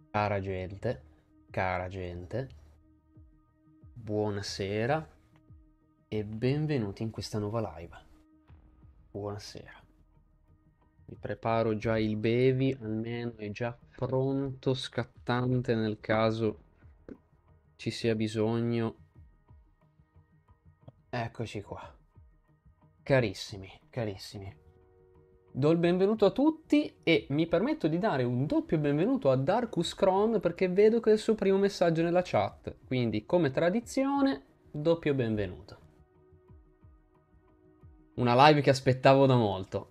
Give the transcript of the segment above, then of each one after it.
Cara gente, buonasera e benvenuti in questa nuova live. Buonasera. Mi preparo già il bevi, almeno è già pronto, scattante nel caso ci sia bisogno. Eccoci qua. Carissimi, carissimi. Do il benvenuto a tutti e mi permetto di dare un doppio benvenuto a Darkus Kron perché vedo che è il suo primo messaggio nella chat. Quindi, come tradizione, doppio benvenuto. Una live che aspettavo da molto.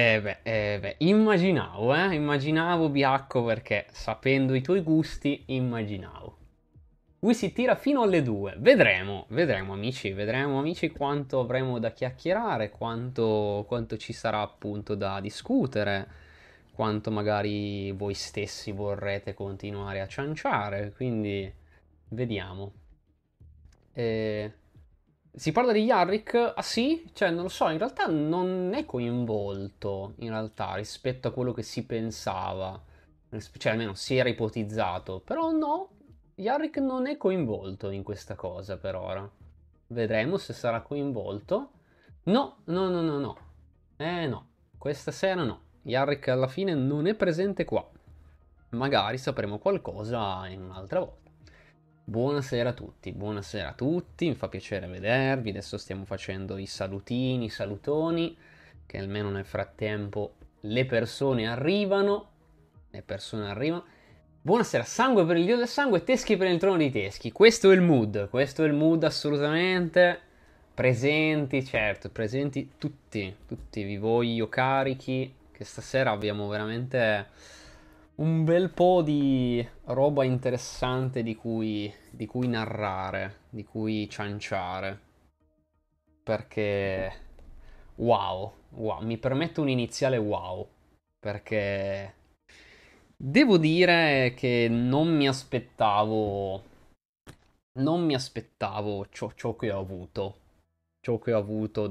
Immaginavo Biacco perché sapendo i tuoi gusti, immaginavo. Lui si tira fino alle 2. Vedremo amici quanto avremo da chiacchierare, quanto ci sarà appunto da discutere, quanto magari voi stessi vorrete continuare a cianciare, quindi vediamo. Eh, Si parla di Yarrick? Ah sì? Cioè, non lo so, in realtà non è coinvolto, in realtà, rispetto a quello che si pensava. Cioè, almeno si era ipotizzato. Però no, Yarrick non è coinvolto in questa cosa per ora. Vedremo se sarà coinvolto. No, no, no, no, no. No, questa sera no. Yarrick alla fine non è presente qua. Magari sapremo qualcosa in un'altra volta. Buonasera a tutti, mi fa piacere vedervi. Adesso stiamo facendo i salutini, i salutoni, che almeno nel frattempo le persone arrivano. Le persone arrivano. Buonasera, sangue per il dio del sangue, teschi per il trono dei teschi. Questo è il mood assolutamente. Presenti, certo, presenti tutti, vi voglio carichi, che stasera abbiamo veramente un bel po' di roba interessante di cui narrare, di cui cianciare, perché wow, mi permetto un iniziale wow, perché devo dire che non mi aspettavo ciò che ho avuto. Ciò che ho avuto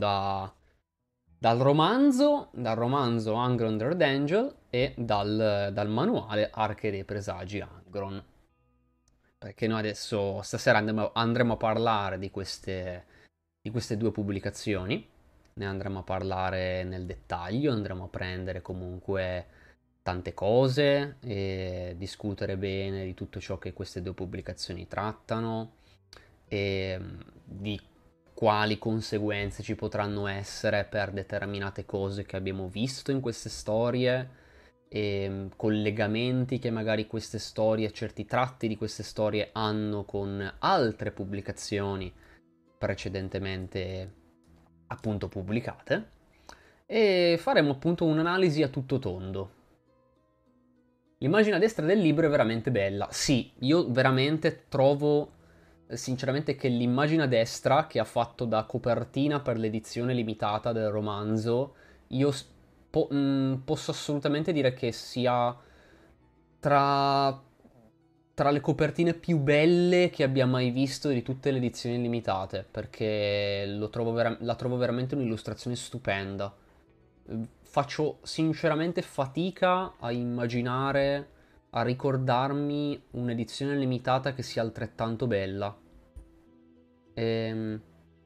dal romanzo Angron the Angel e dal manuale Arche dei Presagi Angron. Perché noi adesso, stasera andremo a parlare di queste due pubblicazioni. Ne andremo a parlare nel dettaglio, andremo a prendere comunque tante cose e discutere bene di tutto ciò che queste due pubblicazioni trattano e di quali conseguenze ci potranno essere per determinate cose che abbiamo visto in queste storie e collegamenti che magari queste storie, certi tratti di queste storie hanno con altre pubblicazioni precedentemente appunto pubblicate e faremo appunto un'analisi a tutto tondo. L'immagine a destra del libro è veramente bella. Sì, io veramente trovo sinceramente che l'immagine a destra che ha fatto da copertina per l'edizione limitata del romanzo, io posso assolutamente dire che sia tra, tra le copertine più belle che abbia mai visto di tutte le edizioni limitate, perché la trovo veramente un'illustrazione stupenda. Faccio sinceramente fatica a immaginare, a ricordarmi un'edizione limitata che sia altrettanto bella. Ehm,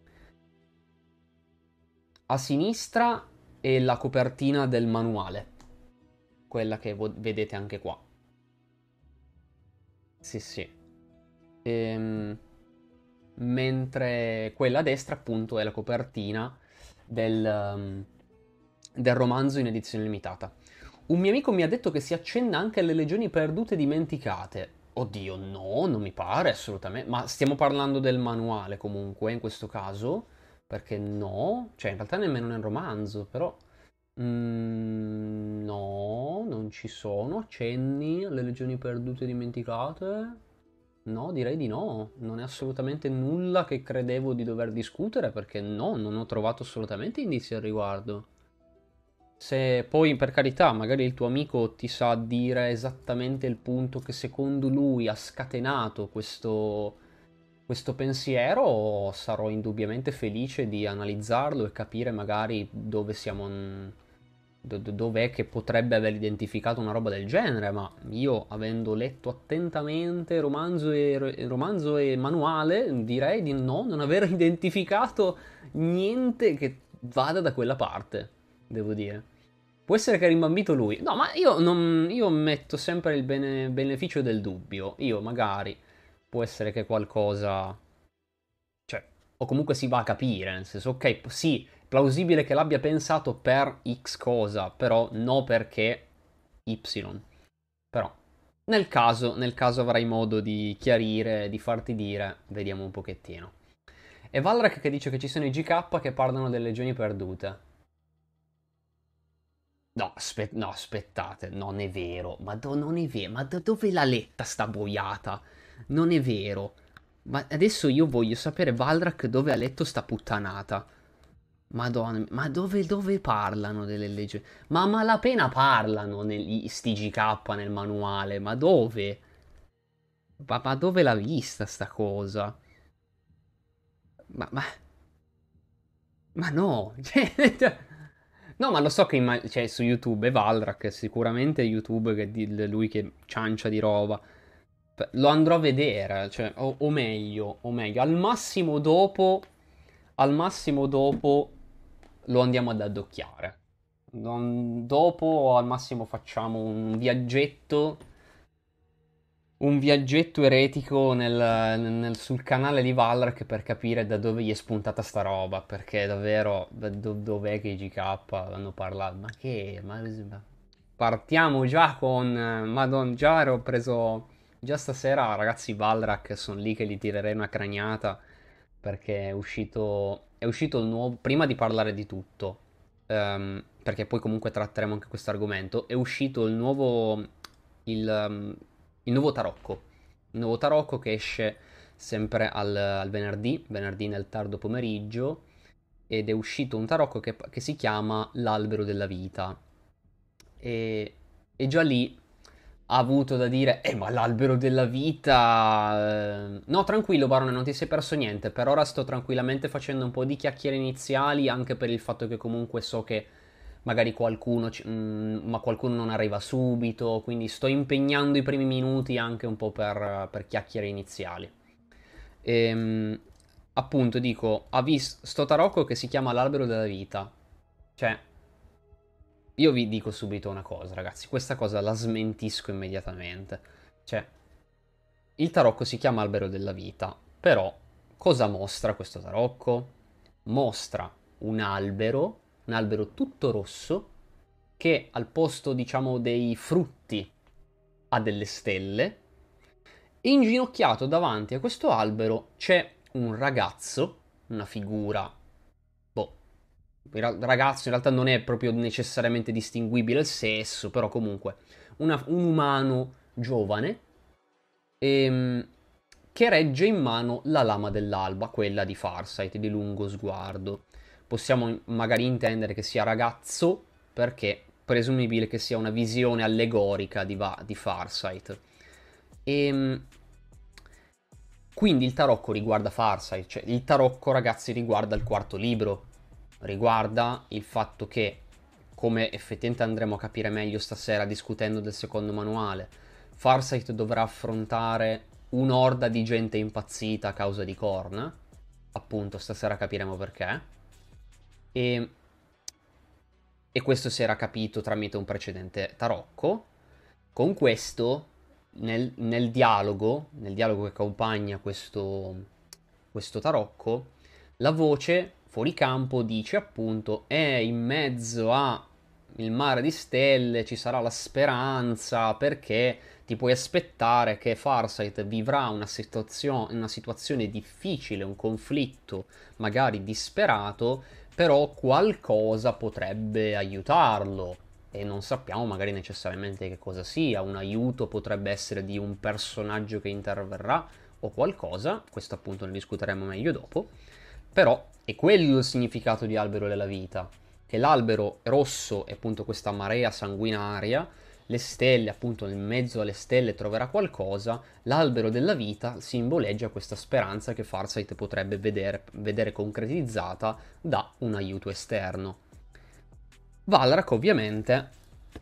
a sinistra è la copertina del manuale, quella che vedete anche qua. Sì, sì. Ehm, Mentre quella a destra, appunto, è la copertina del romanzo in edizione limitata. Un mio amico mi ha detto che si accenna anche alle legioni perdute dimenticate. Oddio, no, non mi pare assolutamente. Ma stiamo parlando del manuale comunque in questo caso? Perché no, cioè in realtà nemmeno nel romanzo, però. No, non ci sono accenni alle legioni perdute dimenticate. No, direi di no. Non è assolutamente nulla che credevo di dover discutere perché no, non ho trovato assolutamente indizi al riguardo. Se poi, per carità, magari il tuo amico ti sa dire esattamente il punto che secondo lui ha scatenato questo pensiero, sarò indubbiamente felice di analizzarlo e capire magari dove siamo, Dov'è che potrebbe aver identificato una roba del genere? Ma io, avendo letto attentamente romanzo e manuale, direi di no, non aver identificato niente che vada da quella parte, devo dire. Può essere che è rimbambito lui. No, ma io metto sempre il beneficio del dubbio. Io magari può essere che qualcosa, cioè, o comunque si va a capire, nel senso, ok, sì, plausibile che l'abbia pensato per X cosa, però no perché Y. Però, nel caso avrai modo di chiarire, di farti dire, vediamo un pochettino. E Valrak che dice che ci sono i GK che parlano delle legioni perdute. No, no, aspettate, non è vero. Ma non è vero. Ma dove l'ha letta sta boiata? Non è vero. Ma adesso io voglio sapere Valrak dove ha letto sta puttanata. Madonna, ma dove parlano delle leggi? Ma a malapena parlano sti GK nel manuale. Ma dove? Ma dove l'ha vista sta cosa? Ma, ma, ma no. No, ma lo so che cioè, su YouTube è Valrak, sicuramente è YouTube che lui che ciancia di roba. Lo andrò a vedere, cioè, o meglio, al massimo dopo lo andiamo ad addocchiare. Dopo, al massimo, facciamo un viaggetto eretico sul canale di Valrak per capire da dove gli è spuntata sta roba. Perché davvero, dov'è che i GK hanno parlato? Ma che? Partiamo già con. Madonna, già ero preso. Già stasera, ragazzi, Valrak, sono lì che gli tirerei una craniata. Perché è uscito il nuovo. Prima di parlare di tutto, perché poi comunque tratteremo anche questo argomento. È uscito il nuovo tarocco. Il nuovo tarocco che esce sempre al venerdì nel tardo pomeriggio. Ed è uscito un tarocco che si chiama L'albero della vita. E già lì ha avuto da dire, ma l'albero della vita. No, tranquillo, Barone, non ti sei perso niente. Per ora sto tranquillamente facendo un po' di chiacchiere iniziali, anche per il fatto che comunque so che magari ma qualcuno non arriva subito, quindi sto impegnando i primi minuti anche un po' per chiacchiere iniziali. Ehm, appunto, dico, ha visto sto tarocco che si chiama l'albero della vita. Cioè, io vi dico subito una cosa, ragazzi, questa cosa la smentisco immediatamente. Cioè, il tarocco si chiama albero della vita, però cosa mostra questo tarocco? Mostra un albero tutto rosso, che al posto, diciamo, dei frutti ha delle stelle, e inginocchiato davanti a questo albero c'è un ragazzo, una figura, boh, ragazzo in realtà non è proprio necessariamente distinguibile il sesso, però comunque un umano giovane, ehm, che regge in mano la lama dell'alba, quella di Farsight, di lungo sguardo. Possiamo magari intendere che sia ragazzo perché presumibile che sia una visione allegorica di Farsight. E quindi il tarocco riguarda Farsight, cioè il tarocco, ragazzi, riguarda il quarto libro, riguarda il fatto che, come effettivamente andremo a capire meglio stasera discutendo del secondo manuale, Farsight dovrà affrontare un'orda di gente impazzita a causa di Korn, appunto stasera capiremo perché, e, e questo si era capito tramite un precedente tarocco. Con questo, nel dialogo che accompagna questo tarocco, la voce fuori campo dice appunto: in mezzo a il mare di stelle ci sarà la speranza, perché ti puoi aspettare che Farsight vivrà una situazione difficile, un conflitto magari disperato, però qualcosa potrebbe aiutarlo e non sappiamo magari necessariamente che cosa sia. Un aiuto potrebbe essere di un personaggio che interverrà o qualcosa, questo appunto ne discuteremo meglio dopo, però è quello il significato di albero della vita, che l'albero rosso è appunto questa marea sanguinaria, le stelle, appunto in mezzo alle stelle troverà qualcosa, l'albero della vita simboleggia questa speranza che Farsight potrebbe vedere concretizzata da un aiuto esterno. Valrak ovviamente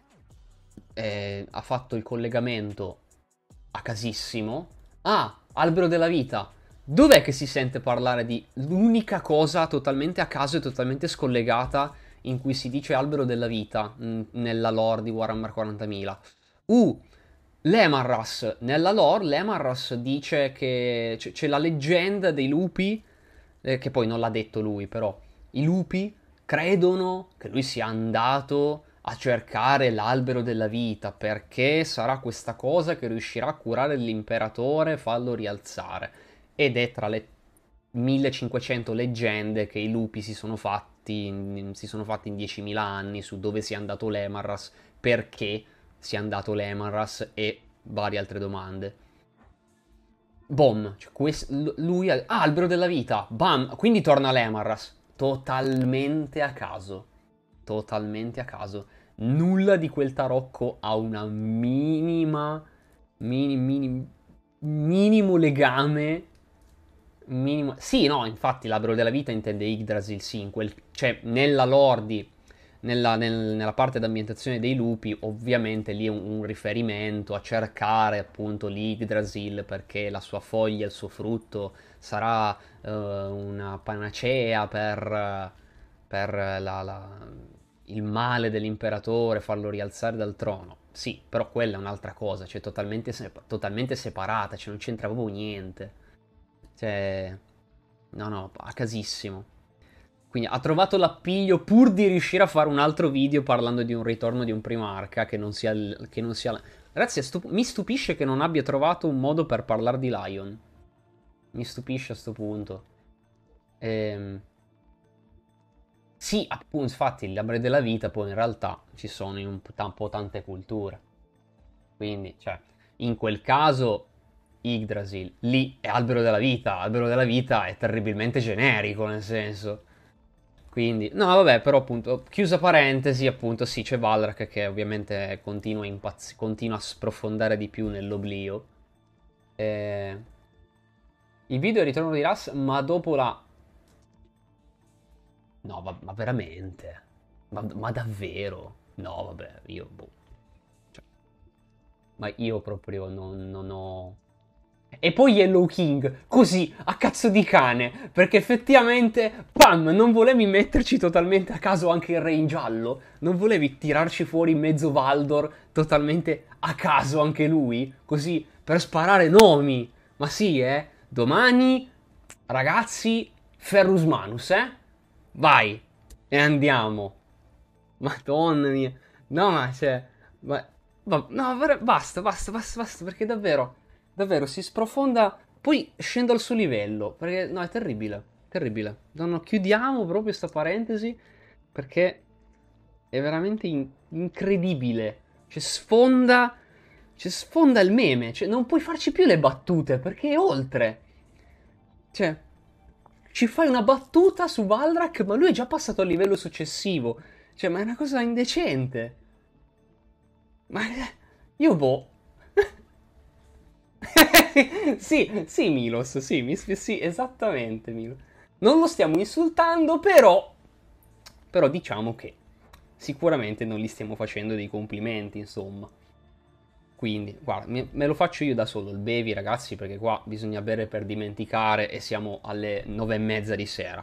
ha fatto il collegamento a casissimo. Ah, albero della vita. Dov'è che si sente parlare di l'unica cosa totalmente a caso e totalmente scollegata in cui si dice albero della vita nella lore di Warhammer 40.000? L'Emarras. Nella lore l'Emarras dice che c'è la leggenda dei lupi, che poi non l'ha detto lui, però i lupi credono che lui sia andato a cercare l'albero della vita perché sarà questa cosa che riuscirà a curare l'imperatore e farlo rialzare. Ed è tra le 1500 leggende che i lupi si sono fatti in 10.000 anni su dove sia andato l'Emarras, perché sia andato l'Emarras e varie altre domande. Bom, cioè lui ha... Ah, albero della vita, bam, quindi torna l'Emarras. Totalmente a caso. Totalmente a caso. Nulla di quel tarocco ha una minimo legame. Minimo... Sì, no, infatti l'albero della vita intende Yggdrasil, sì, cioè nella lore nella parte d'ambientazione dei lupi, ovviamente lì è un riferimento a cercare appunto l'Yggdrasil perché la sua foglia, il suo frutto sarà una panacea per il male dell'imperatore, farlo rialzare dal trono. Sì, però quella è un'altra cosa, cioè totalmente separata, cioè non c'entra proprio niente. Cioè, no, a casissimo. Quindi ha trovato l'appiglio pur di riuscire a fare un altro video parlando di un ritorno di un Primarca che non sia... Ragazzi, mi stupisce che non abbia trovato un modo per parlare di Lion. Mi stupisce a sto punto. Sì, appunto, infatti, il Labre della Vita poi in realtà ci sono in un po' tante culture. Quindi, cioè, in quel caso Yggdrasil, lì è albero della vita. Albero della vita è terribilmente generico, nel senso. Quindi, no, vabbè, però appunto, chiusa parentesi, appunto, sì, c'è Valrak che ovviamente continua a sprofondare di più nell'oblio. Eh, il video è il ritorno di Ras, ma dopo la... No, ma veramente? Ma davvero? No, vabbè, io... Boh. Cioè, ma io proprio non ho... E poi Yellow King, così, a cazzo di cane, perché effettivamente, pam, non volevi metterci totalmente a caso anche il re in giallo? Non volevi tirarci fuori mezzo Valdor totalmente a caso anche lui? Così, per sparare nomi? Ma sì, domani, ragazzi, Ferrus Manus, Vai, e andiamo. Madonna mia. No, ma cioè... Ma, no, basta, perché davvero... Davvero, si sprofonda. Poi scendo al suo livello. Perché no, è terribile. Terribile. No, no, chiudiamo proprio sta parentesi. Perché è veramente incredibile. Cioè, sfonda. Cioè, sfonda il meme. Cioè, non puoi farci più le battute. Perché è oltre. Cioè, ci fai una battuta su Valrak, ma lui è già passato al livello successivo. Cioè, ma è una cosa indecente. Ma io boh. Sì, sì, Milos, sì, sì, esattamente, Milos. Non lo stiamo insultando, però diciamo che sicuramente non gli stiamo facendo dei complimenti, insomma. Quindi, guarda, me lo faccio io da solo, il bevi, ragazzi, perché qua bisogna bere per dimenticare e siamo alle 9:30 di sera.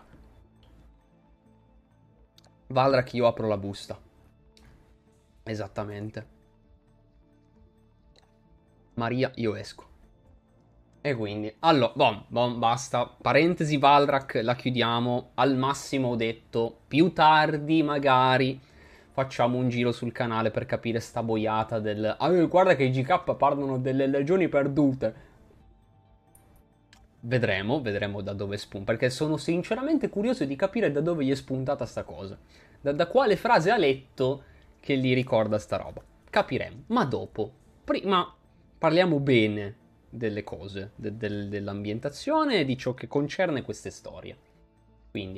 Valrak, io apro la busta. Esattamente. Maria, io esco. E quindi, allora, basta. Parentesi Valrak, la chiudiamo. Al massimo ho detto, più tardi magari facciamo un giro sul canale per capire sta boiata del... Ah, guarda che i GK parlano delle legioni perdute. Vedremo da dove spunta, perché sono sinceramente curioso di capire da dove gli è spuntata sta cosa. Da quale frase ha letto che gli ricorda sta roba. Capiremo, ma dopo. Prima parliamo bene delle cose, dell'ambientazione e di ciò che concerne queste storie. Quindi,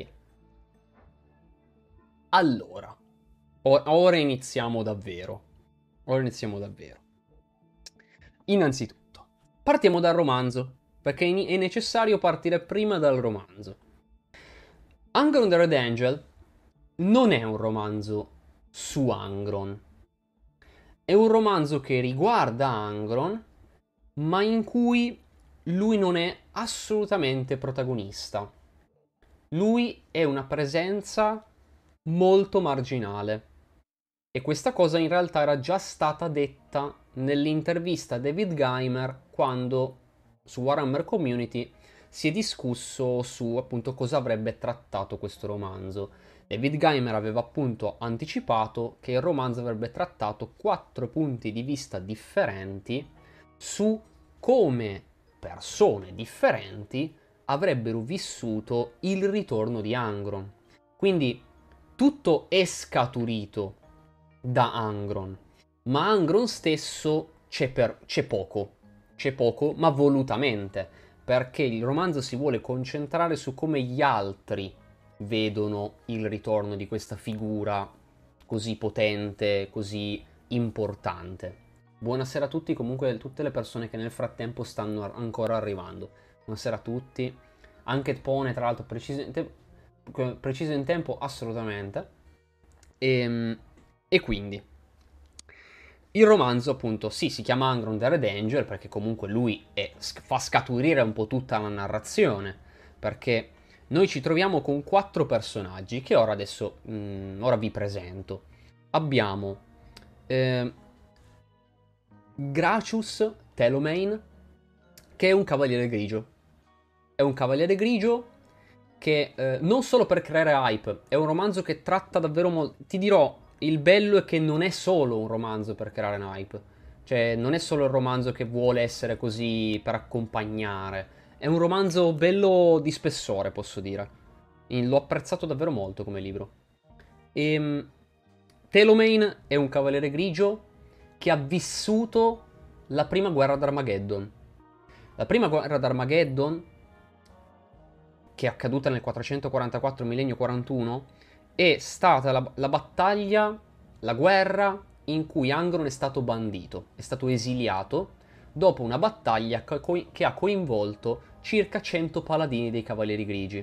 allora, ora iniziamo davvero. Ora iniziamo davvero. Innanzitutto, partiamo dal romanzo, perché è necessario partire prima dal romanzo. Hunger on the Red Angel non è un romanzo su Angron. È un romanzo che riguarda Angron, ma in cui lui non è assolutamente protagonista. Lui è una presenza molto marginale. E questa cosa in realtà era già stata detta nell'intervista a David Geimer quando su Warhammer Community si è discusso su appunto cosa avrebbe trattato questo romanzo. David Geimer aveva appunto anticipato che il romanzo avrebbe trattato 4 punti di vista differenti su come persone differenti avrebbero vissuto il ritorno di Angron. Quindi tutto è scaturito da Angron, ma Angron stesso c'è poco, ma volutamente, perché il romanzo si vuole concentrare su come gli altri vedono il ritorno di questa figura così potente, così importante. Buonasera a tutti, comunque tutte le persone che nel frattempo stanno ancora arrivando. Buonasera a tutti. Anche Pone, tra l'altro, preciso in tempo, assolutamente. E quindi, il romanzo, appunto, sì, si chiama Angron the Red Angel, perché comunque lui fa scaturire un po' tutta la narrazione, perché noi ci troviamo con 4 personaggi che ora vi presento. Abbiamo Gracius Telomane, che è un cavaliere grigio. È un cavaliere grigio che non solo per creare hype, è un romanzo che tratta davvero molto. Ti dirò, il bello è che non è solo un romanzo per creare un hype. Cioè, non è solo il romanzo che vuole essere così per accompagnare. È un romanzo bello di spessore, posso dire. L'ho apprezzato davvero molto come libro. Telomane è un cavaliere grigio che ha vissuto la prima guerra d'Armageddon. La prima guerra d'Armageddon, che è accaduta nel 444 millennio 41, è stata la battaglia, la guerra in cui Angron è stato bandito, è stato esiliato dopo una battaglia che ha coinvolto circa 100 paladini dei Cavalieri Grigi.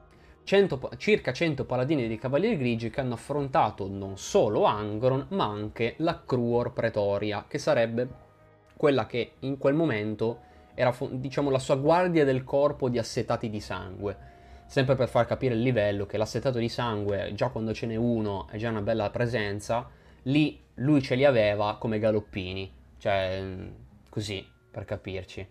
Circa 100 paladini dei Cavalieri Grigi che hanno affrontato non solo Angron, ma anche la Cruor Pretoria, che sarebbe quella che in quel momento era, diciamo, la sua guardia del corpo di assetati di sangue. Sempre per far capire il livello, che l'assetato di sangue, già quando ce n'è uno, è già una bella presenza, lì lui ce li aveva come galoppini, cioè così, per capirci.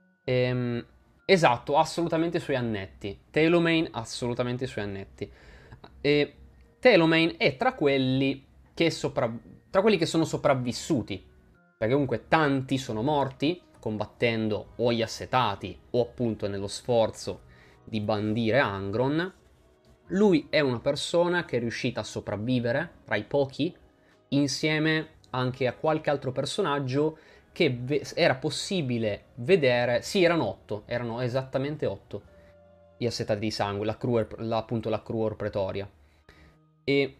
Esatto, assolutamente i suoi annetti. Telomane assolutamente i suoi annetti. E Telomane è tra quelli che sono sopravvissuti, perché comunque tanti sono morti combattendo o gli assetati o appunto nello sforzo di bandire Angron. Lui è una persona che è riuscita a sopravvivere tra i pochi, insieme anche a qualche altro personaggio che era possibile vedere. Sì, erano esattamente 8 gli assetati di sangue, appunto la Cruor Pretoria. E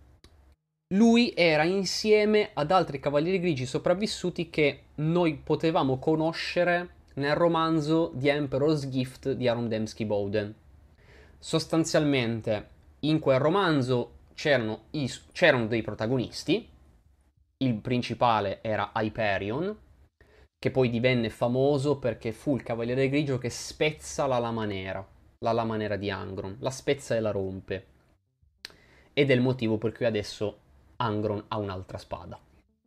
lui era insieme ad altri cavalieri grigi sopravvissuti che noi potevamo conoscere nel romanzo The Emperor's Gift di Aron Dembski-Bowden. Sostanzialmente, in quel romanzo c'erano dei protagonisti. Il principale era Hyperion, che poi divenne famoso perché fu il cavaliere grigio che spezza la lama nera di Angron, la spezza e la rompe. Ed è il motivo per cui adesso Angron ha un'altra spada.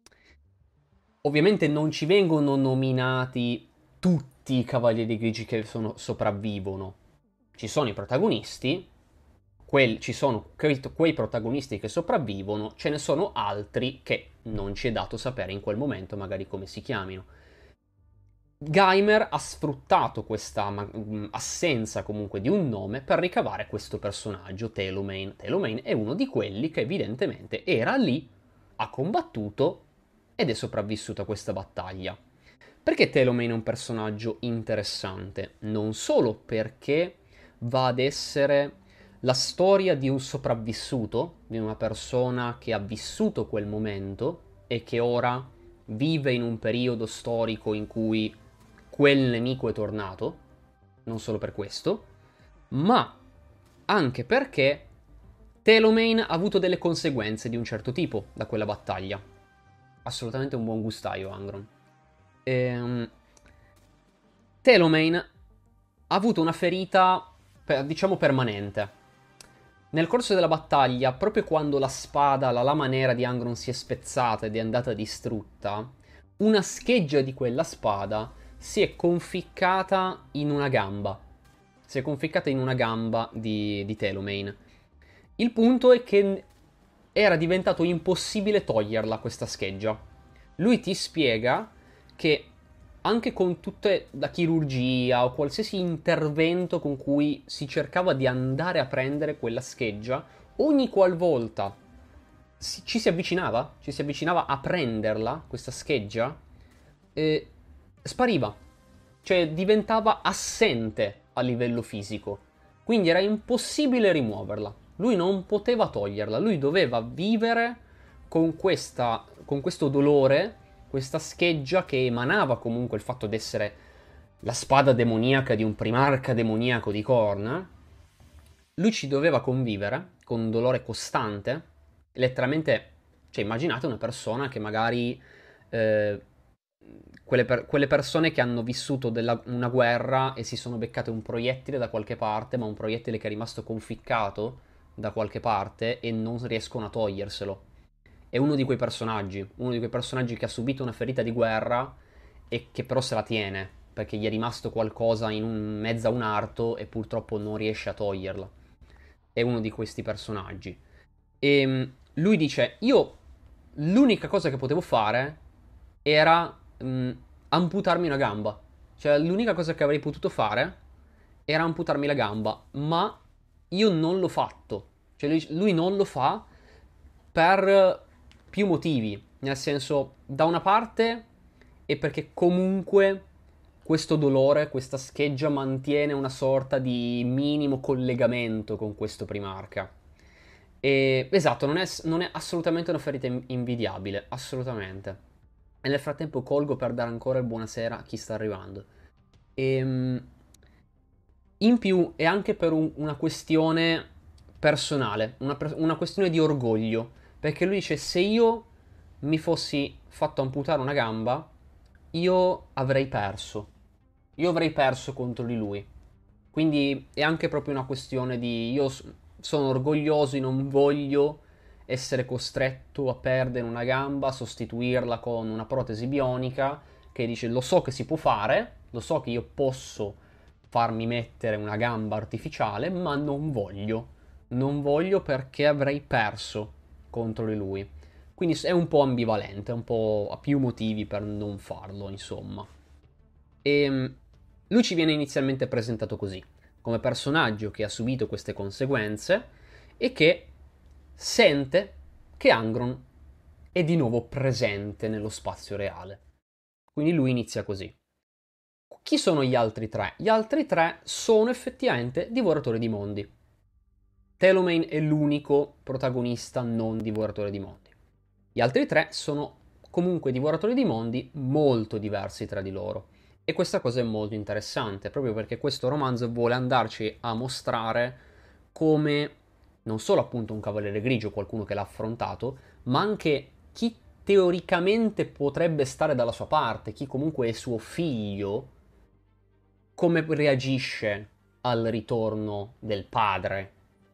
Ovviamente non ci vengono nominati tutti i cavalieri grigi che sopravvivono. Ci sono i protagonisti, ci sono quei protagonisti che sopravvivono, ce ne sono altri che non ci è dato sapere in quel momento magari come si chiamino. Geimer ha sfruttato questa assenza comunque di un nome per ricavare questo personaggio, Telomane. Telomane è uno di quelli che evidentemente era lì, ha combattuto ed è sopravvissuto a questa battaglia. Perché Telomane è un personaggio interessante? Non solo perché va ad essere la storia di un sopravvissuto, di una persona che ha vissuto quel momento e che ora vive in un periodo storico in cui quel nemico è tornato, non solo per questo, ma anche perché Telomane ha avuto delle conseguenze di un certo tipo da quella battaglia. Assolutamente un buon gustaio, Angron. Telomane ha avuto una ferita, diciamo, permanente. Nel corso della battaglia, proprio quando la spada, la lama nera di Angron si è spezzata ed è andata distrutta, una scheggia di quella spada si è conficcata in una gamba. Si è conficcata in una gamba di Telomane. Il punto è che era diventato impossibile toglierla questa scheggia. Lui ti spiega che anche con tutta la chirurgia o qualsiasi intervento con cui si cercava di andare a prendere quella scheggia, ogni qualvolta ci si avvicinava a prenderla, questa scheggia, eh, spariva, cioè diventava assente a livello fisico, quindi era impossibile rimuoverla, lui non poteva toglierla, lui doveva vivere con questo dolore, questa scheggia che emanava comunque il fatto di essere la spada demoniaca di un primarca demoniaco di Khorne. Lui ci doveva convivere con un dolore costante, letteralmente, cioè immaginate una persona che magari eh, quelle persone che hanno vissuto una guerra e si sono beccate un proiettile da qualche parte, ma un proiettile che è rimasto conficcato da qualche parte e non riescono a toglierselo. È uno di quei personaggi che ha subito una ferita di guerra e che però se la tiene, perché gli è rimasto qualcosa in mezzo a un arto e purtroppo non riesce a toglierla. È uno di questi personaggi. E lui dice, io l'unica cosa che potevo fare era amputarmi una gamba. Cioè l'unica cosa che avrei potuto fare era amputarmi la gamba, ma io non l'ho fatto. Cioè lui non lo fa per più motivi. Nel senso, da una parte è perché comunque questo dolore, questa scheggia mantiene una sorta di minimo collegamento con questo primarca. E, esatto, non è assolutamente una ferita invidiabile, assolutamente. E nel frattempo colgo per dare ancora il buonasera a chi sta arrivando. E, in più è anche per una questione personale, una questione di orgoglio, perché lui dice se io mi fossi fatto amputare una gamba, io avrei perso. Io avrei perso contro di lui. Quindi è anche proprio una questione di sono orgoglioso e non voglio essere costretto a perdere una gamba, sostituirla con una protesi bionica che dice lo so che si può fare, lo so che io posso farmi mettere una gamba artificiale, ma non voglio. Non voglio perché avrei perso contro di lui. Quindi è un po' ambivalente, un po' ha più motivi per non farlo, insomma. E lui ci viene inizialmente presentato così, come personaggio che ha subito queste conseguenze e che sente che Angron è di nuovo presente nello spazio reale. Quindi lui inizia così. Chi sono gli altri tre? Gli altri tre sono effettivamente divoratori di mondi. Telomane è l'unico protagonista non divoratore di mondi. Gli altri tre sono comunque divoratori di mondi molto diversi tra di loro. E questa cosa è molto interessante, proprio perché questo romanzo vuole andarci a mostrare come non solo appunto un cavaliere grigio, qualcuno che l'ha affrontato, ma anche chi teoricamente potrebbe stare dalla sua parte, chi comunque è suo figlio, come reagisce al ritorno del padre.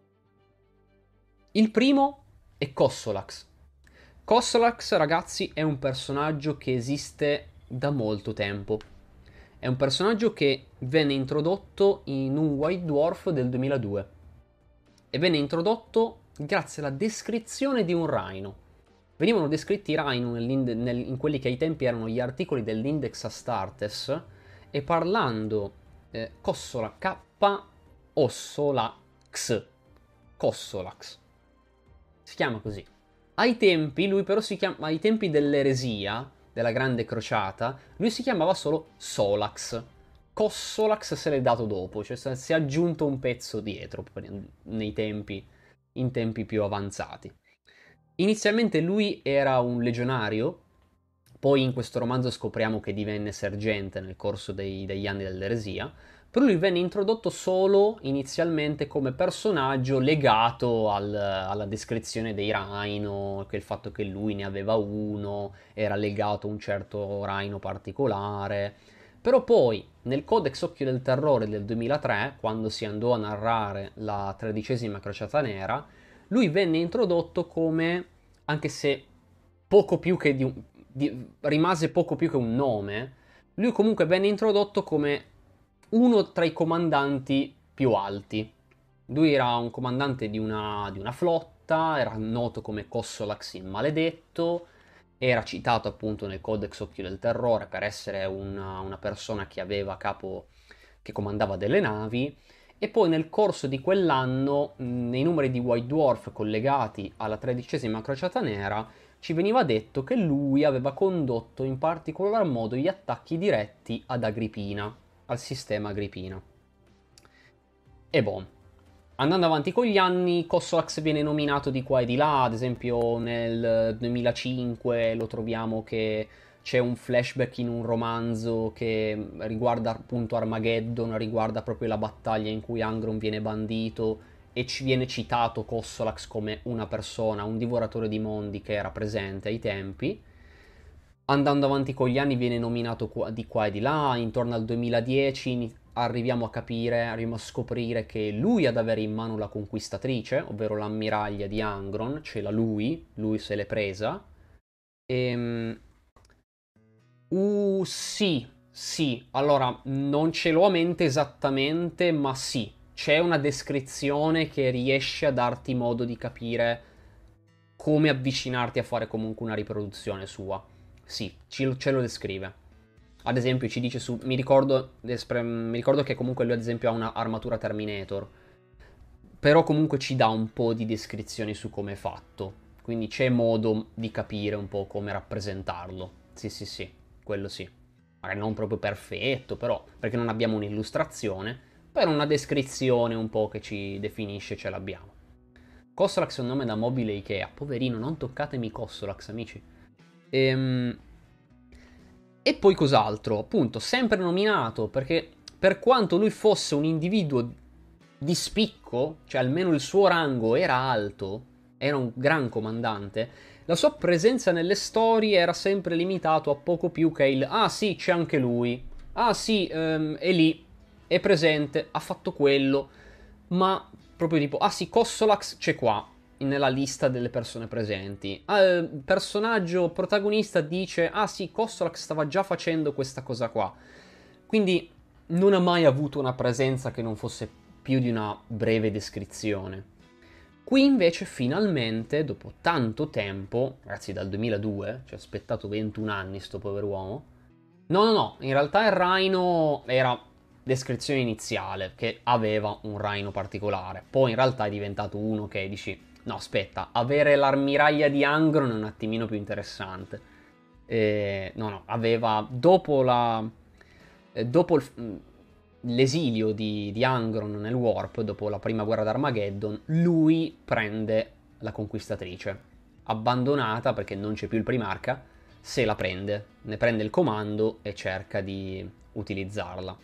Il primo è Kossolax. Kossolax, ragazzi, è un personaggio che esiste da molto tempo. È un personaggio che venne introdotto in un White Dwarf del 2002 e venne introdotto grazie alla descrizione di un rhino. Venivano descritti i rhino in quelli che ai tempi erano gli articoli dell'Index Astartes e parlando Cossola K Ossolax. Kossolax. Si chiama così. Ai tempi, lui però si chiama, ai tempi dell'eresia, della Grande Crociata, lui si chiamava solo Solax. Kossolax se l'è dato dopo, cioè si è aggiunto un pezzo dietro nei tempi, in tempi più avanzati. Inizialmente lui era un legionario, poi in questo romanzo scopriamo che divenne sergente nel corso degli anni dell'eresia, però lui venne introdotto solo inizialmente come personaggio legato alla descrizione dei Rhino, che il fatto che lui ne aveva uno, era legato a un certo Rhino particolare. Però poi, nel Codex Occhio del Terrore del 2003, quando si andò a narrare la 13ª Crociata Nera, lui venne introdotto come, anche se poco più che rimase poco più che un nome, lui comunque venne introdotto come uno tra i comandanti più alti. Lui era un comandante di una flotta, era noto come Cossolax il Maledetto, era citato appunto nel Codex Occhio del Terrore per essere una persona che aveva a capo, che comandava delle navi, e poi nel corso di quell'anno, nei numeri di White Dwarf collegati alla 13ª Crociata Nera, ci veniva detto che lui aveva condotto in particolar modo gli attacchi diretti ad Agrippina, al sistema Agrippina. E boh, andando avanti con gli anni, Cossolax viene nominato di qua e di là, ad esempio nel 2005 lo troviamo che c'è un flashback in un romanzo che riguarda appunto Armageddon, riguarda proprio la battaglia in cui Angron viene bandito e ci viene citato Cossolax come una persona, un divoratore di mondi che era presente ai tempi. Andando avanti con gli anni viene nominato di qua e di là, intorno al 2010 arriviamo a scoprire che lui ad avere in mano la conquistatrice, ovvero l'ammiraglia di Angron, ce l'ha lui se l'è presa. Ehm, sì, sì, allora non ce l'ho a mente esattamente, ma sì, c'è una descrizione che riesce a darti modo di capire come avvicinarti a fare comunque una riproduzione sua. Sì, ce lo descrive. Ad esempio ci dice mi ricordo che comunque lui ad esempio ha una armatura Terminator, però comunque ci dà un po' di descrizioni su come è fatto, quindi c'è modo di capire un po' come rappresentarlo. Sì, sì, sì, quello sì. Magari non proprio perfetto, però perché non abbiamo un'illustrazione, però una descrizione un po' che ci definisce ce l'abbiamo. Cossolax è un nome da mobile Ikea. Poverino, non toccatemi Cossolax, amici. Ehm, E poi cos'altro? Appunto, sempre nominato perché per quanto lui fosse un individuo di spicco, cioè almeno il suo rango era alto, era un gran comandante, la sua presenza nelle storie era sempre limitato a poco più che il ah sì, c'è anche lui. Ah sì, è lì, è presente, ha fatto quello, ma proprio tipo ah sì, Cossolax c'è qua nella lista delle persone presenti. Il personaggio protagonista dice: ah sì, Kossolax stava già facendo questa cosa qua. Quindi non ha mai avuto una presenza che non fosse più di una breve descrizione. Qui invece finalmente, dopo tanto tempo, ragazzi dal 2002, ci ha aspettato 21 anni sto pover'uomo. No, no, no, in realtà il Rhino era descrizione iniziale, che aveva un Rhino particolare. Poi in realtà è diventato uno che dici, no aspetta, avere l'armiraglia di Angron è un attimino più interessante. No, no, aveva, l'esilio di Angron nel Warp, dopo la prima guerra d'Armageddon, lui prende la conquistatrice, abbandonata perché non c'è più il primarca, se la prende, ne prende il comando e cerca di utilizzarla.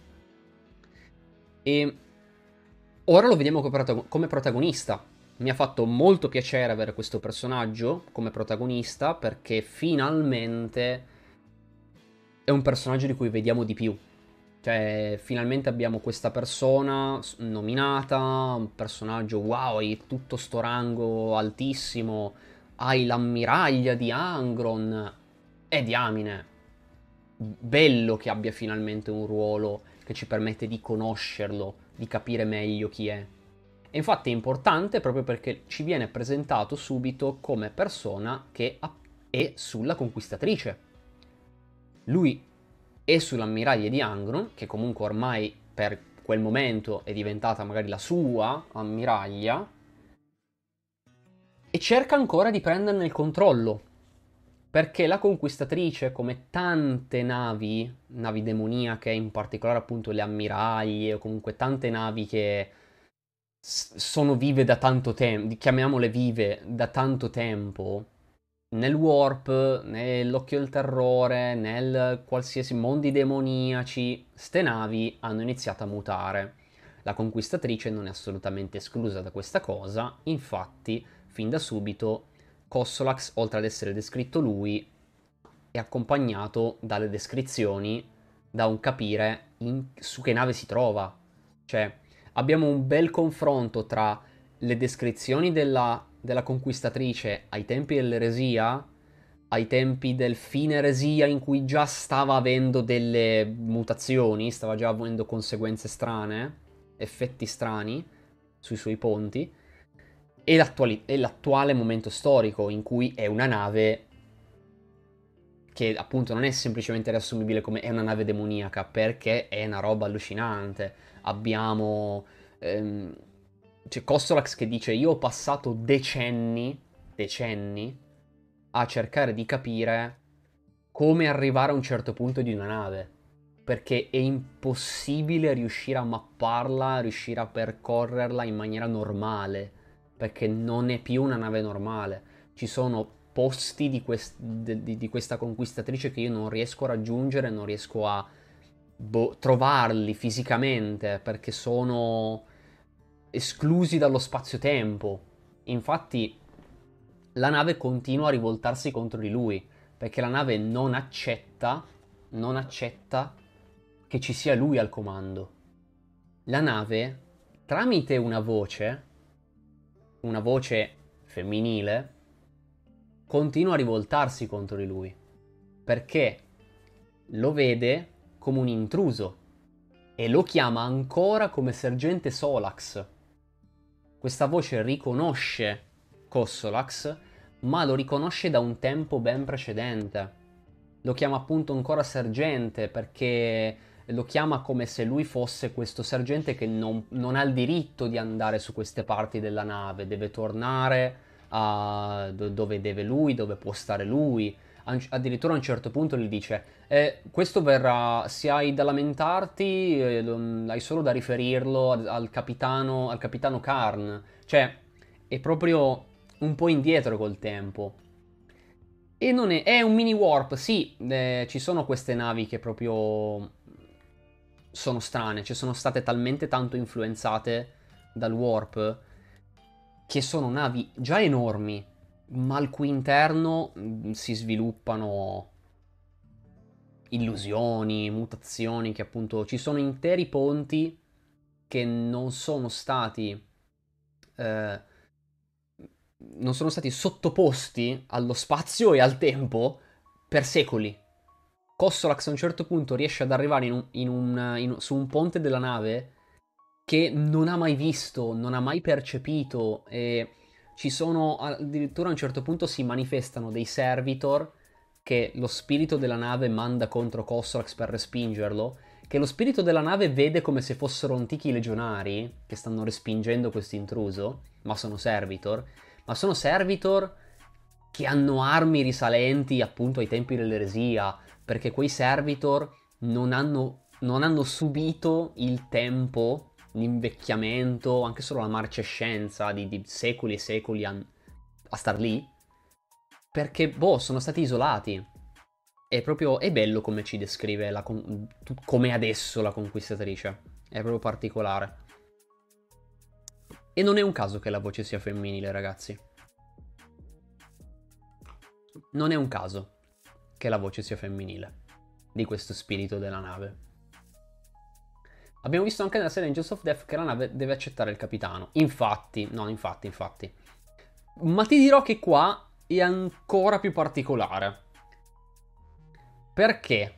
E ora lo vediamo come protagonista. Mi ha fatto molto piacere avere questo personaggio come protagonista perché finalmente è un personaggio di cui vediamo di più. Cioè, finalmente abbiamo questa persona nominata, un personaggio wow, hai tutto sto rango altissimo, hai l'ammiraglia di Angron, e diamine, bello che abbia finalmente un ruolo che ci permette di conoscerlo, di capire meglio chi è. E infatti è importante proprio perché ci viene presentato subito come persona che è sulla conquistatrice. Lui è sull'ammiraglia di Angron, che comunque ormai per quel momento è diventata magari la sua ammiraglia, e cerca ancora di prenderne il controllo. Perché la conquistatrice, come tante navi demoniache, in particolare appunto le ammiraglie, o comunque tante navi che sono vive da tanto tempo, chiamiamole vive da tanto tempo, nel warp, nell'occhio del terrore, nel qualsiasi mondi demoniaci, ste navi hanno iniziato a mutare. La conquistatrice non è assolutamente esclusa da questa cosa, infatti, fin da subito, Cossolax, oltre ad essere descritto lui, è accompagnato dalle descrizioni, da un capire su che nave si trova. Cioè, abbiamo un bel confronto tra le descrizioni della conquistatrice ai tempi dell'eresia, ai tempi del fine eresia in cui già stava avendo delle mutazioni, stava già avendo conseguenze strane, effetti strani sui suoi ponti, e l'attuale momento storico in cui è una nave che appunto non è semplicemente riassumibile come è una nave demoniaca, perché è una roba allucinante. Abbiamo ehm, c'è Kostolax che dice: io ho passato decenni a cercare di capire come arrivare a un certo punto di una nave, perché è impossibile riuscire a mapparla, riuscire a percorrerla in maniera normale, perché non è più una nave normale. Ci sono posti di questa conquistatrice che io non riesco a raggiungere, non riesco a trovarli fisicamente, perché sono esclusi dallo spazio-tempo. Infatti la nave continua a rivoltarsi contro di lui, perché la nave non accetta che ci sia lui al comando. La nave, tramite una voce femminile, continua a rivoltarsi contro di lui, perché lo vede come un intruso e lo chiama ancora come sergente Solax. Questa voce riconosce Cossolax, ma lo riconosce da un tempo ben precedente. Lo chiama appunto ancora sergente perché lo chiama come se lui fosse questo sergente che non ha il diritto di andare su queste parti della nave, deve tornare dove deve lui, dove può stare lui. Addirittura a un certo punto gli dice: questo verrà, se hai da lamentarti, hai solo da riferirlo al capitano Karn. Cioè, è proprio un po' indietro col tempo. E non è un mini warp, sì, ci sono queste navi che proprio sono strane, cioè sono state talmente tanto influenzate dal warp che sono navi già enormi, ma al cui interno si sviluppano illusioni, mutazioni, che appunto ci sono interi ponti che eh, non sono stati sottoposti allo spazio e al tempo per secoli. Cossolax a un certo punto riesce ad arrivare su un ponte della nave che non ha mai visto, non ha mai percepito e ci sono addirittura a un certo punto si manifestano dei servitor che lo spirito della nave manda contro Cossolax per respingerlo, che lo spirito della nave vede come se fossero antichi legionari che stanno respingendo questo intruso, ma sono servitor che hanno armi risalenti appunto ai tempi dell'eresia, perché quei servitor non hanno subito il tempo, l'invecchiamento, anche solo la marcescenza di secoli e secoli a star lì, perché, boh, sono stati isolati. È bello come ci descrive come adesso la conquistatrice. È proprio particolare. E non è un caso che la voce sia femminile, ragazzi. Non è un caso che la voce sia femminile di questo spirito della nave. Abbiamo visto anche nella serie Angels of Death che la nave deve accettare il capitano. Infatti. Ma ti dirò che qua è ancora più particolare. Perché?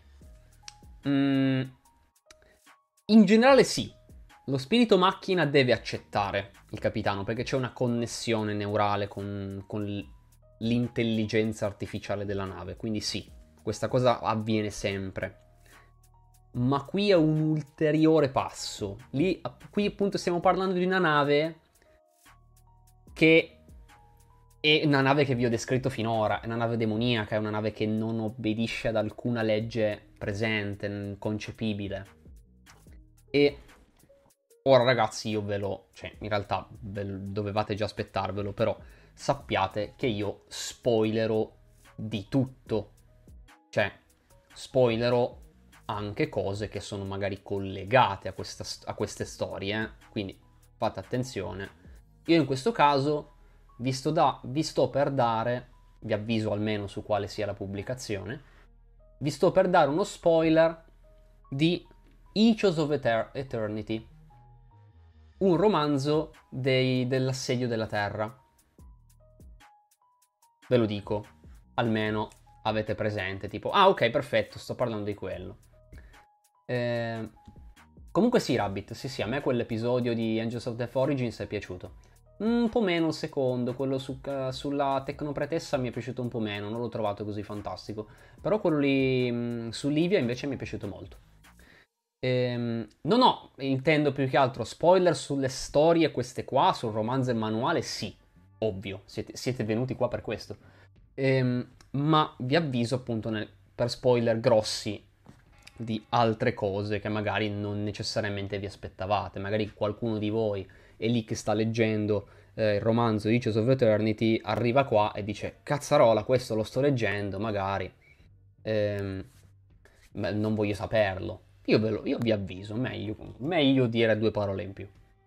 In generale sì. Lo spirito macchina deve accettare il capitano perché c'è una connessione neurale con l'intelligenza artificiale della nave. Quindi sì, questa cosa avviene sempre. Ma qui è un ulteriore passo. Qui appunto stiamo parlando di una nave che è una nave che vi ho descritto finora, è una nave demoniaca, è una nave che non obbedisce ad alcuna legge presente, concepibile. E ora ragazzi io cioè in realtà dovevate già aspettarvelo, però sappiate che io spoilerò di tutto. Cioè, spoilerò anche cose che sono magari collegate a queste storie, quindi fate attenzione. Io in questo caso vi sto per dare, vi avviso almeno su quale sia la pubblicazione, vi sto per dare uno spoiler di Echoes of Eternity, un romanzo dell'assedio della Terra. Ve lo dico, almeno avete presente, tipo, ah ok, perfetto, sto parlando di quello. Comunque sì, Rabbit, sì, a me quell'episodio di Angels of Death Origins è piaciuto. Un po' meno il secondo, quello sulla tecnopretessa mi è piaciuto un po' meno, non l'ho trovato così fantastico. Però quello lì su Livia invece mi è piaciuto molto. No, intendo più che altro spoiler sulle storie queste qua, sul romanzo e il manuale, sì, ovvio, siete venuti qua per questo. Ma vi avviso appunto per spoiler grossi di altre cose che magari non necessariamente vi aspettavate. Magari qualcuno di voi è lì che sta leggendo il romanzo di Echoes of Eternity, arriva qua e dice cazzarola, questo lo sto leggendo, magari non voglio saperlo. Io vi avviso, meglio dire due parole in più.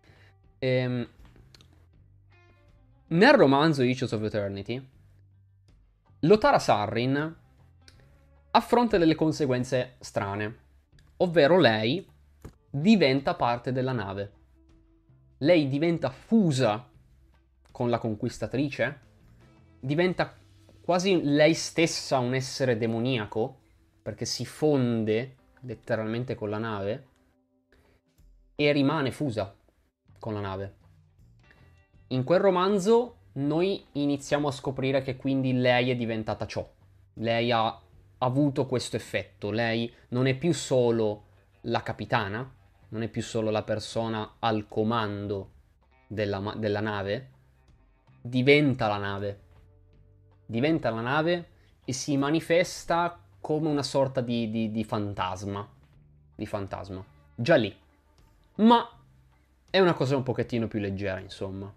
Nel romanzo Echoes of Eternity, Lotara Sarrin affronta delle conseguenze strane, ovvero lei diventa parte della nave. Lei diventa fusa con la conquistatrice, diventa quasi lei stessa un essere demoniaco, perché si fonde letteralmente con la nave e rimane fusa con la nave. In quel romanzo noi iniziamo a scoprire che quindi lei è diventata ciò. Lei ha avuto questo effetto. Lei non è più solo la capitana, non è più solo la persona al comando della nave, diventa la nave. Diventa la nave e si manifesta come una sorta di fantasma. Di fantasma. Già lì. Ma è una cosa un pochettino più leggera, insomma.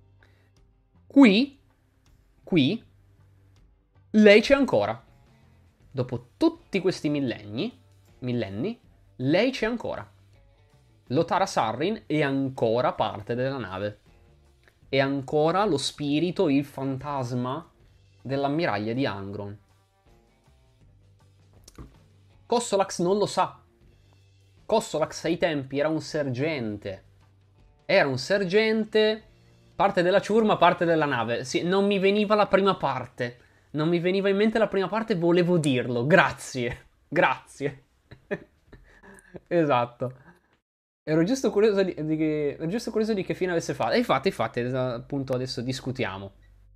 Qui, lei c'è ancora. Dopo tutti questi millenni, lei c'è ancora. Lotara Sarrin è ancora parte della nave. È ancora lo spirito, il fantasma dell'ammiraglia di Angron. Kossolax non lo sa. Kossolax ai tempi era un sergente. Parte della ciurma, parte della nave. Sì, non mi veniva la prima parte. Non mi veniva in mente la prima parte, volevo dirlo. Grazie. Grazie. Esatto. Ero giusto curioso di che fine avesse fatto. E infatti, appunto adesso discutiamo.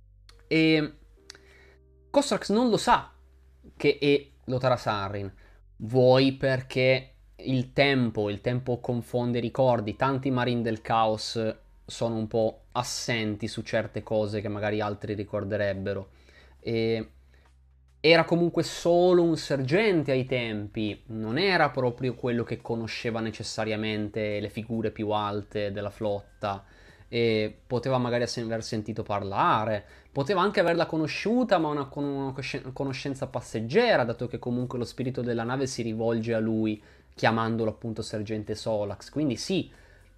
E Kostrax non lo sa che è Lotara Sarrin. Vuoi perché il tempo confonde i ricordi. Tanti Marine del Caos sono un po' assenti su certe cose che magari altri ricorderebbero. E era comunque solo un sergente ai tempi, non era proprio quello che conosceva necessariamente le figure più alte della flotta. E poteva magari aver sentito parlare, poteva anche averla conosciuta, ma con una conoscenza passeggera, dato che comunque lo spirito della nave si rivolge a lui, chiamandolo appunto sergente Solax. Quindi sì,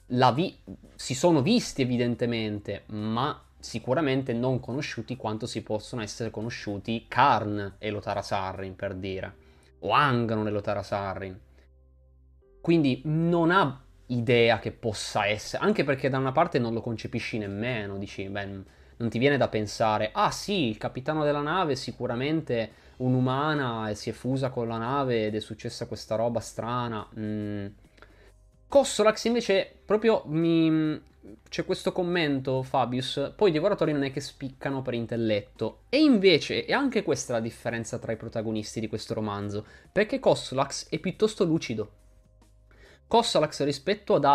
si sono visti evidentemente, ma sicuramente non conosciuti quanto si possono essere conosciuti Karn e Lotara Sarrin, per dire, o Angron e Lotara Sarrin. Quindi non ha idea che possa essere, anche perché da una parte non lo concepisci nemmeno, dici, beh, non ti viene da pensare, ah sì, il capitano della nave è sicuramente un'umana e si è fusa con la nave ed è successa questa roba strana. Kossolax invece proprio c'è questo commento, Fabius, poi i divoratori non è che spiccano per intelletto. E invece è anche questa la differenza tra i protagonisti di questo romanzo, perché Kossolax è piuttosto lucido. Kossolax rispetto ad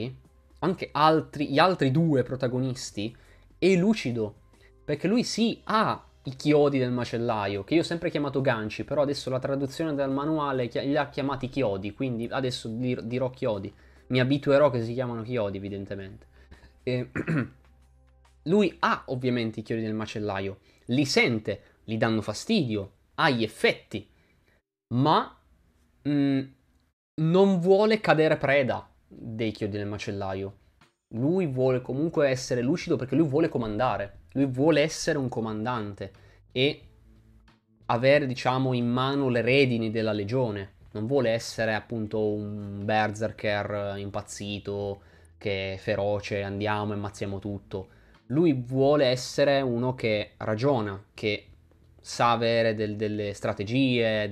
gli altri due protagonisti, è lucido, perché lui sì ha i chiodi del macellaio, che io ho sempre chiamato ganci, però adesso la traduzione del manuale li ha chiamati chiodi, quindi adesso dirò chiodi. Mi abituerò che si chiamano chiodi, evidentemente. E lui ha ovviamente i chiodi del macellaio, li sente, gli danno fastidio, ha gli effetti, ma mh, non vuole cadere preda dei chiodi del macellaio. Lui vuole comunque essere lucido perché lui vuole comandare, lui vuole essere un comandante e avere, diciamo, in mano le redini della legione. Non vuole essere appunto un berserker impazzito che è feroce, andiamo e ammazziamo tutto. Lui vuole essere uno che ragiona, che sa avere delle strategie,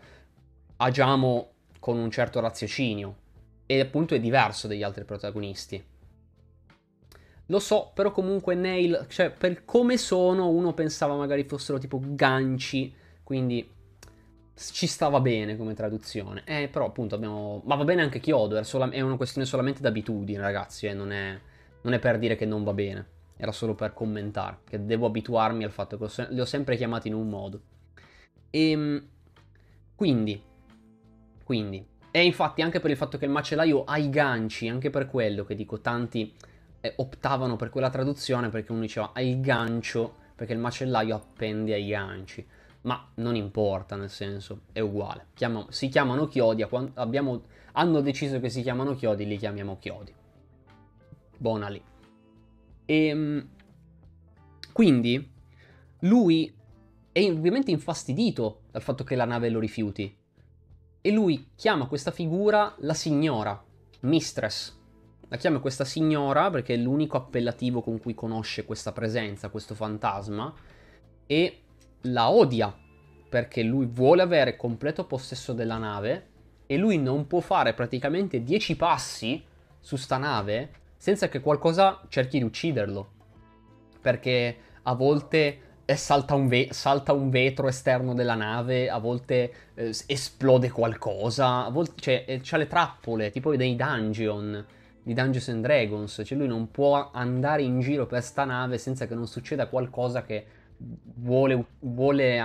agiamo con un certo raziocinio e appunto è diverso dagli altri protagonisti. Lo so, però comunque Nail, cioè per come sono, uno pensava magari fossero tipo ganci, quindi ci stava bene come traduzione. Però appunto abbiamo... Ma va bene anche Chiodo, è una questione solamente d'abitudine, ragazzi, non è per dire che non va bene. Era solo per commentare, che devo abituarmi al fatto che li ho sempre chiamati in un modo. E quindi, e infatti anche per il fatto che il macellaio ha i ganci, anche per quello che dico, tanti optavano per quella traduzione perché uno diceva ha il gancio, perché il macellaio appende ai ganci. Ma non importa, nel senso, è uguale. Si chiamano chiodi, hanno deciso che si chiamano chiodi, li chiamiamo chiodi. Buona lì. E quindi lui è ovviamente infastidito dal fatto che la nave lo rifiuti. E lui chiama questa figura la signora, Mistress. La chiama questa signora perché è l'unico appellativo con cui conosce questa presenza, questo fantasma, e la odia perché lui vuole avere completo possesso della nave e lui non può fare praticamente 10 passi su sta nave senza che qualcosa cerchi di ucciderlo. Perché a volte salta un vetro esterno della nave, a volte esplode qualcosa, a volte c'ha le trappole, tipo dei dungeon, di Dungeons and Dragons, cioè lui non può andare in giro per sta nave senza che non succeda qualcosa che vuole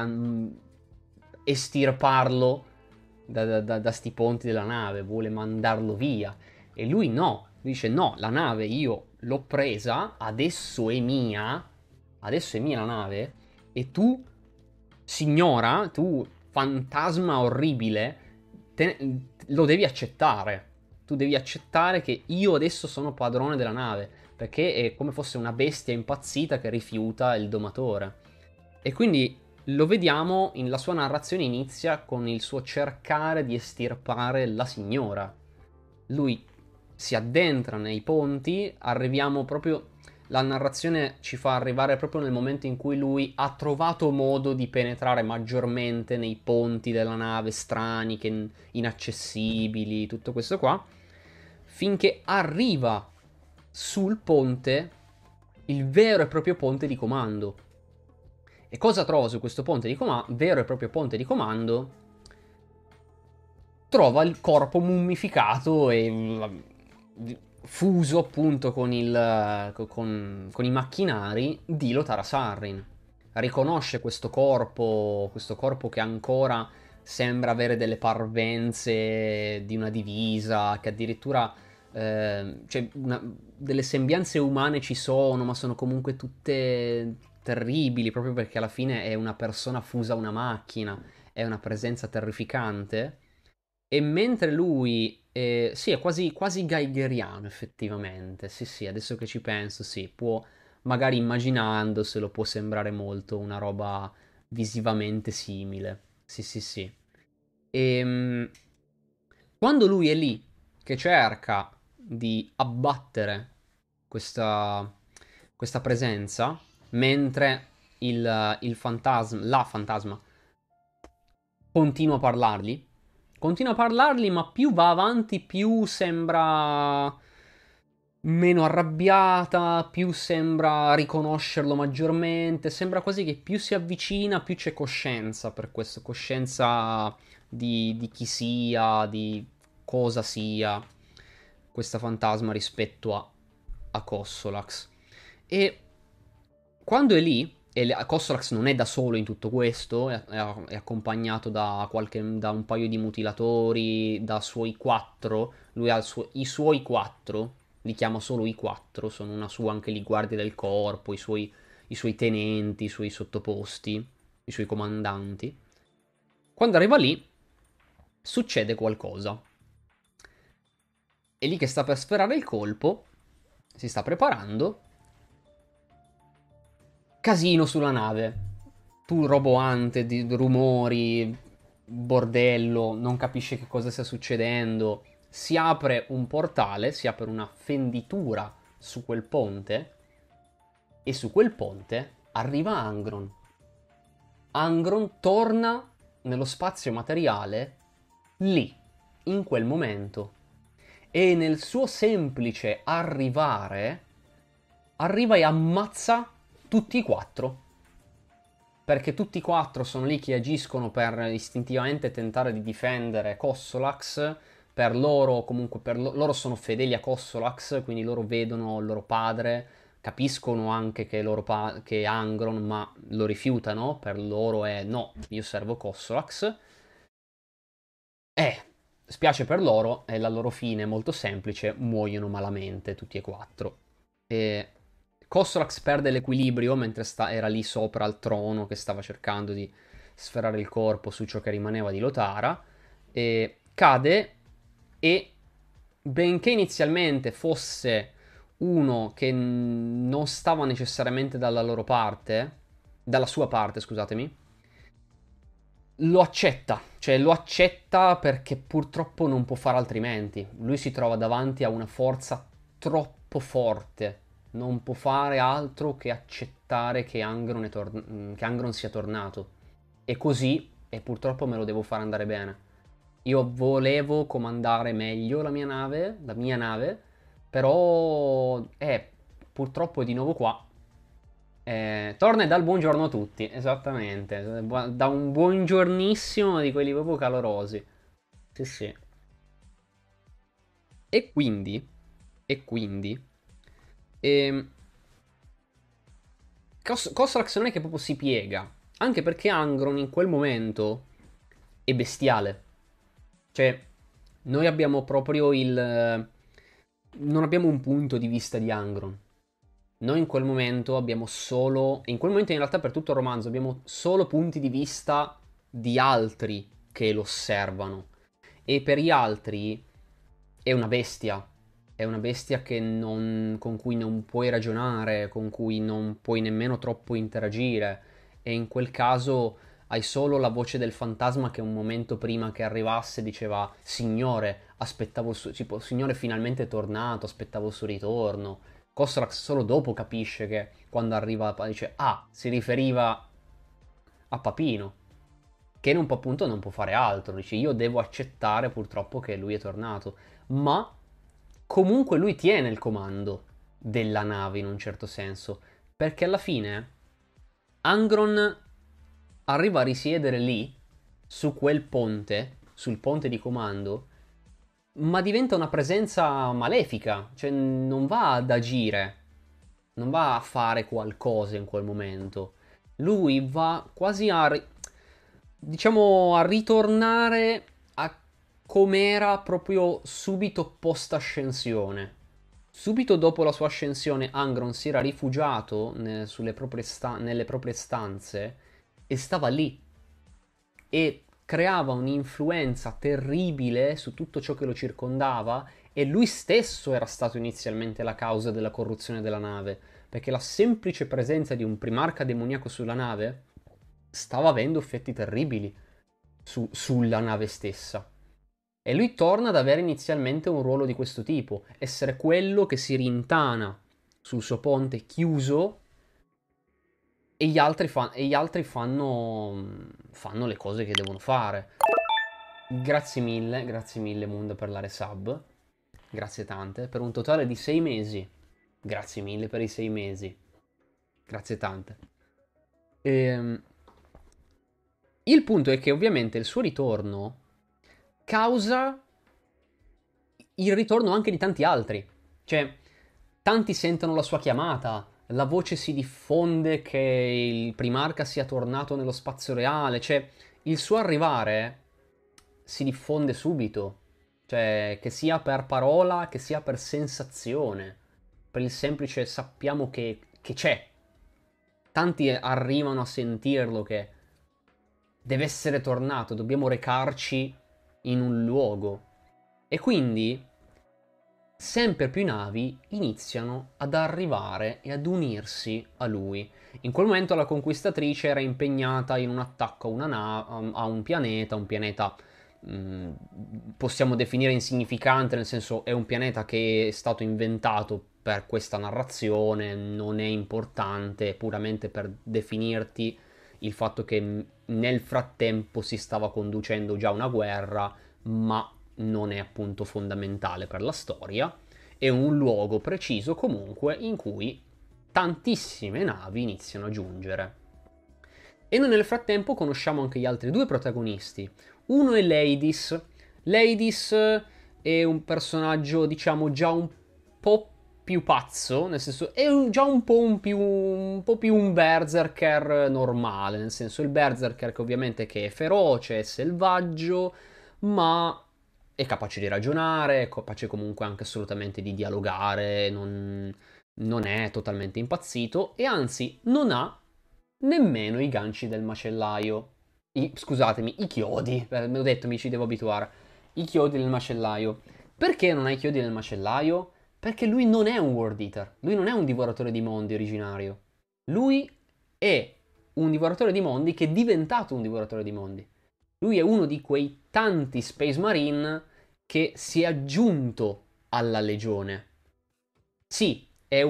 estirparlo da sti ponti della nave, vuole mandarlo via. E lui no, dice no, la nave io l'ho presa, adesso è mia la nave, e tu, signora, tu, fantasma orribile, lo devi accettare. Tu devi accettare che io adesso sono padrone della nave, perché è come fosse una bestia impazzita che rifiuta il domatore. E quindi lo vediamo, la sua narrazione inizia con il suo cercare di estirpare la signora. Lui si addentra nei ponti, arriviamo proprio... La narrazione ci fa arrivare proprio nel momento in cui lui ha trovato modo di penetrare maggiormente nei ponti della nave strani, inaccessibili, tutto questo qua, finché arriva sul ponte, il vero e proprio ponte di comando. E cosa trova su questo ponte di comando? Vero e proprio ponte di comando? Trova il corpo mummificato e fuso appunto con i macchinari di Lotara Sarrin. Riconosce questo corpo che ancora sembra avere delle parvenze di una divisa, che addirittura delle sembianze umane ci sono, ma sono comunque tutte terribili, proprio perché alla fine è una persona fusa a una macchina, è una presenza terrificante. E mentre lui, sì, è quasi geigeriano effettivamente, sì sì, adesso che ci penso, sì, può, magari immaginandoselo, può sembrare molto una roba visivamente simile, sì sì sì. E quando lui è lì, che cerca di abbattere questa, questa presenza, mentre la fantasma, continua a parlargli, ma più va avanti, più sembra meno arrabbiata, più sembra riconoscerlo maggiormente, sembra quasi che più si avvicina, più c'è coscienza per questo, coscienza di chi sia, di cosa sia questa fantasma rispetto a Cossolax. E quando è lì, e Cossolax non è da solo in tutto questo, è accompagnato da un paio di mutilatori, da suoi quattro, lui ha i suoi quattro, li chiama solo i quattro, sono una sua anche lì guardie del corpo, i suoi tenenti, i suoi sottoposti. i suoi comandanti. Quando arriva lì, succede qualcosa. È lì che sta per sferrare il colpo, si sta preparando. Casino sulla nave. Tu roboante di rumori, bordello, non capisce che cosa stia succedendo. Si apre un portale, si apre una fenditura su quel ponte e su quel ponte arriva Angron. Angron torna nello spazio materiale lì, in quel momento. E nel suo semplice arrivare, arriva e ammazza tutti i quattro. Perché tutti e quattro sono lì che agiscono per istintivamente tentare di difendere Cossolax. Per loro, comunque, loro sono fedeli a Cossolax, quindi loro vedono il loro padre, capiscono anche che, che è Angron, ma lo rifiutano. Per loro è no, io servo Cossolax. Spiace per loro, e la loro fine è molto semplice, muoiono malamente tutti e quattro. E Kossolax perde l'equilibrio mentre era lì sopra al trono che stava cercando di sferrare il corpo su ciò che rimaneva di Lotara, e cade e benché inizialmente fosse uno che non stava necessariamente dalla loro parte, dalla sua parte, scusatemi, lo accetta, cioè lo accetta perché purtroppo non può fare altrimenti. Lui si trova davanti a una forza troppo forte, non può fare altro che accettare che che Angron sia tornato. E così, e purtroppo me lo devo fare andare bene. Io volevo comandare meglio la mia nave, però, purtroppo è di nuovo qua. Torna e dà il buongiorno a tutti, esattamente. Da un buongiornissimo di quelli proprio calorosi. Sì, sì. E quindi, e quindi, ehm, Kostrax non è che proprio si piega, anche perché Angron in quel momento è bestiale. Cioè, noi abbiamo proprio non abbiamo un punto di vista di Angron. Noi in quel momento abbiamo solo, in quel momento in realtà per tutto il romanzo abbiamo solo punti di vista di altri che lo osservano. E per gli altri è una bestia con cui non puoi ragionare, con cui non puoi nemmeno troppo interagire. E in quel caso hai solo la voce del fantasma che un momento prima che arrivasse diceva: Signore, aspettavo il suo, tipo, Signore finalmente è tornato, aspettavo il suo ritorno. Kostrax solo dopo capisce che quando arriva dice: Ah, si riferiva a Papino, che non può, appunto non può fare altro. Dice: Io devo accettare purtroppo che lui è tornato. Ma comunque lui tiene il comando della nave in un certo senso, perché alla fine Angron arriva a risiedere lì, su quel ponte, sul ponte di comando, ma diventa una presenza malefica, cioè non va ad agire, non va a fare qualcosa in quel momento. Lui va quasi diciamo, a ritornare a com'era proprio subito post ascensione. Subito dopo la sua ascensione, Angron si era rifugiato nelle proprie stanze e stava lì e creava un'influenza terribile su tutto ciò che lo circondava, e lui stesso era stato inizialmente la causa della corruzione della nave, perché la semplice presenza di un primarca demoniaco sulla nave stava avendo effetti terribili sulla nave stessa. E lui torna ad avere inizialmente un ruolo di questo tipo, essere quello che si rintana sul suo ponte chiuso e gli altri fanno le cose che devono fare. Grazie mille Moon per la resub. Grazie tante, per un totale di 6 mesi. Grazie mille per i 6 mesi. Grazie tante. Ehm, il punto è che ovviamente il suo ritorno causa il ritorno anche di tanti altri. Cioè, tanti sentono la sua chiamata, la voce si diffonde che il primarca sia tornato nello spazio reale, cioè il suo arrivare si diffonde subito, cioè che sia per parola, che sia per sensazione, per il semplice sappiamo che c'è. Tanti arrivano a sentirlo che deve essere tornato, dobbiamo recarci in un luogo. E quindi sempre più navi iniziano ad arrivare e ad unirsi a lui. In quel momento la conquistatrice era impegnata in un attacco a un pianeta possiamo definire insignificante, nel senso è un pianeta che è stato inventato per questa narrazione, non è importante, è puramente per definirti il fatto che nel frattempo si stava conducendo già una guerra, ma non è appunto fondamentale per la storia. È un luogo preciso comunque in cui tantissime navi iniziano a giungere. E noi nel frattempo conosciamo anche gli altri due protagonisti. Uno è Ladies. Ladies è un personaggio, diciamo, già un po' più pazzo, nel senso è già un po' più un berserker normale, nel senso il berserker che ovviamente che è feroce, è selvaggio, ma è capace di ragionare, è capace comunque anche assolutamente di dialogare, non è totalmente impazzito e anzi non ha nemmeno i ganci del macellaio. Scusatemi, i chiodi, me l'ho detto, mi ci devo abituare. I chiodi del macellaio. Perché non ha i chiodi del macellaio? Perché lui non è un World Eater, lui non è un divoratore di mondi originario. Lui è un divoratore di mondi che è diventato un divoratore di mondi. Lui è uno di quei tanti Space Marine che si è aggiunto alla legione. Sì,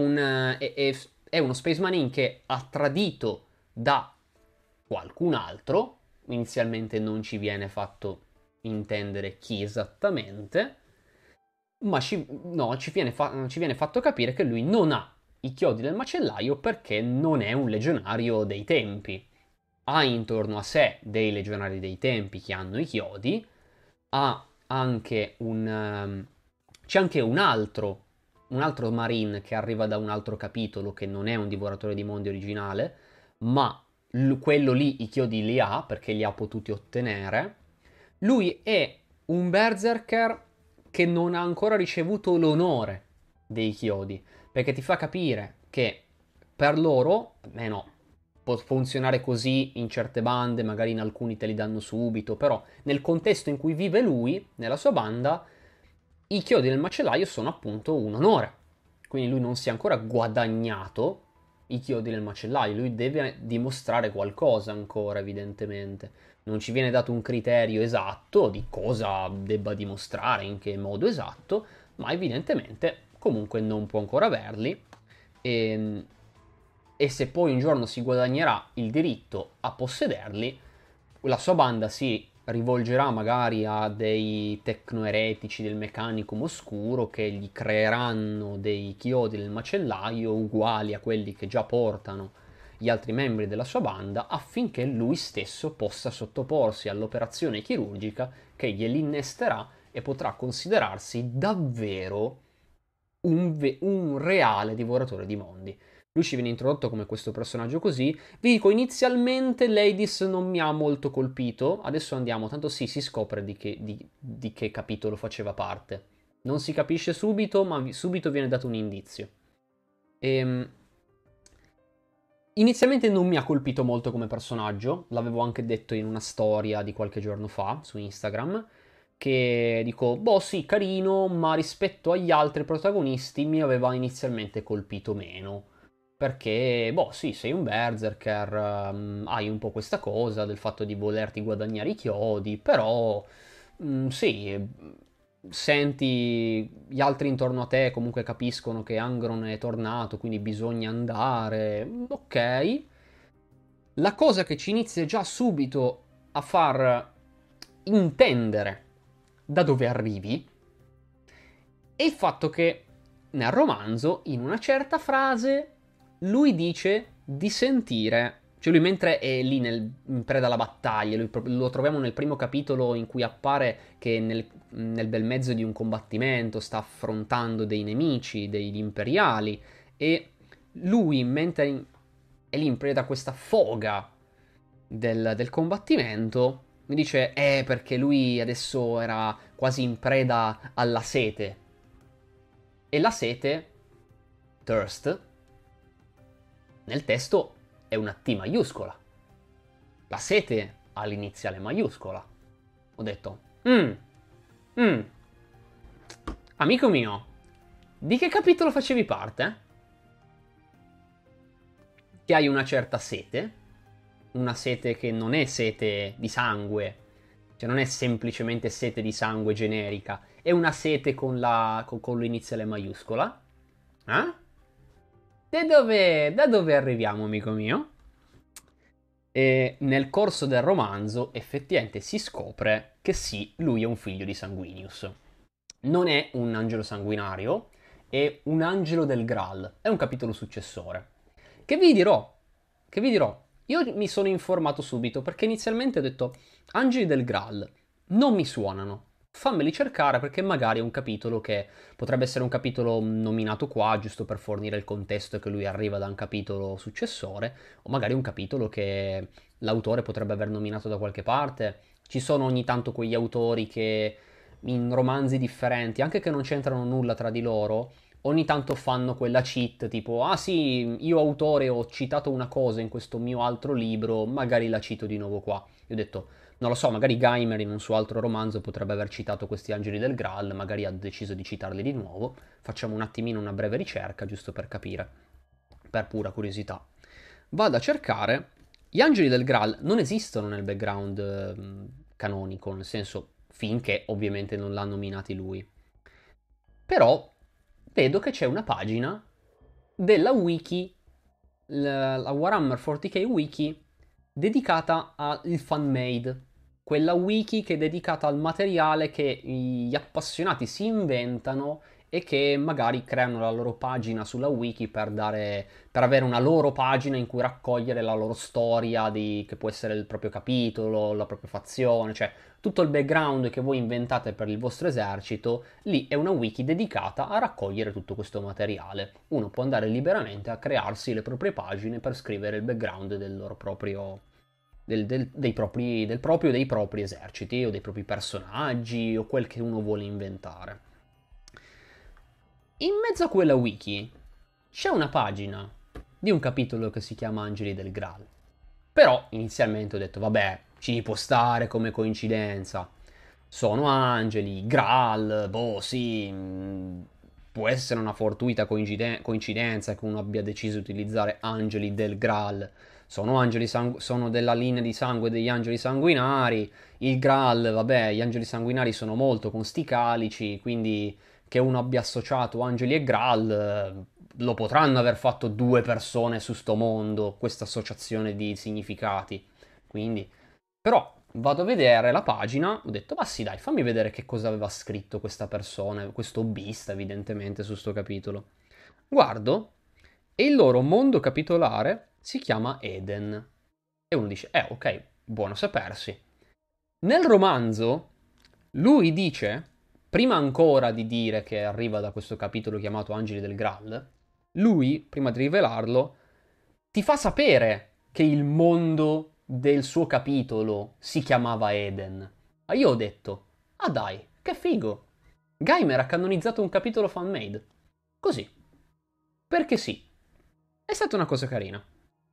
è uno Space Marine che ha tradito da qualcun altro. Inizialmente non ci viene fatto intendere chi esattamente, ma no, ci viene fatto capire che lui non ha i chiodi del macellaio perché non è un legionario dei tempi. Ha intorno a sé dei legionari dei tempi che hanno i chiodi, ha anche c'è anche un altro Marine che arriva da un altro capitolo che non è un divoratore di mondi originale, ma quello lì i chiodi li ha perché li ha potuti ottenere. Lui è un berserker che non ha ancora ricevuto l'onore dei chiodi, perché ti fa capire che per loro, almeno può funzionare così in certe bande, magari in alcuni te li danno subito, però nel contesto in cui vive lui, nella sua banda, i chiodi del macellaio sono appunto un onore. Quindi lui non si è ancora guadagnato i chiodi del macellaio, lui deve dimostrare qualcosa ancora, evidentemente. Non ci viene dato un criterio esatto di cosa debba dimostrare, in che modo esatto, ma evidentemente comunque non può ancora averli. E, e se poi un giorno si guadagnerà il diritto a possederli, la sua banda si rivolgerà magari a dei tecnoeretici del meccanicum oscuro che gli creeranno dei chiodi del macellaio uguali a quelli che già portano gli altri membri della sua banda affinché lui stesso possa sottoporsi all'operazione chirurgica che glieli innesterà e potrà considerarsi davvero un reale divoratore di mondi. Lui ci viene introdotto come questo personaggio così. Vi dico, inizialmente Ladies non mi ha molto colpito. Adesso andiamo, tanto sì, si scopre di che capitolo faceva parte. Non si capisce subito, ma subito viene dato un indizio. Ehm, Inizialmente non mi ha colpito molto come personaggio, l'avevo anche detto in una storia di qualche giorno fa su Instagram, che dico, boh sì, carino, ma rispetto agli altri protagonisti mi aveva inizialmente colpito meno. Perché, boh, sì, sei un berserker, hai un po' questa cosa del fatto di volerti guadagnare i chiodi, però, sì, senti gli altri intorno a te comunque capiscono che Angron è tornato, quindi bisogna andare, ok. La cosa che ci inizia già subito a far intendere da dove arrivi è il fatto che nel romanzo, in una certa frase, lui dice di sentire, cioè lui mentre è lì in preda alla battaglia, lo troviamo nel primo capitolo in cui appare che nel bel mezzo di un combattimento sta affrontando dei nemici, degli imperiali, e lui mentre è lì in preda a questa foga del combattimento, mi dice, perché lui adesso era quasi in preda alla sete. E la sete, thirst, nel testo è una T maiuscola. La sete ha l'iniziale maiuscola. Ho detto, mm, amico mio, di che capitolo facevi parte? Che hai una certa sete, una sete che non è sete di sangue, cioè non è semplicemente sete di sangue generica, è una sete con l'iniziale maiuscola. Eh? Da dove arriviamo, amico mio? E nel corso del romanzo effettivamente si scopre che sì, lui è un figlio di Sanguinius. Non è un angelo sanguinario, è un angelo del Graal, è un capitolo successore. Che vi dirò, che vi dirò, io mi sono informato subito perché inizialmente ho detto angeli del Graal non mi suonano. Fammeli cercare perché magari è un capitolo che potrebbe essere un capitolo nominato qua, giusto per fornire il contesto che lui arriva da un capitolo successore, o magari un capitolo che l'autore potrebbe aver nominato da qualche parte. Ci sono ogni tanto quegli autori che in romanzi differenti, anche che non c'entrano nulla tra di loro, ogni tanto fanno quella cheat tipo, ah sì, io autore ho citato una cosa in questo mio altro libro, magari la cito di nuovo qua. Io ho detto, non lo so, magari Geimer in un suo altro romanzo potrebbe aver citato questi angeli del Graal, magari ha deciso di citarli di nuovo. Facciamo un attimino una breve ricerca, giusto per capire, per pura curiosità. Vado a cercare. Gli angeli del Graal non esistono nel background canonico, nel senso, finché ovviamente non l'ha nominati lui. Però vedo che c'è una pagina della wiki, la Warhammer 40k wiki, dedicata al fanmade. Quella wiki che è dedicata al materiale che gli appassionati si inventano e che magari creano la loro pagina sulla wiki per avere una loro pagina in cui raccogliere la loro storia che può essere il proprio capitolo, la propria fazione, cioè tutto il background che voi inventate per il vostro esercito, lì è una wiki dedicata a raccogliere tutto questo materiale. Uno può andare liberamente a crearsi le proprie pagine per scrivere il background del loro proprio dei propri eserciti o dei propri personaggi o quel che uno vuole inventare. In mezzo a quella wiki c'è una pagina di un capitolo che si chiama Angeli del Graal. Però inizialmente ho detto, vabbè, ci può stare come coincidenza. Sono angeli, Graal, boh, sì, può essere una fortuita coincidenza che uno abbia deciso di utilizzare angeli del Graal. Sono della linea di sangue degli angeli sanguinari. Il Graal, vabbè, gli angeli sanguinari sono molto con sti calici, quindi che uno abbia associato angeli e Graal, lo potranno aver fatto due persone su sto mondo, questa associazione di significati. Quindi, però, vado a vedere la pagina, ho detto, ma sì, dai, fammi vedere che cosa aveva scritto questa persona, questo hobbista, evidentemente, su sto capitolo. Guardo, e il loro mondo capitolare si chiama Eden. E uno dice, ok, buono sapersi. Nel romanzo, lui dice, prima ancora di dire che arriva da questo capitolo chiamato Angeli del Graal, lui, prima di rivelarlo, ti fa sapere che il mondo del suo capitolo si chiamava Eden. Ma io ho detto, ah dai, che figo. Gaimer ha canonizzato un capitolo fanmade. Così. Perché sì. È stata una cosa carina.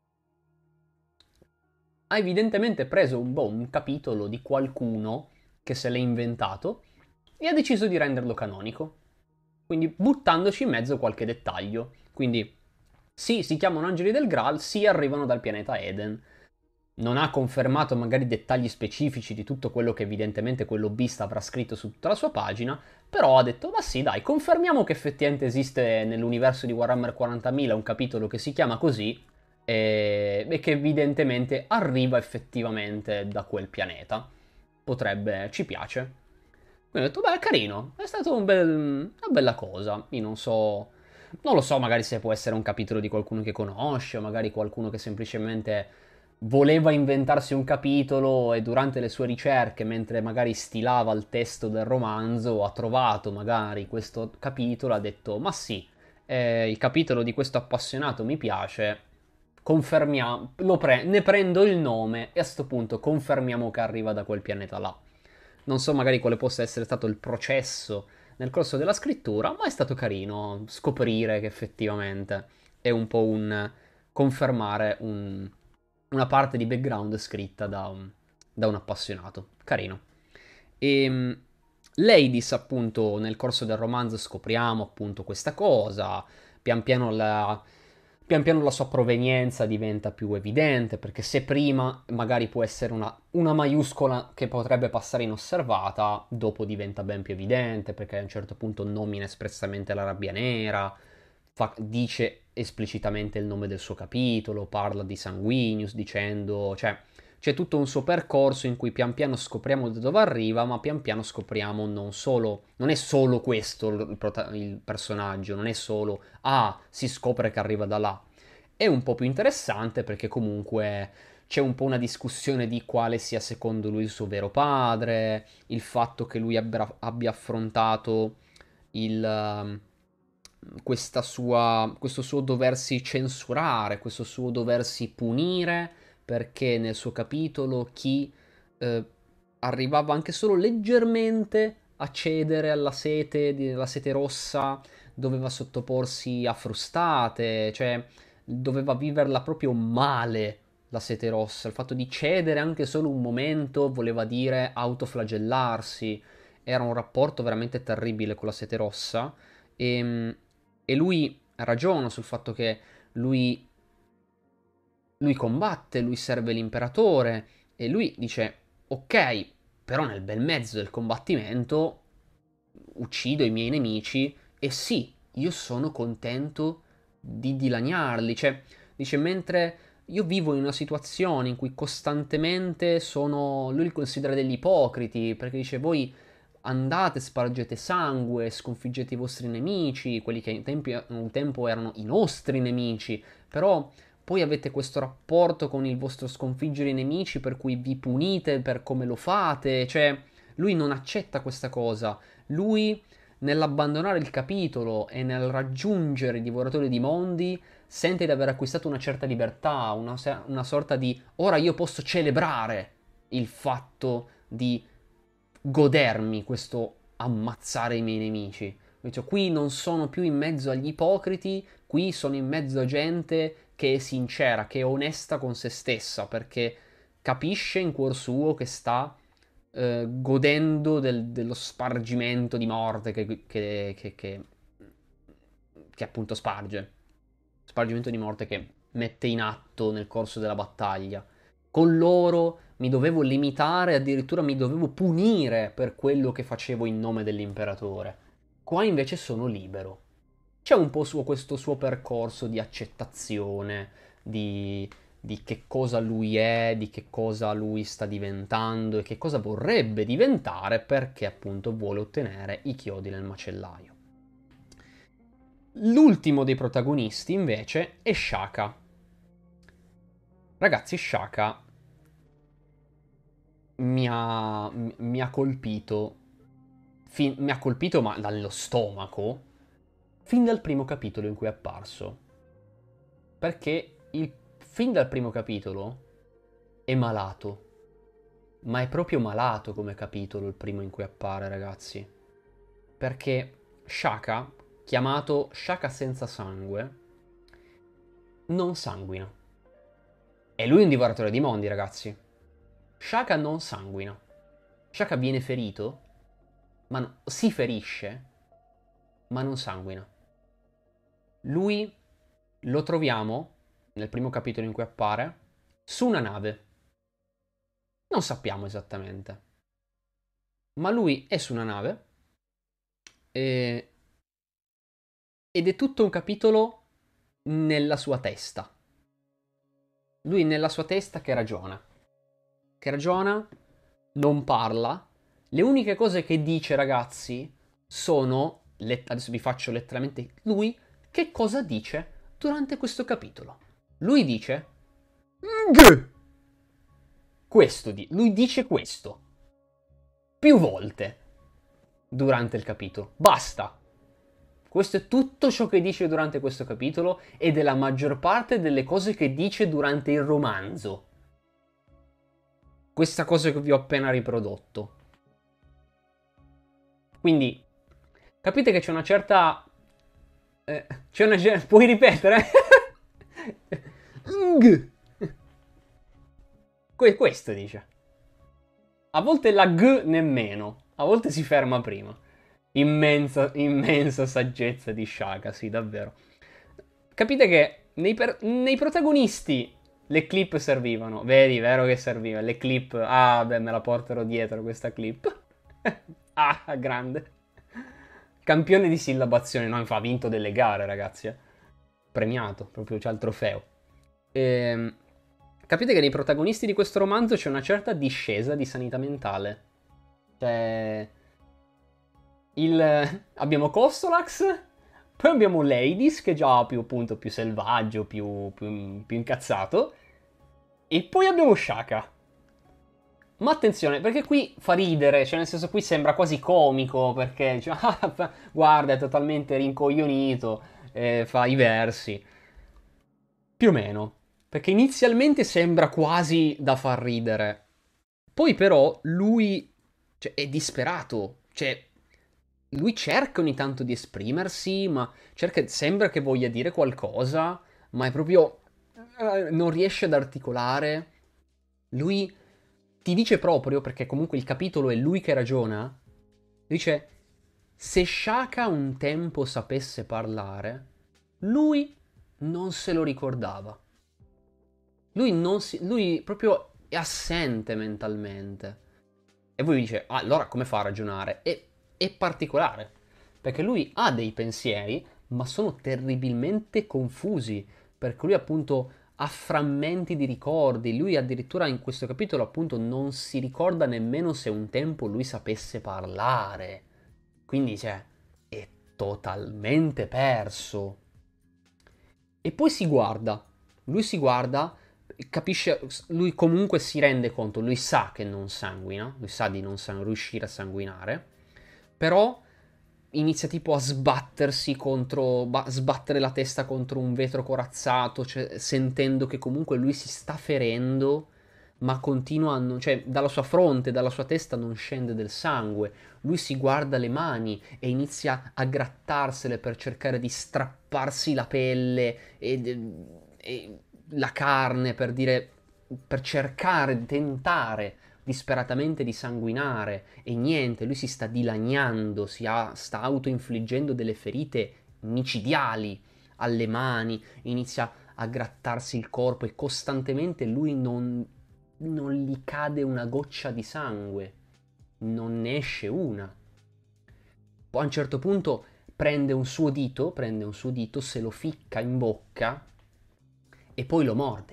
Ha evidentemente preso un capitolo di qualcuno che se l'è inventato e ha deciso di renderlo canonico. Quindi buttandoci in mezzo qualche dettaglio. Quindi sì, si chiamano Angeli del Graal, sì, arrivano dal pianeta Eden. Non ha confermato magari dettagli specifici di tutto quello che evidentemente quell'hobbista avrà scritto su tutta la sua pagina, però ha detto, ma sì, dai, confermiamo che effettivamente esiste nell'universo di Warhammer 40.000 un capitolo che si chiama così e che evidentemente arriva effettivamente da quel pianeta. Potrebbe, ci piace. Quindi ho detto, beh, carino, è stato una bella cosa. Io non lo so, magari se può essere un capitolo di qualcuno che conosce, o magari qualcuno che semplicemente voleva inventarsi un capitolo e durante le sue ricerche, mentre magari stilava il testo del romanzo, ha trovato magari questo capitolo, ha detto, ma sì, il capitolo di questo appassionato mi piace, confermiamo, ne prendo il nome e a sto punto confermiamo che arriva da quel pianeta là. Non so magari quale possa essere stato il processo nel corso della scrittura, ma è stato carino scoprire che effettivamente è un po' un confermare una parte di background scritta da un appassionato. Carino. E Ladies, appunto, nel corso del romanzo scopriamo appunto questa cosa, pian piano pian piano la sua provenienza diventa più evidente, perché se prima magari può essere una maiuscola che potrebbe passare inosservata, dopo diventa ben più evidente, perché a un certo punto nomina espressamente la rabbia nera, dice esplicitamente il nome del suo capitolo, parla di Sanguinius dicendo, cioè c'è tutto un suo percorso in cui pian piano scopriamo da dove arriva, ma pian piano scopriamo non è solo questo il personaggio, non è solo, si scopre che arriva da là. È un po' più interessante perché comunque c'è un po' una discussione di quale sia secondo lui il suo vero padre, il fatto che lui abbia affrontato il, questo suo doversi censurare, questo suo doversi punire, perché nel suo capitolo chi eh, arrivava anche solo leggermente a cedere alla la sete rossa doveva sottoporsi a frustate, cioè doveva viverla proprio male la sete rossa. Il fatto di cedere anche solo un momento voleva dire autoflagellarsi. Era un rapporto veramente terribile con la sete rossa e, e lui ragiona sul fatto che lui, lui combatte, lui serve l'imperatore e lui dice ok, però nel bel mezzo del combattimento uccido i miei nemici e sì, io sono contento di dilaniarli. Cioè, dice, mentre io vivo in una situazione in cui costantemente sono... Lui li considera degli ipocriti, perché dice, voi andate, spargete sangue, sconfiggete i vostri nemici, quelli che un tempo erano i nostri nemici, però poi avete questo rapporto con il vostro sconfiggere i nemici per cui vi punite per come lo fate, cioè lui non accetta questa cosa. Lui, nell'abbandonare il capitolo e nel raggiungere i divoratori di mondi, sente di aver acquistato una certa libertà, una sorta di ora io posso celebrare il fatto di godermi questo ammazzare i miei nemici. Cioè, qui non sono più in mezzo agli ipocriti, qui sono in mezzo a gente che è sincera, che è onesta con se stessa, perché capisce in cuor suo che sta godendo dello spargimento di morte che appunto sparge. Spargimento di morte che mette in atto nel corso della battaglia. Con loro mi dovevo limitare, addirittura mi dovevo punire per quello che facevo in nome dell'imperatore. Qua invece sono libero. C'è un po' questo suo percorso di accettazione, di che cosa lui è, di che cosa lui sta diventando e che cosa vorrebbe diventare perché appunto vuole ottenere i chiodi nel macellaio. L'ultimo dei protagonisti invece è Shaka. Ragazzi, Shaka mi ha colpito, mi ha colpito ma dallo stomaco, fin dal primo capitolo in cui è apparso. Perché fin dal primo capitolo è malato. Ma è proprio malato come capitolo il primo in cui appare, ragazzi. Perché Shaka, chiamato Shaka senza sangue, non sanguina. E lui è un divoratore di mondi, ragazzi. Shaka non sanguina. Shaka viene ferito, si ferisce, ma non sanguina. Lui lo troviamo, nel primo capitolo in cui appare, su una nave. Non sappiamo esattamente. Ma lui è su una nave e- ed è tutto un capitolo nella sua testa. Lui nella sua testa che ragiona, non parla. Le uniche cose che dice, ragazzi, sono, adesso vi faccio letteralmente lui, che cosa dice durante questo capitolo. Lui dice, "Ngh!" Lui dice questo, più volte, durante il capitolo. Basta. Questo è tutto ciò che dice durante questo capitolo ed è la maggior parte delle cose che dice durante il romanzo. Questa cosa che vi ho appena riprodotto. Quindi, capite che c'è una certa... c'è una... Puoi ripetere? Questo dice. A volte la G nemmeno, a volte si ferma prima. Immensa, immensa saggezza di Shaka, sì, davvero. Capite che nei protagonisti le clip servivano. Vedi, vero che serviva. Le clip. Ah, beh, me la porterò dietro questa clip. Ah, grande. Campione di sillabazione. No, infatti ha vinto delle gare, ragazzi. Premiato, proprio c'ha il trofeo. Ehm, Capite che nei protagonisti di questo romanzo c'è una certa discesa di sanità mentale. Cioè, abbiamo Costolax, poi abbiamo Ladies, che è già più, appunto, più selvaggio, più incazzato, e poi abbiamo Shaka. Ma attenzione, perché qui fa ridere, cioè nel senso qui sembra quasi comico, perché dice, ah, guarda, è totalmente rincoglionito, fa i versi. Più o meno, perché inizialmente sembra quasi da far ridere. Poi però lui, cioè, è disperato, cioè lui cerca ogni tanto di esprimersi, ma sembra che voglia dire qualcosa, ma è proprio non riesce ad articolare. Lui ti dice proprio, perché comunque il capitolo è lui che ragiona, dice se Shaka un tempo sapesse parlare, lui non se lo ricordava. Lui proprio è assente mentalmente. E voi dice, ah, allora come fa a ragionare? È particolare, perché lui ha dei pensieri, ma sono terribilmente confusi, perché lui appunto ha frammenti di ricordi, lui addirittura in questo capitolo appunto non si ricorda nemmeno se un tempo lui sapesse parlare. Quindi, cioè, è totalmente perso. E poi lui si guarda, capisce, lui comunque si rende conto, lui sa che non sanguina, lui sa di non riuscire a sanguinare, però inizia tipo a sbattersi contro, sbattere la testa contro un vetro corazzato, cioè, sentendo che comunque lui si sta ferendo, ma continua a non, cioè dalla sua fronte, dalla sua testa non scende del sangue. Lui si guarda le mani e inizia a grattarsele per cercare di strapparsi la pelle e la carne per dire, per cercare, tentare disperatamente di sanguinare e niente, lui si sta dilaniando, sta autoinfliggendo delle ferite micidiali alle mani, inizia a grattarsi il corpo e costantemente lui non gli cade una goccia di sangue, non ne esce una. Poi a un certo punto prende un suo dito, se lo ficca in bocca e poi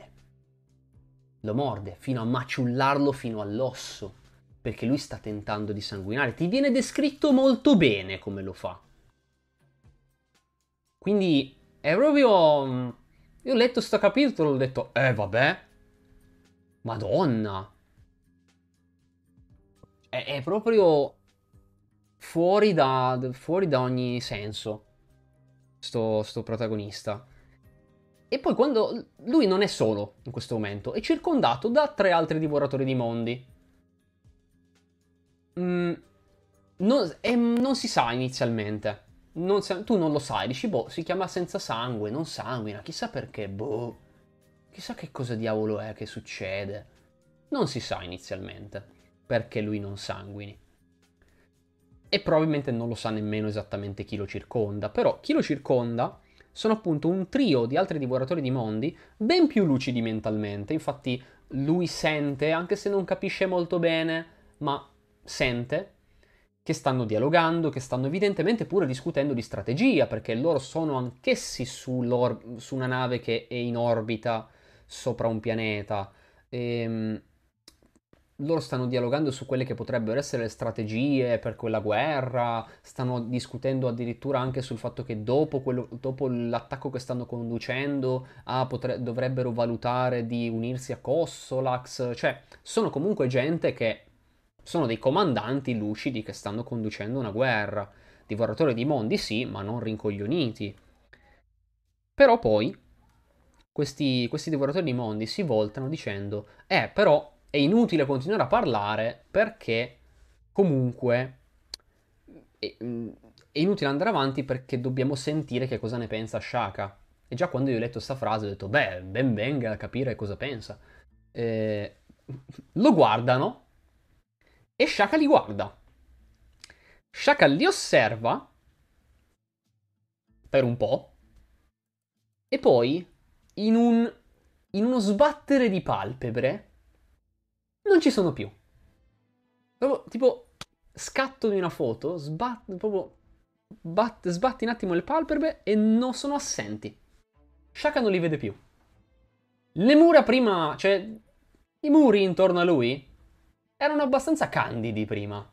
lo morde fino a maciullarlo fino all'osso, perché lui sta tentando di sanguinare. Ti viene descritto molto bene come lo fa. Quindi è proprio... Io ho letto sto capitolo e ho detto, vabbè, Madonna, è proprio fuori da ogni senso, sto protagonista. E poi quando lui non è solo in questo momento, è circondato da tre altri divoratori di mondi. Mm, non si sa inizialmente. Tu non lo sai, dici, boh, si chiama senza sangue, non sanguina, chissà perché, boh. Chissà che cosa diavolo è che succede. Non si sa inizialmente perché lui non sanguini. E probabilmente non lo sa nemmeno esattamente chi lo circonda, però chi lo circonda sono appunto un trio di altri divoratori di mondi ben più lucidi mentalmente. Infatti lui sente, anche se non capisce molto bene, ma sente che stanno dialogando, che stanno evidentemente pure discutendo di strategia, perché loro sono anch'essi su una nave che è in orbita sopra un pianeta. E, loro stanno dialogando su quelle che potrebbero essere le strategie per quella guerra, stanno discutendo addirittura anche sul fatto che dopo l'attacco che stanno conducendo dovrebbero valutare di unirsi a Cossolax, cioè sono comunque gente che sono dei comandanti lucidi che stanno conducendo una guerra, divoratori di mondi sì, ma non rincoglioniti. Però poi questi divoratori di mondi si voltano dicendo però è inutile continuare a parlare perché comunque è inutile andare avanti perché dobbiamo sentire che cosa ne pensa Shaka. E già quando io ho letto questa frase ho detto, beh, ben venga a capire cosa pensa. Eh, Lo guardano E Shaka li guarda. Shaka li osserva per un po'. E poi, in uno sbattere di palpebre, non ci sono più. Proprio, tipo, scatto di una foto, sbatti un attimo le palpebre e non sono assenti. Shaka non li vede più. Le mura prima, cioè, i muri intorno a lui erano abbastanza candidi prima.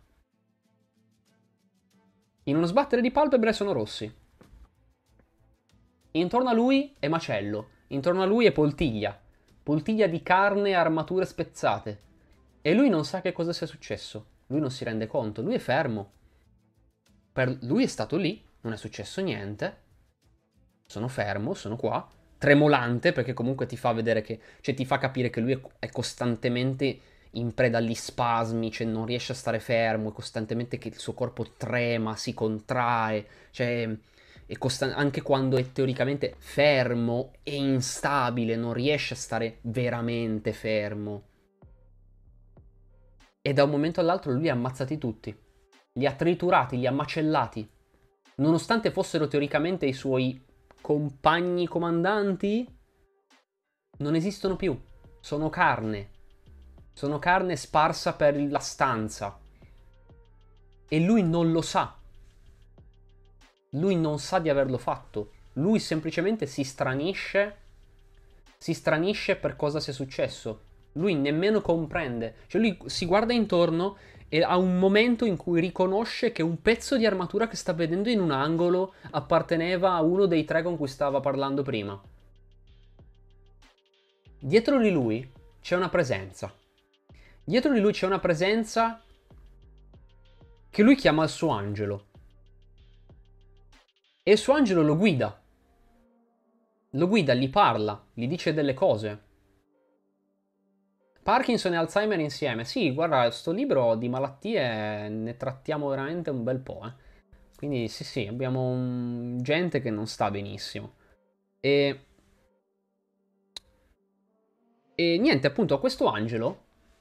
In uno sbattere di palpebre sono rossi. Intorno a lui è macello. Intorno a lui è poltiglia. Poltiglia di carne e armature spezzate. E lui non sa che cosa sia successo. Lui non si rende conto. Lui è fermo. Per lui è stato lì. Non è successo niente. Sono fermo, sono qua. Tremolante, perché comunque ti fa vedere che... Cioè ti fa capire che lui è costantemente in preda agli spasmi. Cioè non riesce a stare fermo. È costantemente che il suo corpo trema, si contrae. Cioè... anche quando è teoricamente fermo e instabile, non riesce a stare veramente fermo. E da un momento all'altro lui li ha ammazzati tutti. Li ha triturati, li ha macellati. Nonostante fossero teoricamente i suoi compagni comandanti, non esistono più. Sono carne. Sono carne sparsa per la stanza. E lui non lo sa. Lui non sa di averlo fatto. Lui semplicemente si stranisce per cosa sia successo. Lui nemmeno comprende. Cioè lui si guarda intorno e ha un momento in cui riconosce che un pezzo di armatura che sta vedendo in un angolo apparteneva a uno dei tre con cui stava parlando prima. Dietro di lui c'è una presenza. Dietro di lui c'è una presenza che lui chiama il suo angelo. E il suo angelo lo guida. Lo guida, gli parla, gli dice delle cose. Parkinson e Alzheimer insieme. Sì, guarda, sto libro di malattie ne trattiamo veramente un bel po', eh. Quindi sì, abbiamo gente che non sta benissimo. E niente, appunto, a questo angelo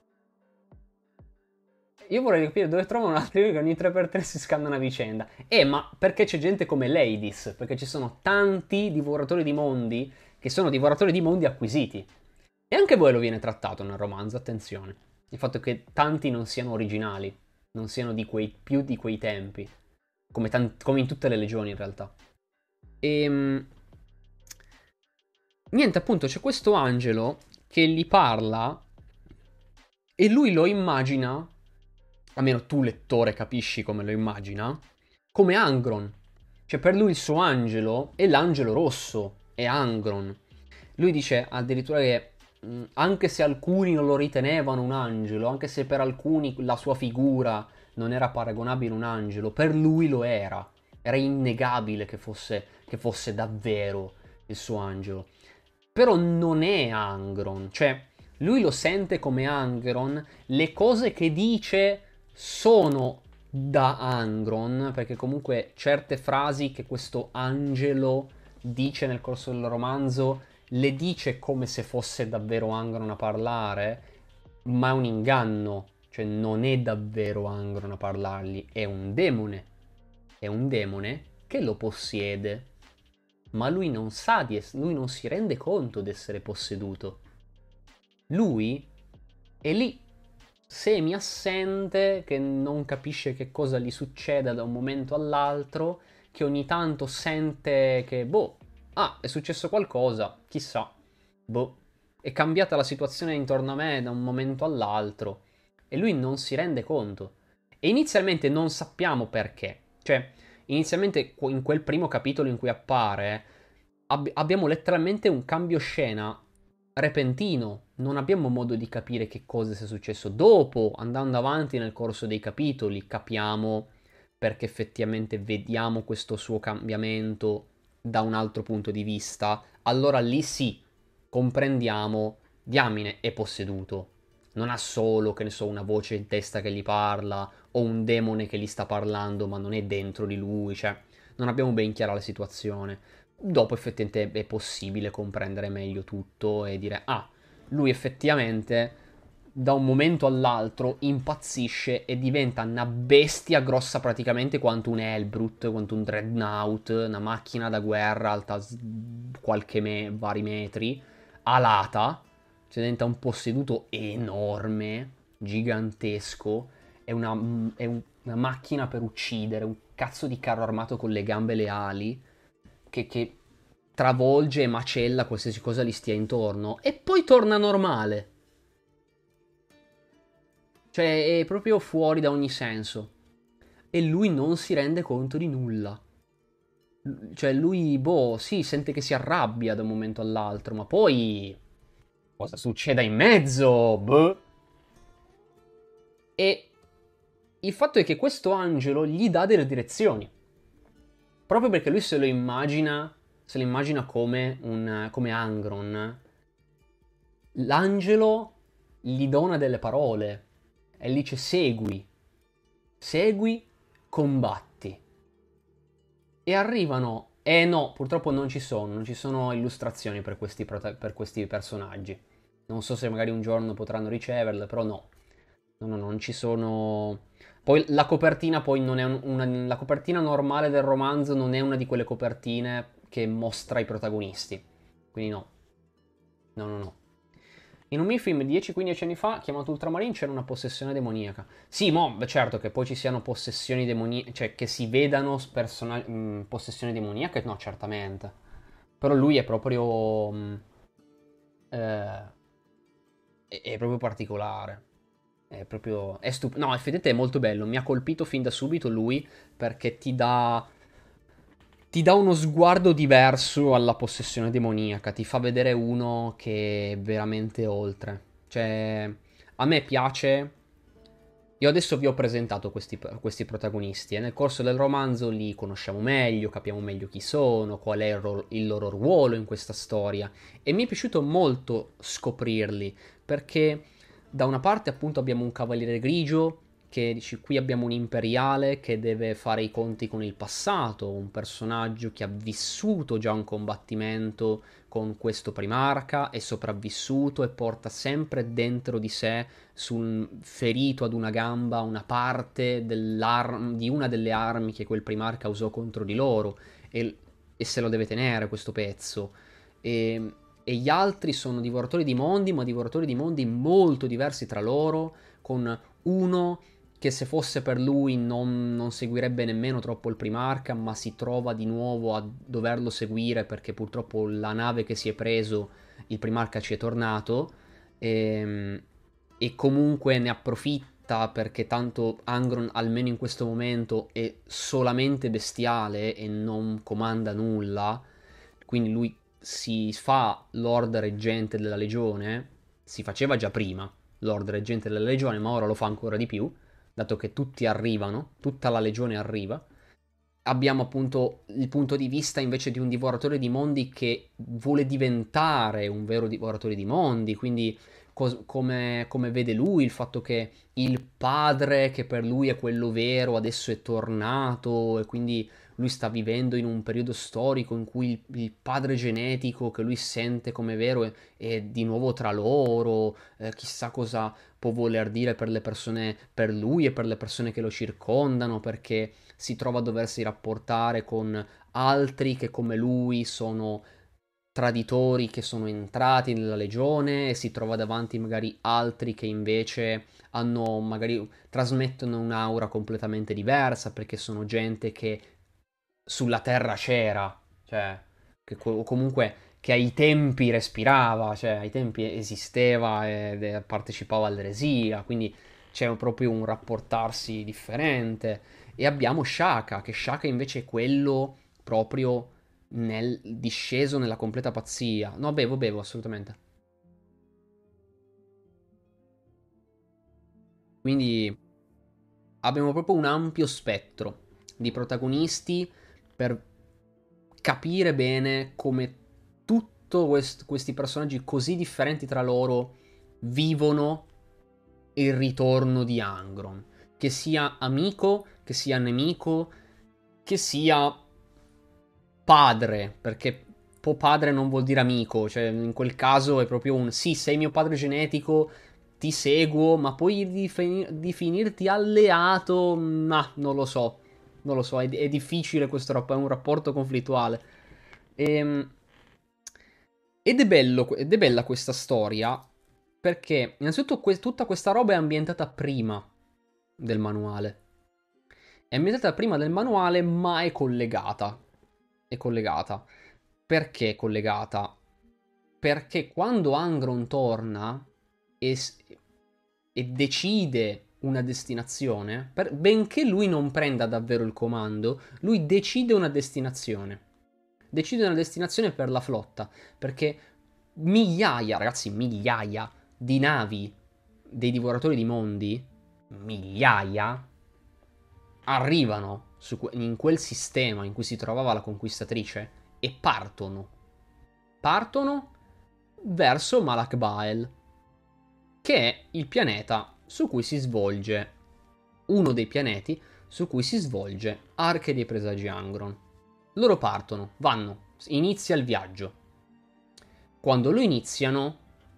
io vorrei capire dove trovano un altro che ogni 3x3 si scannano a vicenda. Ma perché c'è gente come Ladies? Perché ci sono tanti divoratori di mondi che sono divoratori di mondi acquisiti. E anche quello viene trattato nel romanzo, attenzione. Il fatto che tanti non siano originali, non siano più di quei tempi. Come in tutte le legioni in realtà. E niente, appunto, c'è questo angelo che gli parla e lui lo immagina, almeno tu lettore capisci come lo immagina, come Angron. Cioè per lui il suo angelo è l'angelo rosso, è Angron. Lui dice addirittura che anche se alcuni non lo ritenevano un angelo, anche se per alcuni la sua figura non era paragonabile a un angelo, per lui lo era. Era innegabile che fosse davvero il suo angelo. Però non è Angron, cioè lui lo sente come Angron, le cose che dice sono da Angron, perché comunque certe frasi che questo angelo dice nel corso del romanzo le dice come se fosse davvero Angron a parlare, ma è un inganno, cioè non è davvero Angron a parlargli, è un demone che lo possiede, ma lui non sa lui non si rende conto di essere posseduto. Lui è lì, semi-assente, che non capisce che cosa gli succeda da un momento all'altro, che ogni tanto sente che, è successo qualcosa, chissà, è cambiata la situazione intorno a me da un momento all'altro, e lui non si rende conto. E inizialmente non sappiamo perché, cioè, inizialmente in quel primo capitolo in cui appare, abbiamo letteralmente un cambio scena repentino, non abbiamo modo di capire che cosa sia successo. Dopo, andando avanti nel corso dei capitoli, capiamo perché effettivamente vediamo questo suo cambiamento da un altro punto di vista. Allora lì sì, comprendiamo, diamine è posseduto. Non ha solo, che ne so, una voce in testa che gli parla o un demone che gli sta parlando, ma non è dentro di lui, cioè non abbiamo ben chiara la situazione. Dopo effettivamente è possibile comprendere meglio tutto e dire, lui effettivamente da un momento all'altro impazzisce e diventa una bestia grossa praticamente quanto un Elbrut, quanto un Dreadnought, una macchina da guerra alta vari metri, alata, cioè diventa un posseduto enorme, gigantesco, è una macchina per uccidere, un cazzo di carro armato con le gambe e le ali, che travolge e macella qualsiasi cosa gli stia intorno, e poi torna normale. Cioè, è proprio fuori da ogni senso. E lui non si rende conto di nulla. Cioè, lui, boh, sì, sente che si arrabbia da un momento all'altro, ma poi... Cosa succede in mezzo? Boh. E il fatto è che questo angelo gli dà delle direzioni. Proprio perché lui se lo immagina come Angron. L'angelo gli dona delle parole e gli dice segui, combatti. E arrivano. No, purtroppo non ci sono illustrazioni per questi personaggi. Non so se magari un giorno potranno riceverle, però no. No, no, non ci sono. Poi la copertina poi non è la copertina normale del romanzo non è una di quelle copertine che mostra i protagonisti. Quindi no. No, no, no. In un mini film di 10-15 anni fa, chiamato Ultramarine, c'era una possessione demoniaca. Sì, beh, certo che poi ci siano possessioni demoniache, cioè che si vedano possessioni demoniache, no, certamente. Però lui è proprio... eh, è proprio particolare. È proprio... No, effettivamente è molto bello. Mi ha colpito fin da subito lui perché ti dà uno sguardo diverso alla possessione demoniaca, ti fa vedere uno che è veramente oltre. Cioè, a me piace. Io adesso vi ho presentato questi protagonisti e nel corso del romanzo li conosciamo meglio, capiamo meglio chi sono, qual è il loro ruolo in questa storia. E mi è piaciuto molto scoprirli perché da una parte appunto abbiamo un cavaliere grigio che dici qui abbiamo un imperiale che deve fare i conti con il passato, un personaggio che ha vissuto già un combattimento con questo primarca, è sopravvissuto e porta sempre dentro di sé, ferito ad una gamba, una parte di una delle armi che quel primarca usò contro di loro e se lo deve tenere questo pezzo. E gli altri sono divoratori di mondi, ma divoratori di mondi molto diversi tra loro, con uno che se fosse per lui non seguirebbe nemmeno troppo il primarca, ma si trova di nuovo a doverlo seguire perché purtroppo la nave che si è preso, il primarca ci è tornato, e comunque ne approfitta perché tanto Angron, almeno in questo momento, è solamente bestiale e non comanda nulla, quindi lui si fa Lord Reggente della Legione, si faceva già prima Lord Reggente della Legione, ma ora lo fa ancora di più, dato che tutti arrivano, tutta la Legione arriva. Abbiamo appunto il punto di vista invece di un divoratore di mondi che vuole diventare un vero divoratore di mondi, quindi come vede lui il fatto che il padre, che per lui è quello vero, adesso è tornato e quindi lui sta vivendo in un periodo storico in cui il padre genetico che lui sente come vero è di nuovo tra loro, chissà cosa può voler dire per le persone, per lui e per le persone che lo circondano, perché si trova a doversi rapportare con altri che come lui sono traditori che sono entrati nella legione e si trova davanti magari altri che invece hanno magari trasmettono un'aura completamente diversa perché sono gente che sulla terra c'era, cioè che comunque che ai tempi respirava, cioè ai tempi esisteva e partecipava all'eresia, quindi c'è proprio un rapportarsi differente. E abbiamo Shaka, che Shaka invece è quello proprio disceso nella completa pazzia. No, bevo, assolutamente. Quindi abbiamo proprio un ampio spettro di protagonisti per capire bene come tutti questi personaggi così differenti tra loro vivono il ritorno di Angron. Che sia amico, che sia nemico, che sia padre, perché padre non vuol dire amico, cioè in quel caso è proprio un sì, sei mio padre genetico, ti seguo, ma poi di finirti alleato, ma non lo so. Non lo so, è difficile questo rapporto, è un rapporto conflittuale. Ed è bella questa storia perché, innanzitutto, tutta questa roba è ambientata prima del manuale. È ambientata prima del manuale, ma è collegata. È collegata. Perché è collegata? Perché quando Angron torna e, e decide una destinazione, benché lui non prenda davvero il comando, lui decide una destinazione. Decide una destinazione per la flotta, perché migliaia, ragazzi, migliaia di navi dei divoratori di mondi, migliaia, arrivano in quel sistema in cui si trovava la conquistatrice e partono. Partono verso Malak Bael, che è il pianeta su cui si svolge, uno dei pianeti su cui si svolge Arche dei Presagi Angron. Loro partono, vanno, inizia il viaggio. Quando lo iniziano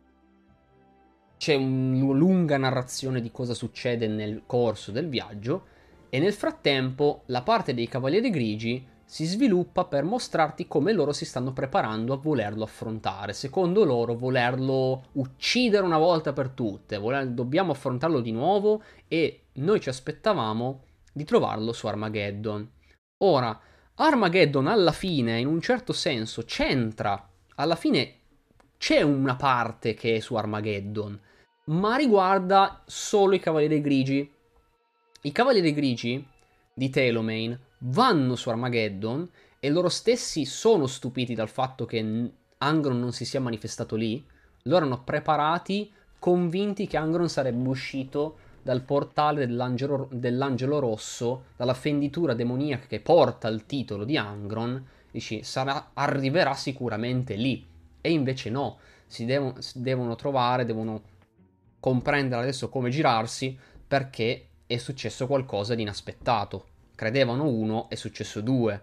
c'è una lunga narrazione di cosa succede nel corso del viaggio e nel frattempo la parte dei Cavalieri Grigi si sviluppa per mostrarti come loro si stanno preparando a volerlo affrontare. Secondo loro volerlo uccidere una volta per tutte, dobbiamo affrontarlo di nuovo e noi ci aspettavamo di trovarlo su Armageddon. Ora, Armageddon alla fine, in un certo senso, c'entra. Alla fine c'è una parte che è su Armageddon, ma riguarda solo i Cavalieri Grigi. I Cavalieri Grigi di Telomain vanno su Armageddon e loro stessi sono stupiti dal fatto che Angron non si sia manifestato lì. Loro erano preparati, convinti che Angron sarebbe uscito dal portale dell'Angelo Rosso, dalla fenditura demoniaca che porta il titolo di Angron. Dici, arriverà sicuramente lì. E invece no, si devono trovare, devono comprendere adesso come girarsi perché è successo qualcosa di inaspettato. Credevano uno, è successo due.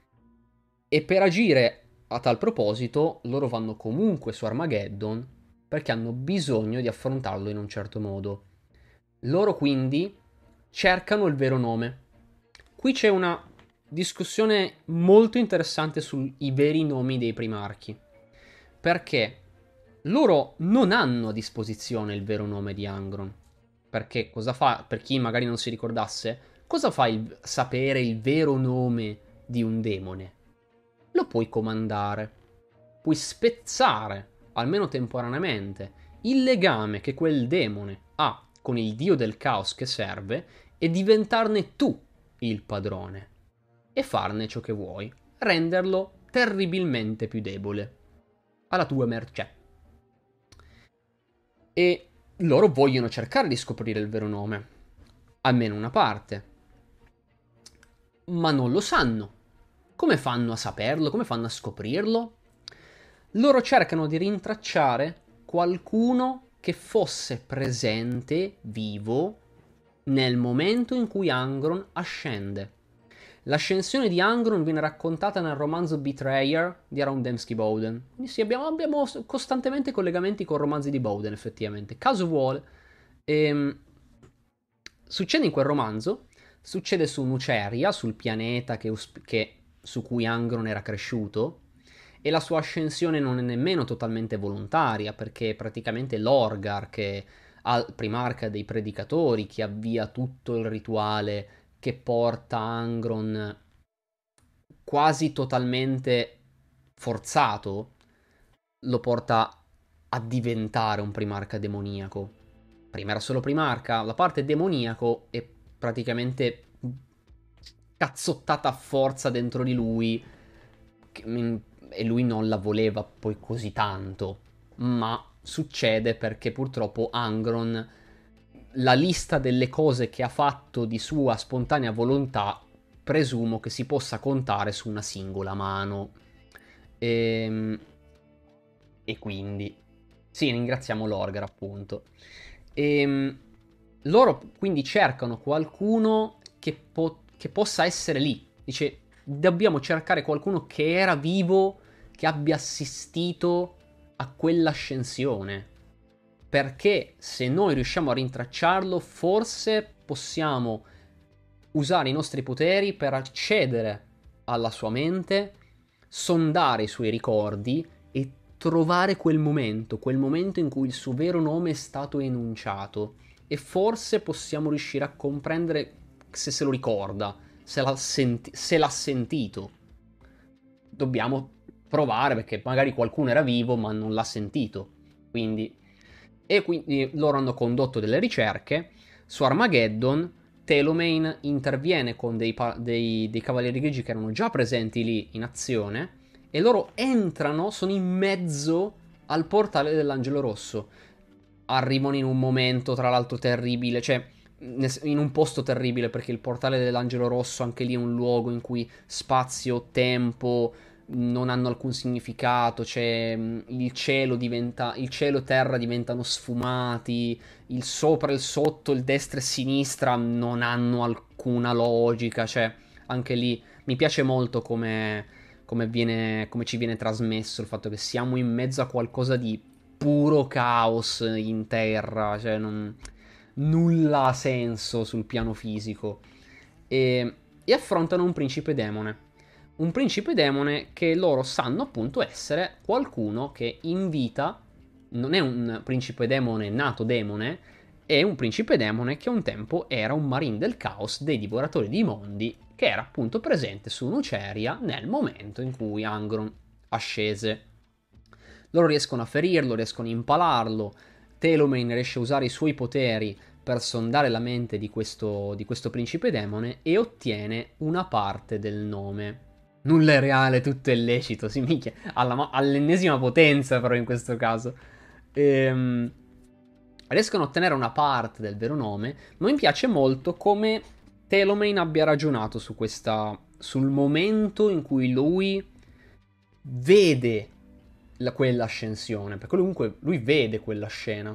E per agire a tal proposito, loro vanno comunque su Armageddon perché hanno bisogno di affrontarlo in un certo modo. Loro quindi cercano il vero nome. Qui c'è una discussione molto interessante sui veri nomi dei primarchi. Perché loro non hanno a disposizione il vero nome di Angron. Perché cosa fa, per chi magari non si ricordasse, cosa fa sapere il vero nome di un demone? Lo puoi comandare. Puoi spezzare, almeno temporaneamente, il legame che quel demone ha con il dio del caos che serve e diventarne tu il padrone. E farne ciò che vuoi. Renderlo terribilmente più debole. Alla tua mercé. E loro vogliono cercare di scoprire il vero nome. Almeno una parte. Ma non lo sanno. Come fanno a saperlo? Come fanno a scoprirlo? Loro cercano di rintracciare qualcuno che fosse presente, vivo, nel momento in cui Angron ascende. L'ascensione di Angron viene raccontata nel romanzo Betrayer di Aaron Dembski Bowden. Quindi sì, abbiamo costantemente collegamenti con romanzi di Bowden, effettivamente. Caso vuole. Succede in quel romanzo, succede su Nuceria, sul pianeta su cui Angron era cresciuto, e la sua ascensione non è nemmeno totalmente volontaria, perché è praticamente l'Orgar, che al primarca dei predicatori, che avvia tutto il rituale che porta Angron quasi totalmente forzato, lo porta a diventare un primarca demoniaco. Prima era solo primarca, la parte demoniaco è praticamente cazzottata a forza dentro di lui e lui non la voleva poi così tanto, ma succede perché purtroppo Angron, la lista delle cose che ha fatto di sua spontanea volontà, presumo che si possa contare su una singola mano. E quindi sì, ringraziamo l'Orgar, appunto. Loro quindi cercano qualcuno che possa essere lì. Dice, dobbiamo cercare qualcuno che era vivo, che abbia assistito a quell'ascensione. perché se noi riusciamo a rintracciarlo, forse possiamo usare i nostri poteri per accedere alla sua mente, sondare i suoi ricordi e trovare quel momento in cui il suo vero nome è stato enunciato. E forse possiamo riuscire a comprendere se lo ricorda, se l'ha sentito. Dobbiamo provare perché magari qualcuno era vivo ma non l'ha sentito. Quindi loro hanno condotto delle ricerche su Armageddon. Telomane interviene con dei Cavalieri Grigi che erano già presenti lì in azione e loro entrano, sono in mezzo al portale dell'Angelo Rosso. Arrivano in un momento tra l'altro terribile, cioè in un posto terribile perché il portale dell'Angelo Rosso anche lì è un luogo in cui spazio, tempo non hanno alcun significato, cioè il cielo e terra diventano sfumati, il sopra e il sotto, il destra e sinistra non hanno alcuna logica, cioè anche lì mi piace molto come ci viene trasmesso il fatto che siamo in mezzo a qualcosa di puro caos in terra, cioè nulla ha senso sul piano fisico. E affrontano un principe demone. Un principe demone che loro sanno appunto essere qualcuno che in vita non è un principe demone nato demone, è un principe demone che un tempo era un marine del caos dei divoratori di mondi, che era appunto presente su Nuceria nel momento in cui Angron ascese. Loro riescono a ferirlo, riescono a impalarlo. Telomane riesce a usare i suoi poteri per sondare la mente di questo principe demone e ottiene una parte del nome. Nulla è reale, tutto è lecito, si minchia. All'ennesima potenza però in questo caso. Riescono a ottenere una parte del vero nome, ma mi piace molto come Telomane abbia ragionato sul momento in cui lui vede quell'ascensione, perché comunque lui vede quella scena.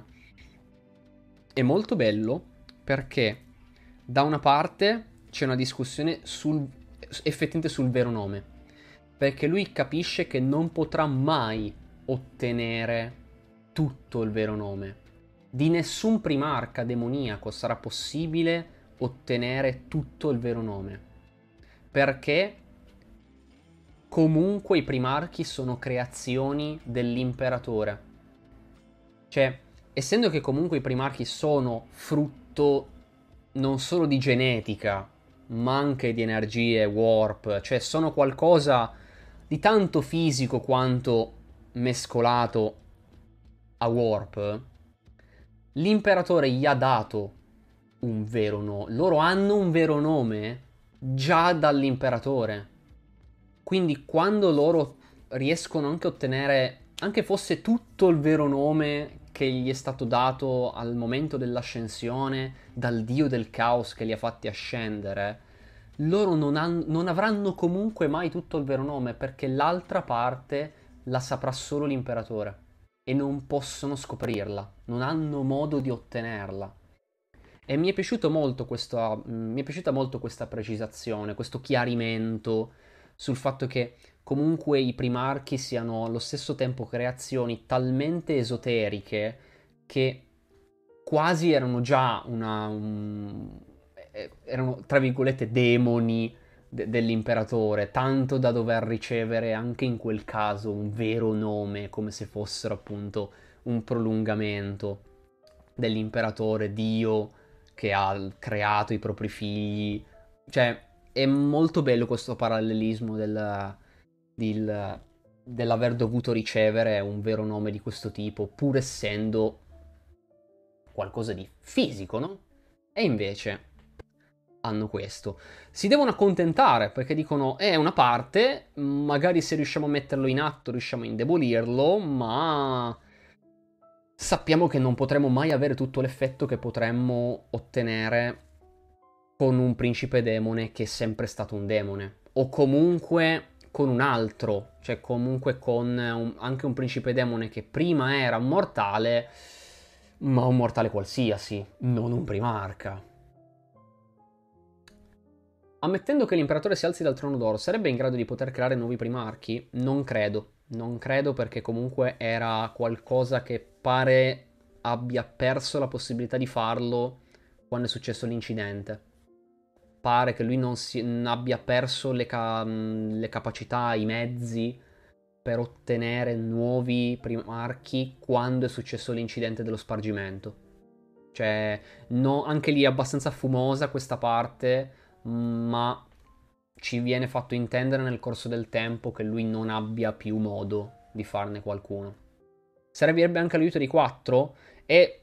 È molto bello perché da una parte c'è una discussione effettivamente sul vero nome, perché lui capisce che non potrà mai ottenere tutto il vero nome. Di nessun primarca demoniaco sarà possibile ottenere tutto il vero nome, perché comunque i primarchi sono creazioni dell'imperatore. Cioè, essendo che comunque i primarchi sono frutto non solo di genetica, ma anche di energie warp, cioè sono qualcosa di tanto fisico quanto mescolato a warp, l'imperatore gli ha dato un vero nome. Loro hanno un vero nome già dall'imperatore. Quindi quando loro riescono anche a ottenere, anche fosse tutto il vero nome che gli è stato dato al momento dell'ascensione dal dio del caos che li ha fatti ascendere, loro non avranno comunque mai tutto il vero nome perché l'altra parte la saprà solo l'imperatore e non possono scoprirla, non hanno modo di ottenerla. E mi è piaciuta molto questa precisazione, questo chiarimento sul fatto che comunque i primarchi siano allo stesso tempo creazioni talmente esoteriche che quasi erano già erano tra virgolette demoni dell'imperatore, tanto da dover ricevere anche in quel caso un vero nome, come se fossero appunto un prolungamento dell'imperatore, Dio che ha creato i propri figli. Cioè, è molto bello questo parallelismo dell'aver dovuto ricevere un vero nome di questo tipo, pur essendo qualcosa di fisico, no? E invece hanno questo. Si devono accontentare perché dicono è una parte, magari se riusciamo a metterlo in atto riusciamo a indebolirlo, ma sappiamo che non potremo mai avere tutto l'effetto che potremmo ottenere con un principe demone che è sempre stato un demone, o comunque con un altro, cioè comunque con anche un principe demone che prima era un mortale, ma un mortale qualsiasi, non un primarca. Ammettendo che l'imperatore si alzi dal trono d'oro, sarebbe in grado di poter creare nuovi primarchi? Non credo. Non credo perché comunque era qualcosa che pare abbia perso la possibilità di farlo quando è successo l'incidente. Pare che lui non abbia perso le capacità, i mezzi per ottenere nuovi primarchi quando è successo l'incidente dello spargimento. Cioè, anche lì è abbastanza fumosa questa parte, ma ci viene fatto intendere nel corso del tempo che lui non abbia più modo di farne qualcuno. Servirebbe anche l'aiuto di 4 e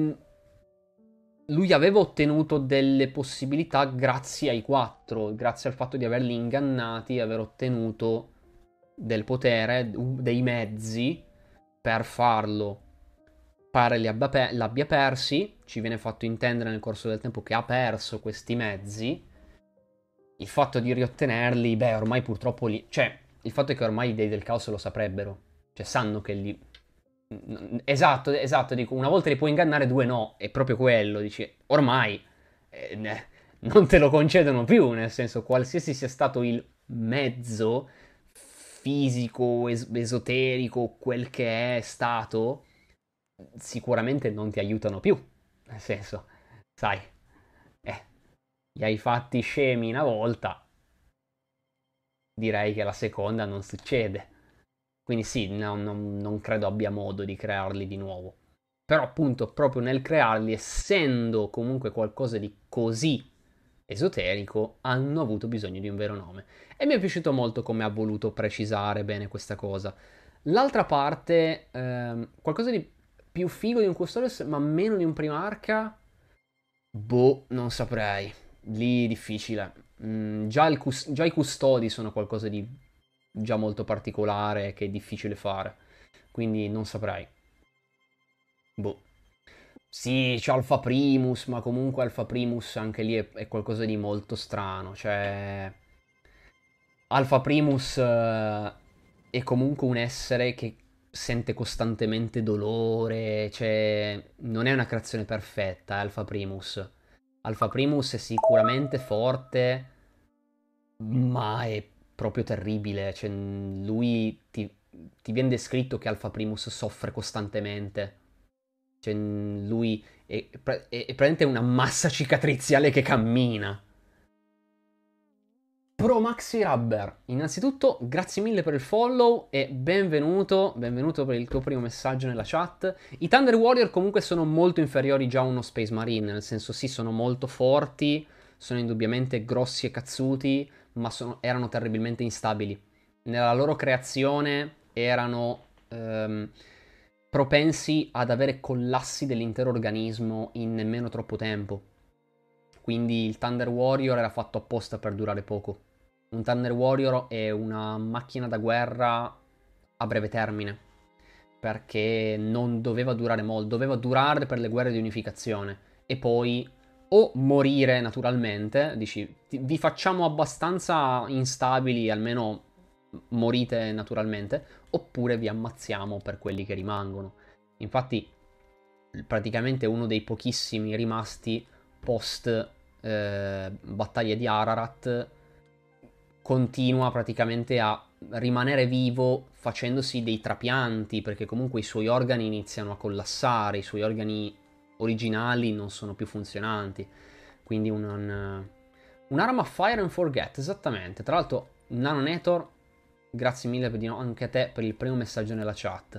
lui aveva ottenuto delle possibilità grazie ai 4, grazie al fatto di averli ingannati e aver ottenuto del potere, dei mezzi per farlo. Pare l'abbia persi, ci viene fatto intendere nel corso del tempo che ha perso questi mezzi. Il fatto di riottenerli, beh, ormai purtroppo cioè, il fatto è che ormai i dei del caos lo saprebbero. Cioè, sanno che li... Esatto, esatto, dico, una volta li puoi ingannare, due no, è proprio quello, dici, ormai non te lo concedono più, nel senso, qualsiasi sia stato il mezzo fisico, esoterico, quel che è stato, sicuramente non ti aiutano più, nel senso, sai, eh, li hai fatti scemi una volta, direi che la seconda non succede. Quindi sì, non credo abbia modo di crearli di nuovo. Però appunto proprio nel crearli, essendo comunque qualcosa di così esoterico, hanno avuto bisogno di un vero nome. E mi è piaciuto molto come ha voluto precisare bene questa cosa. L'altra parte, qualcosa di più figo di un Custodes, ma meno di un Primarca, boh, non saprei. Lì difficile. Già i custodi sono qualcosa di già molto particolare che è difficile fare. Quindi non saprei. Boh. Sì, c'è Alpha Primus, ma comunque Alpha Primus anche lì è qualcosa di molto strano. Cioè, Alpha Primus è comunque un essere che sente costantemente dolore. Cioè, non è una creazione perfetta, Alpha Primus. Alpha Primus è sicuramente forte, ma è proprio terribile. Cioè, lui ti viene descritto che Alpha Primus soffre costantemente. Cioè, lui è praticamente una massa cicatriziale che cammina. Pro Maxi Rubber, innanzitutto grazie mille per il follow e benvenuto per il tuo primo messaggio nella chat. I Thunder Warrior comunque sono molto inferiori già a uno Space Marine, nel senso sì, sono molto forti, sono indubbiamente grossi e cazzuti, ma erano terribilmente instabili. Nella loro creazione erano propensi ad avere collassi dell'intero organismo in nemmeno troppo tempo. Quindi il Thunder Warrior era fatto apposta per durare poco. Un Thunder Warrior è una macchina da guerra a breve termine, perché non doveva durare molto, doveva durare per le guerre di unificazione e poi o morire naturalmente, dici vi facciamo abbastanza instabili, almeno morite naturalmente, oppure vi ammazziamo per quelli che rimangono. Infatti praticamente uno dei pochissimi rimasti post battaglia di Ararat continua praticamente a rimanere vivo facendosi dei trapianti, perché comunque i suoi organi iniziano a collassare, i suoi organi originali non sono più funzionanti. Quindi un'arma Fire and Forget, esattamente. Tra l'altro, Nanonator, grazie mille anche a te per il primo messaggio nella chat.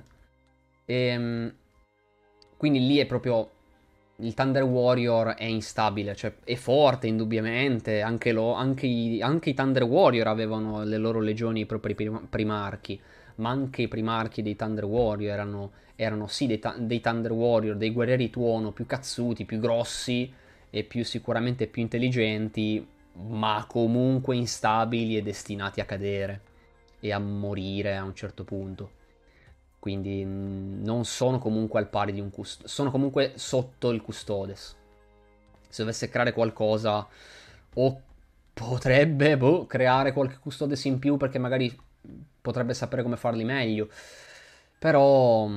Quindi lì è proprio il Thunder Warrior è instabile, cioè è forte indubbiamente, anche i Thunder Warrior avevano le loro legioni, i propri primarchi, ma anche i primarchi dei Thunder Warrior erano sì dei Thunder Warrior, dei guerrieri tuono più cazzuti, più grossi e sicuramente più intelligenti, ma comunque instabili e destinati a cadere e a morire a un certo punto. Quindi non sono comunque al pari di un custodes, sono comunque sotto il custodes. Se dovesse creare qualcosa, o potrebbe creare qualche custodes in più perché magari potrebbe sapere come farli meglio. Però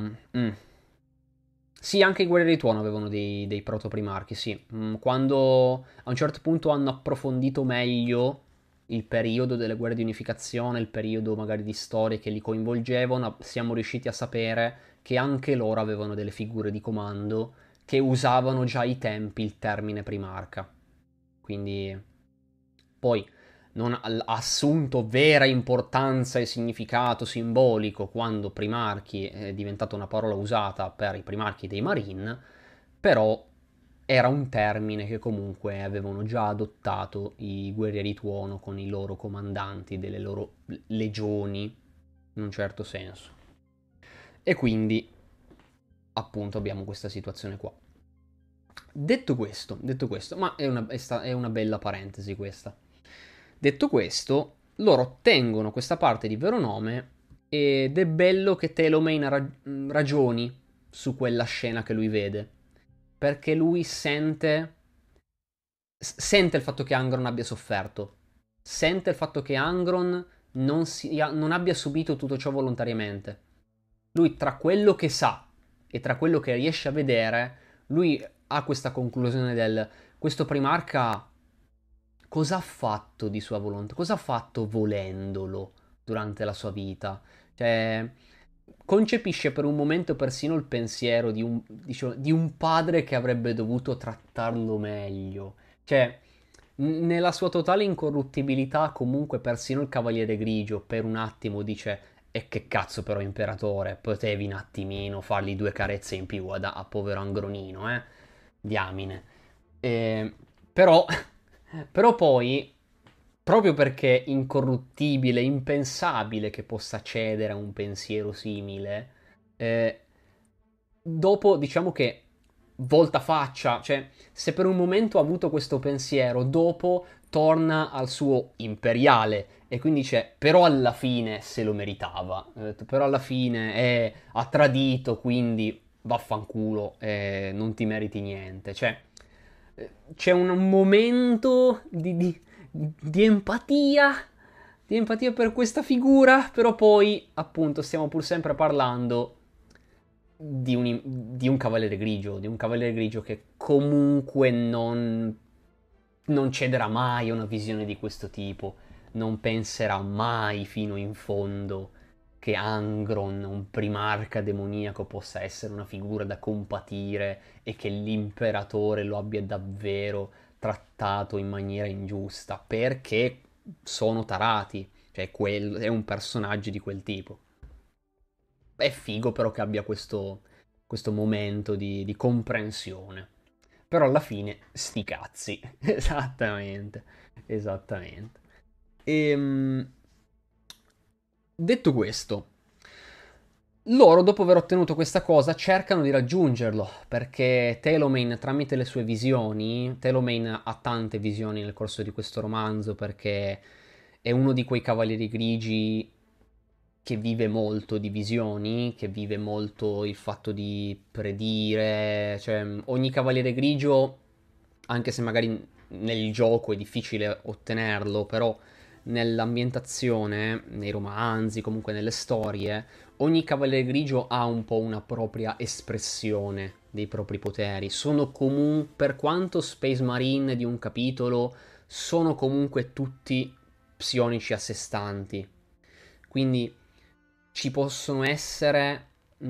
sì, anche i guerrieri tuono avevano dei protoprimarchi, sì. Quando a un certo punto hanno approfondito meglio il periodo delle guerre di unificazione, il periodo magari di storie che li coinvolgevano, siamo riusciti a sapere che anche loro avevano delle figure di comando che usavano già ai tempi il termine primarca. Quindi poi non ha assunto vera importanza e significato simbolico quando primarchi è diventata una parola usata per i primarchi dei Marine, però era un termine che comunque avevano già adottato i guerrieri tuono con i loro comandanti delle loro legioni, in un certo senso. E quindi, appunto, abbiamo questa situazione qua. Detto questo, ma è una bella parentesi questa. Detto questo, loro ottengono questa parte di vero nome ed è bello che Telomane ragioni su quella scena che lui vede. Perché lui sente il fatto che Angron abbia sofferto. Sente il fatto che Angron non abbia subito tutto ciò volontariamente. Lui tra quello che sa e tra quello che riesce a vedere, lui ha questa conclusione del questo primarca cosa ha fatto di sua volontà? Cosa ha fatto volendolo durante la sua vita? Cioè, concepisce per un momento persino il pensiero di un padre che avrebbe dovuto trattarlo meglio. Cioè, nella sua totale incorruttibilità, comunque persino il Cavaliere Grigio per un attimo dice e che cazzo però imperatore, potevi un attimino fargli due carezze in più a povero Angronino, eh? Diamine. Eh, però, però poi, proprio perché incorruttibile, impensabile che possa cedere a un pensiero simile, eh, dopo diciamo che volta faccia, cioè se per un momento ha avuto questo pensiero, dopo torna al suo imperiale e quindi dice però alla fine se lo meritava, però alla fine ha tradito, quindi vaffanculo, non ti meriti niente, cioè c'è un momento di empatia per questa figura, però poi appunto stiamo pur sempre parlando di un cavaliere grigio che comunque non cederà mai a una visione di questo tipo, non penserà mai fino in fondo che Angron, un primarca demoniaco, possa essere una figura da compatire e che l'imperatore lo abbia davvero trattato in maniera ingiusta, perché sono tarati, cioè è un personaggio di quel tipo. È figo però che abbia questo momento di comprensione. Però alla fine, sti cazzi. Esattamente. Esattamente. Ehm, Detto questo, loro dopo aver ottenuto questa cosa cercano di raggiungerlo, perché Telomane tramite le sue visioni, Telomane ha tante visioni nel corso di questo romanzo perché è uno di quei cavalieri grigi che vive molto di visioni, che vive molto il fatto di predire, cioè ogni cavaliere grigio, anche se magari nel gioco è difficile ottenerlo, però nell'ambientazione, nei romanzi, comunque nelle storie, ogni cavaliere grigio ha un po' una propria espressione dei propri poteri. Sono comunque, per quanto Space Marine di un capitolo, sono comunque tutti psionici a sé stanti. Quindi ci possono essere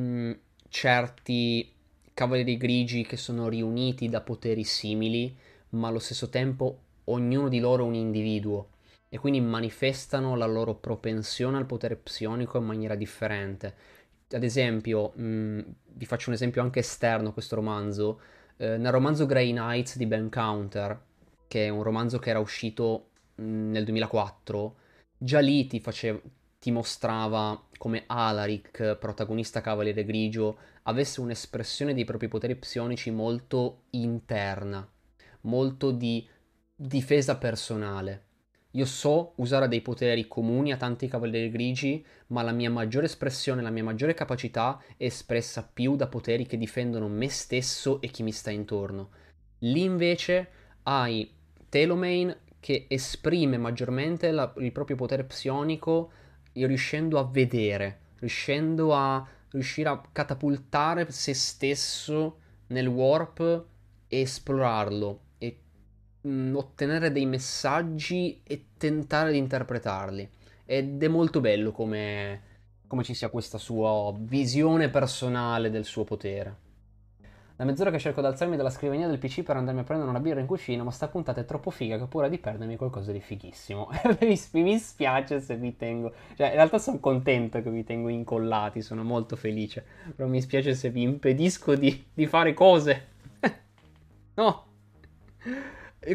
certi cavalieri grigi che sono riuniti da poteri simili, ma allo stesso tempo ognuno di loro è un individuo e quindi manifestano la loro propensione al potere psionico in maniera differente. Ad esempio, vi faccio un esempio anche esterno a questo romanzo. Nel romanzo Grey Knights di Ben Counter, che è un romanzo che era uscito nel 2004, già lì ti mostrava come Alaric, protagonista Cavaliere Grigio, avesse un'espressione dei propri poteri psionici molto interna, molto di difesa personale. Io so usare dei poteri comuni a tanti Cavalieri Grigi, ma la mia maggiore espressione, la mia maggiore capacità è espressa più da poteri che difendono me stesso e chi mi sta intorno. Lì invece hai Telomane che esprime maggiormente il proprio potere psionico riuscendo a vedere, riuscire a catapultare se stesso nel warp e esplorarlo e ottenere dei messaggi e tentare di interpretarli. Ed è molto bello come ci sia questa sua visione personale del suo potere. Da mezz'ora che cerco di alzarmi dalla scrivania del PC per andarmi a prendere una birra in cucina, ma sta puntata è troppo figa che ho paura di perdermi qualcosa di fighissimo. Mi spiace se vi tengo... Cioè, in realtà sono contento che vi tengo incollati, sono molto felice. Però mi spiace se vi impedisco di fare cose. No! E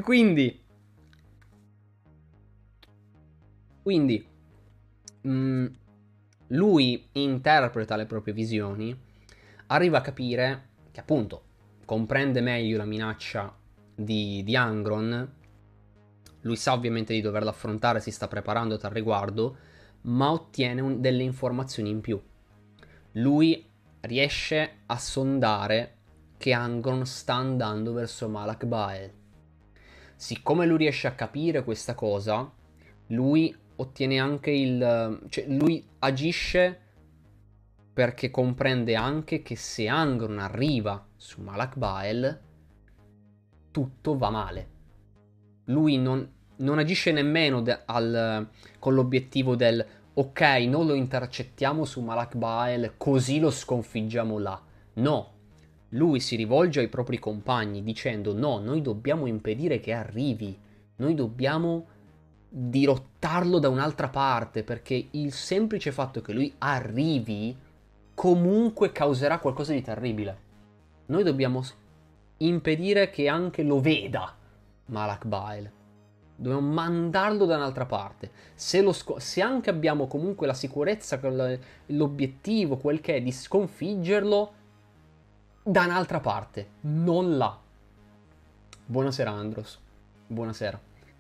quindi mh, lui interpreta le proprie visioni, arriva a capire che appunto comprende meglio la minaccia di Angron, lui sa ovviamente di doverla affrontare, si sta preparando al riguardo, ma ottiene delle informazioni in più. Lui riesce a sondare che Angron sta andando verso Malak Bael. Siccome lui riesce a capire questa cosa, lui ottiene anche cioè lui agisce perché comprende anche che se Angron arriva su Malak Bael, tutto va male. Lui non agisce nemmeno con l'obiettivo del ok, non lo intercettiamo su Malak Bael, così lo sconfiggiamo là. No, lui si rivolge ai propri compagni dicendo no, noi dobbiamo impedire che arrivi, noi dobbiamo dirottarlo da un'altra parte, perché il semplice fatto che lui arrivi comunque causerà qualcosa di terribile. Noi dobbiamo impedire che anche lo veda Malak Bael. Dobbiamo mandarlo da un'altra parte. Se anche abbiamo comunque la sicurezza, l'obiettivo, quel che è di sconfiggerlo, da un'altra parte, non là. Buonasera Andros. Buonasera.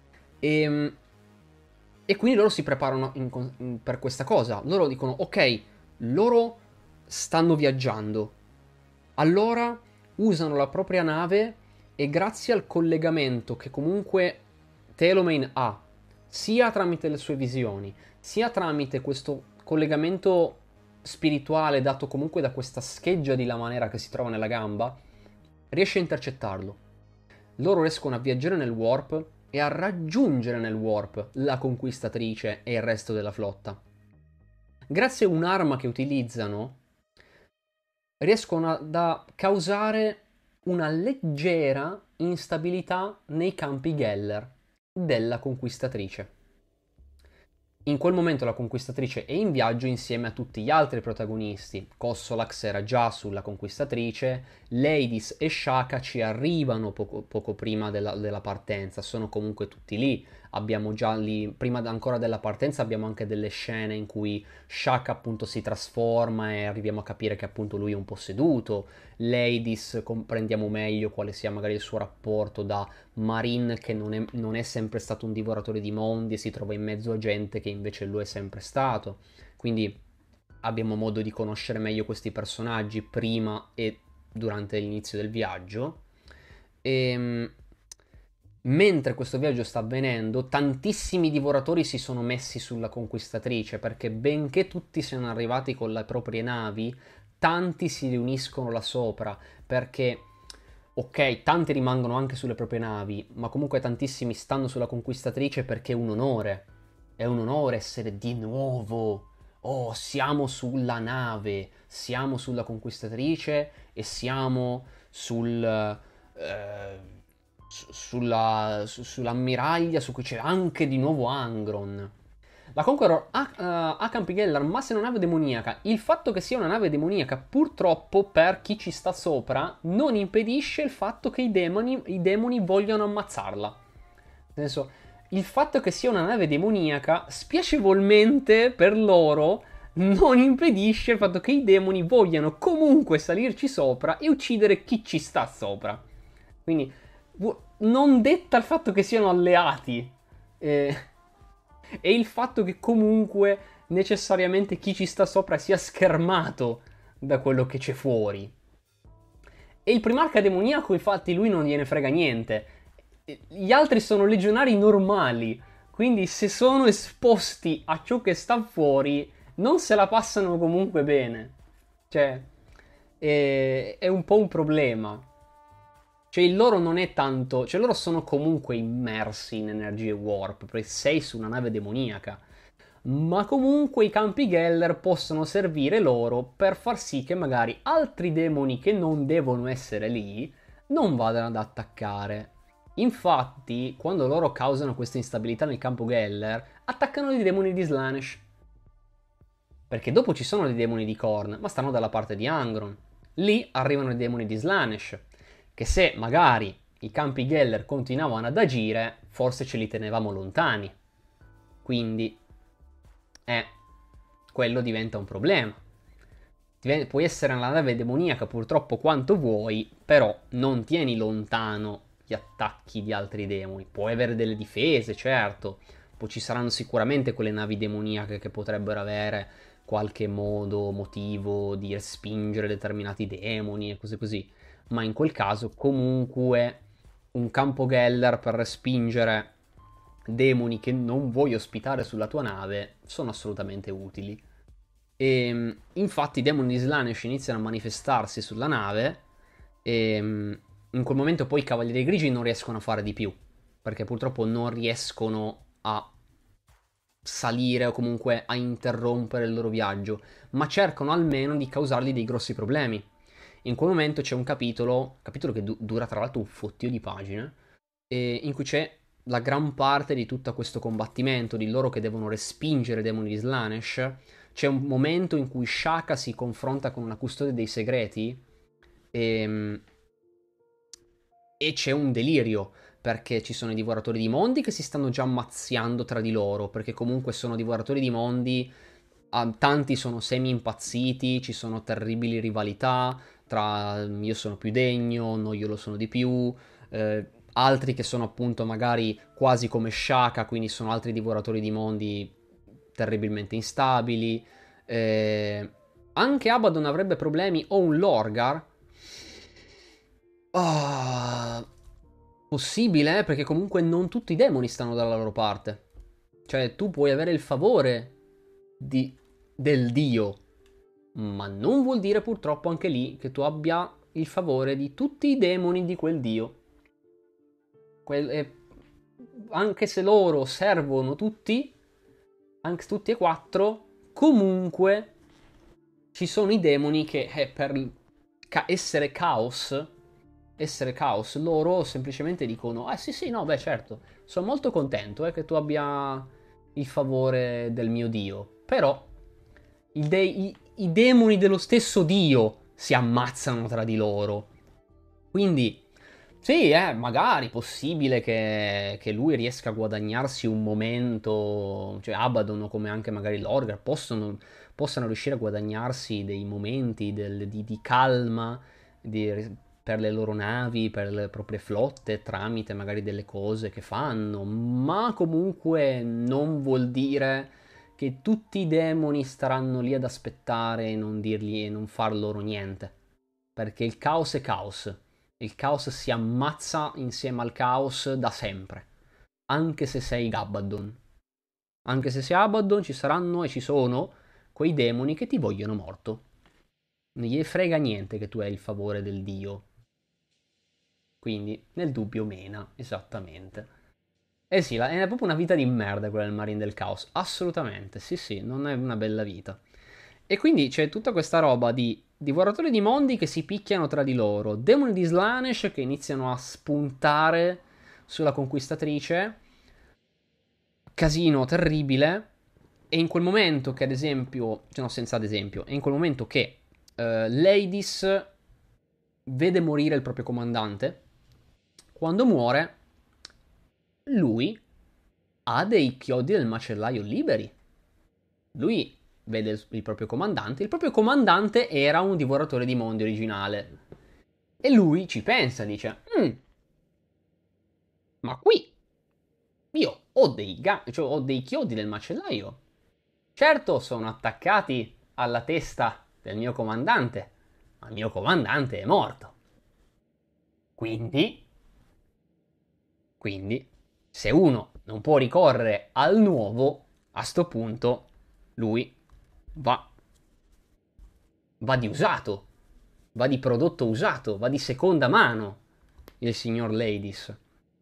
E quindi loro si preparano per questa cosa. Loro dicono, ok, loro stanno viaggiando. Allora usano la propria nave e grazie al collegamento che comunque Telomain ha, sia tramite le sue visioni, sia tramite questo collegamento spirituale dato comunque da questa scheggia di Lamanera che si trova nella gamba, riesce a intercettarlo. Loro riescono a viaggiare nel warp e a raggiungere nel warp la conquistatrice e il resto della flotta. Grazie a un'arma che utilizzano, riescono a causare una leggera instabilità nei campi Geller della conquistatrice. In quel momento la conquistatrice è in viaggio insieme a tutti gli altri protagonisti. Kossolax era già sulla conquistatrice, Ladies e Shaka ci arrivano poco prima della partenza, sono comunque tutti lì. Abbiamo già lì, prima ancora della partenza, abbiamo anche delle scene in cui Shaka appunto si trasforma e arriviamo a capire che appunto lui è un posseduto. Ladies comprendiamo meglio quale sia magari il suo rapporto da Marin che non è sempre stato un divoratore di mondi e si trova in mezzo a gente che invece lo è sempre stato. Quindi abbiamo modo di conoscere meglio questi personaggi prima e durante l'inizio del viaggio. E mentre questo viaggio sta avvenendo, tantissimi divoratori si sono messi sulla conquistatrice perché benché tutti siano arrivati con le proprie navi, tanti si riuniscono là sopra perché ok, tanti rimangono anche sulle proprie navi, ma comunque tantissimi stanno sulla conquistatrice perché è un onore. È un onore essere di nuovo. Oh, siamo sulla nave, siamo sulla conquistatrice e siamo sull'ammiraglia su cui c'è anche di nuovo Angron. La Conqueror ha campi Gellar, ma se è una nave demoniaca. Il fatto che sia una nave demoniaca, purtroppo, per chi ci sta sopra, non impedisce il fatto che i demoni vogliano ammazzarla. Nel senso, il fatto che sia una nave demoniaca, spiacevolmente per loro, non impedisce il fatto che i demoni vogliano comunque salirci sopra e uccidere chi ci sta sopra. Quindi, non detta il fatto che siano alleati. E il fatto che comunque necessariamente chi ci sta sopra sia schermato da quello che c'è fuori. E il primarca demoniaco, infatti, lui non gliene frega niente. Gli altri sono legionari normali, quindi se sono esposti a ciò che sta fuori, non se la passano comunque bene. Cioè, è un po' un problema. Cioè il loro non è tanto, cioè loro sono comunque immersi in energie warp, perché sei su una nave demoniaca. Ma comunque i campi Geller possono servire loro per far sì che magari altri demoni che non devono essere lì non vadano ad attaccare. Infatti, quando loro causano questa instabilità nel campo Geller, attaccano i demoni di Slanesh. Perché dopo ci sono dei demoni di Khorne, ma stanno dalla parte di Angron. Lì arrivano i demoni di Slanesh, che se magari i campi Geller continuavano ad agire, forse ce li tenevamo lontani. Quindi, quello diventa un problema. Puoi essere una nave demoniaca purtroppo quanto vuoi, però non tieni lontano gli attacchi di altri demoni. Puoi avere delle difese, certo. Poi ci saranno sicuramente quelle navi demoniache che potrebbero avere qualche modo, motivo di respingere determinati demoni e cose così. Ma in quel caso comunque un campo Geller per respingere demoni che non vuoi ospitare sulla tua nave sono assolutamente utili. E infatti i demoni di Slanesh iniziano a manifestarsi sulla nave e in quel momento poi i Cavalieri Grigi non riescono a fare di più, perché purtroppo non riescono a salire o comunque a interrompere il loro viaggio, ma cercano almeno di causargli dei grossi problemi. In quel momento c'è un capitolo che dura tra l'altro un fottio di pagine, in cui c'è la gran parte di tutto questo combattimento, di loro che devono respingere i demoni di Slanesh. C'è un momento in cui Shaka si confronta con una custode dei segreti e, e c'è un delirio perché ci sono i divoratori di mondi che si stanno già ammazziando tra di loro, perché comunque sono divoratori di mondi, tanti sono semi impazziti, ci sono terribili rivalità tra io sono più degno, no io lo sono di più, altri che sono appunto magari quasi come Shaka, quindi sono altri divoratori di mondi terribilmente instabili. Anche Abaddon avrebbe problemi, o un Lorgar. Ah, possibile, perché comunque non tutti i demoni stanno dalla loro parte. Cioè, tu puoi avere il favore di, del dio, ma non vuol dire purtroppo anche lì che tu abbia il favore di tutti i demoni di quel dio. Anche se loro servono tutti, anche tutti e quattro, comunque ci sono i demoni che per essere caos, loro semplicemente dicono: ah sì sì, no, beh certo, sono molto contento che tu abbia il favore del mio dio, però i demoni dello stesso dio si ammazzano tra di loro. Quindi sì, magari possibile che lui riesca a guadagnarsi un momento, cioè Abaddon come anche magari Lorgar possano riuscire a guadagnarsi dei momenti di calma per le loro navi, per le proprie flotte, tramite magari delle cose che fanno, ma comunque non vuol dire che tutti i demoni staranno lì ad aspettare e non dirgli e non far loro niente. Perché il caos è caos. Il caos si ammazza insieme al caos da sempre. Anche se sei Abaddon. Anche se sei Abaddon ci saranno e ci sono quei demoni che ti vogliono morto. Non gli frega niente che tu hai il favore del dio. Quindi, nel dubbio mena, esattamente. Eh sì, è proprio una vita di merda quella del Marine del Caos. Assolutamente, sì sì, non è una bella vita. E quindi c'è tutta questa roba di divoratori di mondi che si picchiano tra di loro, demoni di Slanesh che iniziano a spuntare sulla conquistatrice, casino terribile, e in quel momento che ad esempio, cioè no, senza ad esempio, è in quel momento che Ladies vede morire il proprio comandante, quando muore, lui ha dei chiodi del macellaio liberi. Lui vede il proprio comandante. Il proprio comandante era un divoratore di mondi originale. E lui ci pensa, dice: ma qui io cioè ho dei chiodi del macellaio. Certo, sono attaccati alla testa del mio comandante, ma il mio comandante è morto. Quindi, quindi, se uno non può ricorrere al nuovo, a sto punto lui va, va di usato, va di prodotto usato, va di seconda mano. il signor Ladies.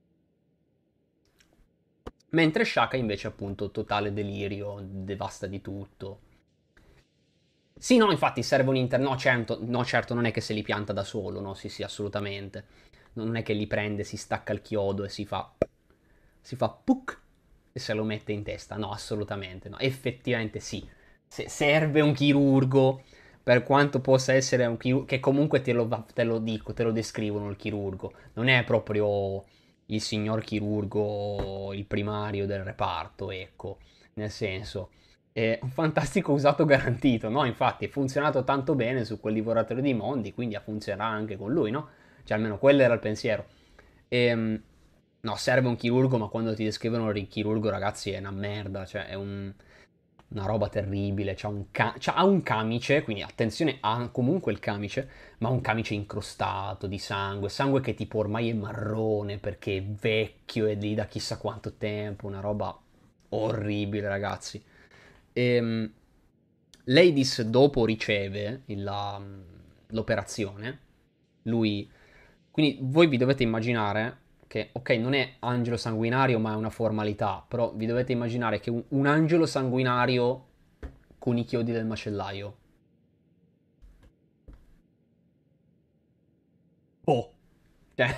Mentre Shaka invece appunto totale delirio, devasta di tutto. Sì, no, infatti serve un no, certo, no, certo, non è che se li pianta da solo, no, sì, sì, assolutamente. Non è che li prende, si stacca il chiodo e si fa puc e se lo mette in testa. No, assolutamente, no. Effettivamente sì. Serve un chirurgo, per quanto possa essere un chirurgo, che comunque te lo dico, te lo descrivono il chirurgo. Non è proprio il signor chirurgo, il primario del reparto, ecco. Nel senso, è un fantastico usato garantito, no? Infatti è funzionato tanto bene su quel divoratore di mondi, quindi funzionerà anche con lui, no? Cioè almeno quello era il pensiero. No, serve un chirurgo, ma quando ti descrivono il chirurgo, ragazzi, è una merda, cioè è una roba terribile. Ha un camice, quindi attenzione, ha comunque il camice, ma un camice incrostato di sangue, sangue che tipo ormai è marrone perché è vecchio e lì da chissà quanto tempo, una roba orribile, ragazzi. Ehm, Ladies dopo riceve l'operazione, lui... Quindi voi vi dovete immaginare che, ok, non è angelo sanguinario ma è una formalità, però vi dovete immaginare che un angelo sanguinario con i chiodi del macellaio. Oh! Cioè,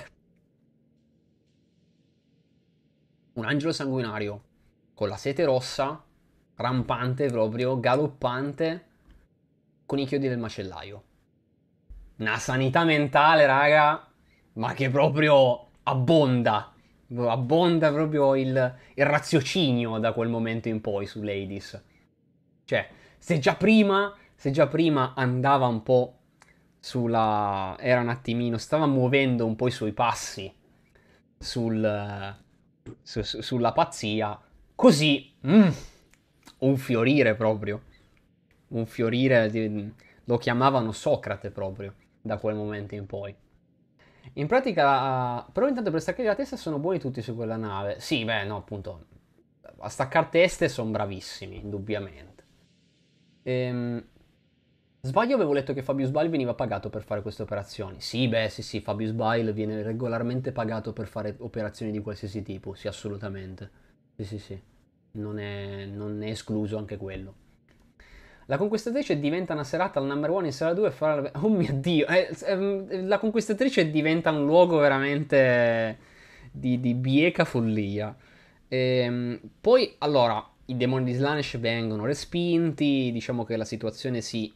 un angelo sanguinario con la sete rossa, rampante proprio, galoppante, con i chiodi del macellaio. Una sanità mentale, raga, ma che proprio abbonda proprio il raziocinio da quel momento in poi su Ladies. Cioè, se già prima andava un po' era un attimino, stava muovendo un po' i suoi passi sul, sulla pazzia, così, un fiorire proprio. Un fiorire, lo chiamavano Socrate proprio, da quel momento in poi. In pratica, però intanto per staccare la testa sono buoni tutti su quella nave. Sì, beh, no, appunto, a staccare teste sono bravissimi, indubbiamente. Ehm, Sbaglio, avevo letto che Fabius Bile veniva pagato per fare queste operazioni. Sì, beh, sì, sì, Fabius Bile viene regolarmente pagato per fare operazioni di qualsiasi tipo, sì, assolutamente. Sì, sì, sì, non è escluso anche quello. La conquistatrice diventa una serata al number one in sala 2 e farà... Oh mio Dio! La conquistatrice diventa un luogo veramente di bieca follia. Poi, allora, i demoni di Slanesh vengono respinti, diciamo che la situazione si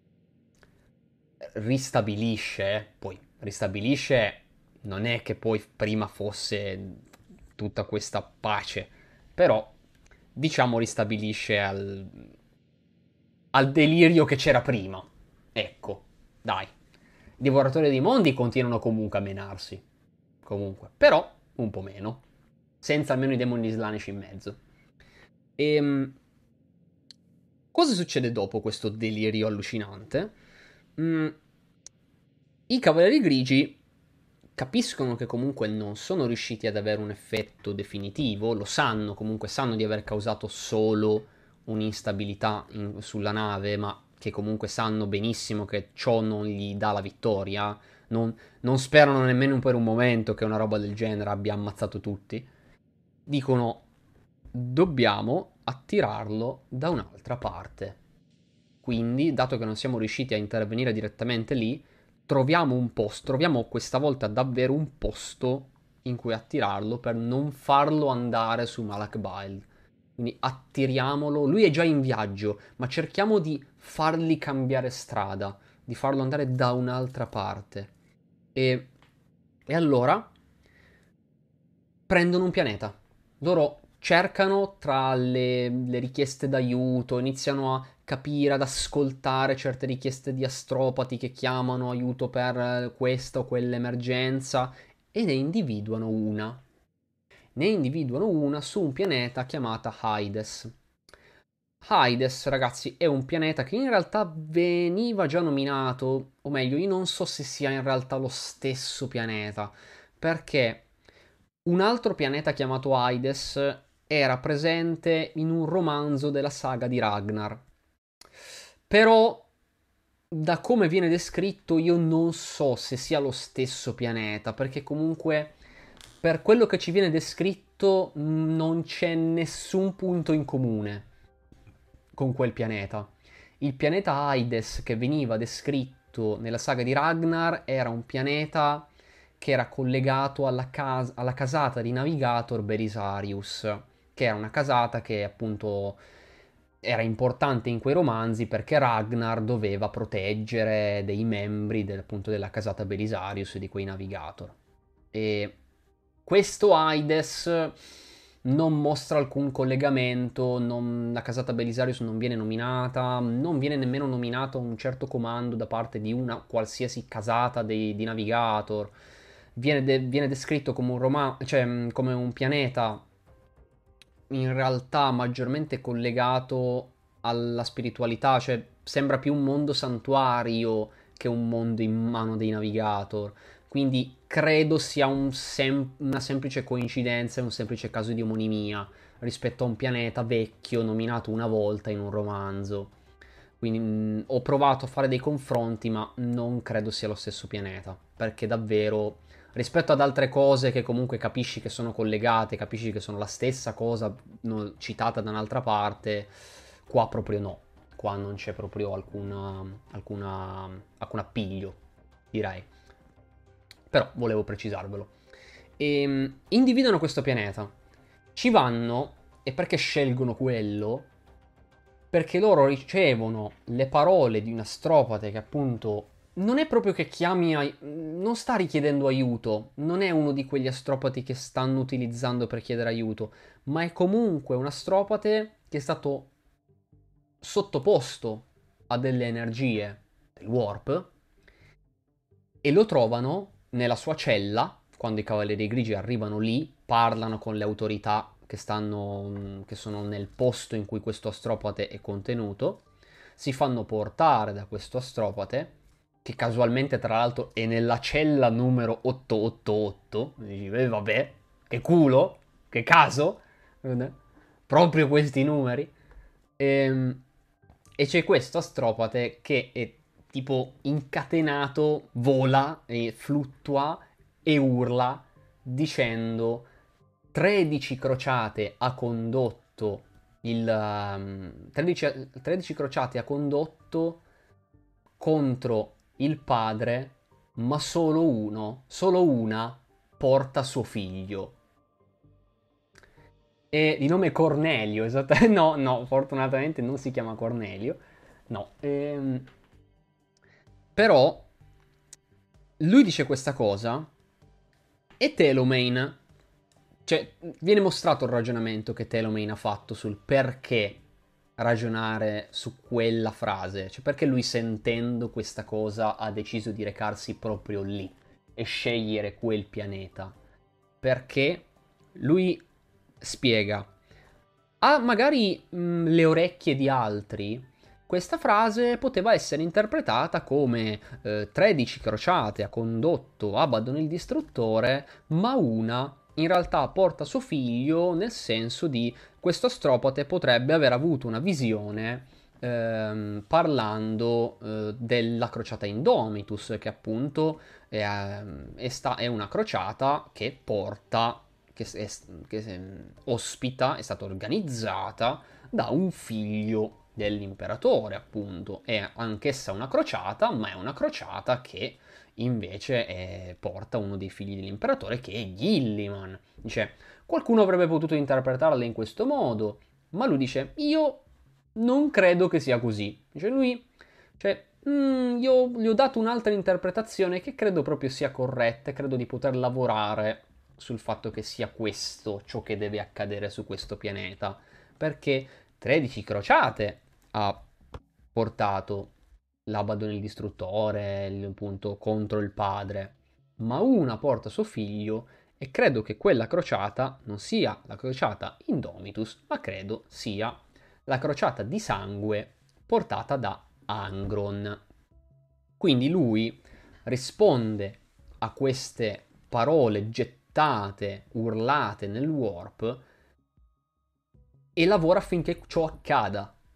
ristabilisce, poi ristabilisce non è che poi prima fosse tutta questa pace, però diciamo ristabilisce al delirio che c'era prima. Ecco, dai. I divoratori dei mondi continuano comunque a menarsi. Comunque, però un po' meno. Senza almeno i demoni islamici in mezzo. Ehm, Cosa succede dopo questo delirio allucinante? Mm, I Cavalieri Grigi capiscono che comunque non sono riusciti ad avere un effetto definitivo, lo sanno, comunque sanno di aver causato solo un'instabilità sulla nave, ma che comunque sanno benissimo che ciò non gli dà la vittoria. Non sperano nemmeno per un momento che una roba del genere abbia ammazzato tutti. Dicono, dobbiamo attirarlo da un'altra parte. Quindi, dato che non siamo riusciti a intervenire direttamente lì, troviamo questa volta davvero un posto in cui attirarlo per non farlo andare su Malak Bile. Quindi attiriamolo, lui è già in viaggio, ma cerchiamo di fargli cambiare strada, di farlo andare da un'altra parte. E, e allora prendono un pianeta. Loro cercano tra le richieste d'aiuto, iniziano a capire, ad ascoltare certe richieste di astropati che chiamano aiuto per questa o quell'emergenza e ne individuano una. Ne individuano una su un pianeta chiamata Hydes. Hydes, ragazzi, è un pianeta che in realtà veniva già nominato, o meglio, io non so se sia in realtà lo stesso pianeta, perché un altro pianeta chiamato Hydes era presente in un romanzo della saga di Ragnar. Però da come viene descritto io non so se sia lo stesso pianeta, perché comunque per quello che ci viene descritto non c'è nessun punto in comune con quel pianeta. Il pianeta Aides che veniva descritto nella saga di Ragnar era un pianeta che era collegato alla casata di Navigator Belisarius, che era una casata che appunto era importante in quei romanzi perché Ragnar doveva proteggere dei membri appunto della casata Belisarius e di quei Navigator. E questo Aides non mostra alcun collegamento, la casata Belisarius non viene nominata, non viene nemmeno nominato un certo comando da parte di una qualsiasi casata di Navigator. Viene descritto come cioè come un pianeta in realtà maggiormente collegato alla spiritualità, cioè sembra più un mondo santuario che un mondo in mano dei Navigator. Quindi credo sia una semplice coincidenza, un semplice caso di omonimia rispetto a un pianeta vecchio nominato una volta in un romanzo. Quindi ho provato a fare dei confronti, ma non credo sia lo stesso pianeta, perché davvero rispetto ad altre cose che comunque capisci che sono collegate, capisci che sono la stessa cosa citata da un'altra parte, qua proprio no. Qua non c'è proprio alcun appiglio, direi. Però volevo precisarvelo. Individuano questo pianeta. Ci vanno, e perché scelgono quello? Perché loro ricevono le parole di un astropate che appunto non è proprio che non sta richiedendo aiuto, non è uno di quegli astropati che stanno utilizzando per chiedere aiuto, ma è comunque un astropate che è stato sottoposto a delle energie del warp e lo trovano nella sua cella, quando i Cavalieri Grigi arrivano lì, parlano con le autorità che sono nel posto in cui questo astropate è contenuto, si fanno portare da questo astropate, che casualmente tra l'altro è nella cella numero 888, e dici, vabbè, che culo, che caso, proprio questi numeri, e, e c'è questo astropate che è tipo incatenato, vola e fluttua e urla dicendo 13 crociate ha condotto 13 crociate ha condotto contro il padre, ma solo una porta suo figlio. E di nome Cornelio, esattamente. No, no, fortunatamente non si chiama Cornelio. No. Però lui dice questa cosa e Telomane, cioè viene mostrato il ragionamento che Telomane ha fatto sul perché ragionare su quella frase, cioè perché lui sentendo questa cosa ha deciso di recarsi proprio lì e scegliere quel pianeta. Perché lui spiega, a magari le orecchie di altri, questa frase poteva essere interpretata come 13 crociate ha condotto Abaddon il distruttore, ma una in realtà porta suo figlio, nel senso di questo astropate potrebbe aver avuto una visione parlando della crociata Indomitus, che appunto è una crociata che porta, ospita, è stata organizzata da un figlio dell'imperatore, appunto. È anch'essa una crociata, ma è una crociata che invece porta uno dei figli dell'imperatore, che è Gilliman. Dice, qualcuno avrebbe potuto interpretarla in questo modo, ma lui dice, io non credo che sia così. Dice lui, cioè, io gli ho dato un'altra interpretazione che credo proprio sia corretta e credo di poter lavorare sul fatto che sia questo ciò che deve accadere su questo pianeta. Perché 13 crociate ha portato l'Abaddon il distruttore, appunto, contro il padre, ma una porta suo figlio e credo che quella crociata non sia la crociata Indomitus, ma credo sia la crociata di sangue portata da Angron. Quindi lui risponde a queste parole gettate, urlate nel warp e lavora affinché ciò accada.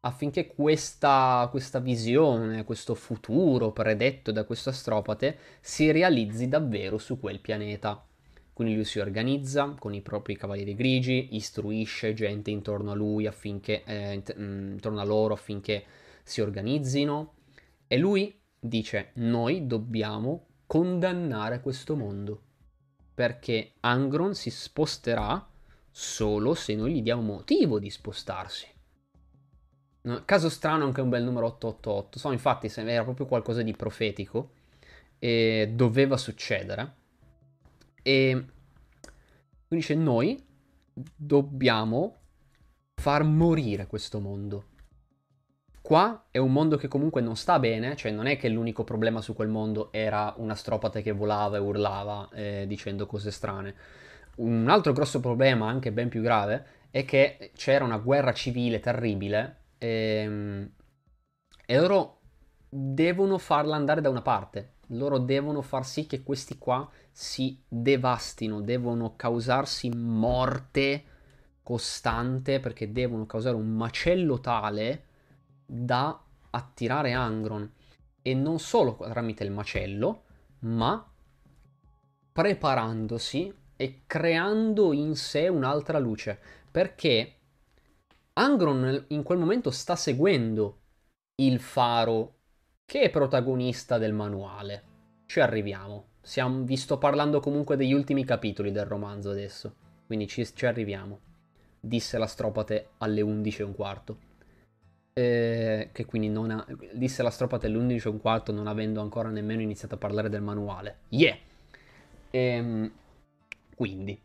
affinché questa visione, questo futuro predetto da questo astropate si realizzi davvero su quel pianeta. Quindi lui si organizza con i propri cavalieri grigi, istruisce gente intorno a lui affinché, intorno a loro affinché si organizzino e lui dice: noi dobbiamo condannare questo mondo perché Angron si sposterà solo se noi gli diamo motivo di spostarsi. No, caso strano anche un bel numero 888. So, infatti, era proprio qualcosa di profetico e doveva succedere. E quindi dice: noi dobbiamo far morire questo mondo. Qua è un mondo che comunque non sta bene, cioè non è che l'unico problema su quel mondo era un astropate che volava e urlava dicendo cose strane. Un altro grosso problema, anche ben più grave, è che c'era una guerra civile terribile e loro devono farla andare da una parte. Loro devono far sì che questi qua si devastino, devono causarsi morte costante perché devono causare un macello tale da attirare Angron. E non solo tramite il macello, ma preparandosi e creando in sé un'altra luce. Perché Angron in quel momento sta seguendo il faro che è protagonista del manuale. Ci arriviamo. Vi sto parlando comunque degli ultimi capitoli del romanzo adesso. Quindi ci arriviamo. Disse l'astropate alle 11:15. Che quindi non ha, disse l'astropate alle 11:15 non avendo ancora nemmeno iniziato a parlare del manuale. Yeah! Quindi,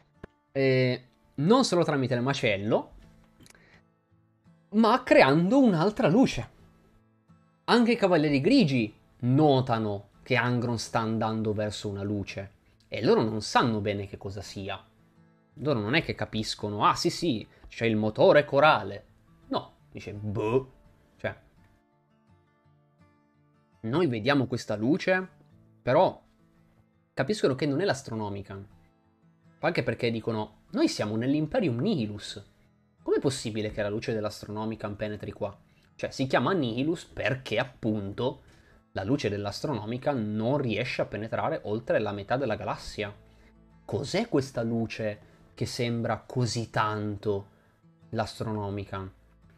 non solo tramite il macello, ma creando un'altra luce. Anche i Cavalieri Grigi notano che Angron sta andando verso una luce e loro non sanno bene che cosa sia. Loro non è che capiscono, ah sì sì, c'è il motore corale. No, dice, boh. Cioè, noi vediamo questa luce, però capiscono che non è l'astronomica. Anche perché dicono, noi siamo nell'Imperium Nihilus. Com'è possibile che la luce dell'astronomica penetri qua? Cioè, si chiama Nihilus perché appunto la luce dell'astronomica non riesce a penetrare oltre la metà della galassia. Cos'è questa luce che sembra così tanto l'astronomica?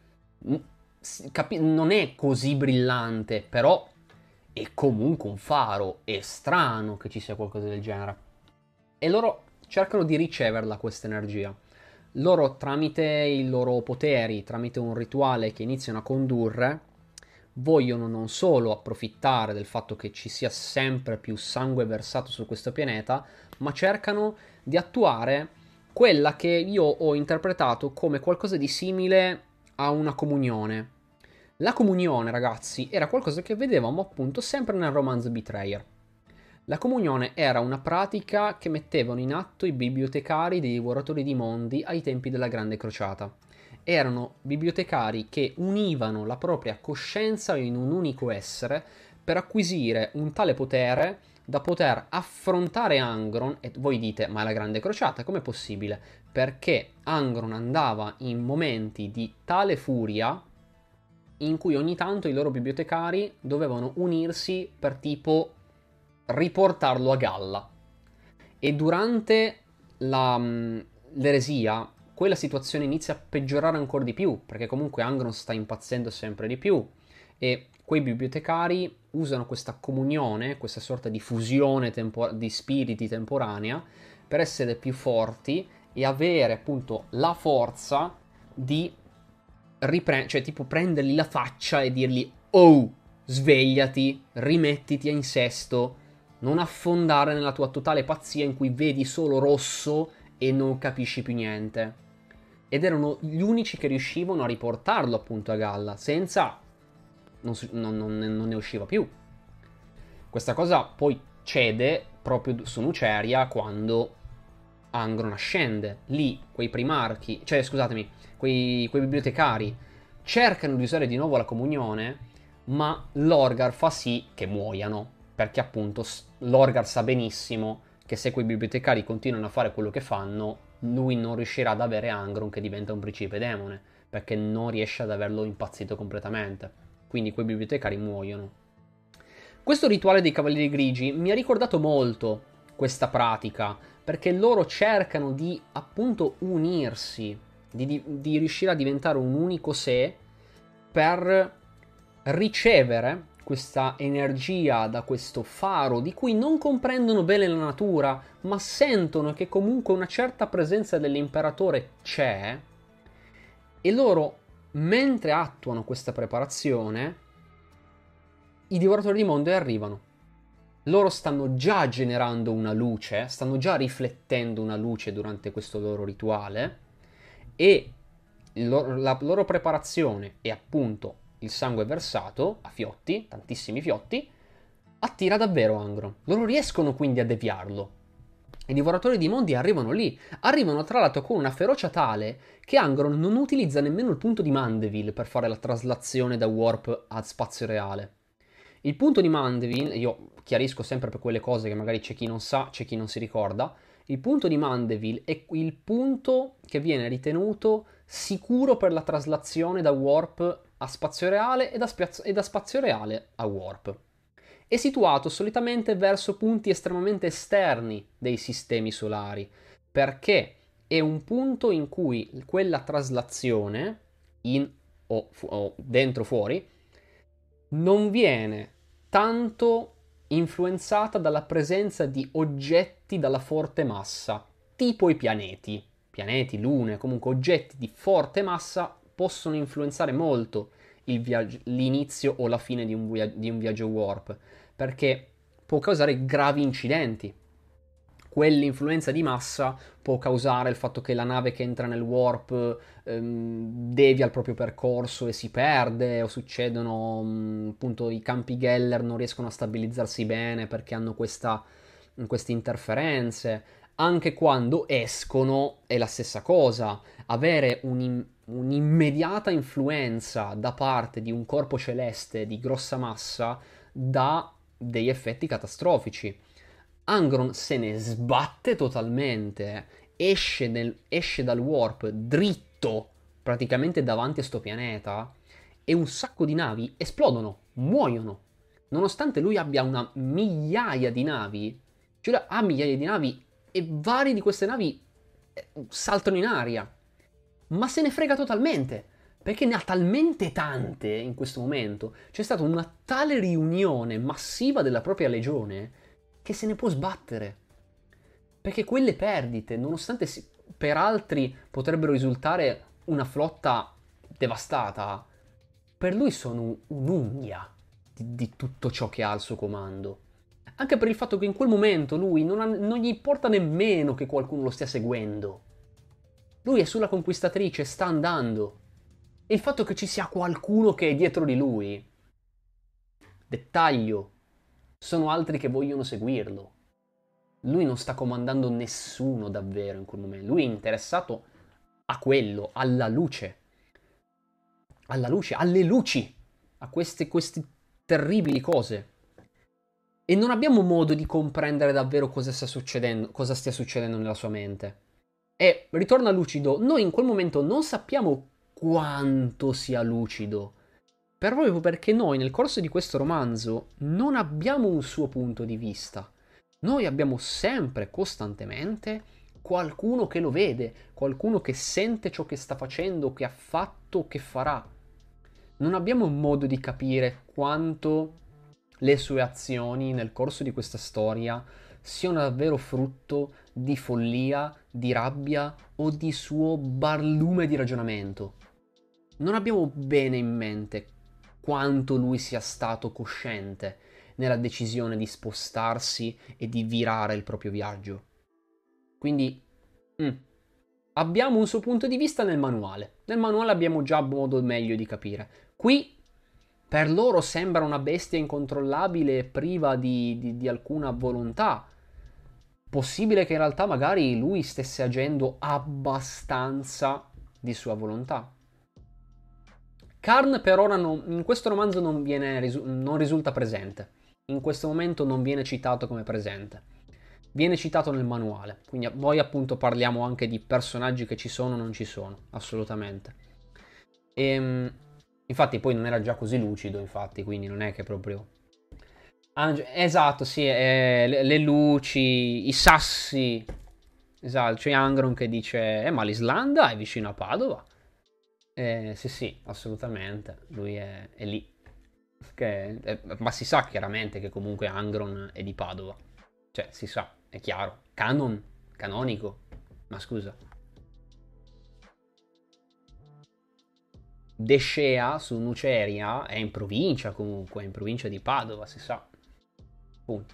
Non è così brillante, però è comunque un faro. È strano che ci sia qualcosa del genere. E loro cercano di riceverla questa energia. Loro tramite i loro poteri, tramite un rituale che iniziano a condurre, vogliono non solo approfittare del fatto che ci sia sempre più sangue versato su questo pianeta, ma cercano di attuare quella che io ho interpretato come qualcosa di simile a una comunione. La comunione, ragazzi, era qualcosa che vedevamo appunto sempre nel romanzo Betrayer. La comunione era una pratica che mettevano in atto i bibliotecari dei divoratori di mondi ai tempi della Grande Crociata. Erano bibliotecari che univano la propria coscienza in un unico essere per acquisire un tale potere da poter affrontare Angron. E voi dite, ma è la Grande Crociata, com'è possibile? Perché Angron andava in momenti di tale furia in cui ogni tanto i loro bibliotecari dovevano unirsi per tipo riportarlo a galla. E durante l'eresia quella situazione inizia a peggiorare ancora di più, perché comunque Angron sta impazzendo sempre di più e quei bibliotecari usano questa comunione, questa sorta di fusione di spiriti temporanea per essere più forti e avere appunto la forza di cioè tipo prendergli la faccia e dirgli: oh, svegliati, rimettiti in sesto, non affondare nella tua totale pazzia in cui vedi solo rosso e non capisci più niente. Ed erano gli unici che riuscivano a riportarlo appunto a galla, senza non ne usciva più. Questa cosa poi cede proprio su Nuceria quando Angron ascende. Lì quei primarchi, cioè scusatemi, quei bibliotecari cercano di usare di nuovo la comunione, ma l'Orgar fa sì che muoiano, perché appunto l'Orgar sa benissimo che se quei bibliotecari continuano a fare quello che fanno, lui non riuscirà ad avere Angron che diventa un principe demone, perché non riesce ad averlo impazzito completamente. Quindi quei bibliotecari muoiono. Questo rituale dei Cavalieri Grigi mi ha ricordato molto questa pratica, perché loro cercano di appunto unirsi, di riuscire a diventare un unico sé per ricevere questa energia da questo faro di cui non comprendono bene la natura, ma sentono che comunque una certa presenza dell'imperatore c'è, e loro, mentre attuano questa preparazione, i divoratori di mondi arrivano. Loro stanno già generando una luce, stanno già riflettendo una luce durante questo loro rituale, e la loro preparazione e appunto il sangue versato a fiotti, tantissimi fiotti, attira davvero Angron. Loro riescono quindi a deviarlo. I divoratori di mondi arrivano lì, arrivano tra l'altro con una ferocia tale che Angron non utilizza nemmeno il punto di Mandeville per fare la traslazione da warp a spazio reale. Il punto di Mandeville, io chiarisco sempre per quelle cose che magari c'è chi non sa, c'è chi non si ricorda, il punto di Mandeville è il punto che viene ritenuto sicuro per la traslazione da warp a spazio reale e da spazio reale a warp. È situato solitamente verso punti estremamente esterni dei sistemi solari, perché è un punto in cui quella traslazione, in o dentro o fuori, non viene tanto influenzata dalla presenza di oggetti dalla forte massa, tipo i pianeti, lune, comunque oggetti di forte massa possono influenzare molto l'inizio o la fine di un viaggio warp, perché può causare gravi incidenti. Quell'influenza di massa può causare il fatto che la nave che entra nel warp devia il proprio percorso e si perde, o succedono appunto i campi Geller non riescono a stabilizzarsi bene perché hanno queste interferenze. Anche quando escono è la stessa cosa. Avere un'immediata influenza da parte di un corpo celeste di grossa massa dà degli effetti catastrofici. Angron se ne sbatte totalmente, esce dal warp dritto praticamente davanti a sto pianeta e un sacco di navi esplodono, muoiono. Nonostante lui abbia una migliaia di navi, cioè ha migliaia di navi e varie di queste navi saltano in aria. Ma se ne frega totalmente, perché ne ha talmente tante in questo momento. C'è stata una tale riunione massiva della propria legione che se ne può sbattere. Perché quelle perdite, nonostante per altri potrebbero risultare una flotta devastata, per lui sono un'unghia di tutto ciò che ha al suo comando. Anche per il fatto che in quel momento lui non gli importa nemmeno che qualcuno lo stia seguendo. Lui è sulla conquistatrice, sta andando. E il fatto che ci sia qualcuno che è dietro di lui, dettaglio, sono altri che vogliono seguirlo. Lui non sta comandando nessuno davvero in quel momento. Lui è interessato a quello, alla luce, alle luci, a queste terribili cose. E non abbiamo modo di comprendere davvero cosa stia succedendo nella sua mente. E ritorna lucido, noi in quel momento non sappiamo quanto sia lucido, proprio perché noi nel corso di questo romanzo non abbiamo un suo punto di vista. Noi abbiamo sempre, costantemente, qualcuno che lo vede, qualcuno che sente ciò che sta facendo, che ha fatto, che farà. Non abbiamo modo di capire quanto le sue azioni nel corso di questa storia siano davvero frutto di follia, di rabbia o di suo barlume di ragionamento. Non abbiamo bene in mente quanto lui sia stato cosciente nella decisione di spostarsi e di virare il proprio viaggio. Quindi abbiamo un suo punto di vista nel manuale. Nel manuale abbiamo già modo meglio di capire. Qui per loro sembra una bestia incontrollabile e priva di alcuna volontà. Possibile che in realtà magari lui stesse agendo abbastanza di sua volontà. Karn per ora in questo romanzo non risulta presente. In questo momento non viene citato come presente. Viene citato nel manuale. Quindi poi appunto parliamo anche di personaggi che ci sono o non ci sono. Assolutamente. Infatti poi non era già così lucido, infatti, quindi non è che proprio... esatto, sì, le luci, i sassi. Esatto, c'è Angron che dice, ma l'Islanda è vicino a Padova? Sì, sì, assolutamente, lui è lì. Ma si sa chiaramente che comunque Angron è di Padova. Cioè, si sa, è chiaro. Canonico. Ma scusa. Descea su Nuceria è in provincia comunque, è in provincia di Padova, si sa. Punto.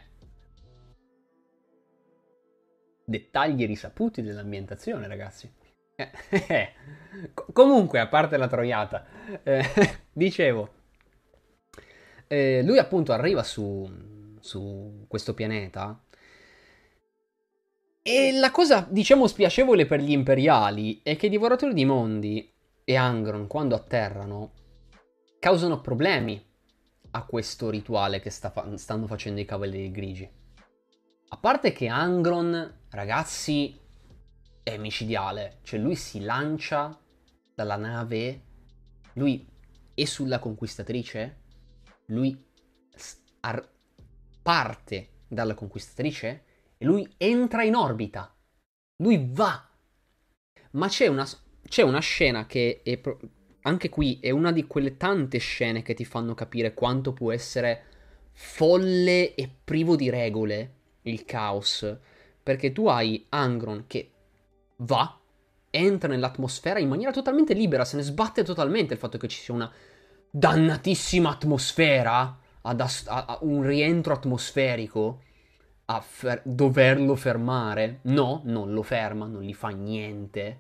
Dettagli risaputi dell'ambientazione, ragazzi. Eh. Comunque, a parte la troiata, eh, dicevo, lui appunto arriva su questo pianeta e la cosa, diciamo, spiacevole per gli imperiali è che i divoratori di mondi e Angron, quando atterrano, causano problemi a questo rituale che stanno facendo i Cavalieri Grigi. A parte che Angron, ragazzi, è micidiale. Cioè lui si lancia dalla nave, lui è sulla conquistatrice, lui parte dalla conquistatrice e lui entra in orbita. Lui va. Ma c'è una scena che anche qui è una di quelle tante scene che ti fanno capire quanto può essere folle e privo di regole il caos. Perché tu hai Angron che va, entra nell'atmosfera in maniera totalmente libera, se ne sbatte totalmente il fatto che ci sia una dannatissima atmosfera, a un rientro atmosferico, doverlo fermare. No, non lo ferma, non gli fa niente.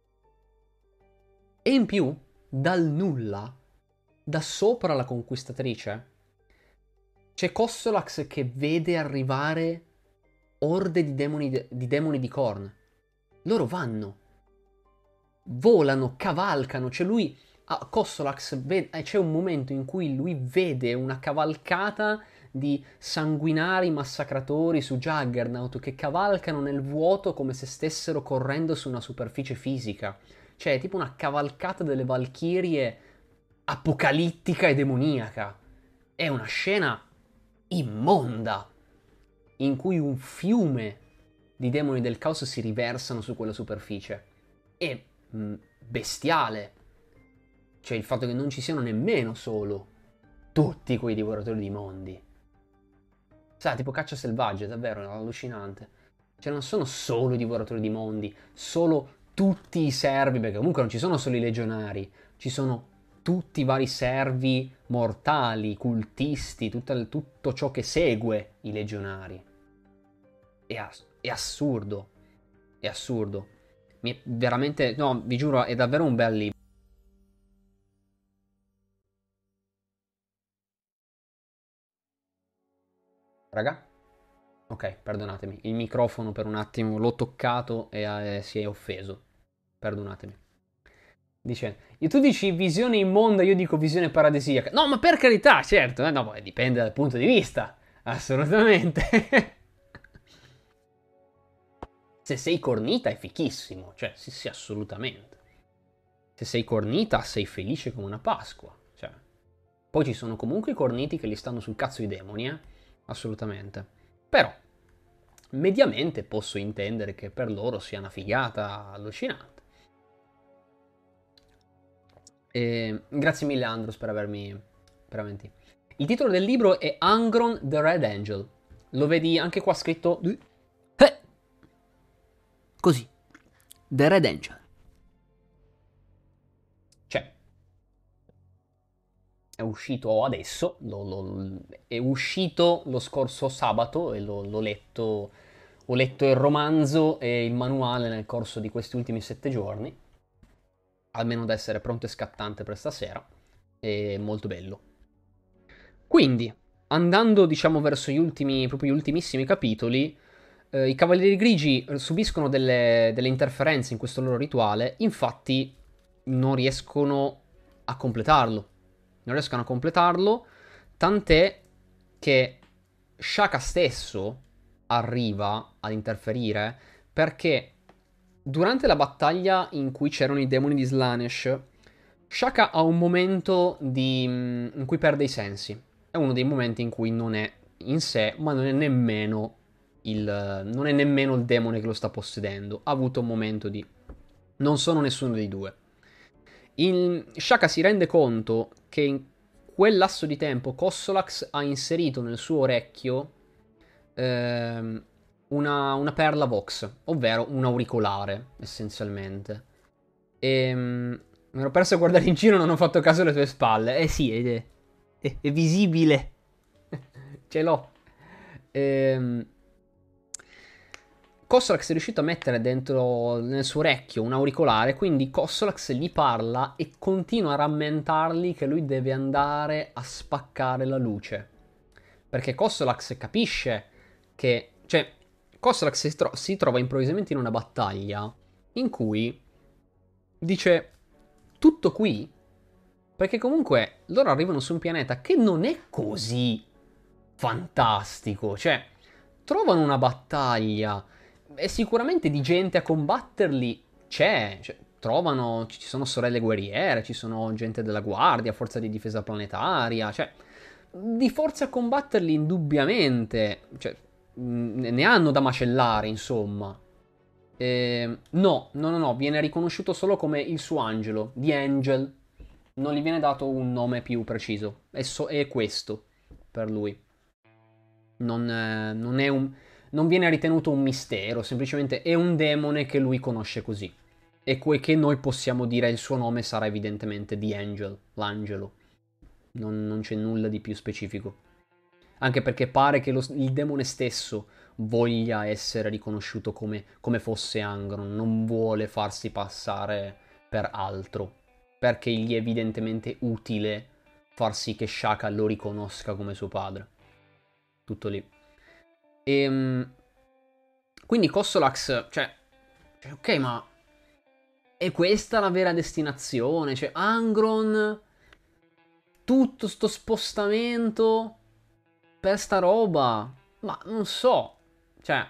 E in più, dal nulla, da sopra la conquistatrice, c'è Kossolax che vede arrivare orde di demoni di Korn. Loro vanno, volano, cavalcano. Cioè lui, Kossolax, c'è un momento in cui lui vede una cavalcata di sanguinari massacratori su Juggernaut che cavalcano nel vuoto come se stessero correndo su una superficie fisica. Cioè è tipo una cavalcata delle Valchirie apocalittica e demoniaca. È una scena immonda in cui un fiume di demoni del caos si riversano su quella superficie. È bestiale. Cioè il fatto che non ci siano nemmeno solo tutti quei divoratori di mondi. Sai, tipo caccia selvaggia, davvero, è allucinante. Cioè non sono solo i divoratori di mondi, solo tutti i servi, perché comunque non ci sono solo i legionari, ci sono tutti i vari servi mortali, cultisti, tutto ciò che segue i legionari. È assurdo, è assurdo. Veramente, no, vi giuro, è davvero un bel libro. Raga? Ok, perdonatemi. Il microfono per un attimo l'ho toccato e si è offeso. Perdonatemi. Dice, tu dici visione immonda, io dico visione paradisiaca. No, ma per carità, certo, no, poi dipende dal punto di vista. Assolutamente. Se sei cornita è fichissimo, cioè sì, sì, assolutamente. Se sei cornita sei felice come una Pasqua, cioè. Poi ci sono comunque i corniti che gli stanno sul cazzo i demoni, assolutamente. Però, mediamente posso intendere che per loro sia una figata allucinante. Grazie mille Andros per avermi... Veramente. Il titolo del libro è Angron the Red Angel. Lo vedi anche qua scritto... Così. The Red Angel. Cioè, è uscito adesso, è uscito lo scorso sabato e l'ho letto, ho letto il romanzo e il manuale nel corso di questi ultimi 7 giorni, almeno da essere pronto e scattante per stasera, è molto bello. Quindi, andando diciamo verso proprio gli ultimissimi capitoli, i Cavalieri Grigi subiscono delle interferenze in questo loro rituale, infatti non riescono a completarlo. Non riescono a completarlo, tant'è che Shaka stesso arriva ad interferire perché durante la battaglia in cui c'erano i demoni di Slanesh, Shaka ha un momento in cui perde i sensi. È uno dei momenti in cui non è in sé, ma non è nemmeno il demone che lo sta possedendo. Ha avuto un momento di... Non sono nessuno dei due. Shaka si rende conto che in quel lasso di tempo Kossolax ha inserito nel suo orecchio una perla Vox, ovvero un auricolare, essenzialmente. Mi ero perso a guardare in giro, non ho fatto caso alle tue spalle. Eh sì, è visibile. Ce l'ho. Ehm... Kossolax è riuscito a mettere dentro nel suo orecchio un auricolare, quindi Kossolax gli parla e continua a rammentargli che lui deve andare a spaccare la luce. Perché Kossolax capisce che... Cioè, Kossolax si trova improvvisamente in una battaglia in cui dice tutto qui? Perché comunque loro arrivano su un pianeta che non è così fantastico. Cioè, trovano una battaglia e sicuramente di gente a combatterli c'è. Cioè, trovano, ci sono sorelle guerriere, ci sono gente della guardia, forza di difesa planetaria. Cioè, di forze a combatterli indubbiamente. Cioè, ne hanno da macellare, insomma. No, viene riconosciuto solo come il suo angelo, The Angel. Non gli viene dato un nome più preciso. È questo per lui. Non è non viene ritenuto un mistero, semplicemente è un demone che lui conosce così. E quel che noi possiamo dire il suo nome sarà evidentemente The Angel, l'angelo. Non c'è nulla di più specifico. Anche perché pare che il demone stesso voglia essere riconosciuto come fosse Angron, non vuole farsi passare per altro, perché gli è evidentemente utile far sì che Shaka lo riconosca come suo padre. Tutto lì. Quindi Kossolax, cioè, ok, ma è questa la vera destinazione? Cioè, Angron, tutto sto spostamento per sta roba? Ma non so. Cioè,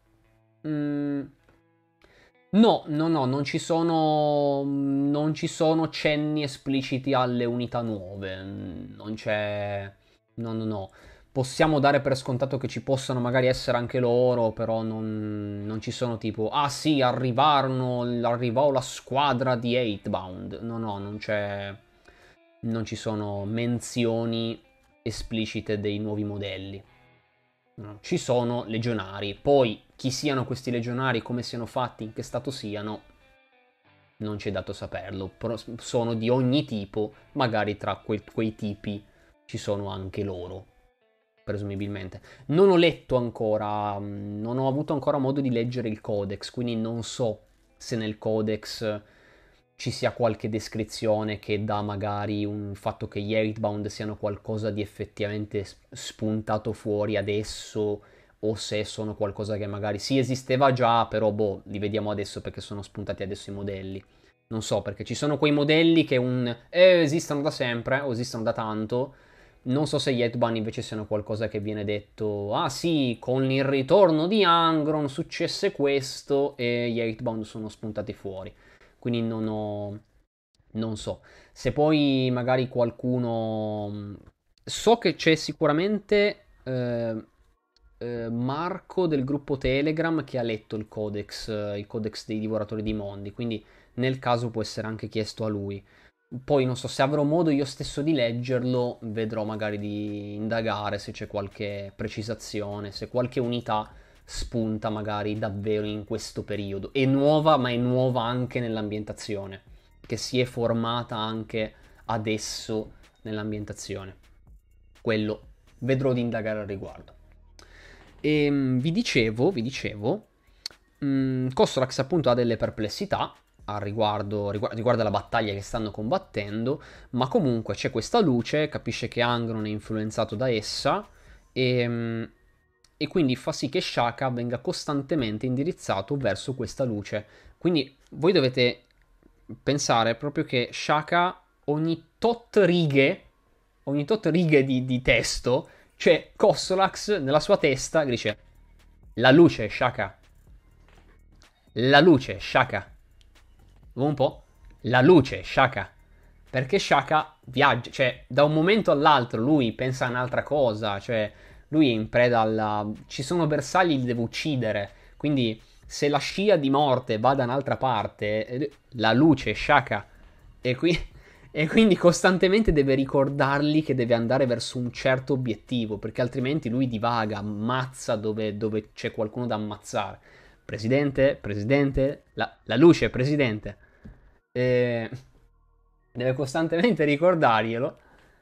no, non ci sono cenni espliciti alle unità nuove. Non c'è... No. Possiamo dare per scontato che ci possano magari essere anche loro, però non ci sono tipo... Ah sì, arrivò la squadra di Eightbound. No, non c'è... Non ci sono menzioni esplicite dei nuovi modelli. No, ci sono legionari. Poi chi siano questi legionari, come siano fatti, in che stato siano, non c'è dato saperlo. Però sono di ogni tipo, magari tra quei tipi ci sono anche loro, presumibilmente. Non ho letto ancora, non ho avuto ancora modo di leggere il codex, quindi non so se nel codex ci sia qualche descrizione che dà magari un fatto che gli Earthbound siano qualcosa di effettivamente spuntato fuori adesso, o se sono qualcosa che magari sì esisteva già, però boh, li vediamo adesso perché sono spuntati adesso i modelli. Non so, perché ci sono quei modelli che esistono da sempre, o esistono da tanto. Non so se gli Headband invece siano qualcosa che viene detto, ah sì, con il ritorno di Angron successe questo e gli Headbound sono spuntati fuori. Quindi non so. Se poi magari qualcuno... So che c'è sicuramente Marco del gruppo Telegram che ha letto il codex dei Divoratori di Mondi, quindi nel caso può essere anche chiesto a lui. Poi non so se avrò modo io stesso di leggerlo, vedrò magari di indagare se c'è qualche precisazione, se qualche unità spunta magari davvero in questo periodo. È nuova, ma è nuova anche nell'ambientazione, che si è formata anche adesso nell'ambientazione. Quello vedrò di indagare al riguardo. E vi dicevo, Kostorax appunto ha delle perplessità al riguardo alla battaglia che stanno combattendo, ma comunque c'è questa luce, capisce che Angron è influenzato da essa e quindi fa sì che Shaka venga costantemente indirizzato verso questa luce. Quindi voi dovete pensare proprio che Shaka ogni tot righe di testo, c'è Kossolax nella sua testa che dice la luce Shaka, la luce Shaka. Un po'. La luce, Shaka. Perché Shaka viaggia, cioè da un momento all'altro lui pensa a un'altra cosa, cioè lui è in preda alla... Ci sono bersagli, li deve uccidere, quindi se la scia di morte va da un'altra parte, la luce Shaka, e, qui... e quindi costantemente deve ricordargli che deve andare verso un certo obiettivo, perché altrimenti lui divaga, ammazza dove c'è qualcuno da ammazzare. Presidente, presidente, la luce, presidente. E deve costantemente ricordarglielo.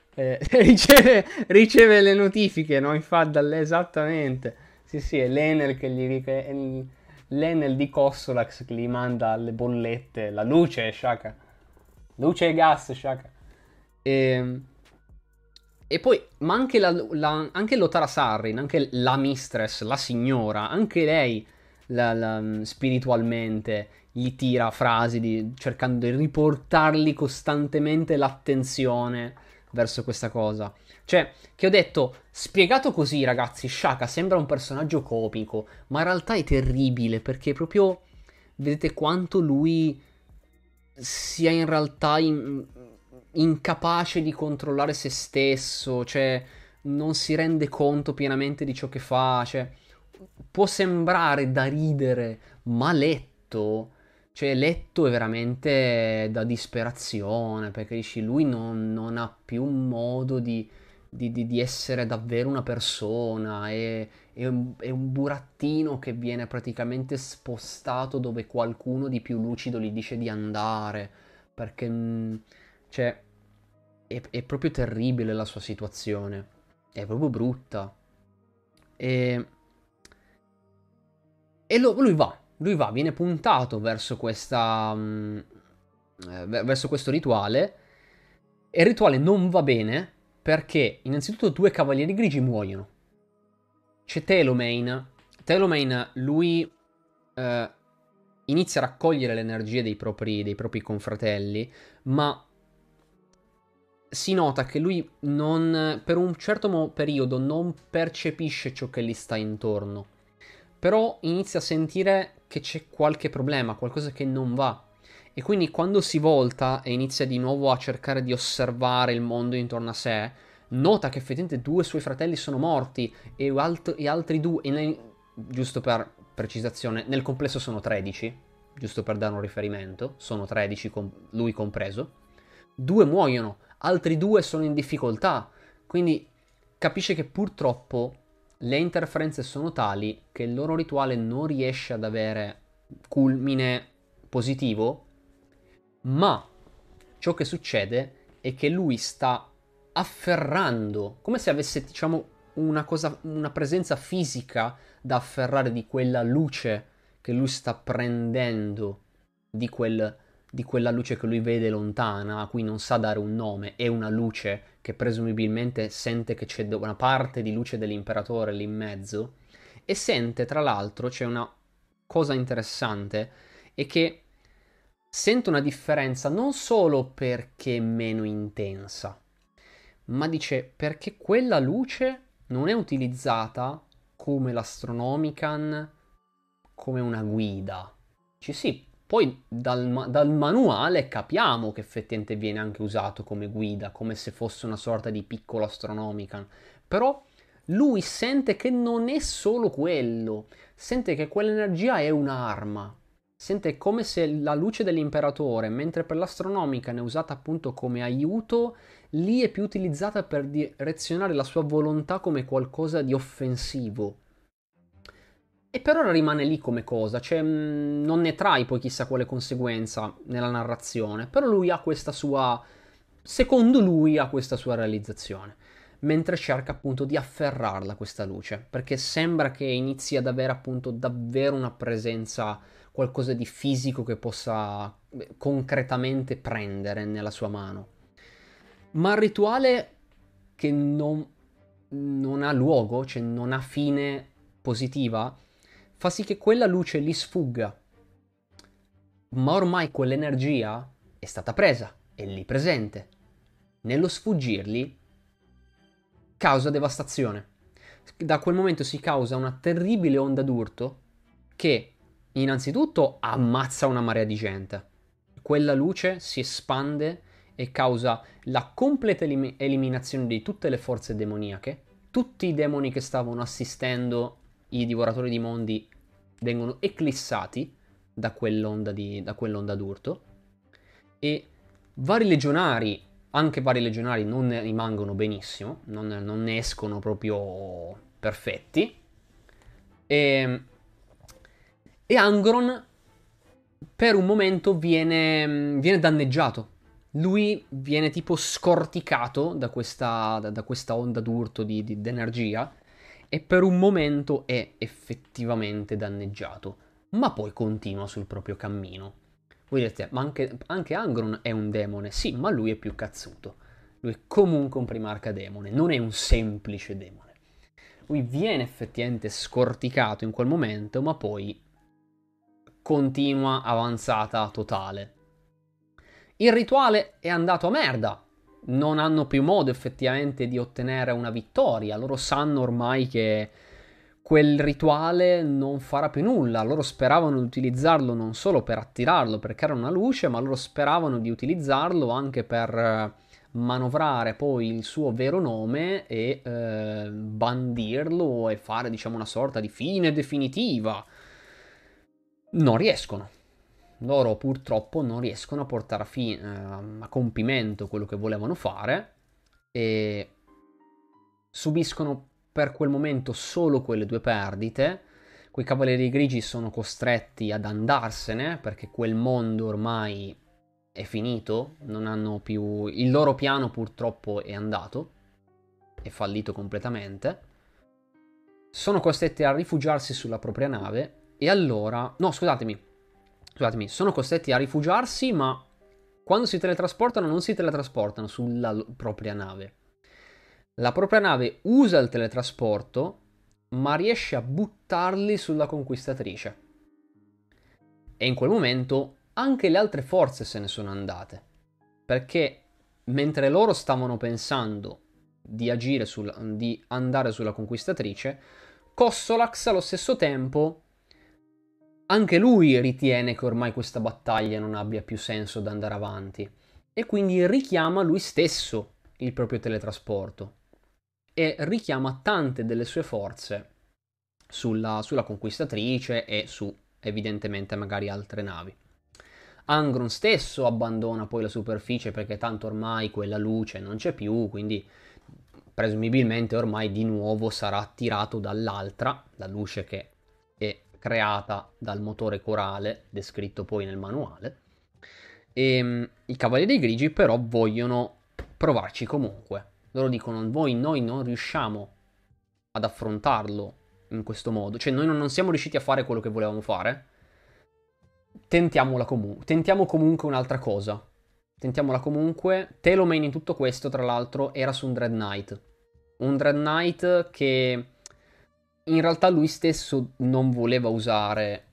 Riceve le notifiche, no? Infatti, esattamente. Sì, sì, è l'Enel che l'Enel di Cossolax che gli manda le bollette. La luce, Shaka. Luce e gas, Shaka. E, e poi, ma anche, anche Lotara Sarrin, anche la mistress, la signora, anche lei spiritualmente gli tira frasi cercando di riportargli costantemente l'attenzione verso questa cosa. Cioè, che ho detto, spiegato così, ragazzi, Shaka sembra un personaggio comico, ma in realtà è terribile perché proprio vedete quanto lui sia in realtà incapace di controllare se stesso, cioè non si rende conto pienamente di ciò che fa, cioè può sembrare da ridere, ma letto, cioè letto è veramente da disperazione, perché dici lui non ha più un modo di essere davvero una persona, è un burattino che viene praticamente spostato dove qualcuno di più lucido gli dice di andare, perché cioè, è proprio terribile la sua situazione, è proprio brutta. E, lui va, viene puntato verso questa, verso questo rituale, e il rituale non va bene perché innanzitutto due cavalieri grigi muoiono. C'è Telomane. Telomane, lui eh, inizia a raccogliere le energie dei propri confratelli, ma si nota che lui non, per un certo periodo non percepisce ciò che gli sta intorno. Però inizia a sentire che c'è qualche problema, qualcosa che non va. E quindi quando si volta e inizia di nuovo a cercare di osservare il mondo intorno a sé, nota che effettivamente due suoi fratelli sono morti e altri due, giusto per precisazione, nel complesso sono 13, giusto per dare un riferimento, sono 13 lui compreso. Due muoiono, altri due sono in difficoltà, quindi capisce che purtroppo le interferenze sono tali che il loro rituale non riesce ad avere culmine positivo, ma ciò che succede è che lui sta afferrando, come se avesse, diciamo, una presenza fisica da afferrare di quella luce che lui sta prendendo, di, di quella luce che lui vede lontana, a cui non sa dare un nome, è una luce che presumibilmente sente che c'è una parte di luce dell'imperatore lì in mezzo, e sente, tra l'altro, c'è una cosa interessante, è che sento una differenza non solo perché è meno intensa, ma dice perché quella luce non è utilizzata come l'Astronomican, come una guida. Ci sì, poi dal manuale capiamo che effettivamente viene anche usato come guida, come se fosse una sorta di piccolo Astronomican, però lui sente che non è solo quello, sente che quell'energia è un'arma. Sente come se la luce dell'imperatore, mentre per l'astronomica è usata appunto come aiuto, lì è più utilizzata per direzionare la sua volontà come qualcosa di offensivo. E per ora rimane lì come cosa, cioè non ne trai poi chissà quale conseguenza nella narrazione, però lui ha questa sua, secondo lui ha questa sua realizzazione, mentre cerca appunto di afferrarla questa luce, perché sembra che inizi ad avere appunto davvero una presenza, qualcosa di fisico che possa concretamente prendere nella sua mano. Ma il rituale che non ha luogo, cioè non ha fine positiva, fa sì che quella luce gli sfugga. Ma ormai quell'energia è stata presa, è lì presente. Nello sfuggirgli causa devastazione. Da quel momento si causa una terribile onda d'urto che innanzitutto ammazza una marea di gente. Quella luce si espande e causa la completa eliminazione di tutte le forze demoniache. Tutti i demoni che stavano assistendo i divoratori di mondi vengono eclissati da quell'onda d'urto, e vari legionari, anche vari legionari, non ne rimangono benissimo, non ne escono proprio perfetti, e, e Angron per un momento viene danneggiato. Lui viene tipo scorticato da questa onda d'urto di energia, e per un momento è effettivamente danneggiato, ma poi continua sul proprio cammino. Voi direte, ma anche Angron è un demone. Sì, ma lui è più cazzuto. Lui è comunque un primarca demone, non è un semplice demone. Lui viene effettivamente scorticato in quel momento, ma poi continua avanzata totale. Il rituale è andato a merda. Non hanno più modo effettivamente di ottenere una vittoria. Loro sanno ormai che quel rituale non farà più nulla. Loro speravano di utilizzarlo non solo per attirarlo, perché era una luce, ma loro speravano di utilizzarlo anche per manovrare poi il suo vero nome e bandirlo e fare, diciamo, una sorta di fine definitiva. Non riescono. Loro purtroppo non riescono a portare a compimento quello che volevano fare, e subiscono per quel momento solo quelle due perdite. Quei cavalieri grigi sono costretti ad andarsene perché quel mondo ormai è finito, non hanno più... Il loro piano purtroppo è andato, è fallito completamente. Sono costretti a rifugiarsi sulla propria nave, e allora... No, scusatemi, sono costretti a rifugiarsi, ma quando si teletrasportano non si teletrasportano sulla propria nave. La propria nave usa il teletrasporto, ma riesce a buttarli sulla conquistatrice. E in quel momento anche le altre forze se ne sono andate. Perché mentre loro stavano pensando di di andare sulla conquistatrice, Cossolax allo stesso tempo anche lui ritiene che ormai questa battaglia non abbia più senso da andare avanti, e quindi richiama lui stesso il proprio teletrasporto e richiama tante delle sue forze sulla conquistatrice e su evidentemente magari altre navi. Angron stesso abbandona poi la superficie perché tanto ormai quella luce non c'è più, quindi presumibilmente ormai di nuovo sarà attirato dall'altra, la luce che è creata dal motore corale, descritto poi nel manuale. E i Cavalieri Grigi però vogliono provarci comunque. Loro dicono, noi non riusciamo ad affrontarlo in questo modo, cioè noi non siamo riusciti a fare quello che volevamo fare, tentiamo comunque un'altra cosa. Tentiamola comunque. Telomane in tutto questo, tra l'altro, era su un Dread Knight. Un Dread Knight che in realtà lui stesso non voleva usare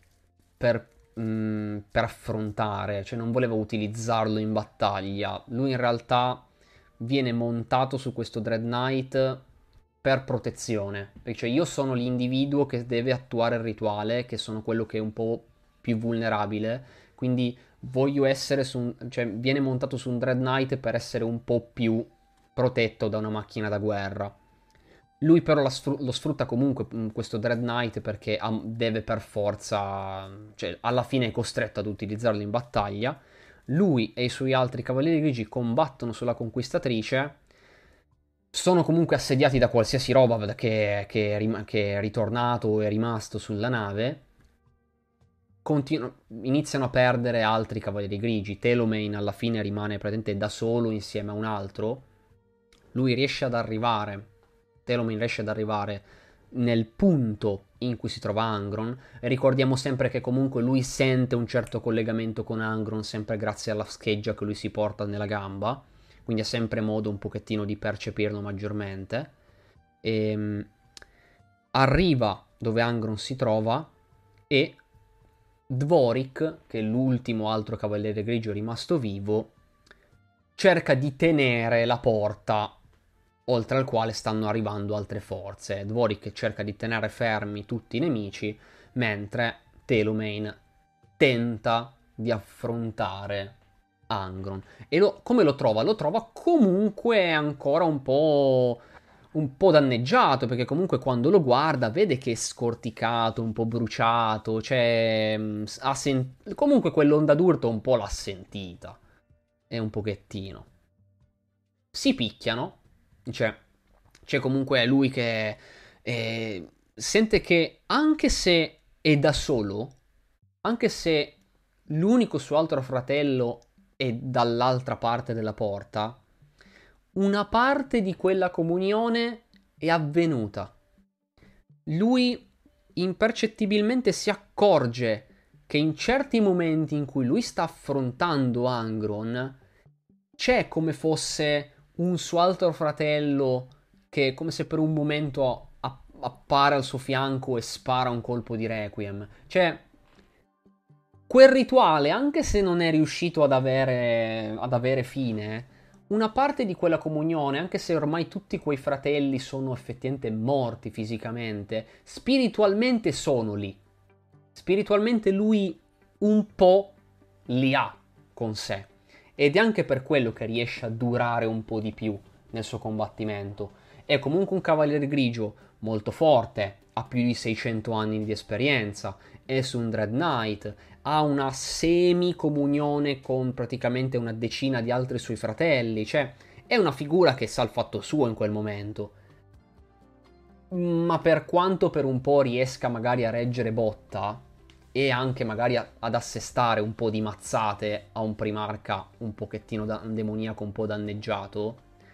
per affrontare, cioè non voleva utilizzarlo in battaglia. Lui in realtà viene montato su questo Dread Knight per protezione. Perché cioè io sono l'individuo che deve attuare il rituale, che sono quello che è un po' più vulnerabile, quindi voglio essere cioè viene montato su un Dread Knight per essere un po' più protetto da una macchina da guerra. Lui però lo sfrutta comunque questo Dread Knight perché deve per forza, cioè alla fine è costretto ad utilizzarlo in battaglia. Lui e i suoi altri cavalieri grigi combattono sulla conquistatrice, sono comunque assediati da qualsiasi roba che è ritornato o è rimasto sulla nave. Iniziano a perdere altri cavalieri grigi. Telomane alla fine rimane praticamente da solo insieme a un altro. Lui riesce ad arrivare. Telomane riesce ad arrivare nel punto in cui si trova Angron. E ricordiamo sempre che comunque lui sente un certo collegamento con Angron, sempre grazie alla scheggia che lui si porta nella gamba. Quindi ha sempre modo un pochettino di percepirlo maggiormente. E arriva dove Angron si trova, e Dvorik, che è l'ultimo altro cavaliere grigio rimasto vivo, cerca di tenere la porta oltre al quale stanno arrivando altre forze. Dvorik cerca di tenere fermi tutti i nemici, mentre Telomane tenta di affrontare Angron. E come lo trova? Lo trova comunque ancora un po' danneggiato, perché comunque quando lo guarda vede che è scorticato, un po' bruciato, cioè comunque quell'onda d'urto un po' l'ha sentita, e un pochettino. Si picchiano, cioè c'è comunque lui che sente che anche se è da solo, anche se l'unico suo altro fratello è dall'altra parte della porta, una parte di quella comunione è avvenuta. Lui impercettibilmente si accorge che in certi momenti in cui lui sta affrontando Angron, c'è come fosse un suo altro fratello che, come se per un momento appare al suo fianco e spara un colpo di Requiem. Cioè, quel rituale, anche se non è riuscito ad avere fine, una parte di quella comunione, anche se ormai tutti quei fratelli sono effettivamente morti fisicamente, spiritualmente sono lì. Spiritualmente lui un po' li ha con sé. Ed è anche per quello che riesce a durare un po' di più nel suo combattimento. È comunque un cavaliere grigio molto forte, ha più di 600 anni di esperienza, è su un Dread Knight, ha una semi-comunione con praticamente una decina di altri suoi fratelli, cioè è una figura che sa il fatto suo in quel momento. Ma per quanto per un po' riesca magari a reggere botta e anche magari ad assestare un po' di mazzate a un primarca un pochettino un demoniaco un po' danneggiato,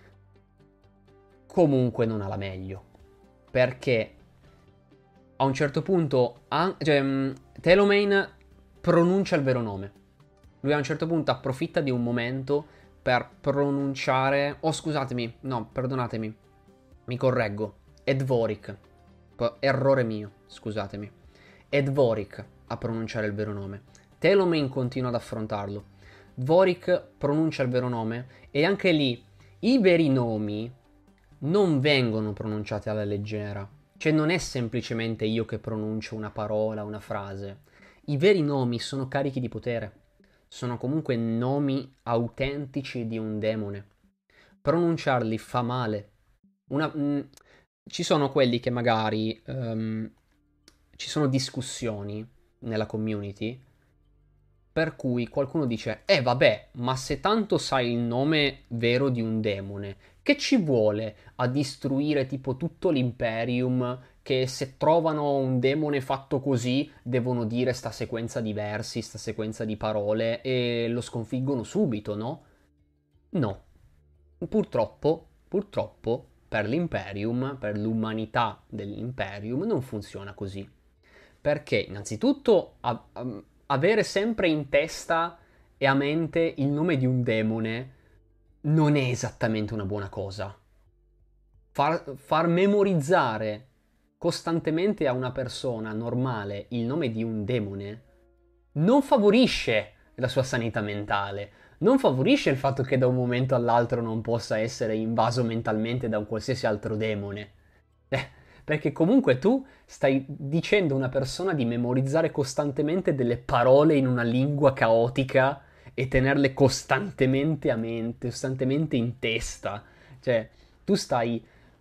comunque non ha la meglio. Perché a un certo punto Telomane pronuncia il vero nome. Lui a un certo punto approfitta di un momento per pronunciare... Oh, scusatemi, no, perdonatemi, mi correggo. Edvoric. Errore mio, scusatemi. Edvoric a pronunciare il vero nome. Telomane continua ad affrontarlo. Dvorik pronuncia il vero nome e anche lì i veri nomi non vengono pronunciati alla leggera. Cioè non è semplicemente io che pronuncio una parola, una frase. I veri nomi sono carichi di potere. Sono comunque nomi autentici di un demone. Pronunciarli fa male. Ci sono quelli che magari ci sono discussioni nella community per cui qualcuno dice vabbè, ma se tanto sai il nome vero di un demone, che ci vuole a distruire tipo tutto l'Imperium, che se trovano un demone fatto così devono dire sta sequenza di versi, sta sequenza di parole e lo sconfiggono subito, no? No. Purtroppo, per l'Imperium, per l'umanità dell'Imperium, non funziona così. Perché innanzitutto avere sempre in testa e a mente il nome di un demone non è esattamente una buona cosa. Far memorizzare costantemente a una persona normale il nome di un demone non favorisce la sua sanità mentale, non favorisce il fatto che da un momento all'altro non possa essere invaso mentalmente da un qualsiasi altro demone. Perché comunque tu stai dicendo a una persona di memorizzare costantemente delle parole in una lingua caotica e tenerle costantemente a mente, costantemente in testa. Cioè, tu stai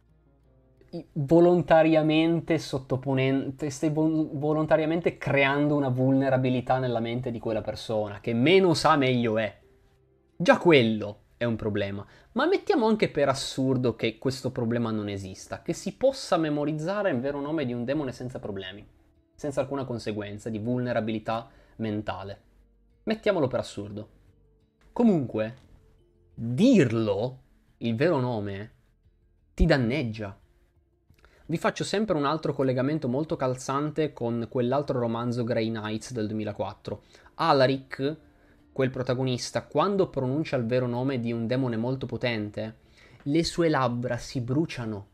volontariamente sottoponendo, stai volontariamente creando una vulnerabilità nella mente di quella persona, che meno sa meglio è. Già quello è un problema. Ma mettiamo anche per assurdo che questo problema non esista, che si possa memorizzare il vero nome di un demone senza problemi, senza alcuna conseguenza di vulnerabilità mentale. Mettiamolo per assurdo. Comunque, dirlo, il vero nome, ti danneggia. Vi faccio sempre un altro collegamento molto calzante con quell'altro romanzo Grey Knights del 2004. Alaric, quel protagonista, quando pronuncia il vero nome di un demone molto potente, le sue labbra si bruciano.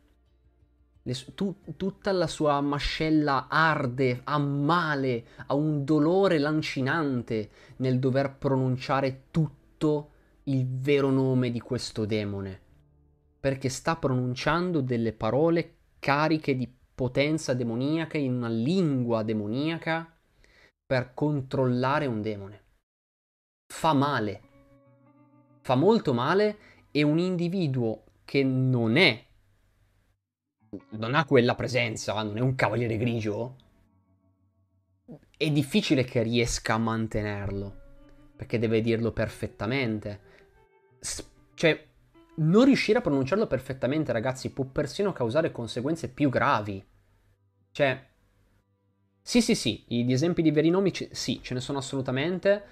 Tutta la sua mascella arde, ha male, ha un dolore lancinante nel dover pronunciare tutto il vero nome di questo demone. Perché sta pronunciando delle parole cariche di potenza demoniaca in una lingua demoniaca per controllare un demone. Fa male. fa molto male e un individuo che non ha quella presenza, non è un cavaliere grigio, è difficile che riesca a mantenerlo, perché deve dirlo perfettamente. Cioè, non riuscire a pronunciarlo perfettamente, ragazzi, può persino causare conseguenze più gravi. Cioè, sì, sì, sì, gli esempi di veri nomi, sì, ce ne sono assolutamente.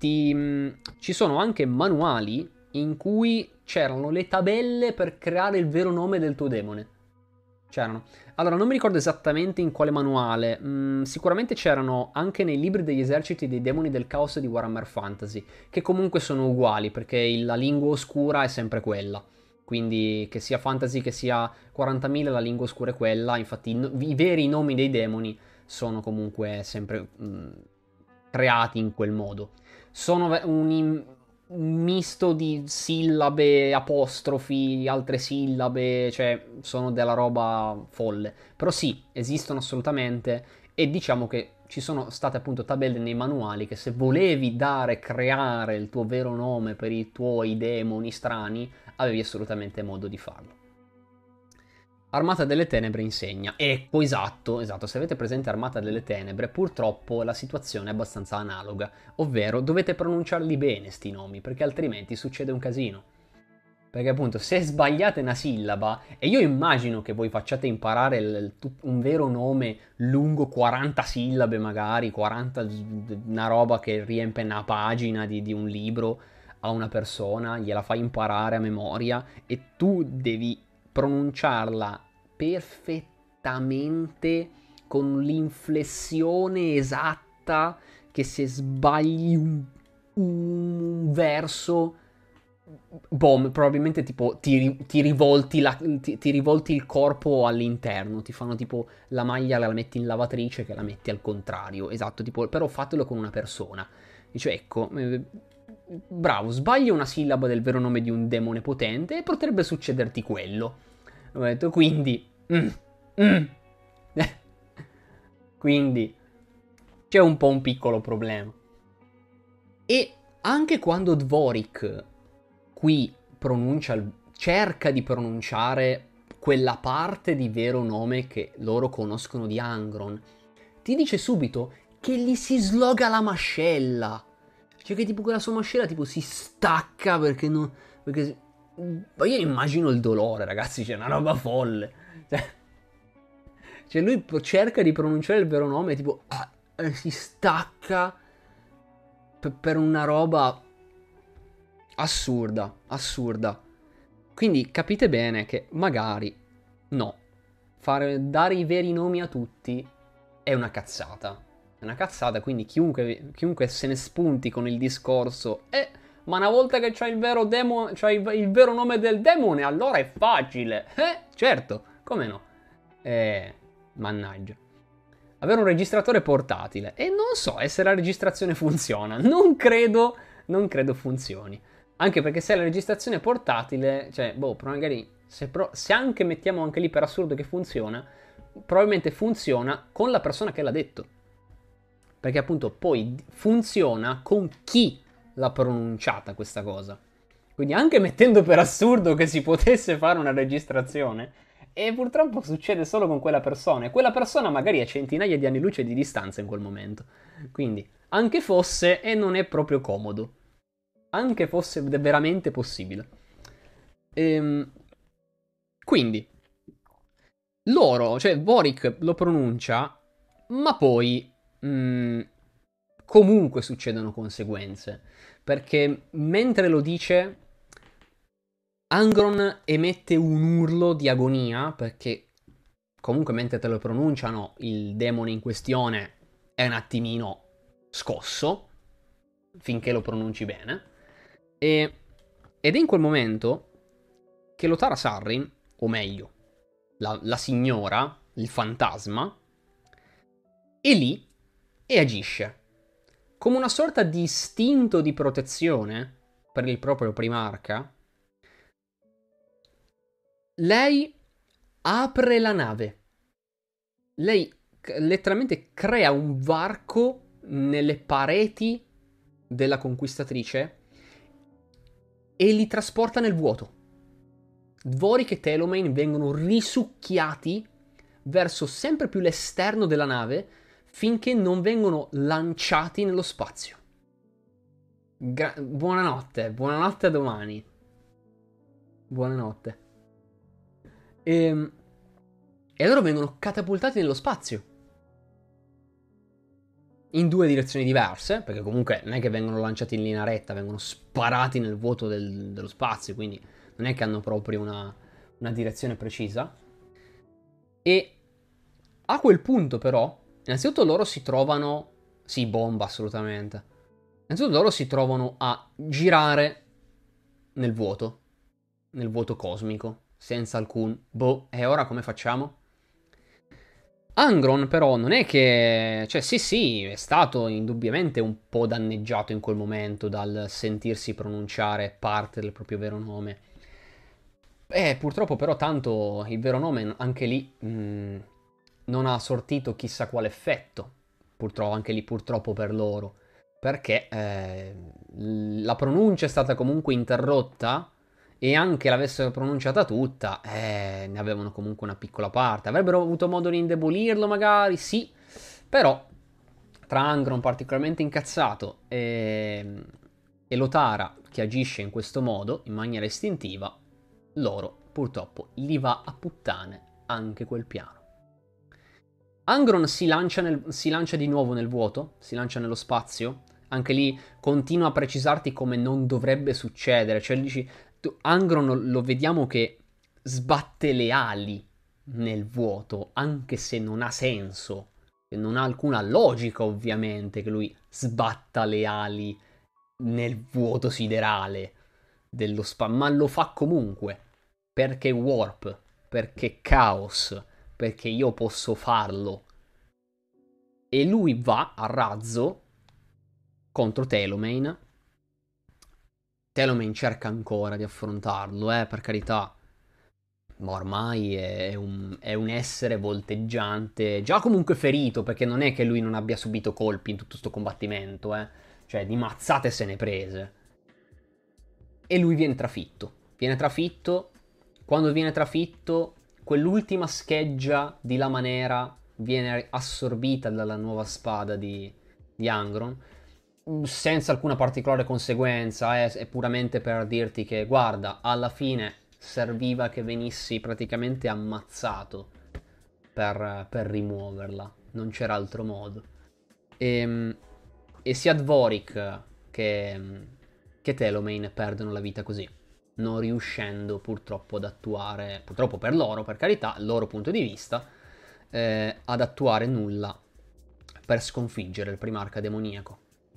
Ci sono anche manuali in cui c'erano le tabelle per creare il vero nome del tuo demone. C'erano. Allora, non mi ricordo esattamente in quale manuale. Sicuramente c'erano anche nei libri degli eserciti dei demoni del caos di Warhammer Fantasy, che comunque sono uguali, perché la lingua oscura è sempre quella. Quindi, che sia fantasy, che sia 40.000, la lingua oscura è quella. Infatti, i veri nomi dei demoni sono comunque sempre creati in quel modo. Sono un misto di sillabe, apostrofi, altre sillabe, cioè sono della roba folle. Però sì, esistono assolutamente e diciamo che ci sono state appunto tabelle nei manuali che se volevi creare il tuo vero nome per i tuoi demoni strani, avevi assolutamente modo di farlo. Armata delle Tenebre insegna. Ecco, esatto, esatto. Se avete presente Armata delle Tenebre, purtroppo la situazione è abbastanza analoga. Ovvero, dovete pronunciarli bene sti nomi, perché altrimenti succede un casino. Perché appunto, se sbagliate una sillaba, e io immagino che voi facciate imparare un vero nome lungo 40 sillabe magari, 40, una roba che riempie una pagina di un libro a una persona, gliela fai imparare a memoria, e tu devi pronunciarla perfettamente con l'inflessione esatta che se sbagli un verso boh, probabilmente tipo ti rivolti, ti rivolti il corpo all'interno, ti fanno tipo la maglia la metti in lavatrice che la metti al contrario, esatto, tipo, però fatelo con una persona. Dice, ecco, bravo, sbaglia una sillaba del vero nome di un demone potente e potrebbe succederti quello. Ho detto, quindi... mm. Quindi c'è un po' un piccolo problema. E anche quando Dvorik qui cerca di pronunciare quella parte di vero nome che loro conoscono di Angron, ti dice subito che gli si sloga la mascella. Cioè che tipo quella sua mascella tipo si stacca perché non... Perché... Ma io immagino il dolore, ragazzi, c'è una roba folle. Cioè lui cerca di pronunciare il vero nome tipo... si stacca per una roba assurda, assurda. Quindi capite bene che magari no, dare i veri nomi a tutti è una cazzata. È una cazzata, quindi chiunque se ne spunti con il discorso ma una volta che c'hai il vero il vero nome del demone, allora è facile. Certo, come no? Mannaggia. Avere un registratore portatile. E non so se la registrazione funziona. Non credo funzioni. Anche perché se la registrazione portatile, cioè, boh, magari se anche mettiamo anche lì per assurdo che funziona, probabilmente funziona con la persona che l'ha detto. Perché appunto poi funziona con chi l'ha pronunciata questa cosa. Quindi anche mettendo per assurdo che si potesse fare una registrazione, e purtroppo succede solo con quella persona, e quella persona magari a centinaia di anni luce di distanza in quel momento. Quindi, anche fosse, e non è proprio comodo. Anche fosse veramente possibile. Ehm, quindi, cioè Boric lo pronuncia, ma poi comunque succedono conseguenze. Perché mentre lo dice, Angron emette un urlo di agonia, perché comunque mentre te lo pronunciano, il demone in questione è un attimino scosso, finché lo pronunci bene. Ed è in quel momento che Lotara Sarrin, o meglio, la signora, il fantasma, è lì e agisce. Come una sorta di istinto di protezione per il proprio primarca, lei apre la nave. Lei letteralmente crea un varco nelle pareti della conquistatrice e li trasporta nel vuoto. Dvorik e Telomain vengono risucchiati verso sempre più l'esterno della nave finché non vengono lanciati nello spazio. Buonanotte, buonanotte a domani. Buonanotte. E loro vengono catapultati nello spazio. In due direzioni diverse, perché comunque non è che vengono lanciati in linea retta, vengono sparati nel vuoto dello spazio, quindi non è che hanno proprio una direzione precisa. E a quel punto però, innanzitutto loro si trovano... Sì, bomba assolutamente. Innanzitutto loro si trovano a girare nel vuoto cosmico, senza alcun... Boh, e ora come facciamo? Angron però non è che... Cioè sì, è stato indubbiamente un po' danneggiato in quel momento dal sentirsi pronunciare parte del proprio vero nome. Purtroppo però tanto il vero nome anche lì non ha sortito chissà quale effetto. Purtroppo, anche lì purtroppo per loro. Perché la pronuncia è stata comunque interrotta e anche l'avessero pronunciata tutta, ne avevano comunque una piccola parte. Avrebbero avuto modo di indebolirlo magari, sì, però tra Angron particolarmente incazzato e Lotara che agisce in questo modo, in maniera istintiva, loro purtroppo gli va a puttane anche quel piano. Angron si lancia di nuovo nel vuoto, si lancia nello spazio, anche lì continua a precisarti come non dovrebbe succedere, cioè dici, Angron lo vediamo che sbatte le ali nel vuoto, anche se non ha senso, non ha alcuna logica ovviamente che lui sbatta le ali nel vuoto siderale dello spazio, ma lo fa comunque, perché warp, perché caos, perché io posso farlo. E lui va a razzo contro Telomain. Telomain cerca ancora di affrontarlo, per carità. Ma ormai è un essere volteggiante, già comunque ferito, perché non è che lui non abbia subito colpi in tutto sto combattimento, eh. Cioè, di mazzate se ne prese. E lui viene trafitto. Viene trafitto. Quando viene trafitto, quell'ultima scheggia di Lama Nera viene assorbita dalla nuova spada di Angron, senza alcuna particolare conseguenza, è puramente per dirti che, guarda, alla fine serviva che venissi praticamente ammazzato per rimuoverla, non c'era altro modo. E, e sia Dvorik che Telomain perdono la vita così, non riuscendo purtroppo ad attuare, purtroppo per loro, per carità, il loro punto di vista, ad attuare nulla per sconfiggere il primarca demoniaco.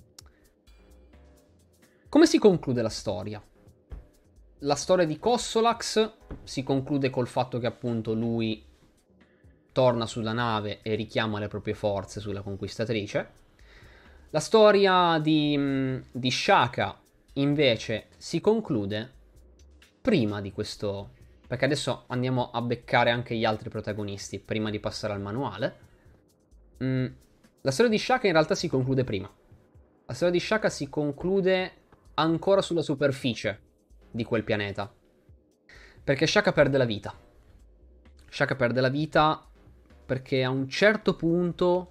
Come si conclude la storia? La storia di Kossolax si conclude col fatto che appunto lui torna sulla nave e richiama le proprie forze sulla conquistatrice. La storia di Shaka invece si conclude prima di questo, perché adesso andiamo a beccare anche gli altri protagonisti prima di passare al manuale. La storia di Shaka in realtà si conclude prima. La storia di Shaka si conclude ancora sulla superficie di quel pianeta, perché Shaka perde la vita. Shaka perde la vita perché a un certo punto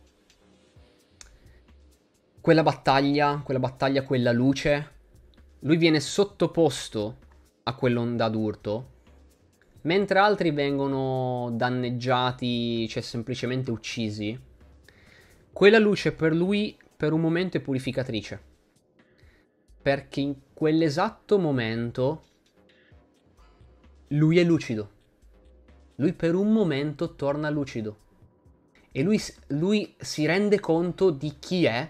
quella battaglia, quella luce, lui viene sottoposto a quell'onda d'urto, mentre altri vengono danneggiati, cioè semplicemente uccisi. Quella luce per lui per un momento è purificatrice, perché in quell'esatto momento lui è lucido. Lui per un momento torna lucido. E lui si rende conto di chi è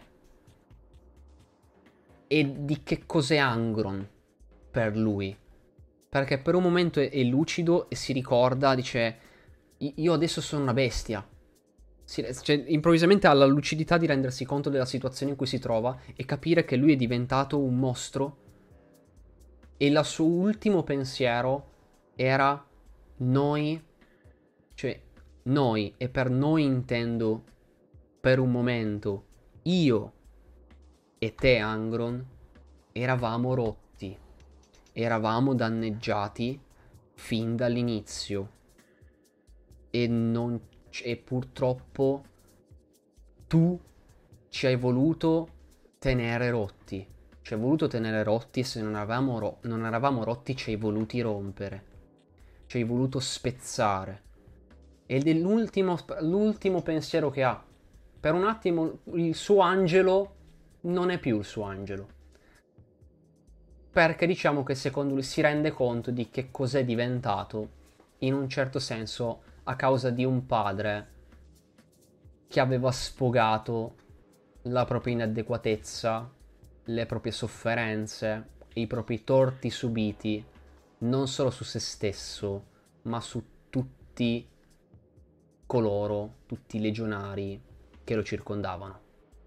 e di che cos'è Angron per lui. Perché per un momento è lucido e si ricorda, dice, io adesso sono una bestia. Cioè, improvvisamente ha la lucidità di rendersi conto della situazione in cui si trova e capire che lui è diventato un mostro. E il suo ultimo pensiero era noi, cioè noi, e per noi intendo per un momento io e te Angron eravamo rotti. eravamo danneggiati fin dall'inizio e, non, e purtroppo tu ci hai voluto tenere rotti. Ci hai voluto tenere rotti e se non eravamo rotti ci hai voluti rompere. Ci hai voluto spezzare. Ed è l'ultimo pensiero che ha. Per un attimo il suo angelo non è più il suo angelo. Perché diciamo che secondo lui si rende conto di che cos'è diventato, in un certo senso, a causa di un padre che aveva sfogato la propria inadeguatezza, le proprie sofferenze, i propri torti subiti, non solo su se stesso, ma su tutti coloro, tutti i legionari che lo circondavano.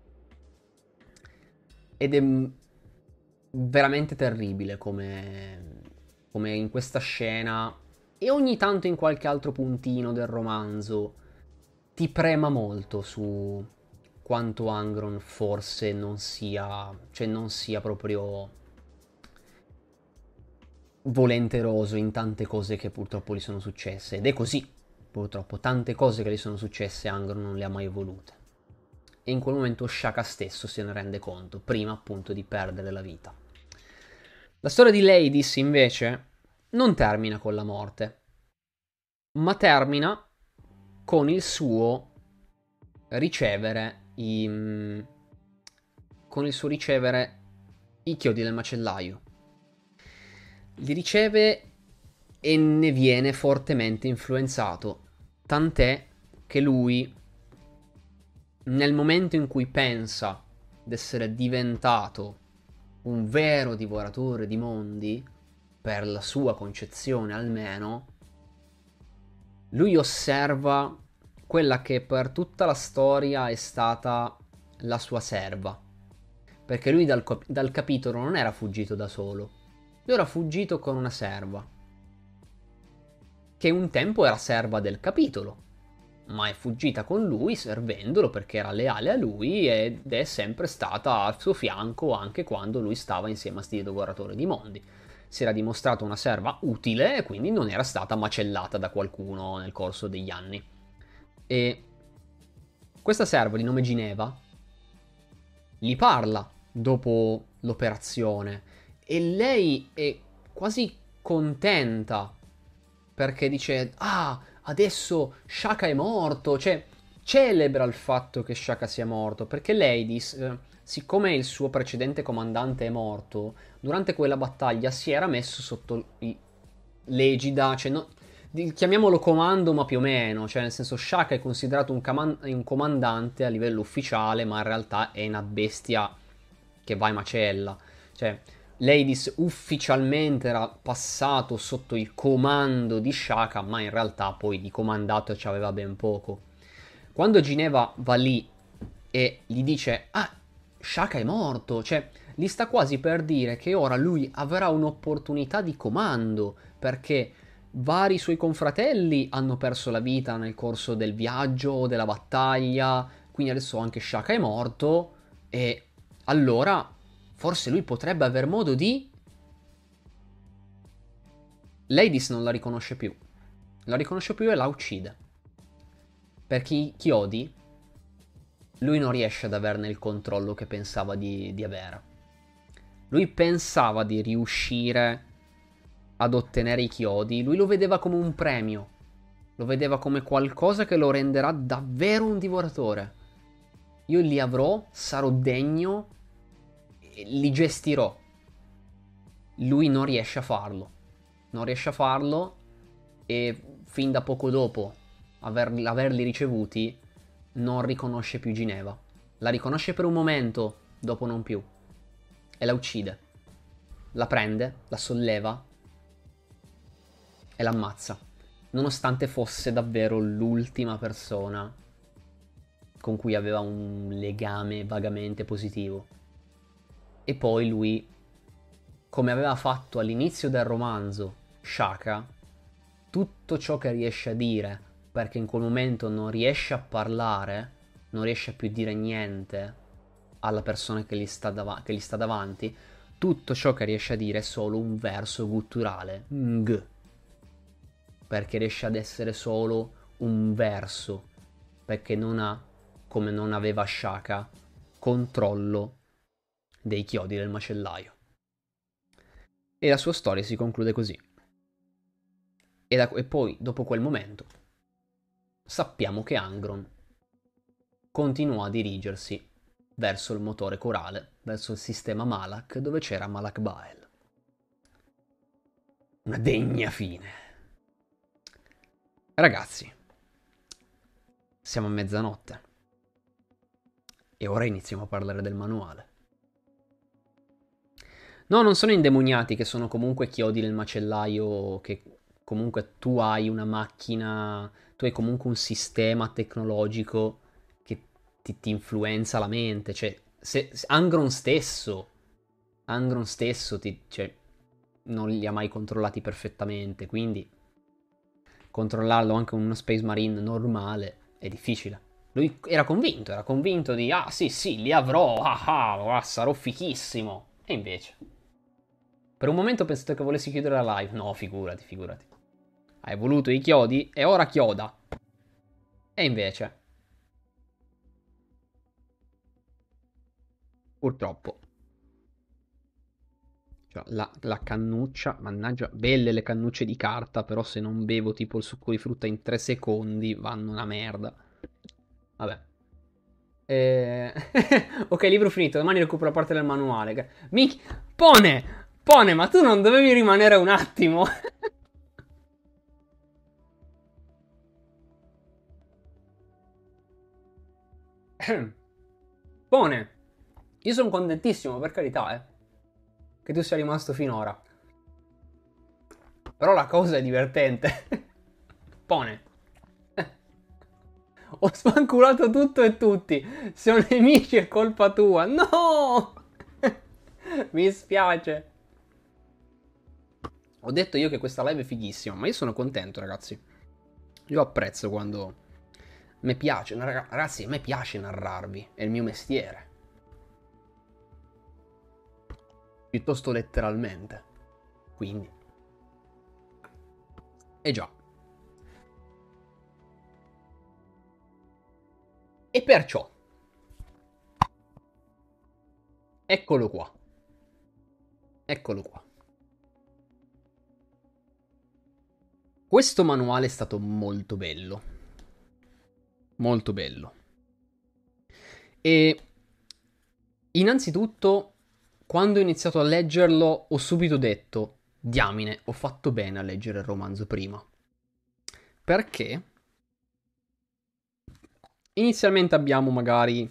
Ed è veramente terribile come in questa scena e ogni tanto in qualche altro puntino del romanzo ti prema molto su quanto Angron forse non sia, cioè non sia proprio volenteroso in tante cose che purtroppo gli sono successe. Ed è così, purtroppo, tante cose che gli sono successe Angron non le ha mai volute. E in quel momento Shaka stesso se ne rende conto, prima appunto di perdere la vita. La storia di Ladies invece non termina con la morte, ma termina con il suo ricevere con il suo ricevere i chiodi del macellaio. Li riceve e ne viene fortemente influenzato, tant'è che lui, nel momento in cui pensa d'essere diventato un vero divoratore di mondi, per la sua concezione almeno, lui osserva quella che per tutta la storia è stata la sua serva. Perché lui dal capitolo non era fuggito da solo, lui era fuggito con una serva, che un tempo era serva del capitolo, ma è fuggita con lui servendolo perché era leale a lui ed è sempre stata al suo fianco anche quando lui stava insieme a sti divoratori di mondi. Si era dimostrata una serva utile e quindi non era stata macellata da qualcuno nel corso degli anni. E questa serva di nome Ginevra gli parla dopo l'operazione e lei è quasi contenta perché dice: ah, adesso Shaka è morto, cioè celebra il fatto che Shaka sia morto, perché lei, siccome il suo precedente comandante è morto, durante quella battaglia si era messo sotto l'egida, cioè chiamiamolo comando, ma più o meno, cioè nel senso Shaka è considerato un comandante a livello ufficiale, ma in realtà è una bestia che va in macella, cioè Ladies ufficialmente era passato sotto il comando di Shaka, ma in realtà poi di comandato ci aveva ben poco. Quando Ginevra va lì e gli dice: ah, Shaka è morto, cioè gli sta quasi per dire che ora lui avrà un'opportunità di comando, perché vari suoi confratelli hanno perso la vita nel corso del viaggio o della battaglia, quindi adesso anche Shaka è morto e allora forse lui potrebbe aver modo di... Ladies non la riconosce più. La riconosce più e la uccide. Perché i chiodi lui non riesce ad averne il controllo che pensava di avere. Lui pensava di riuscire ad ottenere i chiodi, lui lo vedeva come un premio. Lo vedeva come qualcosa che lo renderà davvero un divoratore. Io li avrò, sarò degno, li gestirò. Lui non riesce a farlo. Non riesce a farlo e fin da poco dopo averli ricevuti non riconosce più Ginevra. La riconosce per un momento, dopo non più. E la uccide. La prende, la solleva e l'ammazza. Nonostante fosse davvero l'ultima persona con cui aveva un legame vagamente positivo. E poi lui, come aveva fatto all'inizio del romanzo Shaka, tutto ciò che riesce a dire, perché in quel momento non riesce a parlare, non riesce a più dire niente alla persona che gli sta davanti, tutto ciò che riesce a dire è solo un verso gutturale, ng, perché riesce ad essere solo un verso, perché non ha, come non aveva Shaka, controllo dei chiodi del macellaio. E la sua storia si conclude così. E poi, dopo quel momento, sappiamo che Angron continuò a dirigersi verso il motore corale, verso il sistema Malak, dove c'era Malak Bael. Una degna fine. Ragazzi, siamo a mezzanotte. E ora iniziamo a parlare del manuale. No, non sono indemoniati, che sono comunque chiodi nel macellaio, che comunque tu hai una macchina, tu hai comunque un sistema tecnologico che ti influenza la mente. Cioè, se Angron stesso cioè, non li ha mai controllati perfettamente, quindi controllarlo anche uno Space Marine normale è difficile. Lui era convinto di, ah sì sì, li avrò, sarò fichissimo. E invece, per un momento ho pensato che volessi chiudere la live. No, figurati, figurati. Hai voluto i chiodi e ora chioda. E invece, purtroppo, cioè, la cannuccia, mannaggia, belle le cannucce di carta, però se non bevo tipo il succo di frutta in 3 secondi vanno una merda. Vabbè. Eh... ok, libro finito, domani recupero la parte del manuale. Pone, ma tu non dovevi rimanere un attimo? Pone, io sono contentissimo, per carità, che tu sia rimasto finora. Però la cosa è divertente. Pone. Ho spanculato tutto e tutti. Sono nemici, è colpa tua. No! Mi spiace. Ho detto io che questa live è fighissima, ma io sono contento, ragazzi. Io apprezzo quando... Mi piace, ragazzi, a me piace narrarvi, è il mio mestiere. Piuttosto letteralmente. Quindi. E già. E perciò. Eccolo qua. Eccolo qua. Questo manuale è stato molto bello. Molto bello. E innanzitutto, quando ho iniziato a leggerlo, ho subito detto, diamine, ho fatto bene a leggere il romanzo prima. Perché inizialmente abbiamo magari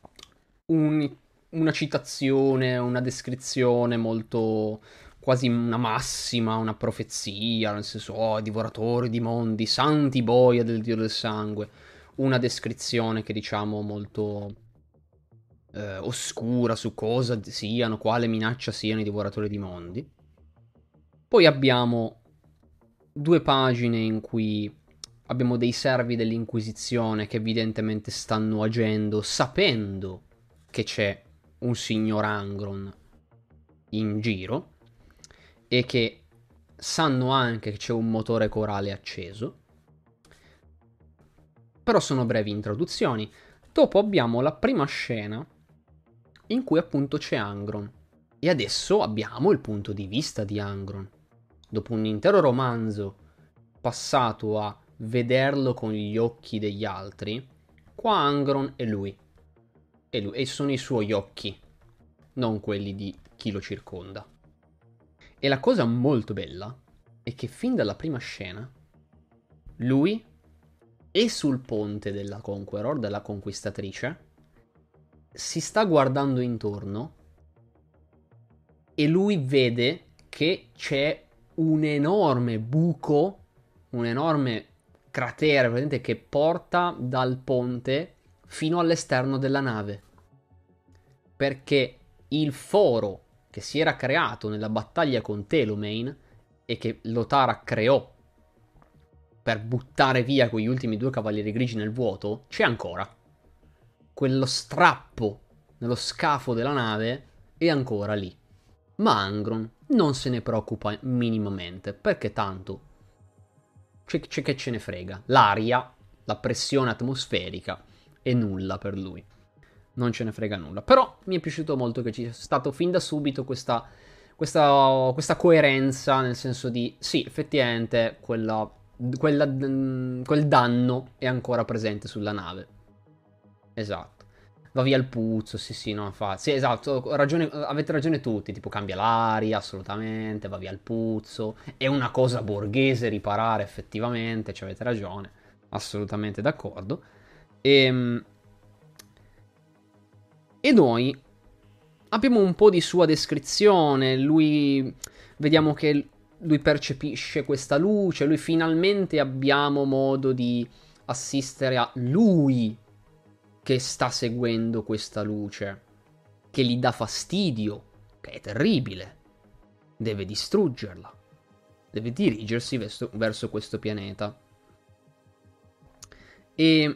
una citazione, una descrizione molto quasi una massima, una profezia, nel senso, oh, divoratori di mondi, santi boia del dio del sangue, una descrizione che diciamo molto oscura su cosa siano, quale minaccia siano i divoratori di mondi. Poi abbiamo 2 pagine in cui abbiamo dei servi dell'Inquisizione che evidentemente stanno agendo sapendo che c'è un signor Angron in giro e che sanno anche che c'è un motore corale acceso. Però sono brevi introduzioni. Dopo abbiamo la prima scena in cui appunto c'è Angron. E adesso abbiamo il punto di vista di Angron. Dopo un intero romanzo passato a vederlo con gli occhi degli altri, qua Angron è lui. E sono i suoi occhi, non quelli di chi lo circonda. E la cosa molto bella è che fin dalla prima scena lui è sul ponte della Conqueror, della conquistatrice, si sta guardando intorno e lui vede che c'è un enorme buco, un enorme cratere, vedete, che porta dal ponte fino all'esterno della nave. Perché il foro che si era creato nella battaglia con Telomain e che Lotara creò per buttare via quegli ultimi 2 cavalieri grigi nel vuoto, c'è ancora. Quello strappo nello scafo della nave è ancora lì. Ma Angron non se ne preoccupa minimamente, perché tanto che ce ne frega. L'aria, la pressione atmosferica è nulla per lui. Non ce ne frega nulla. Però mi è piaciuto molto che ci sia stato fin da subito questa coerenza, nel senso di sì, effettivamente quel danno è ancora presente sulla nave. Esatto. Va via il puzzo, sì, sì, no, fa. Sì, esatto, avete ragione tutti, tipo cambia l'aria, assolutamente, va via il puzzo. È una cosa borghese riparare, effettivamente, ci avete ragione, assolutamente d'accordo. E, e noi abbiamo un po' di sua descrizione, vediamo che lui percepisce questa luce, lui finalmente abbiamo modo di assistere a lui che sta seguendo questa luce, che gli dà fastidio, che è terribile, deve distruggerla, deve dirigersi verso questo pianeta. E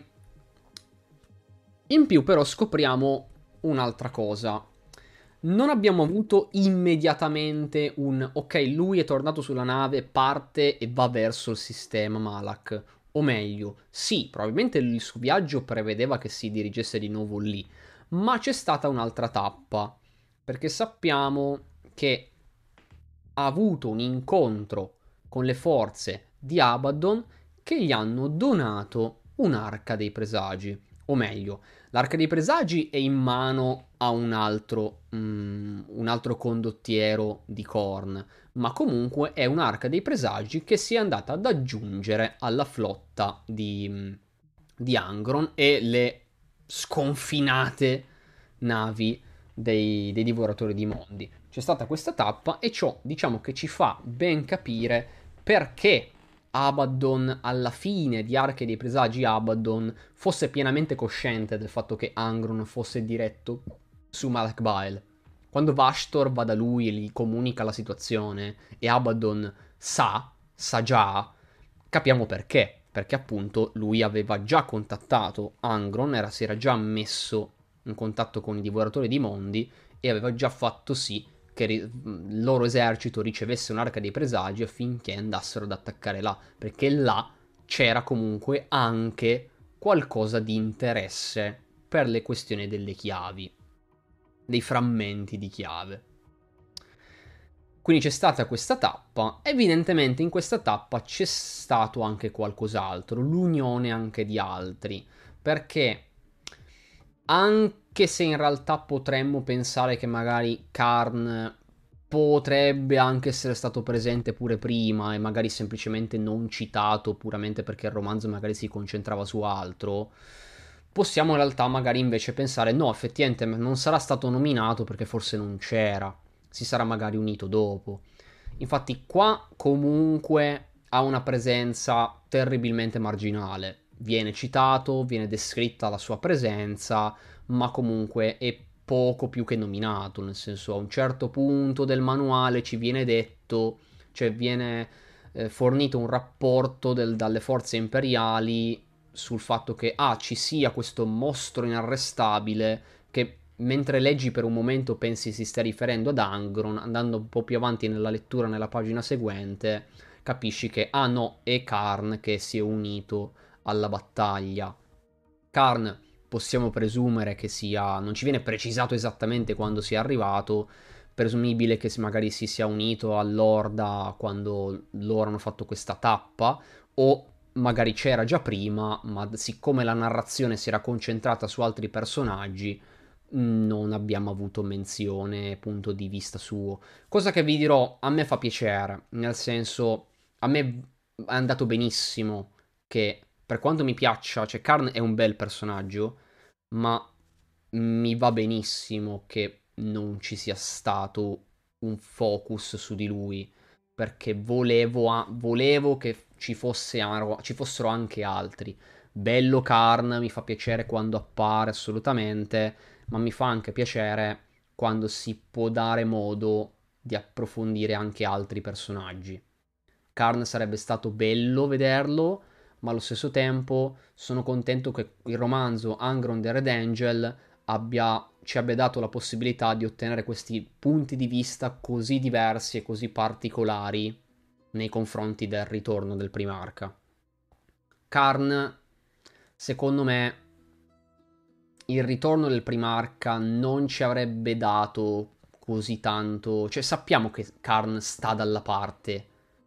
in più però scopriamo un'altra cosa. Non abbiamo avuto immediatamente un ok, lui è tornato sulla nave, parte e va verso il sistema Malak. O meglio, sì, probabilmente il suo viaggio prevedeva che si dirigesse di nuovo lì, ma c'è stata un'altra tappa, perché sappiamo che ha avuto un incontro con le forze di Abaddon che gli hanno donato un'arca dei presagi. O meglio, l'arca dei presagi è in mano a un altro condottiero di Korn, ma comunque è un'arca dei presagi che si è andata ad aggiungere alla flotta di Angron e le sconfinate navi dei divoratori di mondi. C'è stata questa tappa e ciò diciamo che ci fa ben capire perché Abaddon alla fine di Arche dei Presagi Abaddon fosse pienamente cosciente del fatto che Angron fosse diretto su Malak Bael. Quando Vashtor va da lui e gli comunica la situazione e Abaddon sa già, capiamo perché. Perché appunto lui aveva già contattato Angron, si era già messo in contatto con i divoratori di mondi e aveva già fatto sì che il loro esercito ricevesse un'arca dei presagi affinché andassero ad attaccare là, perché là c'era comunque anche qualcosa di interesse per le questioni delle chiavi, dei frammenti di chiave. Quindi c'è stata questa tappa, evidentemente in questa tappa c'è stato anche qualcos'altro, l'unione anche di altri, perché anche se in realtà potremmo pensare che magari Karn potrebbe anche essere stato presente pure prima e magari semplicemente non citato puramente perché il romanzo magari si concentrava su altro, possiamo in realtà magari invece pensare no, effettivamente non sarà stato nominato perché forse non c'era, si sarà magari unito dopo. Infatti qua comunque ha una presenza terribilmente marginale. Viene citato, viene descritta la sua presenza, ma comunque è poco più che nominato, nel senso a un certo punto del manuale ci viene detto, cioè viene fornito un rapporto dalle forze imperiali sul fatto che ci sia questo mostro inarrestabile che mentre leggi per un momento pensi si stia riferendo ad Angron, andando un po' più avanti nella lettura nella pagina seguente capisci che no, è Karn che si è unito alla battaglia. Karn possiamo presumere che sia, non ci viene precisato esattamente quando sia arrivato, presumibile che magari si sia unito all'Orda quando loro hanno fatto questa tappa, o magari c'era già prima, ma siccome la narrazione si era concentrata su altri personaggi, non abbiamo avuto menzione, punto di vista suo. Cosa che vi dirò, a me fa piacere, nel senso, a me è andato benissimo che per quanto mi piaccia, cioè Karn è un bel personaggio, ma mi va benissimo che non ci sia stato un focus su di lui, perché volevo che ci fossero anche altri. Bello Karn, mi fa piacere quando appare assolutamente, ma mi fa anche piacere quando si può dare modo di approfondire anche altri personaggi. Karn sarebbe stato bello vederlo, ma allo stesso tempo sono contento che il romanzo Angron the Red Angel ci abbia dato la possibilità di ottenere questi punti di vista così diversi e così particolari nei confronti del ritorno del Primarca. Karn, secondo me, il ritorno del Primarca non ci avrebbe dato così tanto. Cioè, sappiamo che Karn sta dalla parte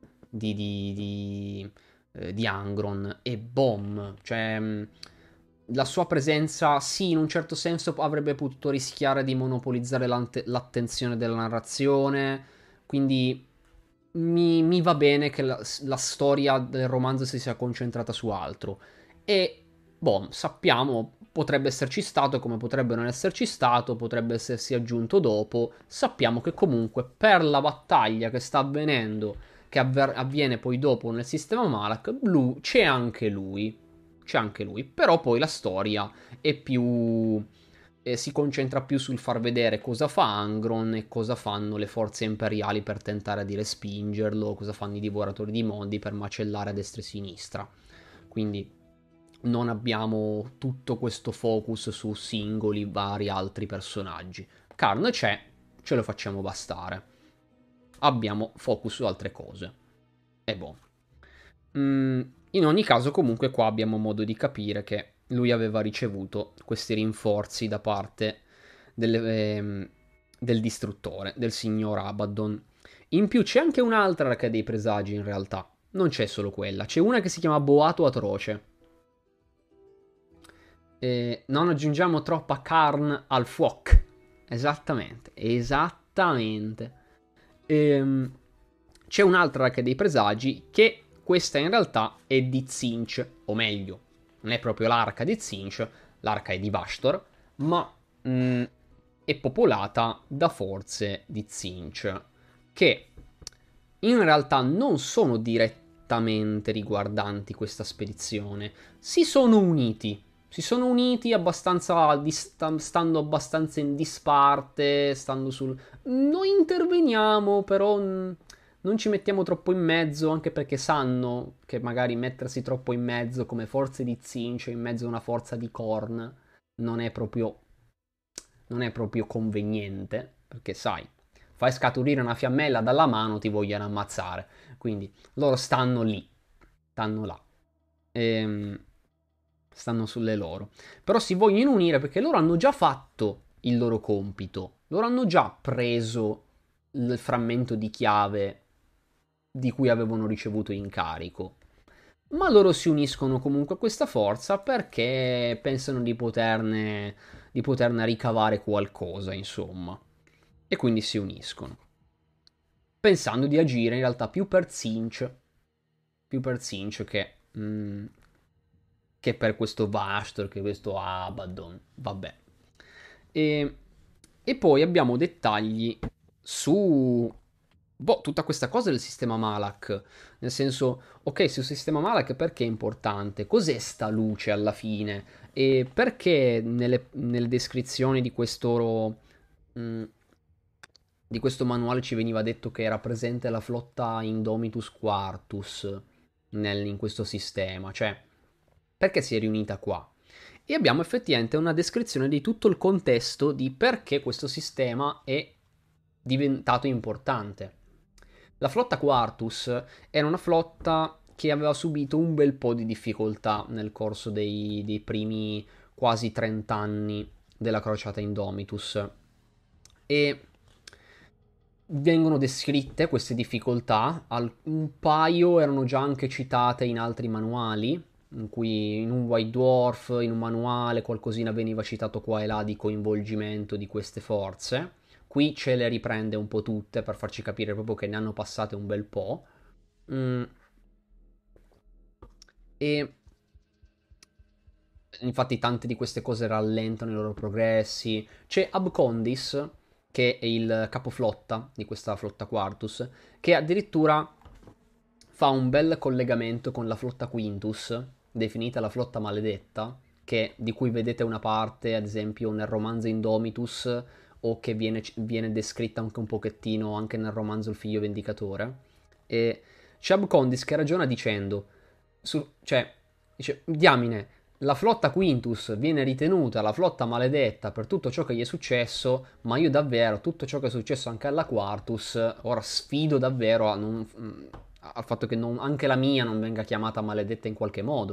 di Angron e Bom. Cioè, la sua presenza, sì, in un certo senso avrebbe potuto rischiare di monopolizzare l'attenzione della narrazione. Quindi mi va bene che la storia del romanzo si sia concentrata su altro. E, boh, sappiamo, potrebbe esserci stato come potrebbe non esserci stato, potrebbe essersi aggiunto dopo. Sappiamo che comunque per la battaglia che sta avvenendo, che avviene poi dopo nel sistema Malak, Blue c'è anche lui. C'è anche lui. Però poi la storia è più si concentra più sul far vedere cosa fa Angron e cosa fanno le forze imperiali per tentare di respingerlo, cosa fanno i divoratori di mondi per macellare a destra e a sinistra. Quindi non abbiamo tutto questo focus su singoli vari altri personaggi. Karn c'è, ce lo facciamo bastare. Abbiamo focus su altre cose. E boh. In ogni caso, comunque, qua abbiamo modo di capire che lui aveva ricevuto questi rinforzi da parte del distruttore, del signor Abaddon. In più c'è anche un'altra arca dei presagi, in realtà. Non c'è solo quella, c'è una che si chiama Boato Atroce. Non aggiungiamo troppa carne al fuoco. Esattamente, esattamente. C'è un'altra arca dei presagi che questa in realtà è di Tzeentch, o meglio, non è proprio l'arca di Tzeentch, l'arca è di Vashtor, ma è popolata da forze di Tzeentch, che in realtà non sono direttamente riguardanti questa spedizione, si sono uniti abbastanza, stando abbastanza in disparte, stando sul... Noi interveniamo, però non ci mettiamo troppo in mezzo, anche perché sanno che magari mettersi troppo in mezzo come forze di Tzeentch, in mezzo a una forza di Khorne, non è proprio conveniente, perché sai, fai scaturire una fiammella dalla mano, ti vogliono ammazzare. Quindi loro stanno lì, stanno là. Stanno sulle loro. Però si vogliono unire perché loro hanno già fatto il loro compito. Loro hanno già preso il frammento di chiave di cui avevano ricevuto incarico. Ma loro si uniscono comunque a questa forza perché pensano di poterne ricavare qualcosa, insomma. E quindi si uniscono. Pensando di agire in realtà più per Tzeentch che per questo Vashtor, che questo Abaddon. Vabbè. E poi abbiamo dettagli su tutta questa cosa del sistema Malak. Nel senso, ok, sul sistema Malak perché è importante? Cos'è sta luce alla fine? E perché nelle descrizioni di questo manuale ci veniva detto che era presente la flotta Indomitus Quartus in questo sistema? Cioè, perché si è riunita qua? E abbiamo effettivamente una descrizione di tutto il contesto di perché questo sistema è diventato importante. La flotta Quartus era una flotta che aveva subito un bel po' di difficoltà nel corso dei primi quasi 30 anni della crociata Indomitus. E vengono descritte queste difficoltà, un paio erano già anche citate in altri manuali, in cui in un White Dwarf, in un manuale, qualcosina veniva citato qua e là di coinvolgimento di queste forze. Qui ce le riprende un po' tutte per farci capire proprio che ne hanno passate un bel po'. E infatti tante di queste cose rallentano i loro progressi. C'è Abcondis, che è il capoflotta di questa flotta Quartus, che addirittura fa un bel collegamento con la flotta Quintus, definita la flotta maledetta, di cui vedete una parte, ad esempio, nel romanzo Indomitus, o che viene descritta anche un pochettino anche nel romanzo Il figlio vendicatore. E c'è Abcondis che ragiona dicendo, cioè, dice, diamine, la flotta Quintus viene ritenuta la flotta maledetta per tutto ciò che gli è successo, ma io davvero, tutto ciò che è successo anche alla Quartus, ora sfido davvero al fatto che anche la mia non venga chiamata maledetta in qualche modo,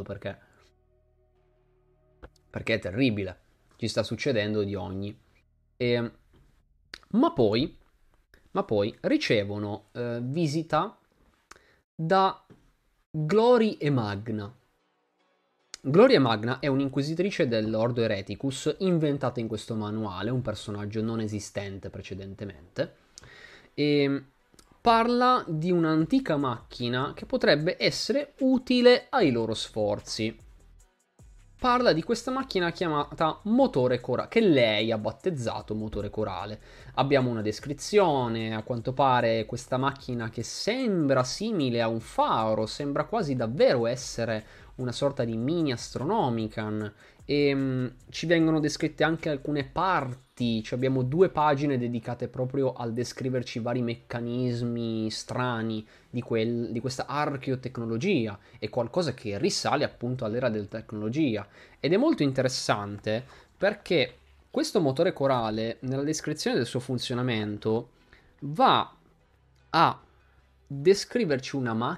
perché è terribile, ci sta succedendo di ogni. E, ma poi, ma poi ricevono visita da Glory e Magna. Gloria Magna è un'inquisitrice dell'Ordo Ereticus inventata in questo manuale, un personaggio non esistente precedentemente, e parla di un'antica macchina che potrebbe essere utile ai loro sforzi. Parla di questa macchina chiamata motore corale, che lei ha battezzato motore corale. Abbiamo una descrizione, a quanto pare questa macchina che sembra simile a un faro, sembra quasi davvero essere una sorta di mini Astronomican e ci vengono descritte anche alcune parti, cioè abbiamo 2 pagine dedicate proprio al descriverci vari meccanismi strani di questa archeotecnologia, è qualcosa che risale appunto all'era della tecnologia ed è molto interessante perché questo motore corale nella descrizione del suo funzionamento va a descriverci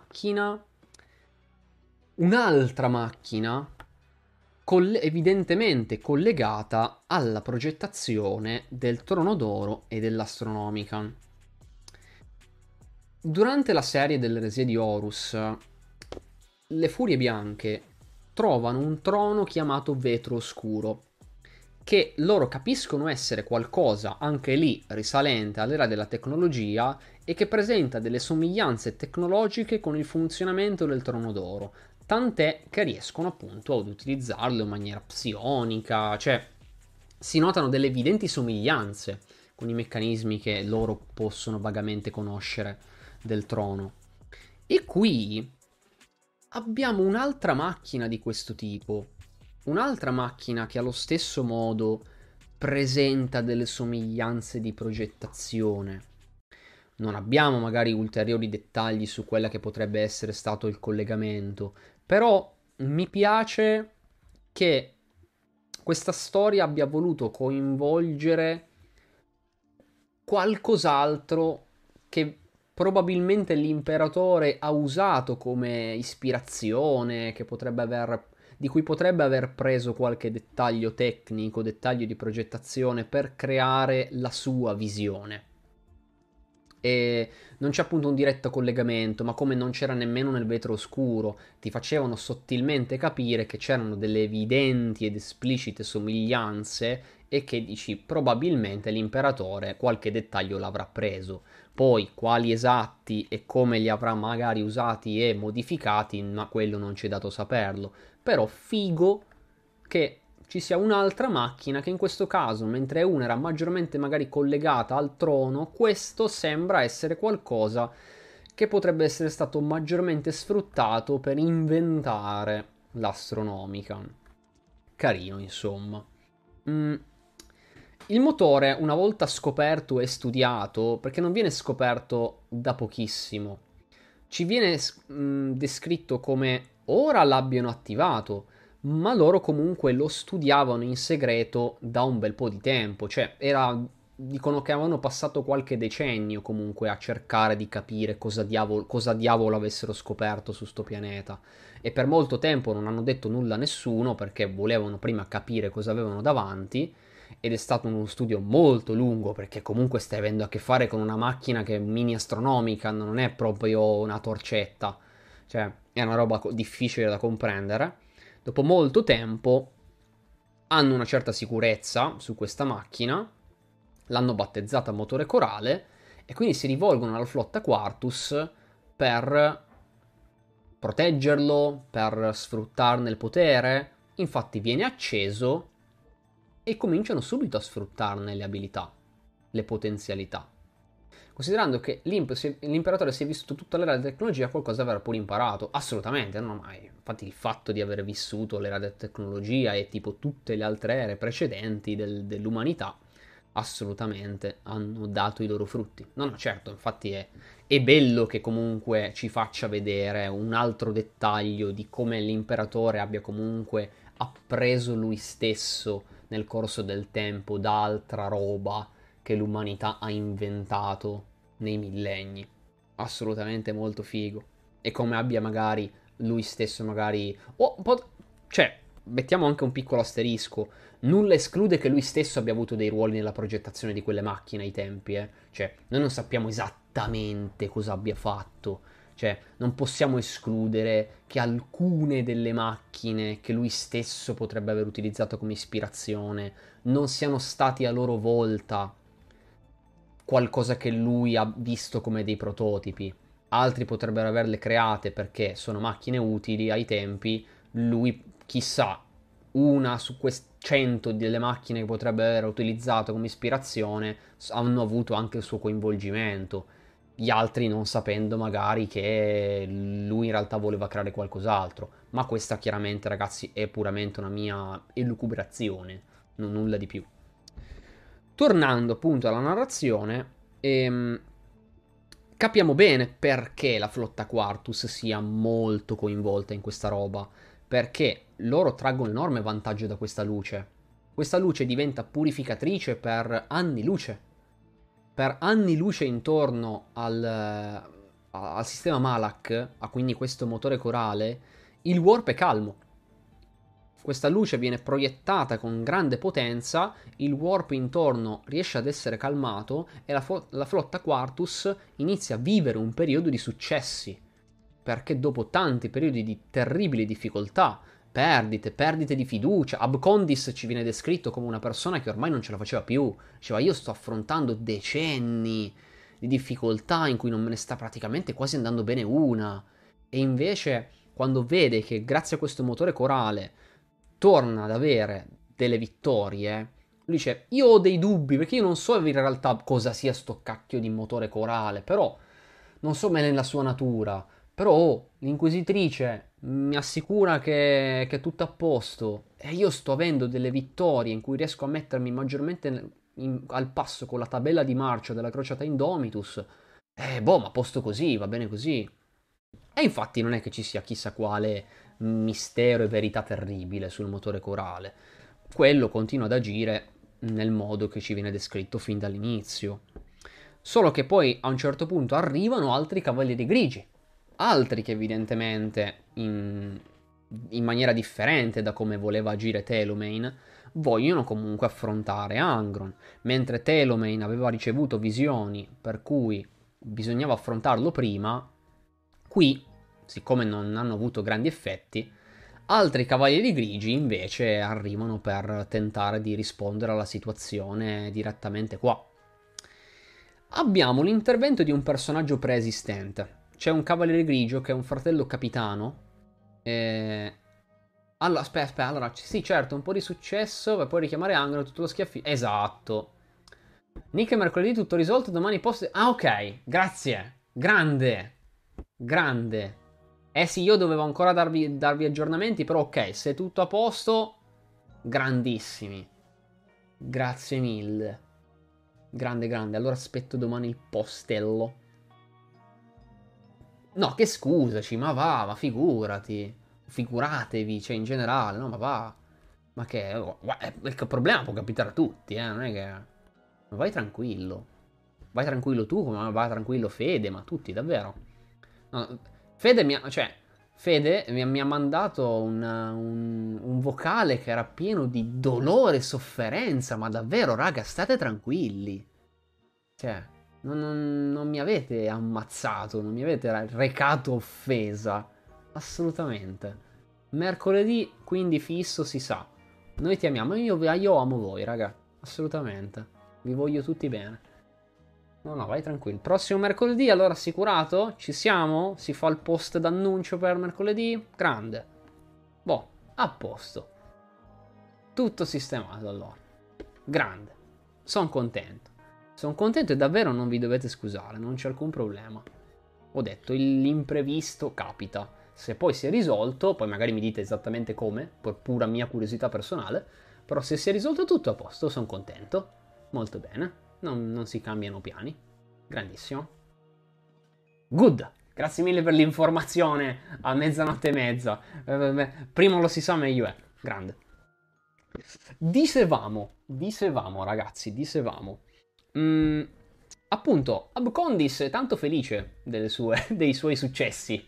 un'altra macchina evidentemente collegata alla progettazione del Trono d'Oro e dell'Astronomican. Durante la serie dell'eresia di Horus, le Furie Bianche trovano un trono chiamato Vetro Oscuro, che loro capiscono essere qualcosa anche lì risalente all'era della tecnologia e che presenta delle somiglianze tecnologiche con il funzionamento del Trono d'Oro, tant'è che riescono appunto ad utilizzarlo in maniera psionica, cioè si notano delle evidenti somiglianze con i meccanismi che loro possono vagamente conoscere del trono. E qui abbiamo un'altra macchina di questo tipo, un'altra macchina che allo stesso modo presenta delle somiglianze di progettazione. Non abbiamo magari ulteriori dettagli su quella che potrebbe essere stato il collegamento, però mi piace che questa storia abbia voluto coinvolgere qualcos'altro che probabilmente l'imperatore ha usato come ispirazione, di cui potrebbe aver preso qualche dettaglio tecnico, dettaglio di progettazione per creare la sua visione. E non c'è appunto un diretto collegamento, ma come non c'era nemmeno nel vetro oscuro, ti facevano sottilmente capire che c'erano delle evidenti ed esplicite somiglianze e che dici probabilmente l'imperatore qualche dettaglio l'avrà preso. Poi quali esatti e come li avrà magari usati e modificati, ma quello non ci è dato saperlo. Però figo che ci sia un'altra macchina che in questo caso, mentre una era maggiormente magari collegata al trono, questo sembra essere qualcosa che potrebbe essere stato maggiormente sfruttato per inventare l'astronomica. Carino, insomma. Mm. Il motore, una volta scoperto e studiato, perché non viene scoperto da pochissimo, ci viene descritto come ora l'abbiano attivato, ma loro comunque lo studiavano in segreto da un bel po' di tempo, cioè dicono che avevano passato qualche decennio comunque a cercare di capire cosa diavolo avessero scoperto su sto pianeta e per molto tempo non hanno detto nulla a nessuno perché volevano prima capire cosa avevano davanti ed è stato uno studio molto lungo perché comunque stai avendo a che fare con una macchina che è mini astronomica, non è proprio una torcetta, cioè è una roba difficile da comprendere. Dopo molto tempo hanno una certa sicurezza su questa macchina, l'hanno battezzata motore corale e quindi si rivolgono alla flotta Quartus per proteggerlo, per sfruttarne il potere. Infatti viene acceso e cominciano subito a sfruttarne le abilità, le potenzialità. Considerando che l'imperatore si è vissuto tutta l'era della tecnologia, qualcosa avrà pure imparato. Assolutamente, non mai. Infatti il fatto di aver vissuto l'era della tecnologia e tipo tutte le altre ere precedenti dell'umanità, assolutamente hanno dato i loro frutti. No, no, certo, infatti è bello che comunque ci faccia vedere un altro dettaglio di come l'imperatore abbia comunque appreso lui stesso nel corso del tempo da altra roba che l'umanità ha inventato nei millenni. Assolutamente molto figo. E come abbia magari lui stesso magari... cioè, mettiamo anche un piccolo asterisco. Nulla esclude che lui stesso abbia avuto dei ruoli nella progettazione di quelle macchine ai tempi, eh. Cioè, noi non sappiamo esattamente cosa abbia fatto. Cioè, non possiamo escludere che alcune delle macchine che lui stesso potrebbe aver utilizzato come ispirazione non siano stati a loro volta qualcosa che lui ha visto come dei prototipi. Altri potrebbero averle create perché sono macchine utili ai tempi. Lui, chissà, una su queste 100 delle macchine che potrebbe aver utilizzato come ispirazione hanno avuto anche il suo coinvolgimento. Gli altri non sapendo magari che lui in realtà voleva creare qualcos'altro. Ma questa chiaramente, ragazzi, è puramente una mia elucubrazione, non nulla di più. Tornando appunto alla narrazione, capiamo bene perché la flotta Quartus sia molto coinvolta in questa roba, perché loro traggono enorme vantaggio da questa luce. Questa luce diventa purificatrice per anni luce. Per anni luce intorno al sistema Malak, a quindi questo motore corale, il warp è calmo. Questa luce viene proiettata con grande potenza, il warp intorno riesce ad essere calmato e la flotta Quartus inizia a vivere un periodo di successi. Perché dopo tanti periodi di terribili difficoltà, perdite di fiducia, Abcondis ci viene descritto come una persona che ormai non ce la faceva più. Diceva, io sto affrontando decenni di difficoltà in cui non me ne sta praticamente quasi andando bene una. E invece, quando vede che grazie a questo motore corale torna ad avere delle vittorie, lui dice, io ho dei dubbi, perché io non so in realtà cosa sia sto cacchio di motore corale, però non so bene la sua natura, però l'inquisitrice mi assicura che è tutto a posto e io sto avendo delle vittorie in cui riesco a mettermi maggiormente al passo con la tabella di marcia della crociata Indomitus. Ma a posto così, va bene così. E infatti non è che ci sia chissà quale mistero e verità terribile sul motore corale. Quello continua ad agire nel modo che ci viene descritto fin dall'inizio. Solo che poi a un certo punto arrivano altri cavalieri grigi, altri che evidentemente in maniera differente da come voleva agire Telomain, vogliono comunque affrontare Angron, mentre Telomain aveva ricevuto visioni per cui bisognava affrontarlo prima. Qui, siccome non hanno avuto grandi effetti, altri cavalieri grigi invece arrivano per tentare di rispondere alla situazione direttamente qua. Abbiamo l'intervento di un personaggio preesistente. C'è un cavaliere grigio che è un fratello capitano. Allora, aspetta, allora, sì, certo, un po' di successo, per poi richiamare Angelo, tutto lo schiaffi. Esatto. Nick, mercoledì tutto risolto, domani post... Ah, ok, grazie. Grande. Grande. Eh sì, io dovevo ancora darvi aggiornamenti, però ok, se è tutto a posto, grandissimi. Grazie mille. Grande, grande. Allora aspetto domani il postello. No, che scusaci, ma va, ma figurati. Figuratevi, cioè in generale, no, ma va. Ma che... il problema può capitare a tutti, non è che... Ma vai tranquillo. Vai tranquillo tu, come va tranquillo Fede, ma tutti, davvero. No, Fede mi ha... Cioè, Fede mi ha mandato un vocale che era pieno di dolore e sofferenza, ma davvero, raga, state tranquilli. Cioè, non mi avete ammazzato, non mi avete recato offesa. Assolutamente. Mercoledì, quindi fisso, si sa. Noi ti amiamo, io amo voi, raga. Assolutamente. Vi voglio tutti bene. No, no, vai tranquillo. Prossimo mercoledì, allora assicurato? Ci siamo? Si fa il post d'annuncio per mercoledì? Grande. Boh, a posto. Tutto sistemato allora. Grande. Sono contento. Sono contento e davvero non vi dovete scusare, non c'è alcun problema. Ho detto, l'imprevisto capita. Se poi si è risolto, poi magari mi dite esattamente come, per pura mia curiosità personale, però se si è risolto tutto a posto, sono contento. Molto bene. Non si cambiano piani. Grandissimo. Good. Grazie mille per l'informazione a mezzanotte e mezza. Prima lo si sa, meglio è. grande. Dicevamo ragazzi, dicevamo. Mm, appunto, Abcondis è tanto felice dei suoi successi.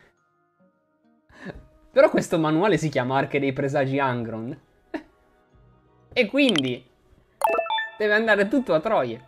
Però questo manuale si chiama Arche dei Presagi Angron. E quindi deve andare tutto a troie.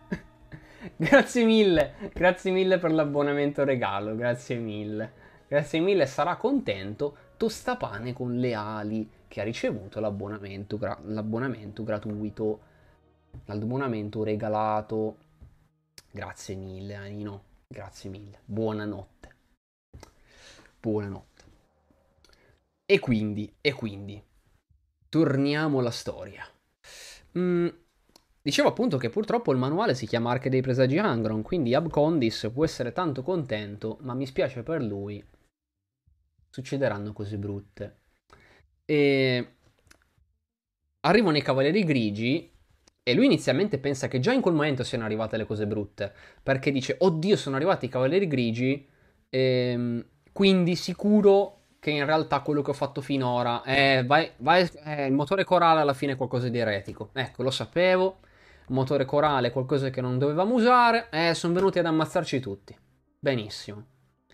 Grazie mille per l'abbonamento regalo, grazie mille. Grazie mille, sarà contento Tostapane con le ali che ha ricevuto l'abbonamento gratuito, l'abbonamento regalato. Grazie mille, Anino, grazie mille. Buonanotte. Buonanotte. E quindi, torniamo alla storia. Mm, Dicevo appunto che purtroppo il manuale si chiama Arche dei Presagi Angron, quindi Abcondis può essere tanto contento, ma mi spiace per lui. Succederanno cose brutte. E arrivano i Cavalieri Grigi e lui inizialmente pensa che già in quel momento siano arrivate le cose brutte, perché dice, oddio, sono arrivati i Cavalieri Grigi, quindi sicuro che in realtà quello che ho fatto finora il motore corale alla fine è qualcosa di eretico. Ecco, lo sapevo, motore corale è qualcosa che non dovevamo usare, sono venuti ad ammazzarci tutti. Benissimo.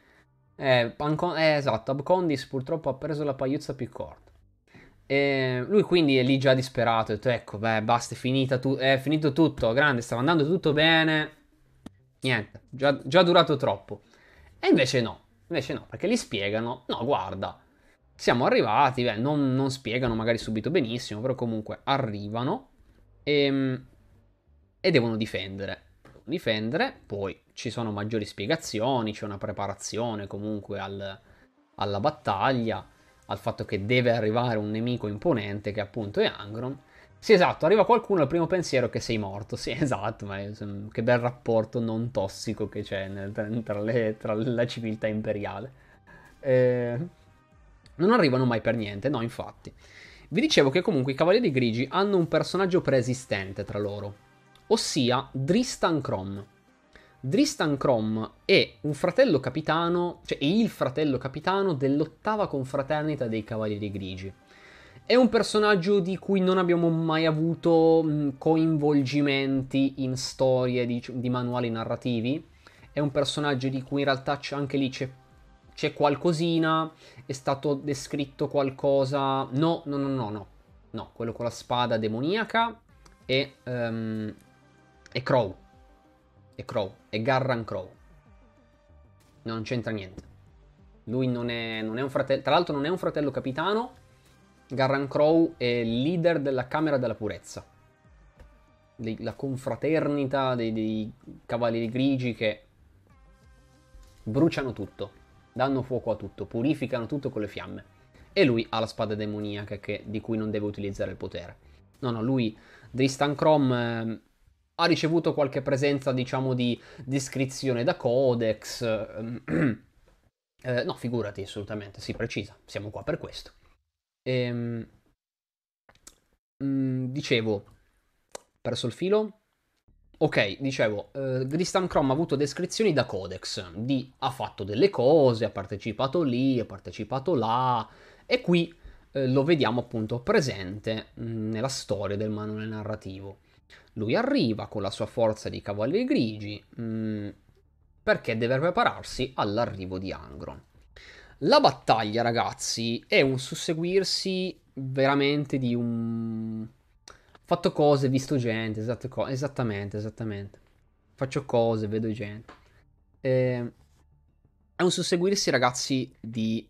Esatto, Abcondis purtroppo ha preso la pagliuzza più corta. E lui quindi è lì già disperato, ha detto ecco, beh, basta, è finito tutto, grande, stava andando tutto bene, niente, già durato troppo. E invece no, perché gli spiegano, no, guarda, siamo arrivati, beh, non spiegano magari subito benissimo, però comunque arrivano e, e devono difendere. Difendere, poi ci sono maggiori spiegazioni, c'è una preparazione comunque alla battaglia, al fatto che deve arrivare un nemico imponente che appunto è Angron. Sì, esatto, arriva qualcuno, il primo pensiero è che sei morto. Sì, esatto, ma che bel rapporto non tossico che c'è tra la civiltà imperiale. Eh, non arrivano mai per niente, no, infatti. Vi dicevo che comunque i Cavalieri Grigi hanno un personaggio preesistente tra loro, ossia Dristan Krom. Dristan Krom è un fratello capitano, cioè è il fratello capitano dell'ottava confraternita dei Cavalieri Grigi. È un personaggio di cui non abbiamo mai avuto coinvolgimenti in storie di manuali narrativi. È un personaggio di cui in realtà anche lì c'è qualcosina, è stato descritto qualcosa. No, no, no, no, no. No, quello con la spada demoniaca è Crow. È Crow, è Garran Crow. No, non c'entra niente. Lui non è un fratello. Tra l'altro, non è un fratello capitano. Garran Crow è leader della Camera della Purezza. La confraternita dei Cavalieri Grigi che bruciano tutto, danno fuoco a tutto, purificano tutto con le fiamme. E lui ha la spada demoniaca di cui non deve utilizzare il potere. No, no, lui, Dristan Krom, ha ricevuto qualche presenza, diciamo, di descrizione da Codex. No, figurati, assolutamente, si precisa, siamo qua per questo. Ehm, dicevo, perso il filo? Ok, dicevo, Gristam Chrome ha avuto descrizioni da Codex, ha fatto delle cose, ha partecipato lì, ha partecipato là, e qui lo vediamo appunto presente nella storia del manuale narrativo. Lui arriva con la sua forza di Cavalieri Grigi perché deve prepararsi all'arrivo di Angron. La battaglia, ragazzi, è un susseguirsi veramente di un... Fatto cose, visto gente, esattamente. Faccio cose, vedo gente. È un susseguirsi, ragazzi, di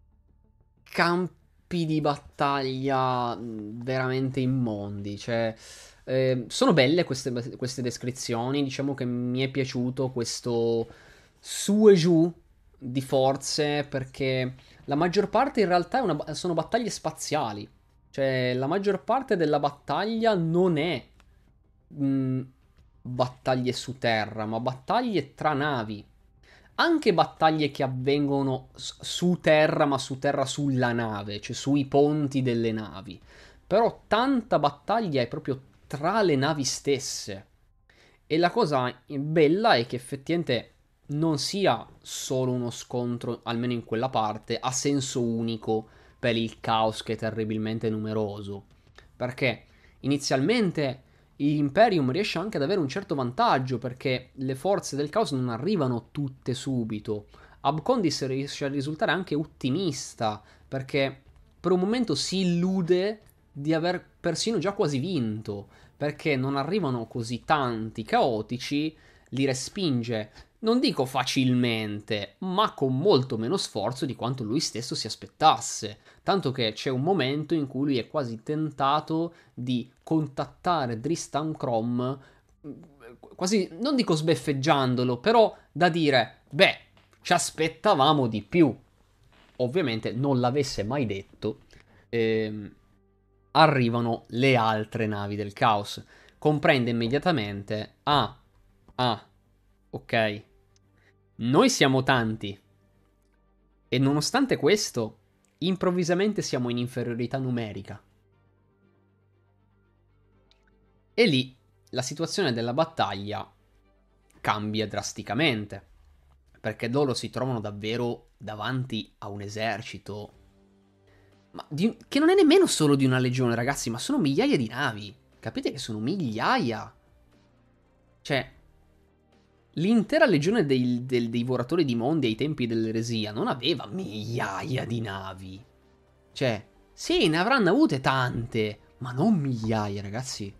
campi di battaglia veramente immondi. Cioè, sono belle queste descrizioni. Diciamo che mi è piaciuto questo su e giù di forze perché la maggior parte in realtà sono battaglie spaziali. Cioè, la maggior parte della battaglia non è mh, battaglie su terra, ma battaglie tra navi. Anche battaglie che avvengono su terra, ma su terra sulla nave, cioè sui ponti delle navi. Però tanta battaglia è proprio tra le navi stesse. E la cosa bella è che effettivamente non sia solo uno scontro, almeno in quella parte, a senso unico per il caos che è terribilmente numeroso. Perché inizialmente l'Imperium riesce anche ad avere un certo vantaggio, perché le forze del caos non arrivano tutte subito. Abcondis riesce a risultare anche ottimista, perché per un momento si illude di aver persino già quasi vinto, perché non arrivano così tanti caotici, li respinge, non dico facilmente, ma con molto meno sforzo di quanto lui stesso si aspettasse. Tanto che c'è un momento in cui lui è quasi tentato di contattare Dristan Crom, quasi, non dico sbeffeggiandolo, però da dire, beh, ci aspettavamo di più. Ovviamente non l'avesse mai detto. ehm, Arrivano le altre navi del caos. Comprende immediatamente, ok, noi siamo tanti e nonostante questo, improvvisamente siamo in inferiorità numerica. E lì la situazione della battaglia cambia drasticamente, perché loro si trovano davvero davanti a un esercito, che non è nemmeno solo di una legione, ragazzi, ma sono migliaia di navi. Capite che sono migliaia? Cioè, l'intera legione dei divoratori di mondi ai tempi dell'eresia non aveva migliaia di navi. Cioè, sì, ne avranno avute tante, ma non migliaia, ragazzi.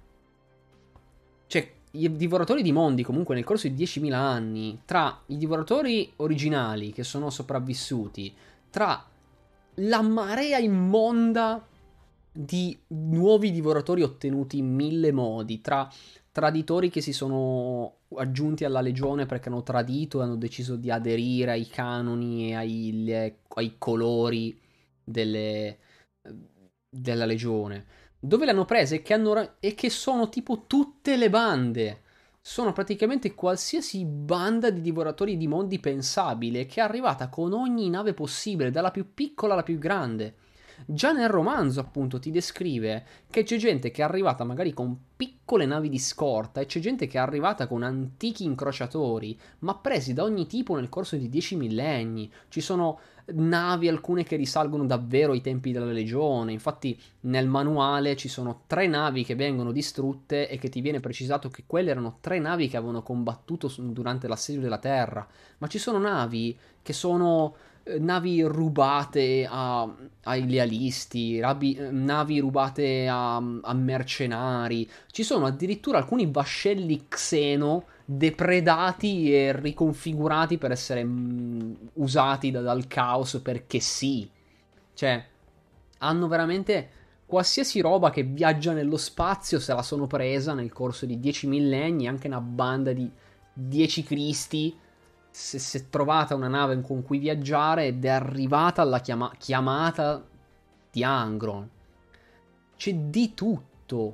Cioè, i divoratori di mondi, comunque, nel corso di 10.000 anni, tra i divoratori originali che sono sopravvissuti, tra la marea immonda di nuovi divoratori ottenuti in mille modi, tra traditori che si sono aggiunti alla legione perché hanno tradito e hanno deciso di aderire ai canoni e ai colori delle, della legione. Dove le hanno prese e che sono tipo tutte le bande. Sono praticamente qualsiasi banda di divoratori di mondi pensabile che è arrivata con ogni nave possibile, dalla più piccola alla più grande. Già nel romanzo, appunto, ti descrive che c'è gente che è arrivata magari con piccole navi di scorta e c'è gente che è arrivata con antichi incrociatori, ma presi da ogni tipo nel corso di 10 millenni. Ci sono navi, alcune che risalgono davvero ai tempi della legione. Infatti, nel manuale ci sono 3 navi che vengono distrutte e che ti viene precisato che quelle erano 3 navi che avevano combattuto durante l'assedio della Terra. Ma ci sono navi che sono navi rubate ai lealisti, navi rubate a mercenari. Ci sono addirittura alcuni vascelli xeno depredati e riconfigurati per essere usati dal caos perché sì. Cioè, hanno veramente qualsiasi roba che viaggia nello spazio se la sono presa nel corso di 10 millenni, anche una banda di 10 cristi si è trovata una nave con cui viaggiare ed è arrivata alla chiamata di Angron. C'è di tutto.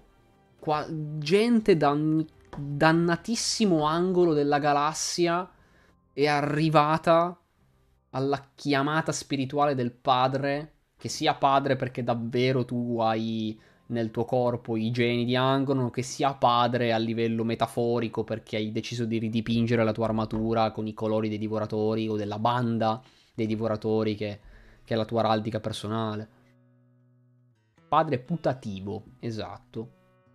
Gente da ogni dannatissimo angolo della galassia è arrivata alla chiamata spirituale del padre, che sia padre perché davvero tu hai nel tuo corpo i geni di Angono, che sia padre a livello metaforico perché hai deciso di ridipingere la tua armatura con i colori dei divoratori o della banda dei divoratori che è la tua araldica personale. Padre putativo, esatto.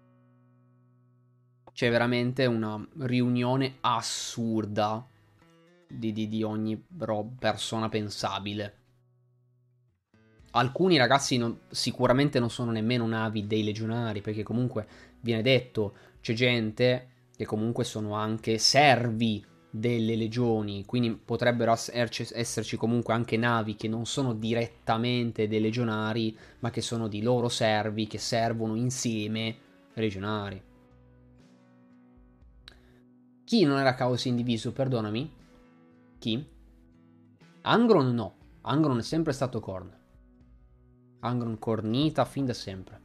C'è veramente una riunione assurda di ogni persona pensabile. Alcuni ragazzi sicuramente non sono nemmeno navi dei legionari, perché comunque viene detto, c'è gente che comunque sono anche servi delle legioni, quindi potrebbero esserci comunque anche navi che non sono direttamente dei legionari, ma che sono di loro servi che servono insieme ai legionari. Chi non era caos indiviso, perdonami? Chi? Angron no. Angron è sempre stato Korn. Angron cornita fin da sempre.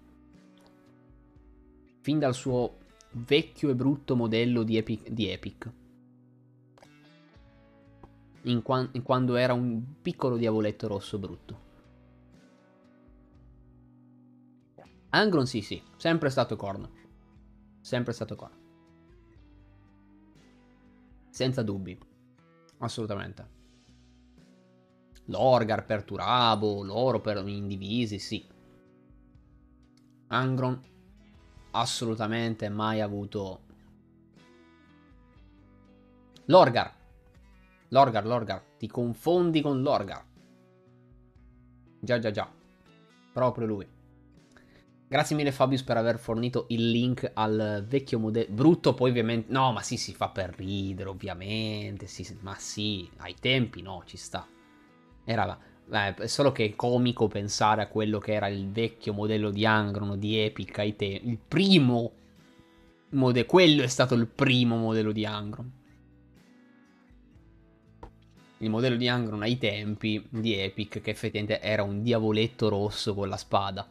Fin dal suo vecchio e brutto modello di Epic. In quando era un piccolo diavoletto rosso brutto. Angron sì, sempre stato Korn. Sempre stato Korn. Senza dubbi. Assolutamente. Lorgar per Turabo, loro per Indivisi, sì. Angron assolutamente mai avuto... Lorgar! Lorgar, ti confondi con Lorgar. Già, già, già. Proprio lui. Grazie mille Fabius per aver fornito il link al vecchio modello. Brutto poi ovviamente... No, ma sì, si fa per ridere ovviamente. Sì, ma sì, ai tempi no, ci sta. Era... solo che è comico pensare a quello che era il vecchio modello di Angron, di Epic ai tempi. Il primo modello... Quello è stato il primo modello di Angron. Il modello di Angron ai tempi di Epic, che effettivamente era un diavoletto rosso con la spada.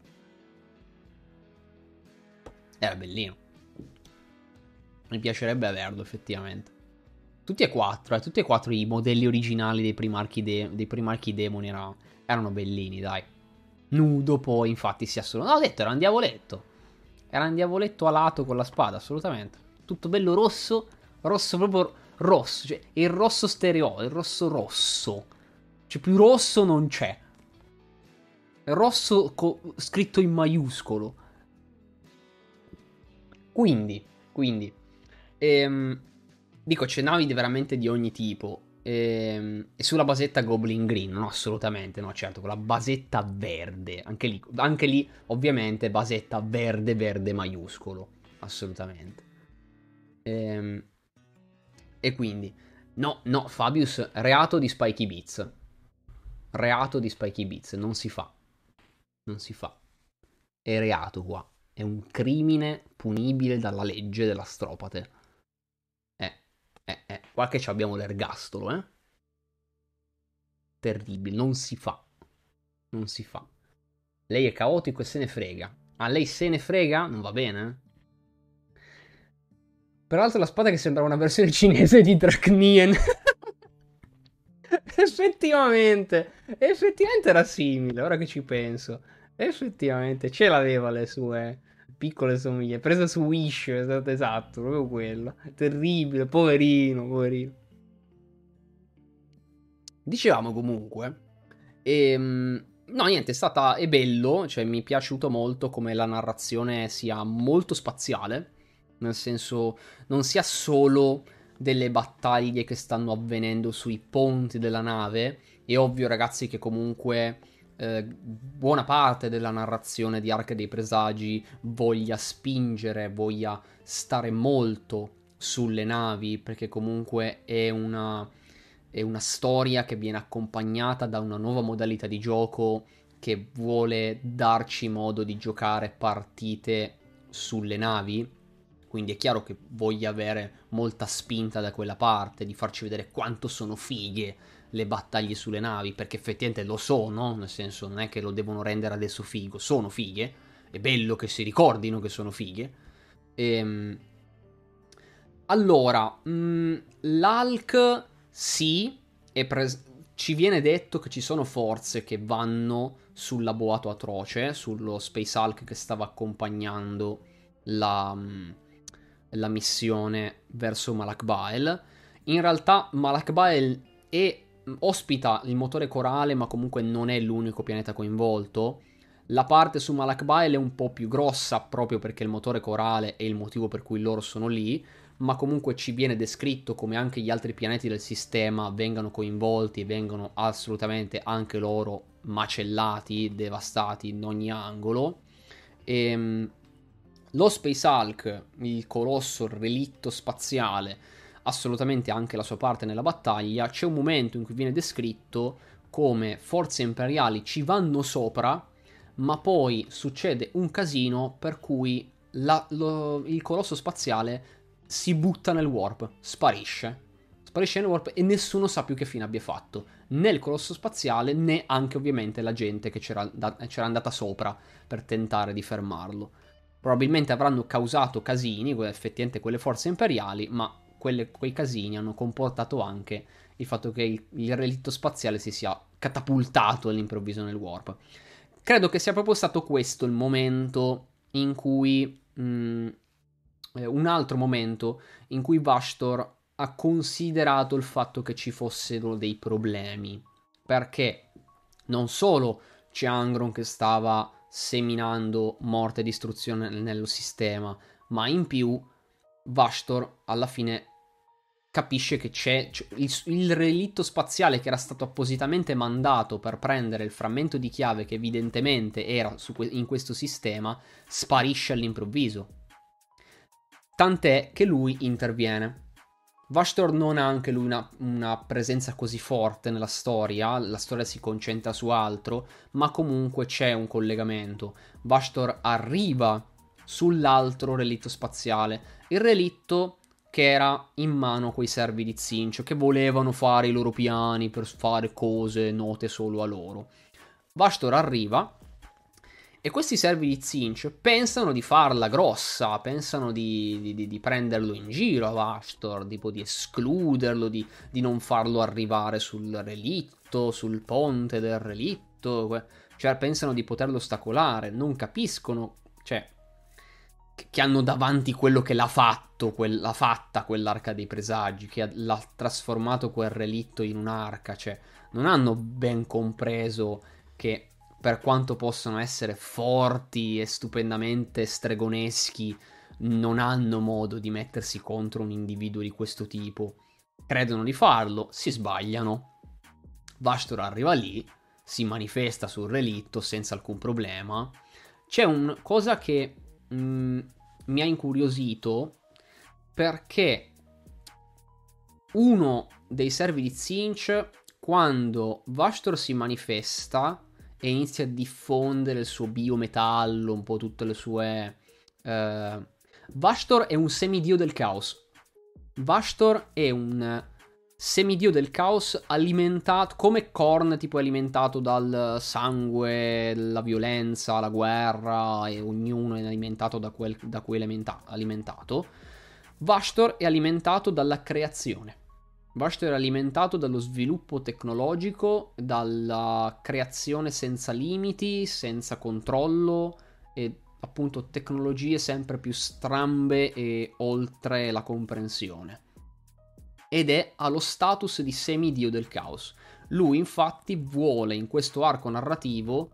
Era bellino. Mi piacerebbe averlo effettivamente. Tutti e quattro i modelli originali dei primarchi demoni erano bellini, dai. Nudo poi, infatti, si assolutamente... No, ho detto, era un diavoletto. Era un diavoletto alato con la spada, assolutamente. Tutto bello rosso, rosso proprio rosso, cioè il rosso stereo, il rosso rosso. Cioè più rosso non c'è. Rosso scritto in maiuscolo. Quindi, ehm, dico, c'è navi veramente di ogni tipo. E sulla basetta Goblin Green, no, assolutamente, no, certo, con la basetta verde. Anche lì, ovviamente, basetta verde, verde maiuscolo. Assolutamente. Ehm, e quindi, no, no, Fabius, reato di Spikey Beats. Reato di Spikey Beats, non si fa. Non si fa. È reato qua. È un crimine punibile dalla legge della stropate. Qua che abbiamo l'ergastolo, eh. Terribile, non si fa. Non si fa. Lei è caotico e se ne frega. Ah, lei se ne frega? Non va bene? Peraltro la spada che sembra una versione cinese di Draknien. Effettivamente era simile, ora che ci penso. Effettivamente, ce l'aveva le sue piccole somiglie. Presa su Wish, esatto, proprio quello. Terribile, poverino, poverino. Dicevamo comunque, no niente, è bello, cioè mi è piaciuto molto come la narrazione sia molto spaziale, nel senso non sia solo delle battaglie che stanno avvenendo sui ponti della nave. È ovvio ragazzi che comunque buona parte della narrazione di Arca dei Presagi voglia spingere, voglia stare molto sulle navi, perché comunque è una storia che viene accompagnata da una nuova modalità di gioco che vuole darci modo di giocare partite sulle navi. Quindi è chiaro che voglia avere molta spinta da quella parte, di farci vedere quanto sono fighe le battaglie sulle navi, perché effettivamente lo sono, nel senso non è che lo devono rendere adesso figo, sono fighe, è bello che si ricordino che sono fighe. Ehm, allora, l'Hulk sì, ci viene detto che ci sono forze che vanno sulla Boato Atroce, sullo Space Hulk che stava accompagnando la missione verso Malak Bael. In realtà Malak Bael ospita il motore corale, ma comunque non è l'unico pianeta coinvolto. La parte su Malak Bael è un po' più grossa proprio perché il motore corale è il motivo per cui loro sono lì, ma comunque ci viene descritto come anche gli altri pianeti del sistema vengano coinvolti e vengono assolutamente anche loro macellati, devastati in ogni angolo. E, lo Space Hulk, il colosso, il relitto spaziale, assolutamente anche la sua parte nella battaglia. C'è un momento in cui viene descritto come forze imperiali ci vanno sopra, ma poi succede un casino per cui il colosso spaziale si butta nel warp, sparisce. Sparisce nel warp e nessuno sa più che fine abbia fatto. Né il colosso spaziale né anche ovviamente la gente che c'era andata sopra per tentare di fermarlo. Probabilmente avranno causato casini, effettivamente quelle forze imperiali, ma quei casini hanno comportato anche il fatto che il relitto spaziale si sia catapultato all'improvviso nel warp. Credo che sia proprio stato questo il momento in cui un altro momento in cui Vashtor ha considerato il fatto che ci fossero dei problemi perché non solo c'è Angron che stava seminando morte e distruzione nello sistema, ma in più Vashtor alla fine capisce che c'è il relitto spaziale che era stato appositamente mandato per prendere il frammento di chiave che evidentemente era in questo sistema, sparisce all'improvviso. Tant'è che lui interviene. Vashtor non ha anche lui una presenza così forte nella storia, la storia si concentra su altro, ma comunque c'è un collegamento. Vashtor arriva sull'altro relitto spaziale, il relitto che era in mano a quei servi di Tzeentch, che volevano fare i loro piani per fare cose note solo a loro. Vashtor arriva e questi servi di Tzeentch pensano di farla grossa, pensano di prenderlo in giro a Vashtor, tipo di escluderlo, di non farlo arrivare sul relitto, sul ponte del relitto, cioè pensano di poterlo ostacolare, non capiscono, cioè, che hanno davanti quello che l'ha fatto, l'ha fatta quell'arca dei presagi, che l'ha trasformato quel relitto in un'arca, cioè, non hanno ben compreso che per quanto possono essere forti e stupendamente stregoneschi, non hanno modo di mettersi contro un individuo di questo tipo. Credono di farlo, si sbagliano. Vashtor arriva lì, si manifesta sul relitto senza alcun problema. C'è una cosa che mi ha incuriosito, perché uno dei servi di Tzeentch, quando Vashtor si manifesta e inizia a diffondere il suo biometallo, un po' tutte le sue... Vashtor è un semidio del caos. Vashtor è un semidio del caos alimentato, come Khorne tipo è alimentato dal sangue, la violenza, la guerra, e ognuno è alimentato da cui è alimentato. Vashtor è alimentato dalla creazione. Vashtor è alimentato dallo sviluppo tecnologico, dalla creazione senza limiti, senza controllo e appunto tecnologie sempre più strambe e oltre la comprensione. Ed è allo status di semidio del caos. Lui infatti vuole in questo arco narrativo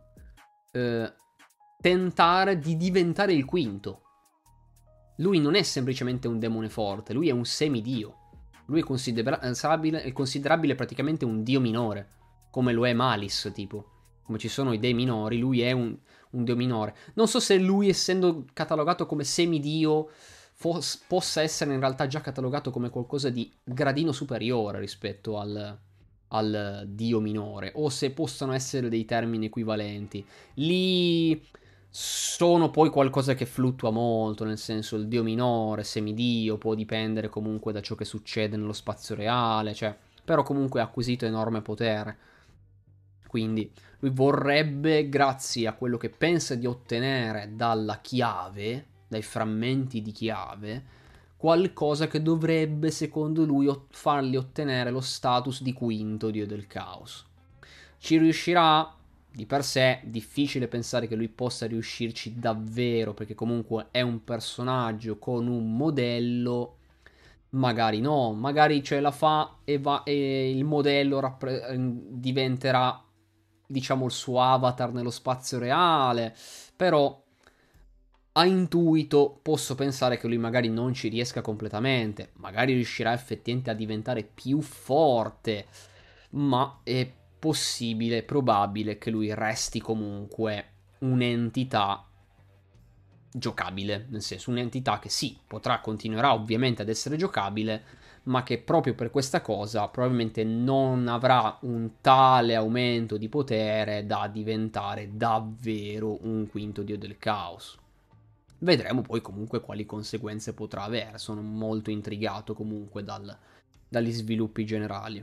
tentare di diventare il quinto. Lui non è semplicemente un demone forte, lui è un semidio. Lui è considerabile praticamente un dio minore, come lo è Malice, tipo. Come ci sono i dei minori, lui è un dio minore. Non so se lui, essendo catalogato come semidio, possa essere in realtà già catalogato come qualcosa di gradino superiore rispetto al dio minore, o se possano essere dei termini equivalenti. Lì sono poi qualcosa che fluttua molto, nel senso il dio minore, semidio, può dipendere comunque da ciò che succede nello spazio reale, cioè, però comunque ha acquisito enorme potere. Quindi lui vorrebbe, grazie a quello che pensa di ottenere dalla chiave, dai frammenti di chiave, qualcosa che dovrebbe, secondo lui, fargli ottenere lo status di quinto dio del caos. Ci riuscirà? Di per sé difficile pensare che lui possa riuscirci davvero, perché comunque è un personaggio con un modello. Magari no, magari ce la fa e il modello diventerà, diciamo, il suo avatar nello spazio reale, però a intuito posso pensare che lui magari non ci riesca completamente, magari riuscirà effettivamente a diventare più forte, ma è possibile, probabile che lui resti comunque un'entità giocabile, nel senso un'entità che sì, continuerà ovviamente ad essere giocabile, ma che proprio per questa cosa probabilmente non avrà un tale aumento di potere da diventare davvero un quinto dio del caos. Vedremo poi comunque quali conseguenze potrà avere, sono molto intrigato comunque dagli sviluppi generali.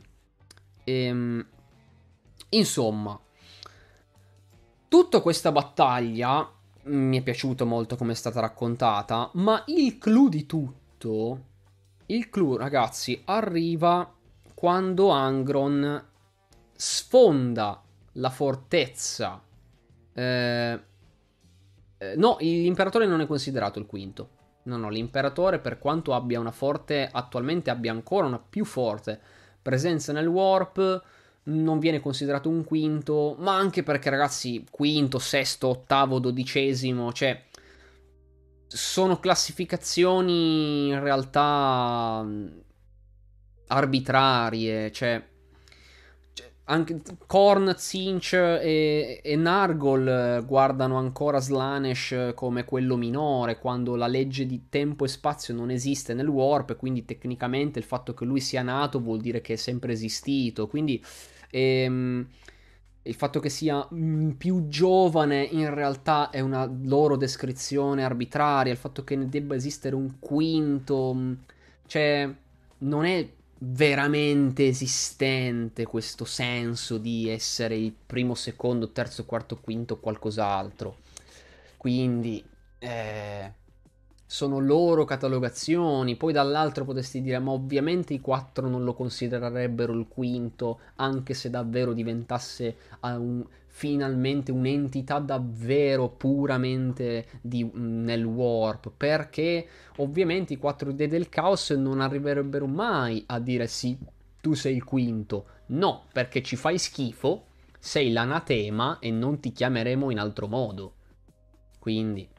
Insomma, tutta questa battaglia mi è piaciuto molto come è stata raccontata, ma il clou di tutto, il clou, ragazzi, arriva quando Angron sfonda la fortezza. No, l'imperatore non è considerato il quinto. No, l'imperatore, per quanto abbia una forte, attualmente abbia ancora una più forte presenza nel warp, non viene considerato un quinto, ma anche perché, ragazzi, quinto, sesto, ottavo, dodicesimo, cioè, sono classificazioni in realtà arbitrarie, cioè, anche Korn, Zinch e Nargol guardano ancora Slanesh come quello minore, quando la legge di tempo e spazio non esiste nel warp, e quindi tecnicamente il fatto che lui sia nato vuol dire che è sempre esistito, quindi ehm, il fatto che sia più giovane in realtà è una loro descrizione arbitraria, il fatto che ne debba esistere un quinto, cioè non è veramente esistente questo senso di essere il primo, secondo, terzo, quarto, quinto, qualcos'altro. Quindi eh, sono loro catalogazioni. Poi dall'altro potresti dire, ma ovviamente i quattro non lo considererebbero il quinto, anche se davvero diventasse finalmente un'entità davvero puramente nel warp, perché ovviamente i 4 dei del caos non arriverebbero mai a dire sì, tu sei il quinto. No, perché ci fai schifo, sei l'anatema e non ti chiameremo in altro modo. Quindi...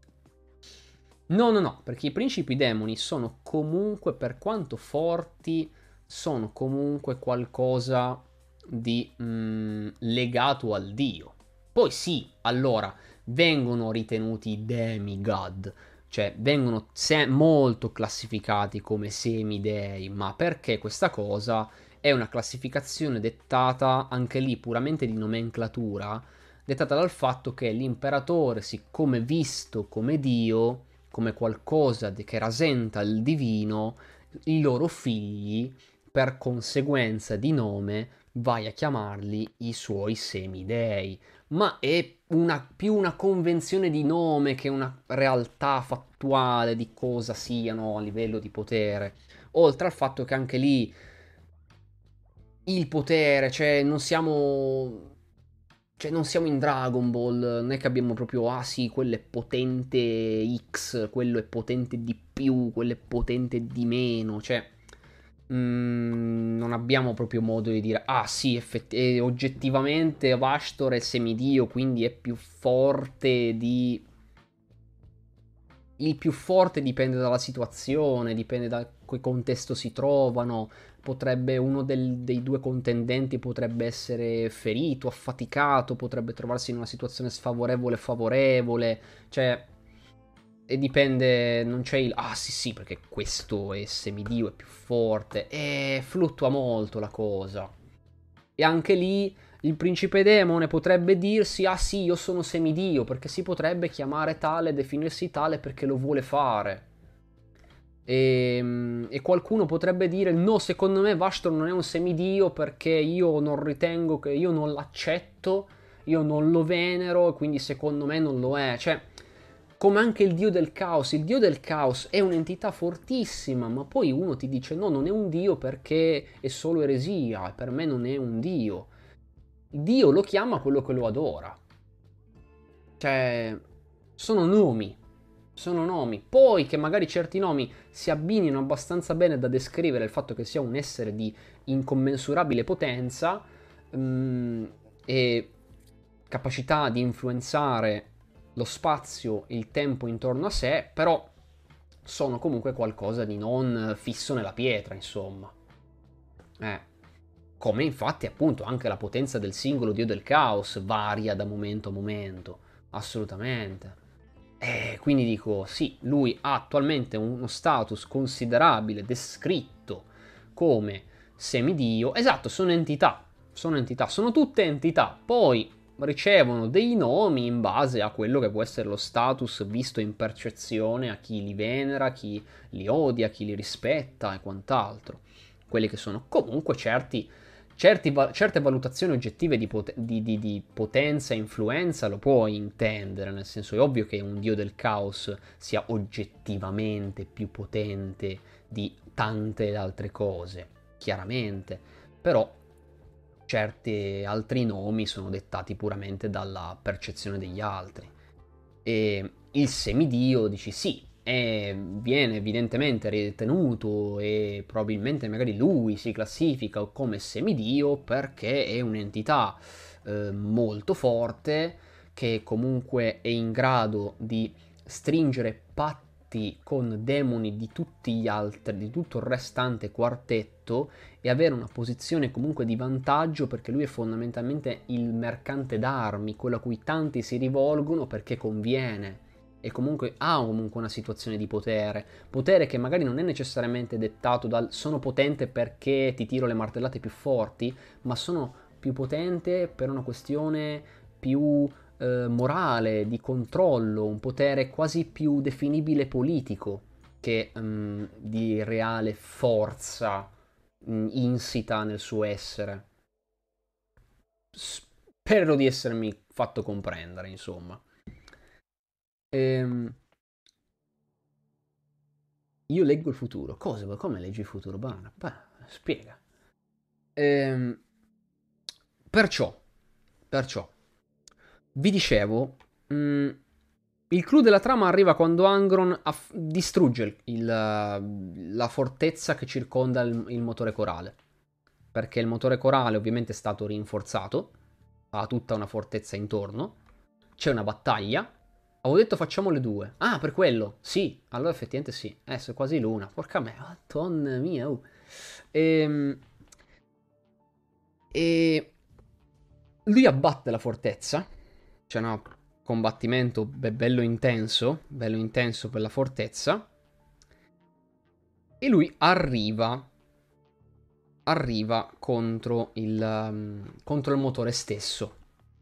No, no, no, perché i principi demoni sono comunque, per quanto forti, sono comunque qualcosa di legato al dio. Poi sì, allora, vengono ritenuti demigod, cioè vengono molto classificati come semidei, ma perché questa cosa è una classificazione dettata anche lì puramente di nomenclatura, dettata dal fatto che l'imperatore, siccome visto come dio, come qualcosa che rasenta il divino, i loro figli, per conseguenza di nome, vai a chiamarli i suoi semidei. Ma è più una convenzione di nome che una realtà fattuale di cosa siano a livello di potere. Oltre al fatto che anche lì il potere, cioè non siamo in Dragon Ball, non è che abbiamo proprio, ah sì, quello è potente X, quello è potente di più, quello è potente di meno, cioè non abbiamo proprio modo di dire, ah sì, oggettivamente Vashtor è semidio, quindi è più forte di... Il più forte dipende dalla situazione, dipende da che contesto si trovano. Potrebbe uno dei due contendenti potrebbe essere ferito, affaticato, potrebbe trovarsi in una situazione sfavorevole o favorevole. Cioè, e dipende, non c'è il ah sì sì, perché questo è semidio, è più forte. E fluttua molto la cosa. E anche lì il principe demone potrebbe dirsi ah sì, io sono semidio, perché si potrebbe chiamare tale, definirsi tale perché lo vuole fare. E qualcuno potrebbe dire no, secondo me Vashtor non è un semidio perché io non ritengo che io non l'accetto, io non lo venero e quindi secondo me non lo è. Cioè, come anche il dio del caos è un'entità fortissima, ma poi uno ti dice no, non è un dio perché è solo eresia, e per me non è un dio. Dio lo chiama quello che lo adora. Cioè, sono nomi. Sono nomi. Poi che magari certi nomi si abbinino abbastanza bene da descrivere il fatto che sia un essere di incommensurabile potenza e capacità di influenzare lo spazio e il tempo intorno a sé, però sono comunque qualcosa di non fisso nella pietra, insomma. Come infatti appunto anche la potenza del singolo dio del caos varia da momento a momento, assolutamente. E quindi dico, sì, lui ha attualmente uno status considerabile, descritto come semidio. Esatto, sono entità, sono tutte entità. Poi ricevono dei nomi in base a quello che può essere lo status visto in percezione a chi li venera, a chi li odia, a chi li rispetta e quant'altro. Quelli che sono comunque certe valutazioni oggettive di potenza e influenza lo puoi intendere, nel senso è ovvio che un dio del caos sia oggettivamente più potente di tante altre cose, chiaramente, però certi altri nomi sono dettati puramente dalla percezione degli altri. E il semidio dici sì, e viene evidentemente ritenuto e probabilmente magari lui si classifica come semidio perché è un'entità molto forte che comunque è in grado di stringere patti con demoni di tutti gli altri, di tutto il restante quartetto e avere una posizione comunque di vantaggio perché lui è fondamentalmente il mercante d'armi, quello a cui tanti si rivolgono perché conviene e comunque ha comunque una situazione di potere che magari non è necessariamente dettato dal sono potente perché ti tiro le martellate più forti, ma sono più potente per una questione più morale, di controllo, un potere quasi più definibile politico che di reale forza insita nel suo essere. Spero di essermi fatto comprendere, insomma. Ehm, io leggo il futuro. Cosa? Come leggi il futuro? Bana, spiega. Ehm, perciò, perciò, vi dicevo, il clou della trama arriva quando Angron distrugge la fortezza che circonda il motore corale. Perché il motore corale ovviamente è stato rinforzato, ha tutta una fortezza intorno, c'è una battaglia. Avevo detto facciamo le due. Ah, per quello. Sì, allora effettivamente sì. Sono quasi l'una. Porca me, madonna mia. Ehm, E, lui abbatte la fortezza. C'è un combattimento bello intenso per la fortezza. E lui arriva contro il motore stesso.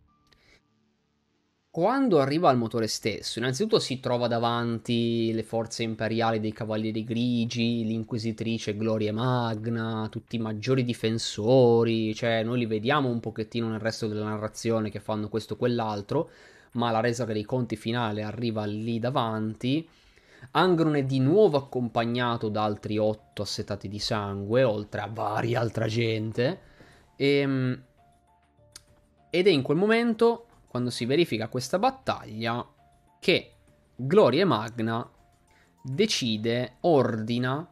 Quando arriva al motore stesso, innanzitutto si trova davanti le forze imperiali dei Cavalieri Grigi, l'Inquisitrice Gloria Magna, tutti i maggiori difensori, cioè noi li vediamo un pochettino nel resto della narrazione che fanno questo o quell'altro, ma la resa dei conti finale arriva lì davanti. Angron è di nuovo accompagnato da altri 8 assetati di sangue, oltre a varia altra gente, e, ed è in quel momento, quando si verifica questa battaglia, che Gloria Magna ordina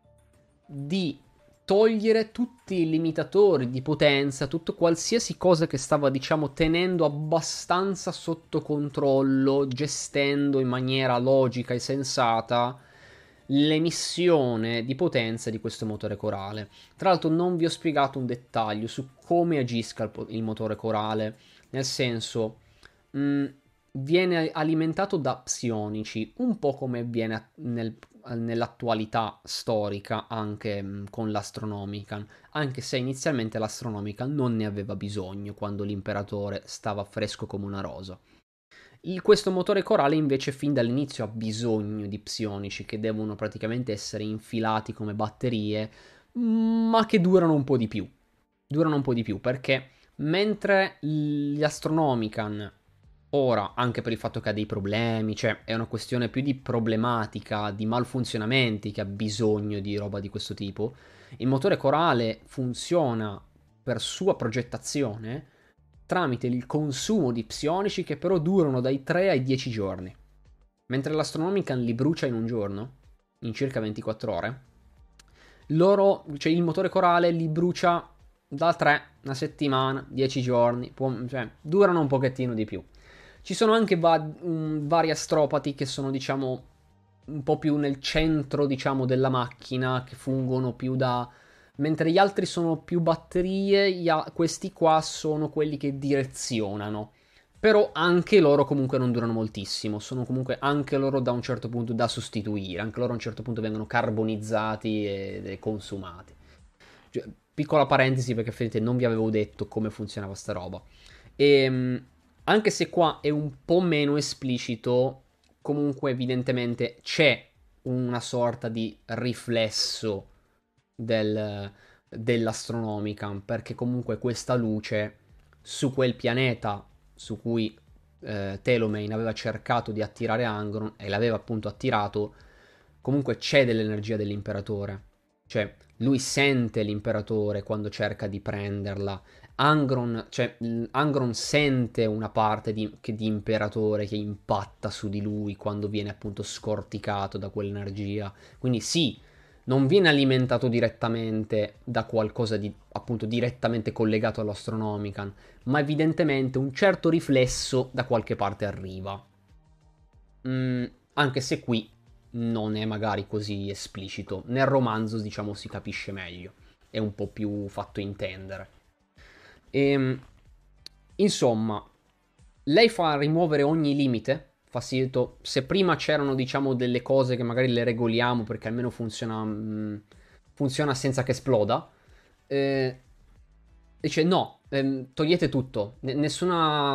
di togliere tutti i limitatori di potenza, tutto qualsiasi cosa che stava, diciamo, tenendo abbastanza sotto controllo, gestendo in maniera logica e sensata l'emissione di potenza di questo motore corale. Tra l'altro non vi ho spiegato un dettaglio su come agisca il motore corale, nel senso viene alimentato da psionici, un po' come avviene nell'attualità storica anche con l'Astronomican, anche se inizialmente l'Astronomican non ne aveva bisogno quando l'imperatore stava fresco come una rosa. Questo motore corale invece fin dall'inizio ha bisogno di psionici che devono praticamente essere infilati come batterie, ma che durano un po' di più. Durano un po' di più perché mentre gli Astronomican ora, anche per il fatto che ha dei problemi, cioè è una questione più di problematica, di malfunzionamenti che ha bisogno di roba di questo tipo, il motore corale funziona per sua progettazione tramite il consumo di psionici che però durano dai 3 ai 10 giorni. Mentre l'Astronomican li brucia in un giorno, in circa 24 ore, cioè il motore corale li brucia da 3, una settimana, 10 giorni, cioè durano un pochettino di più. Ci sono anche vari astropati che sono, diciamo, un po' più nel centro, diciamo, della macchina, che fungono più da... Mentre gli altri sono più batterie, questi qua sono quelli che direzionano. Però anche loro comunque non durano moltissimo, sono comunque anche loro da un certo punto da sostituire, anche loro a un certo punto vengono carbonizzati e consumati. Cioè, piccola parentesi perché effettivamente non vi avevo detto come funzionava sta roba. E anche se qua è un po' meno esplicito, comunque evidentemente c'è una sorta di riflesso dell'Astronomicam, perché comunque questa luce su quel pianeta su cui Telomain aveva cercato di attirare Angron e l'aveva appunto attirato, comunque c'è dell'energia dell'imperatore. Cioè, lui sente l'imperatore quando cerca di prenderla, Angron sente una parte di imperatore che impatta su di lui quando viene appunto scorticato da quell'energia. Quindi sì, non viene alimentato direttamente da qualcosa di appunto direttamente collegato all'Astronomican, ma evidentemente un certo riflesso da qualche parte arriva. Mm, anche se qui non è magari così esplicito. Nel romanzo, diciamo, si capisce meglio. È un po' più fatto intendere. Insomma, lei fa rimuovere ogni limite. Fa sì, se prima c'erano, diciamo, delle cose che magari le regoliamo perché almeno funziona, funziona senza che esploda. Dice no, togliete tutto, nessuna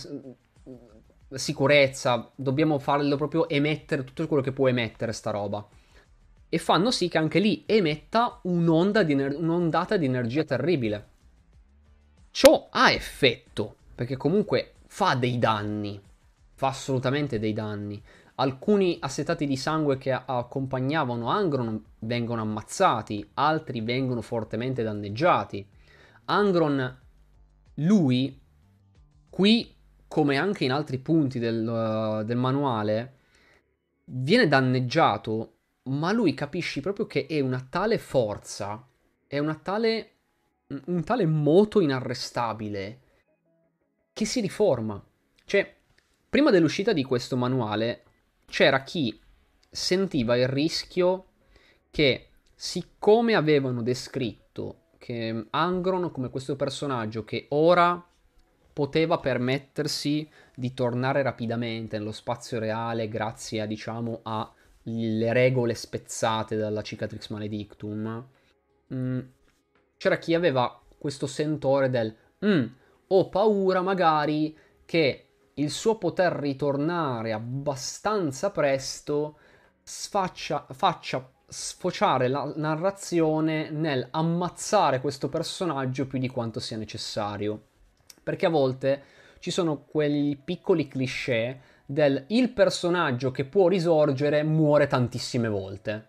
sicurezza, dobbiamo farlo proprio emettere tutto quello che può emettere sta roba. E fanno sì che anche lì emetta un'ondata di energia terribile. Ciò ha effetto, perché comunque fa dei danni, fa assolutamente dei danni. Alcuni assetati di sangue che accompagnavano Angron vengono ammazzati, altri vengono fortemente danneggiati. Angron, lui, qui, come anche in altri punti del manuale, viene danneggiato, ma lui capisci proprio che è una tale forza, è un tale moto inarrestabile che si riforma. Cioè, prima dell'uscita di questo manuale c'era chi sentiva il rischio che, siccome avevano descritto che Angron come questo personaggio che ora poteva permettersi di tornare rapidamente nello spazio reale grazie a, diciamo, alle regole spezzate dalla Cicatrix Maledictum, mh, c'era chi aveva questo sentore del ho paura magari che il suo poter ritornare abbastanza presto faccia sfociare la narrazione nel ammazzare questo personaggio più di quanto sia necessario. Perché a volte ci sono quei piccoli cliché del il personaggio che può risorgere muore tantissime volte.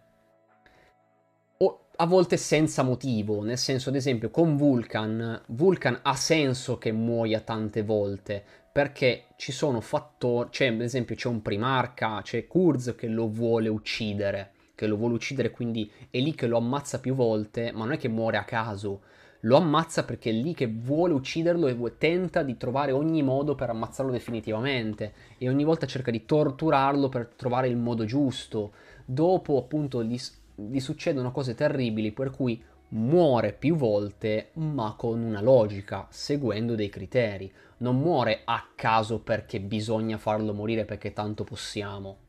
O a volte senza motivo, nel senso, ad esempio, con Vulcan ha senso che muoia tante volte, perché ci sono fattori, c'è, ad esempio, c'è un primarca, c'è Kurz che lo vuole uccidere, quindi è lì che lo ammazza più volte, ma non è che muore a caso, lo ammazza perché è lì che vuole ucciderlo e tenta di trovare ogni modo per ammazzarlo definitivamente, e ogni volta cerca di torturarlo per trovare il modo giusto. Dopo appunto gli succedono cose terribili per cui muore più volte ma con una logica, seguendo dei criteri. Non muore a caso perché bisogna farlo morire perché tanto possiamo.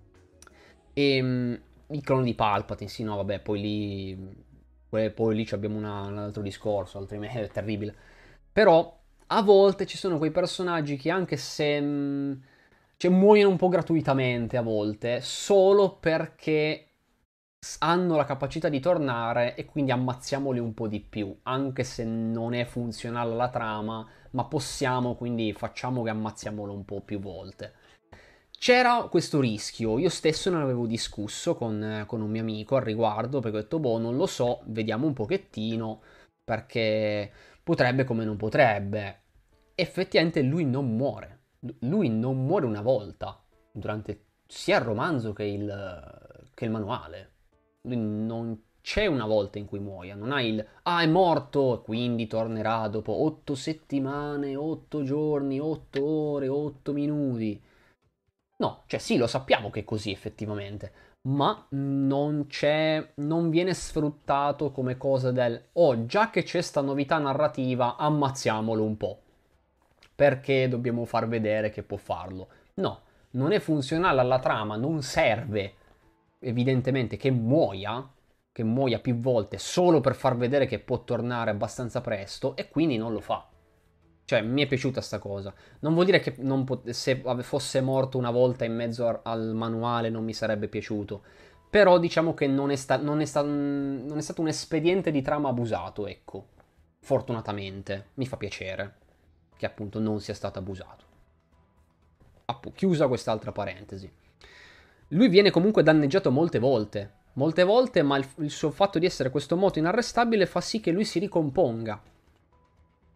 E il clone di Palpatine, sì no vabbè, poi lì abbiamo un altro discorso, altrimenti è terribile. Però a volte ci sono quei personaggi che anche se cioè, muoiono un po' gratuitamente a volte, solo perché hanno la capacità di tornare e quindi ammazziamoli un po' di più, anche se non è funzionale alla trama, ma possiamo, quindi facciamo che ammazziamolo un po' più volte. C'era questo rischio, io stesso ne avevo discusso con un mio amico al riguardo, perché ho detto, boh, non lo so, vediamo un pochettino, perché potrebbe come non potrebbe. Effettivamente lui non muore una volta, durante sia il romanzo che il manuale. Lui non c'è una volta in cui muoia, non ha il ah è morto e quindi tornerà dopo 8 settimane, 8 giorni, 8 ore, 8 minuti. No, cioè sì, lo sappiamo che è così effettivamente, ma non viene sfruttato come cosa del oh, già che c'è sta novità narrativa, ammazziamolo un po'. Perché dobbiamo far vedere che può farlo? No, non è funzionale alla trama, non serve evidentemente che muoia più volte solo per far vedere che può tornare abbastanza presto e quindi non lo fa. Cioè, mi è piaciuta sta cosa. Non vuol dire che se fosse morto una volta in mezzo al manuale non mi sarebbe piaciuto. Però diciamo che non è stato un espediente di trama abusato, ecco. Fortunatamente. Mi fa piacere che appunto non sia stato abusato. Chiusa quest'altra parentesi. Lui viene comunque danneggiato molte volte, ma il suo fatto di essere questo moto inarrestabile fa sì che lui si ricomponga.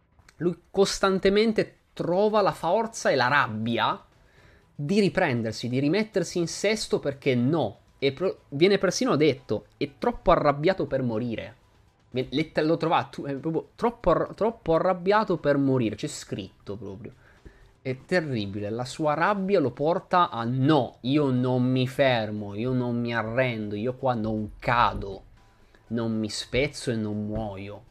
lui costantemente trova la forza e la rabbia di riprendersi, di rimettersi in sesto perché no. Viene persino detto, è troppo arrabbiato per morire. L'ho trovato, è proprio troppo arrabbiato per morire, c'è scritto proprio. È terribile, la sua rabbia lo porta a no, io non mi fermo, io non mi arrendo, io qua non cado, non mi spezzo e non muoio.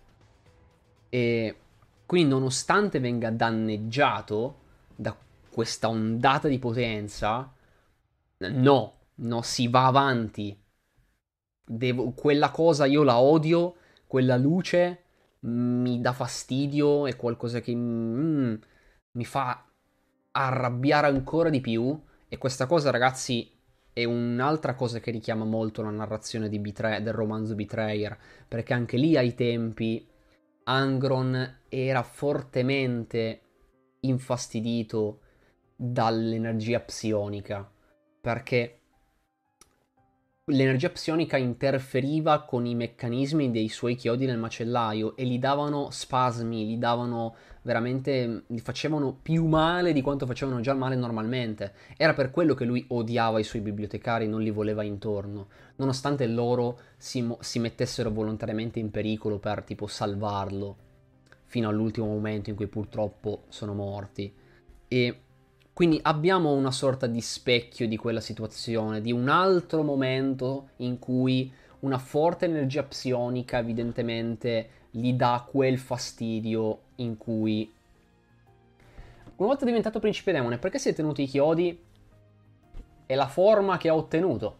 E quindi nonostante venga danneggiato da questa ondata di potenza, no, no, si va avanti. Quella cosa io la odio, quella luce mi dà fastidio, è qualcosa che mi fa arrabbiare ancora di più. E questa cosa, ragazzi, è un'altra cosa che richiama molto la narrazione del romanzo Betrayer, perché anche lì ai tempi Angron era fortemente infastidito dall'energia psionica, perché l'energia psionica interferiva con i meccanismi dei suoi chiodi nel macellaio e gli davano spasmi, gli davano veramente, gli facevano più male di quanto facevano già male normalmente. Era per quello che lui odiava i suoi bibliotecari, non li voleva intorno, nonostante loro si mettessero volontariamente in pericolo per tipo salvarlo, fino all'ultimo momento in cui purtroppo sono morti. E quindi abbiamo una sorta di specchio di quella situazione, di un altro momento in cui una forte energia psionica evidentemente gli dà quel fastidio in cui... Una volta diventato principe demone, perché si è tenuto i chiodi? È la forma che ha ottenuto.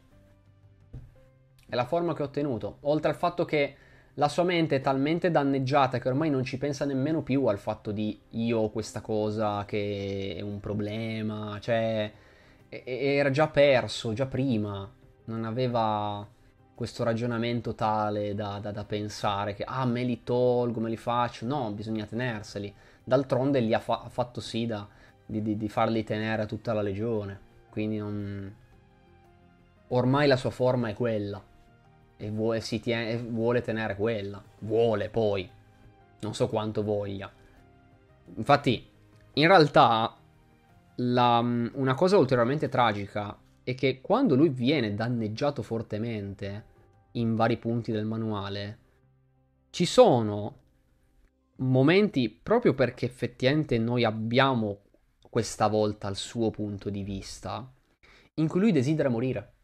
È la forma che ha ottenuto. Oltre al fatto che la sua mente è talmente danneggiata che ormai non ci pensa nemmeno più al fatto di io ho questa cosa che è un problema, cioè era già perso, già prima, non aveva questo ragionamento tale da pensare che ah me li tolgo, me li faccio, no, bisogna tenerseli. D'altronde li ha fatto sì di farli tenere a tutta la legione, quindi non... ormai la sua forma è quella e vuole tenere quella. Vuole poi. Non so quanto voglia. Infatti, in realtà, una cosa ulteriormente tragica è che quando lui viene danneggiato fortemente in vari punti del manuale, ci sono momenti, proprio perché effettivamente noi abbiamo questa volta il suo punto di vista, in cui lui desidera morire.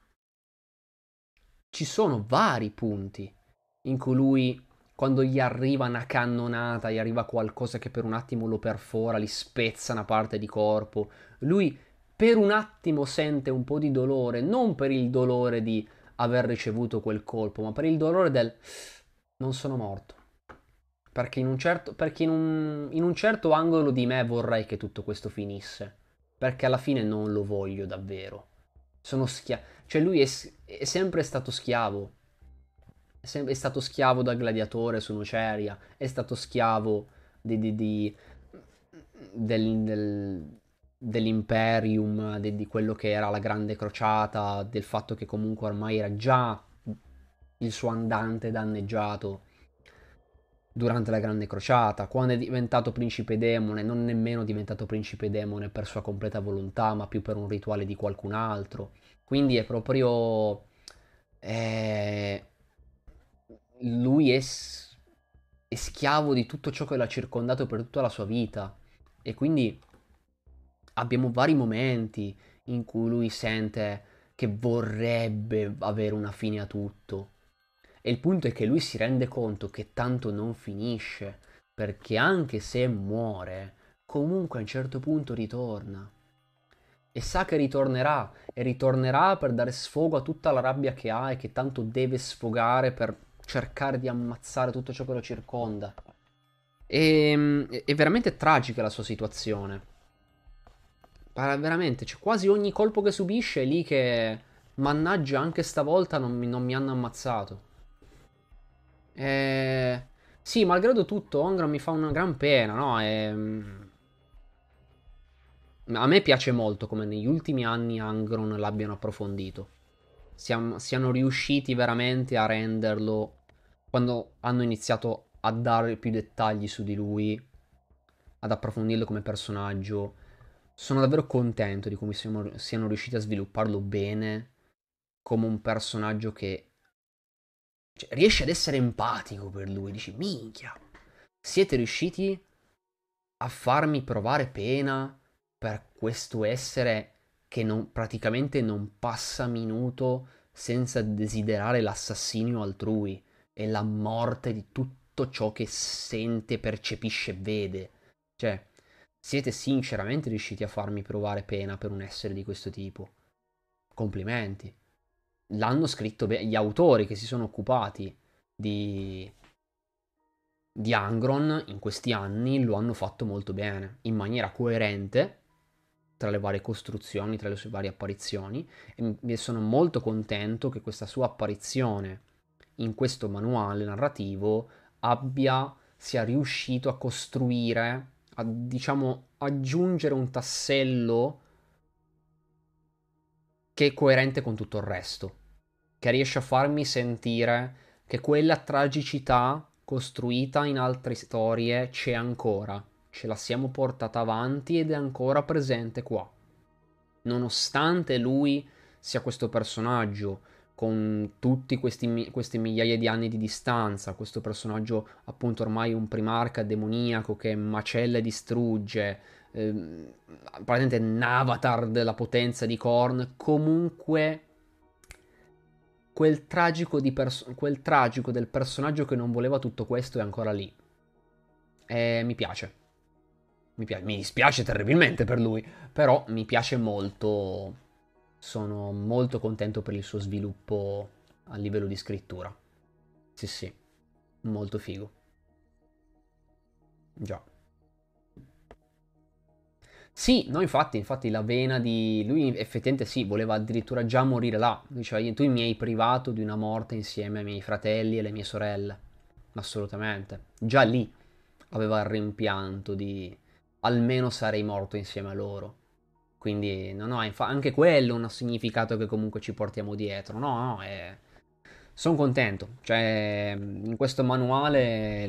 Ci sono vari punti in cui lui, quando gli arriva una cannonata, gli arriva qualcosa che per un attimo lo perfora, gli spezza una parte di corpo, lui per un attimo sente un po' di dolore, non per il dolore di aver ricevuto quel colpo, ma per il dolore del non sono morto. Perché in un certo angolo di me vorrei che tutto questo finisse. Perché alla fine non lo voglio davvero. Sono schiavo. Cioè lui è sempre stato schiavo. È stato schiavo da gladiatore su Nuceria. È stato schiavo di- dell'Imperium, di quello che era la Grande Crociata, del fatto che comunque ormai era già il suo andante danneggiato durante la Grande Crociata. Quando è diventato principe demone, non è nemmeno diventato principe demone per sua completa volontà, ma più per un rituale di qualcun altro. Quindi è proprio... eh, lui è schiavo di tutto ciò che l'ha circondato per tutta la sua vita. E quindi abbiamo vari momenti in cui lui sente che vorrebbe avere una fine a tutto. E il punto è che lui si rende conto che tanto non finisce, perché anche se muore, comunque a un certo punto ritorna. E sa che ritornerà, e ritornerà per dare sfogo a tutta la rabbia che ha e che tanto deve sfogare per cercare di ammazzare tutto ciò che lo circonda. È veramente tragica la sua situazione. Veramente, c'è quasi ogni colpo che subisce è lì che, mannaggia, anche stavolta non mi hanno ammazzato. Eh, sì, malgrado tutto, Ongron mi fa una gran pena, no? A me piace molto come negli ultimi anni Angron l'abbiano approfondito. Siano riusciti veramente a renderlo, quando hanno iniziato a dare più dettagli su di lui, ad approfondirlo come personaggio. Sono davvero contento di come siano riusciti a svilupparlo bene come un personaggio che cioè, riesce ad essere empatico per lui. Dici, minchia, siete riusciti a farmi provare pena per questo essere che praticamente non passa minuto senza desiderare l'assassinio altrui e la morte di tutto ciò che sente, percepisce e vede. Cioè, siete sinceramente riusciti a farmi provare pena per un essere di questo tipo. Complimenti. L'hanno scritto bene. Gli autori che si sono occupati di, di Angron in questi anni lo hanno fatto molto bene, in maniera coerente tra le varie costruzioni, tra le sue varie apparizioni, e mi sono molto contento che questa sua apparizione in questo manuale narrativo sia riuscito a costruire, a diciamo aggiungere un tassello che è coerente con tutto il resto, che riesce a farmi sentire che quella tragicità costruita in altre storie c'è ancora, ce la siamo portata avanti ed è ancora presente qua. Nonostante lui sia questo personaggio con tutti questi migliaia di anni di distanza, questo personaggio appunto ormai un primarca demoniaco che macella e distrugge, praticamente un avatar della potenza di Korn, comunque quel tragico del personaggio che non voleva tutto questo è ancora lì. E mi piace. Mi dispiace terribilmente per lui, però mi piace molto. Sono molto contento per il suo sviluppo a livello di scrittura. Sì, sì, molto figo. Già. Sì, no, infatti la vena di lui effettivamente sì, voleva addirittura già morire là. Diceva, tu mi hai privato di una morte insieme ai miei fratelli e alle mie sorelle. Assolutamente. Già lì aveva il rimpianto di almeno sarei morto insieme a loro. Quindi, no, no, anche quello è un significato che comunque ci portiamo dietro. No, no, sono contento. Cioè, in questo manuale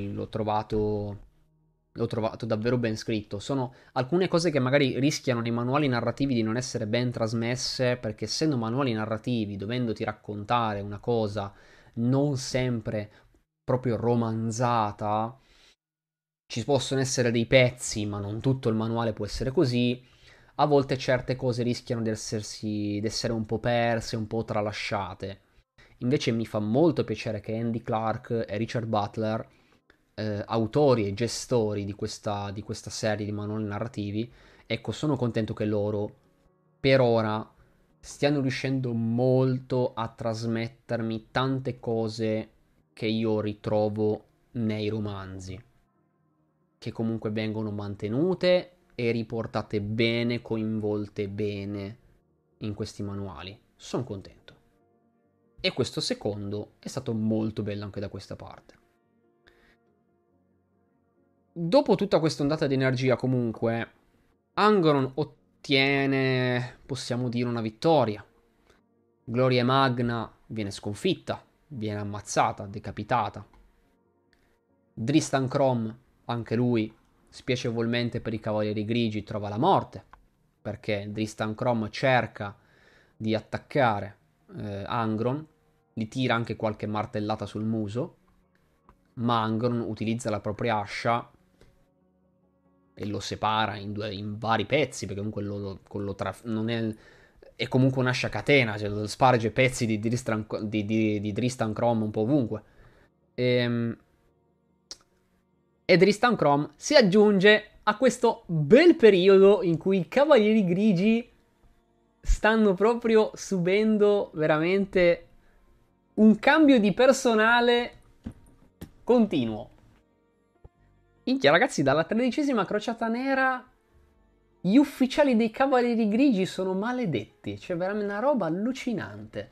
l'ho trovato davvero ben scritto. Sono alcune cose che magari rischiano nei manuali narrativi di non essere ben trasmesse, perché essendo manuali narrativi, dovendoti raccontare una cosa non sempre proprio romanzata, ci possono essere dei pezzi, ma non tutto il manuale può essere così. A volte certe cose rischiano di essere un po' perse, un po' tralasciate. Invece mi fa molto piacere che Andy Clark e Richard Butler, autori e gestori di questa serie di manuali narrativi, ecco, sono contento che loro, per ora, stiano riuscendo molto a trasmettermi tante cose che io ritrovo nei romanzi, che comunque vengono mantenute e riportate bene, coinvolte bene in questi manuali. Sono contento. E questo secondo è stato molto bello anche da questa parte. Dopo tutta questa ondata di energia, comunque, Angron ottiene, possiamo dire, una vittoria. Gloria Magna viene sconfitta, viene ammazzata, decapitata. Dristan Crom, anche lui, spiacevolmente per i Cavalieri Grigi, trova la morte, perché Dristan Crom cerca di attaccare Angron, gli tira anche qualche martellata sul muso, ma Angron utilizza la propria ascia e lo separa in vari pezzi, perché comunque non è comunque un'ascia a catena, cioè sparge pezzi di Dristan Crom un po' ovunque. E Dristan Crom si aggiunge a questo bel periodo in cui i Cavalieri Grigi stanno proprio subendo veramente un cambio di personale continuo. Minchia, ragazzi, dalla 13ª crociata nera gli ufficiali dei Cavalieri Grigi sono maledetti. Cioè, veramente una roba allucinante.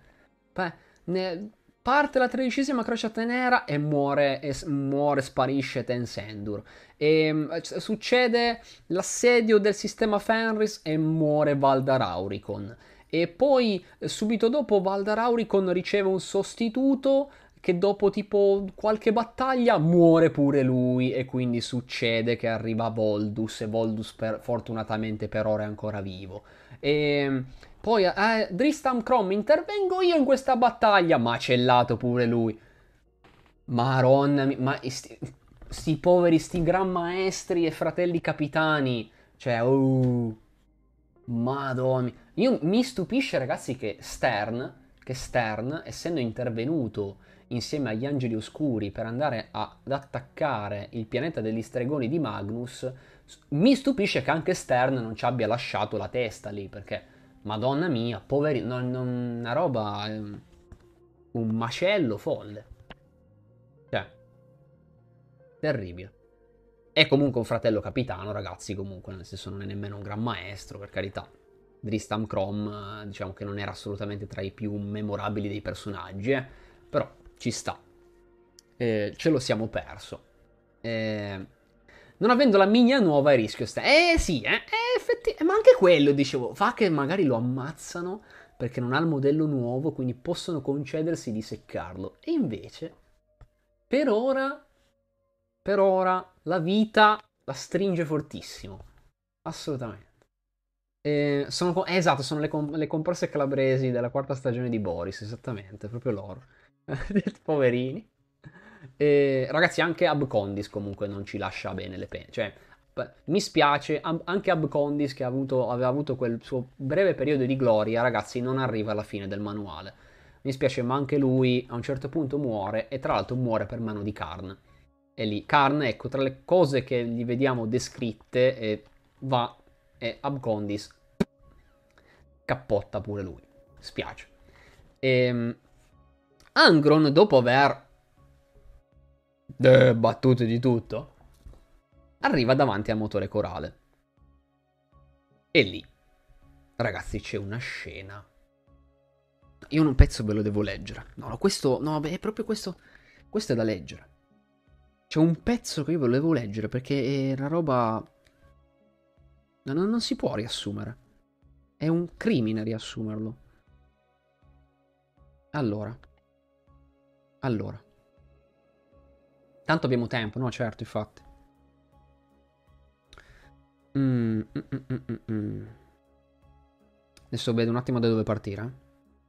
Parte la 13ª crociata nera e muore, sparisce Tensendur. Succede l'assedio del sistema Fenris e muore Valdar Auricon. E poi, subito dopo, Valdar Auricon riceve un sostituto che dopo tipo qualche battaglia muore pure lui e quindi succede che arriva Voldus e Voldus fortunatamente per ora è ancora vivo. E poi Dristam Crom, intervengo io in questa battaglia, macellato pure lui. Maronna, ma sti poveri, sti gran maestri e fratelli capitani. Cioè, madonna. Io mi stupisce, ragazzi, che Stern, essendo intervenuto insieme agli Angeli Oscuri per andare ad attaccare il pianeta degli stregoni di Magnus, mi stupisce che anche Stern non ci abbia lasciato la testa lì, perché, madonna mia, poveri, una roba, un macello folle. Cioè, terribile. È comunque un fratello capitano, ragazzi, comunque, nel senso non è nemmeno un gran maestro, per carità. Dristam Crom, diciamo che non era assolutamente tra i più memorabili dei personaggi, però ci sta. Ce lo siamo perso. Non avendo la migna nuova, il rischio sta. Sì, ma anche quello, dicevo, fa che magari lo ammazzano perché non ha il modello nuovo, quindi possono concedersi di seccarlo. E invece, per ora, la vita la stringe fortissimo. Assolutamente. Esatto, sono le comparse calabresi della quarta stagione di Boris, esattamente, proprio loro. Poverini. Ragazzi, anche Abcondis comunque non ci lascia bene le penne. Cioè, mi spiace, anche Abcondis che aveva avuto quel suo breve periodo di gloria, ragazzi, non arriva alla fine del manuale. Mi spiace, ma anche lui a un certo punto muore, e tra l'altro muore per mano di Karn. E lì, Karn, ecco, tra le cose che gli vediamo descritte, va e Abcondis cappotta pure lui. Spiace. Angron, dopo aver battuto di tutto, arriva davanti al motore corale. E lì, ragazzi, c'è una scena. Io un pezzo ve lo devo leggere. No, questo, no, beh, è proprio questo. Questo è da leggere. C'è un pezzo che io ve lo devo leggere perché è una roba. Non si può riassumere. È un crimine riassumerlo. Allora. Tanto abbiamo tempo, no? Certo, infatti. Adesso vedo un attimo da dove partire.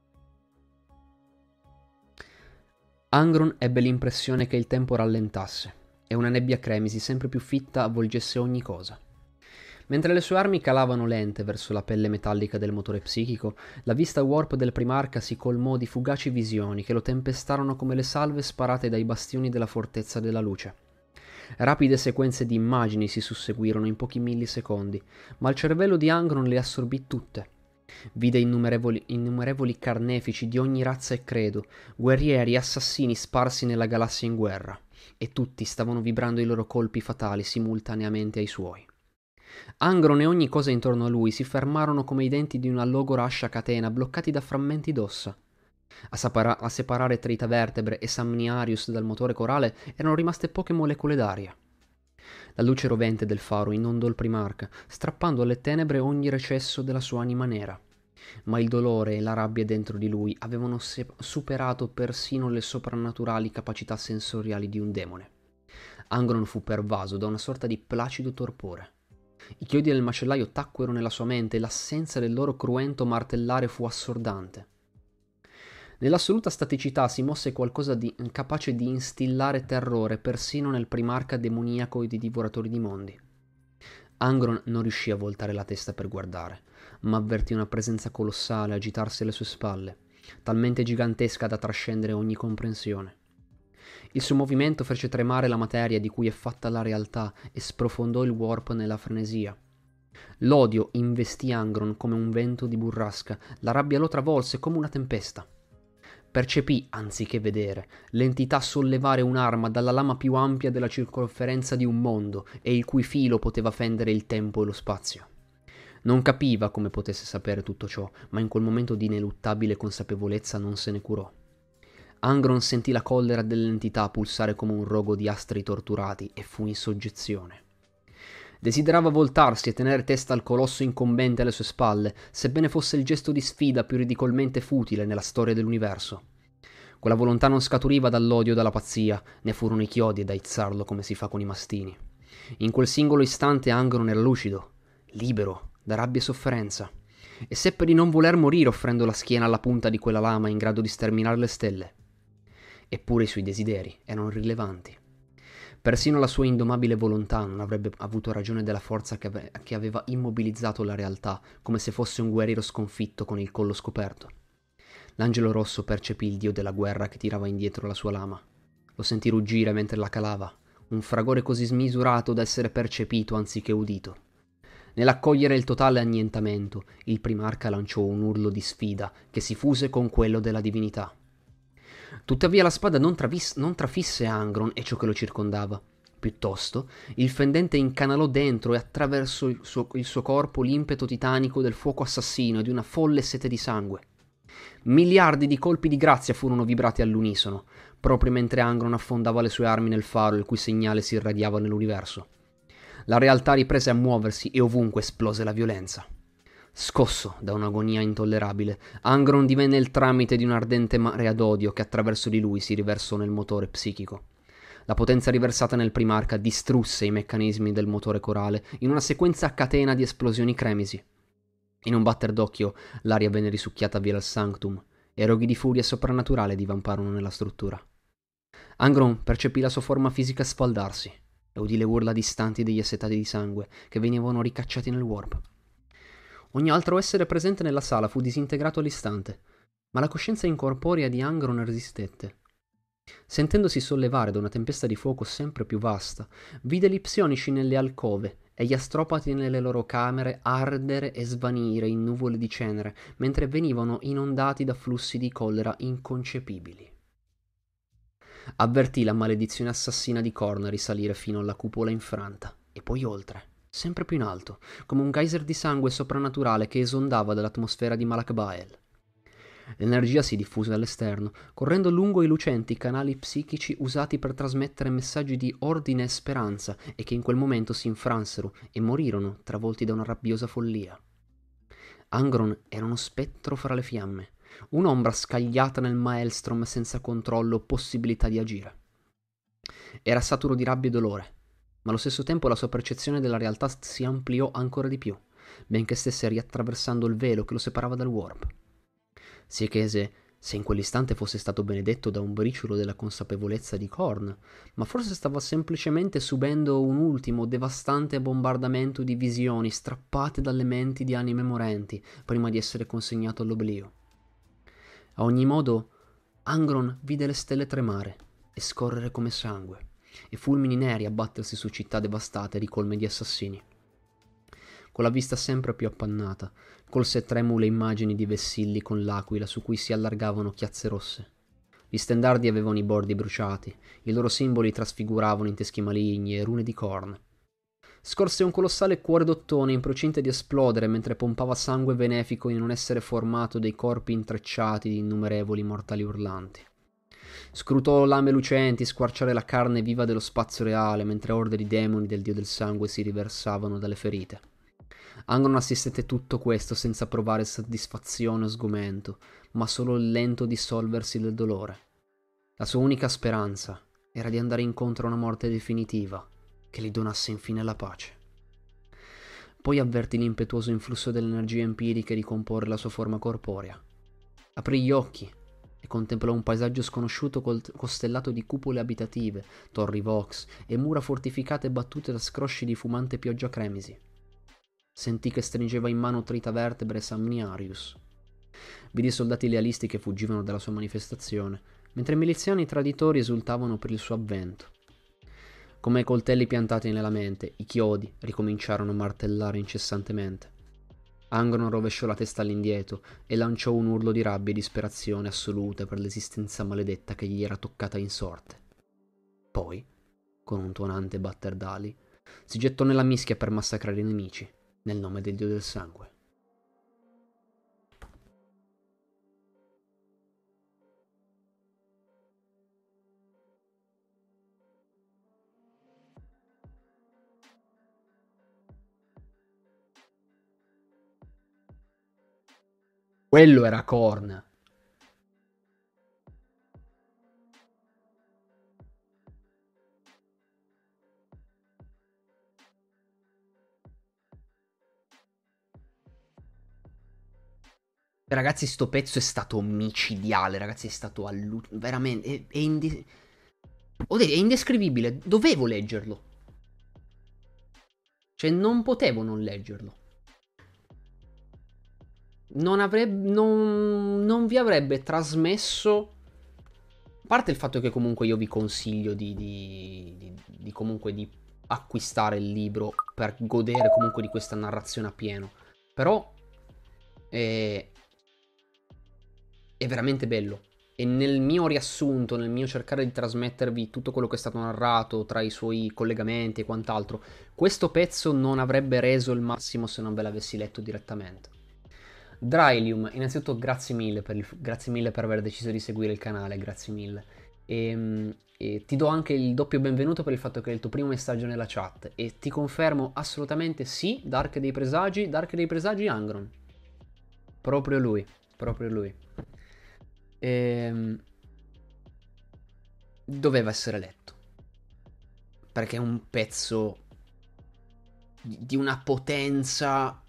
Angron ebbe l'impressione che il tempo rallentasse e una nebbia cremisi sempre più fitta avvolgesse ogni cosa. Mentre le sue armi calavano lente verso la pelle metallica del motore psichico, la vista warp del primarca si colmò di fugaci visioni che lo tempestarono come le salve sparate dai bastioni della fortezza della luce. Rapide sequenze di immagini si susseguirono in pochi millisecondi, ma il cervello di Angron le assorbì tutte. Vide innumerevoli carnefici di ogni razza e credo, guerrieri e assassini sparsi nella galassia in guerra, e tutti stavano vibrando i loro colpi fatali simultaneamente ai suoi. Angron e ogni cosa intorno a lui si fermarono come i denti di una logora ascia catena bloccati da frammenti d'ossa. A separare Trita Vertebre e Samniarius dal motore corale erano rimaste poche molecole d'aria. La luce rovente del faro inondò il primarca, strappando alle tenebre ogni recesso della sua anima nera. Ma il dolore e la rabbia dentro di lui avevano superato persino le soprannaturali capacità sensoriali di un demone. Angron fu pervaso da una sorta di placido torpore. I chiodi del macellaio tacquero nella sua mente e l'assenza del loro cruento martellare fu assordante. Nell'assoluta staticità si mosse qualcosa di capace di instillare terrore persino nel primarca demoniaco di divoratori di mondi. Angron non riuscì a voltare la testa per guardare, ma avvertì una presenza colossale agitarsi alle sue spalle, talmente gigantesca da trascendere ogni comprensione. Il suo movimento fece tremare la materia di cui è fatta la realtà e sprofondò il warp nella frenesia. L'odio investì Angron come un vento di burrasca, la rabbia lo travolse come una tempesta. Percepì, anziché vedere, l'entità sollevare un'arma dalla lama più ampia della circonferenza di un mondo e il cui filo poteva fendere il tempo e lo spazio. Non capiva come potesse sapere tutto ciò, ma in quel momento di ineluttabile consapevolezza non se ne curò. Angron sentì la collera dell'entità pulsare come un rogo di astri torturati e fu in soggezione. Desiderava voltarsi e tenere testa al colosso incombente alle sue spalle, sebbene fosse il gesto di sfida più ridicolmente futile nella storia dell'universo. Quella volontà non scaturiva dall'odio o dalla pazzia, né furono i chiodi ad aizzarlo come si fa con i mastini. In quel singolo istante Angron era lucido, libero da rabbia e sofferenza, e seppe di non voler morire offrendo la schiena alla punta di quella lama in grado di sterminare le stelle. Eppure i suoi desideri erano rilevanti. Persino la sua indomabile volontà non avrebbe avuto ragione della forza che aveva immobilizzato la realtà, come se fosse un guerriero sconfitto con il collo scoperto. L'angelo rosso percepì il dio della guerra che tirava indietro la sua lama. Lo sentì ruggire mentre la calava, un fragore così smisurato da essere percepito anziché udito. Nell'accogliere il totale annientamento, il primarca lanciò un urlo di sfida che si fuse con quello della divinità. Tuttavia la spada non trafisse Angron e ciò che lo circondava. Piuttosto, il fendente incanalò dentro e attraverso il suo corpo l'impeto titanico del fuoco assassino e di una folle sete di sangue. Miliardi di colpi di grazia furono vibrati all'unisono, proprio mentre Angron affondava le sue armi nel faro il cui segnale si irradiava nell'universo. La realtà riprese a muoversi e ovunque esplose la violenza. Scosso da un'agonia intollerabile, Angron divenne il tramite di un ardente marea d'odio che attraverso di lui si riversò nel motore psichico. La potenza riversata nel primarca distrusse i meccanismi del motore corale in una sequenza a catena di esplosioni cremisi. In un batter d'occhio l'aria venne risucchiata via dal sanctum e roghi di furia soprannaturale divamparono nella struttura. Angron percepì la sua forma fisica sfaldarsi e udì le urla distanti degli assetati di sangue che venivano ricacciati nel warp. Ogni altro essere presente nella sala fu disintegrato all'istante, ma la coscienza incorporea di Angron resistette. Sentendosi sollevare da una tempesta di fuoco sempre più vasta, vide gli psionici nelle alcove e gli astropati nelle loro camere ardere e svanire in nuvole di cenere, mentre venivano inondati da flussi di collera inconcepibili. Avvertì la maledizione assassina di Korn risalire fino alla cupola infranta, e poi oltre, sempre più in alto, come un geyser di sangue soprannaturale che esondava dall'atmosfera di Malakbael. L'energia si diffuse all'esterno, correndo lungo i lucenti canali psichici usati per trasmettere messaggi di ordine e speranza, e che in quel momento si infransero e morirono travolti da una rabbiosa follia. Angron era uno spettro fra le fiamme, un'ombra scagliata nel maelstrom senza controllo o possibilità di agire. Era saturo di rabbia e dolore, ma allo stesso tempo la sua percezione della realtà si ampliò ancora di più, benché stesse riattraversando il velo che lo separava dal warp. Si chiese se in quell'istante fosse stato benedetto da un briciolo della consapevolezza di Korn, ma forse stava semplicemente subendo un ultimo devastante bombardamento di visioni strappate dalle menti di anime morenti prima di essere consegnato all'oblio. A ogni modo, Angron vide le stelle tremare e scorrere come sangue, e fulmini neri abbattersi su città devastate ricolme di assassini. Con la vista sempre più appannata, colse tremule immagini di vessilli con l'aquila su cui si allargavano chiazze rosse. Gli stendardi avevano i bordi bruciati, i loro simboli trasfiguravano in teschi maligni e rune di Korn. Scorse un colossale cuore d'ottone in procinto di esplodere mentre pompava sangue benefico in un essere formato dei corpi intrecciati di innumerevoli mortali urlanti. Scrutò lame lucenti squarciare la carne viva dello spazio reale mentre orde di demoni del dio del sangue si riversavano dalle ferite. Angron assistette tutto questo senza provare soddisfazione o sgomento, ma solo il lento dissolversi del dolore. La sua unica speranza era di andare incontro a una morte definitiva, che gli donasse infine la pace. Poi avvertì l'impetuoso influsso delle energie empiriche ricomporre la sua forma corporea. Aprì gli occhi e contemplò un paesaggio sconosciuto costellato di cupole abitative, torri vox e mura fortificate battute da scrosci di fumante pioggia cremisi. Sentì che stringeva in mano trita vertebre Samniarius. Vide i soldati lealisti che fuggivano dalla sua manifestazione, mentre i miliziani traditori esultavano per il suo avvento. Come coltelli piantati nella mente, i chiodi ricominciarono a martellare incessantemente. Angron rovesciò la testa all'indietro e lanciò un urlo di rabbia e disperazione assoluta per l'esistenza maledetta che gli era toccata in sorte. Poi, con un tuonante batter d'ali, si gettò nella mischia per massacrare i nemici, nel nome del dio del sangue. Quello era Korn. Ragazzi, sto pezzo è stato micidiale, ragazzi, è stato veramente, è indescrivibile, dovevo leggerlo. Cioè, non potevo non leggerlo. Non vi avrebbe trasmesso... A parte il fatto che comunque io vi consiglio comunque di acquistare il libro per godere comunque di questa narrazione a pieno. Però è veramente bello. E nel mio riassunto, nel mio cercare di trasmettervi tutto quello che è stato narrato tra i suoi collegamenti e quant'altro, questo pezzo non avrebbe reso il massimo se non ve l'avessi letto direttamente. Drylium, innanzitutto grazie mille per aver deciso di seguire il canale, grazie mille. E ti do anche il doppio benvenuto per il fatto che è il tuo primo messaggio nella chat. E ti confermo assolutamente sì, Dark dei Presagi Angron. Proprio lui, proprio lui. Doveva essere letto. Perché è un pezzo di una potenza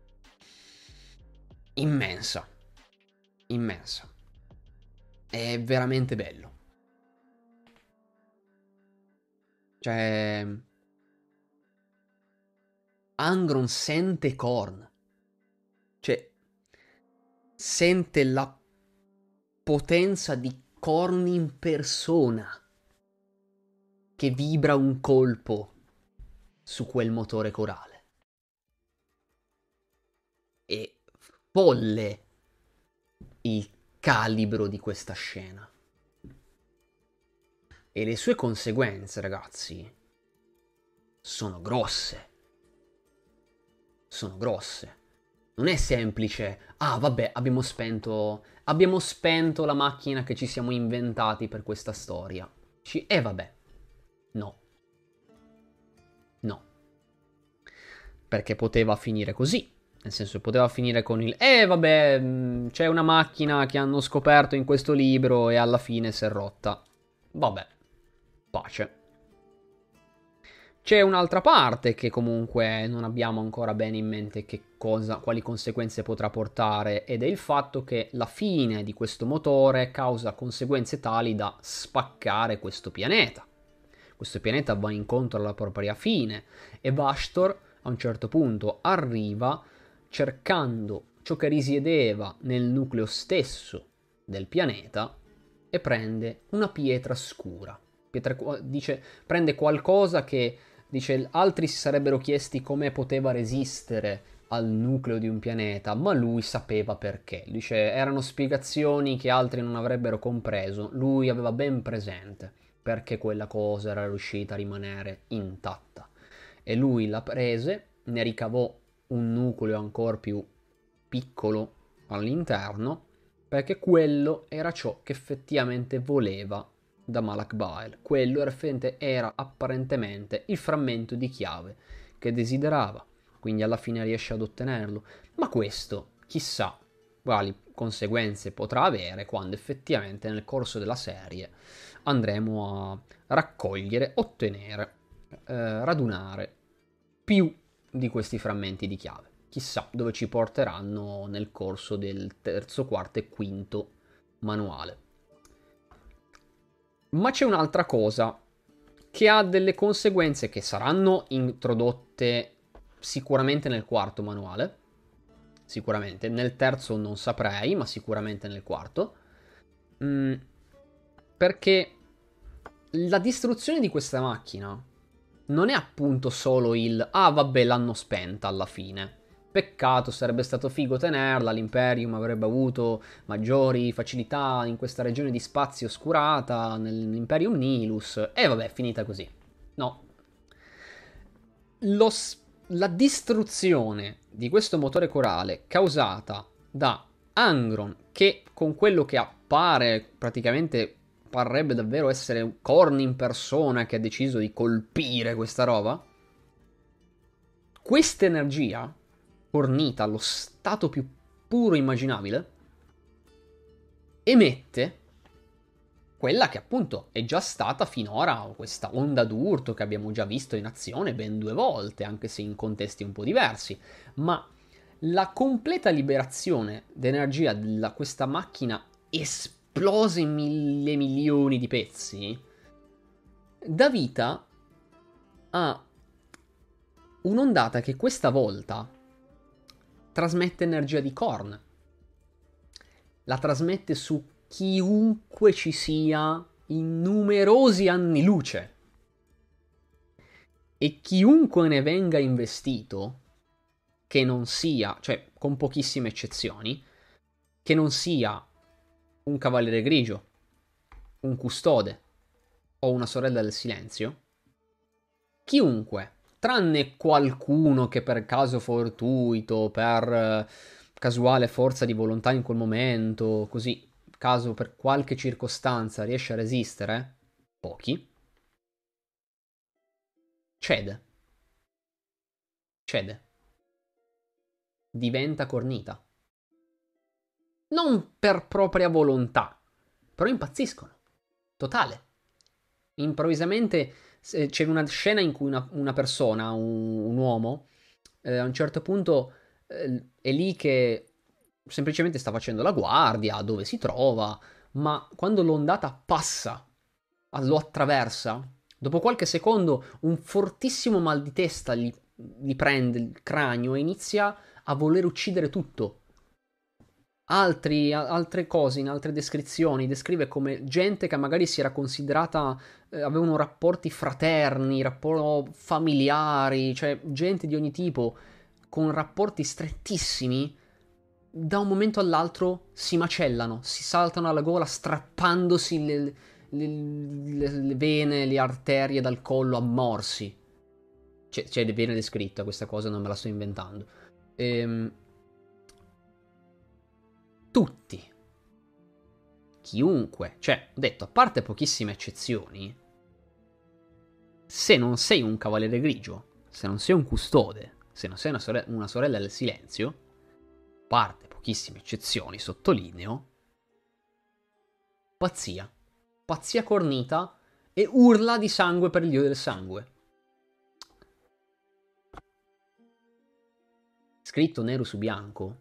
immensa. Immensa. È veramente bello. Cioè... Angron sente Korn. Cioè... Sente la potenza di Korn in persona. Che vibra un colpo su quel motore corale. E folle il calibro di questa scena. E le sue conseguenze, ragazzi, sono grosse. Sono grosse. Non è semplice, ah vabbè, abbiamo spento la macchina che ci siamo inventati per questa storia. Vabbè. No. No. Perché poteva finire così. Nel senso, poteva finire con il vabbè, c'è una macchina che hanno scoperto in questo libro e alla fine si è rotta. Vabbè. Pace. C'è un'altra parte che comunque non abbiamo ancora bene in mente quali conseguenze potrà portare, ed è il fatto che la fine di questo motore causa conseguenze tali da spaccare questo pianeta. Questo pianeta va incontro alla propria fine e Vastor a un certo punto arriva cercando ciò che risiedeva nel nucleo stesso del pianeta e prende una pietra scura. Prende qualcosa che dice, altri si sarebbero chiesti come poteva resistere al nucleo di un pianeta, ma lui sapeva perché. Dice, erano spiegazioni che altri non avrebbero compreso, lui aveva ben presente perché quella cosa era riuscita a rimanere intatta. E lui la prese, ne ricavò un nucleo ancora più piccolo all'interno, perché quello era ciò che effettivamente voleva da Malak Bael. Quello era apparentemente il frammento di chiave che desiderava, quindi alla fine riesce ad ottenerlo. Ma questo, chissà quali conseguenze potrà avere quando effettivamente nel corso della serie andremo a raccogliere, ottenere, radunare più di questi frammenti di chiave. Chissà dove ci porteranno nel corso del terzo, quarto e quinto manuale. Ma c'è un'altra cosa che ha delle conseguenze che saranno introdotte sicuramente nel quarto manuale. Sicuramente. Nel terzo non saprei, ma sicuramente nel quarto. Perché la distruzione di questa macchina non è appunto solo il ah vabbè l'hanno spenta alla fine. Peccato, sarebbe stato figo tenerla, l'Imperium avrebbe avuto maggiori facilità in questa regione di spazio oscurata, nell'Imperium Nihilus, e vabbè, finita così. No. La distruzione di questo motore corale causata da Angron, che con quello che appare praticamente parrebbe davvero essere un Korn in persona che ha deciso di colpire questa roba, questa energia fornita allo stato più puro immaginabile emette quella che appunto è già stata finora questa onda d'urto che abbiamo già visto in azione ben 2 volte, anche se in contesti un po' diversi, ma La completa liberazione d'energia da questa macchina esplosa in mille milioni di pezzi dà vita a un'ondata che questa volta trasmette energia di Korn. La trasmette su chiunque ci sia in numerosi anni luce. E chiunque ne venga investito, che non sia, cioè con pochissime eccezioni, che non sia un cavaliere grigio, un custode o una sorella del silenzio, chiunque, tranne qualcuno che per caso fortuito, per casuale forza di volontà in quel momento, così, caso per qualche circostanza riesce a resistere, pochi, cede. Cede. Diventa cornita. Non per propria volontà, però impazziscono. Totale. Improvvisamente c'è una scena in cui una persona, un uomo, a un certo punto è lì che semplicemente sta facendo la guardia, dove si trova, ma quando l'ondata passa, lo attraversa, dopo qualche secondo un fortissimo mal di testa gli prende il cranio e inizia a voler uccidere tutto. Altre cose, in altre descrizioni, descrive come gente che magari si era considerata, avevano rapporti fraterni, rapporti familiari, cioè gente di ogni tipo, con rapporti strettissimi, da un momento all'altro si macellano, si saltano alla gola strappandosi le vene, le arterie dal collo a morsi. Viene descritta questa cosa, non me la sto inventando. Tutti, chiunque, cioè, ho detto, a parte pochissime eccezioni, se non sei un cavaliere grigio, se non sei un custode, se non sei una sorella del silenzio, a parte pochissime eccezioni, sottolineo, pazzia. Pazzia cornita e urla di sangue per il dio del sangue. Scritto nero su bianco.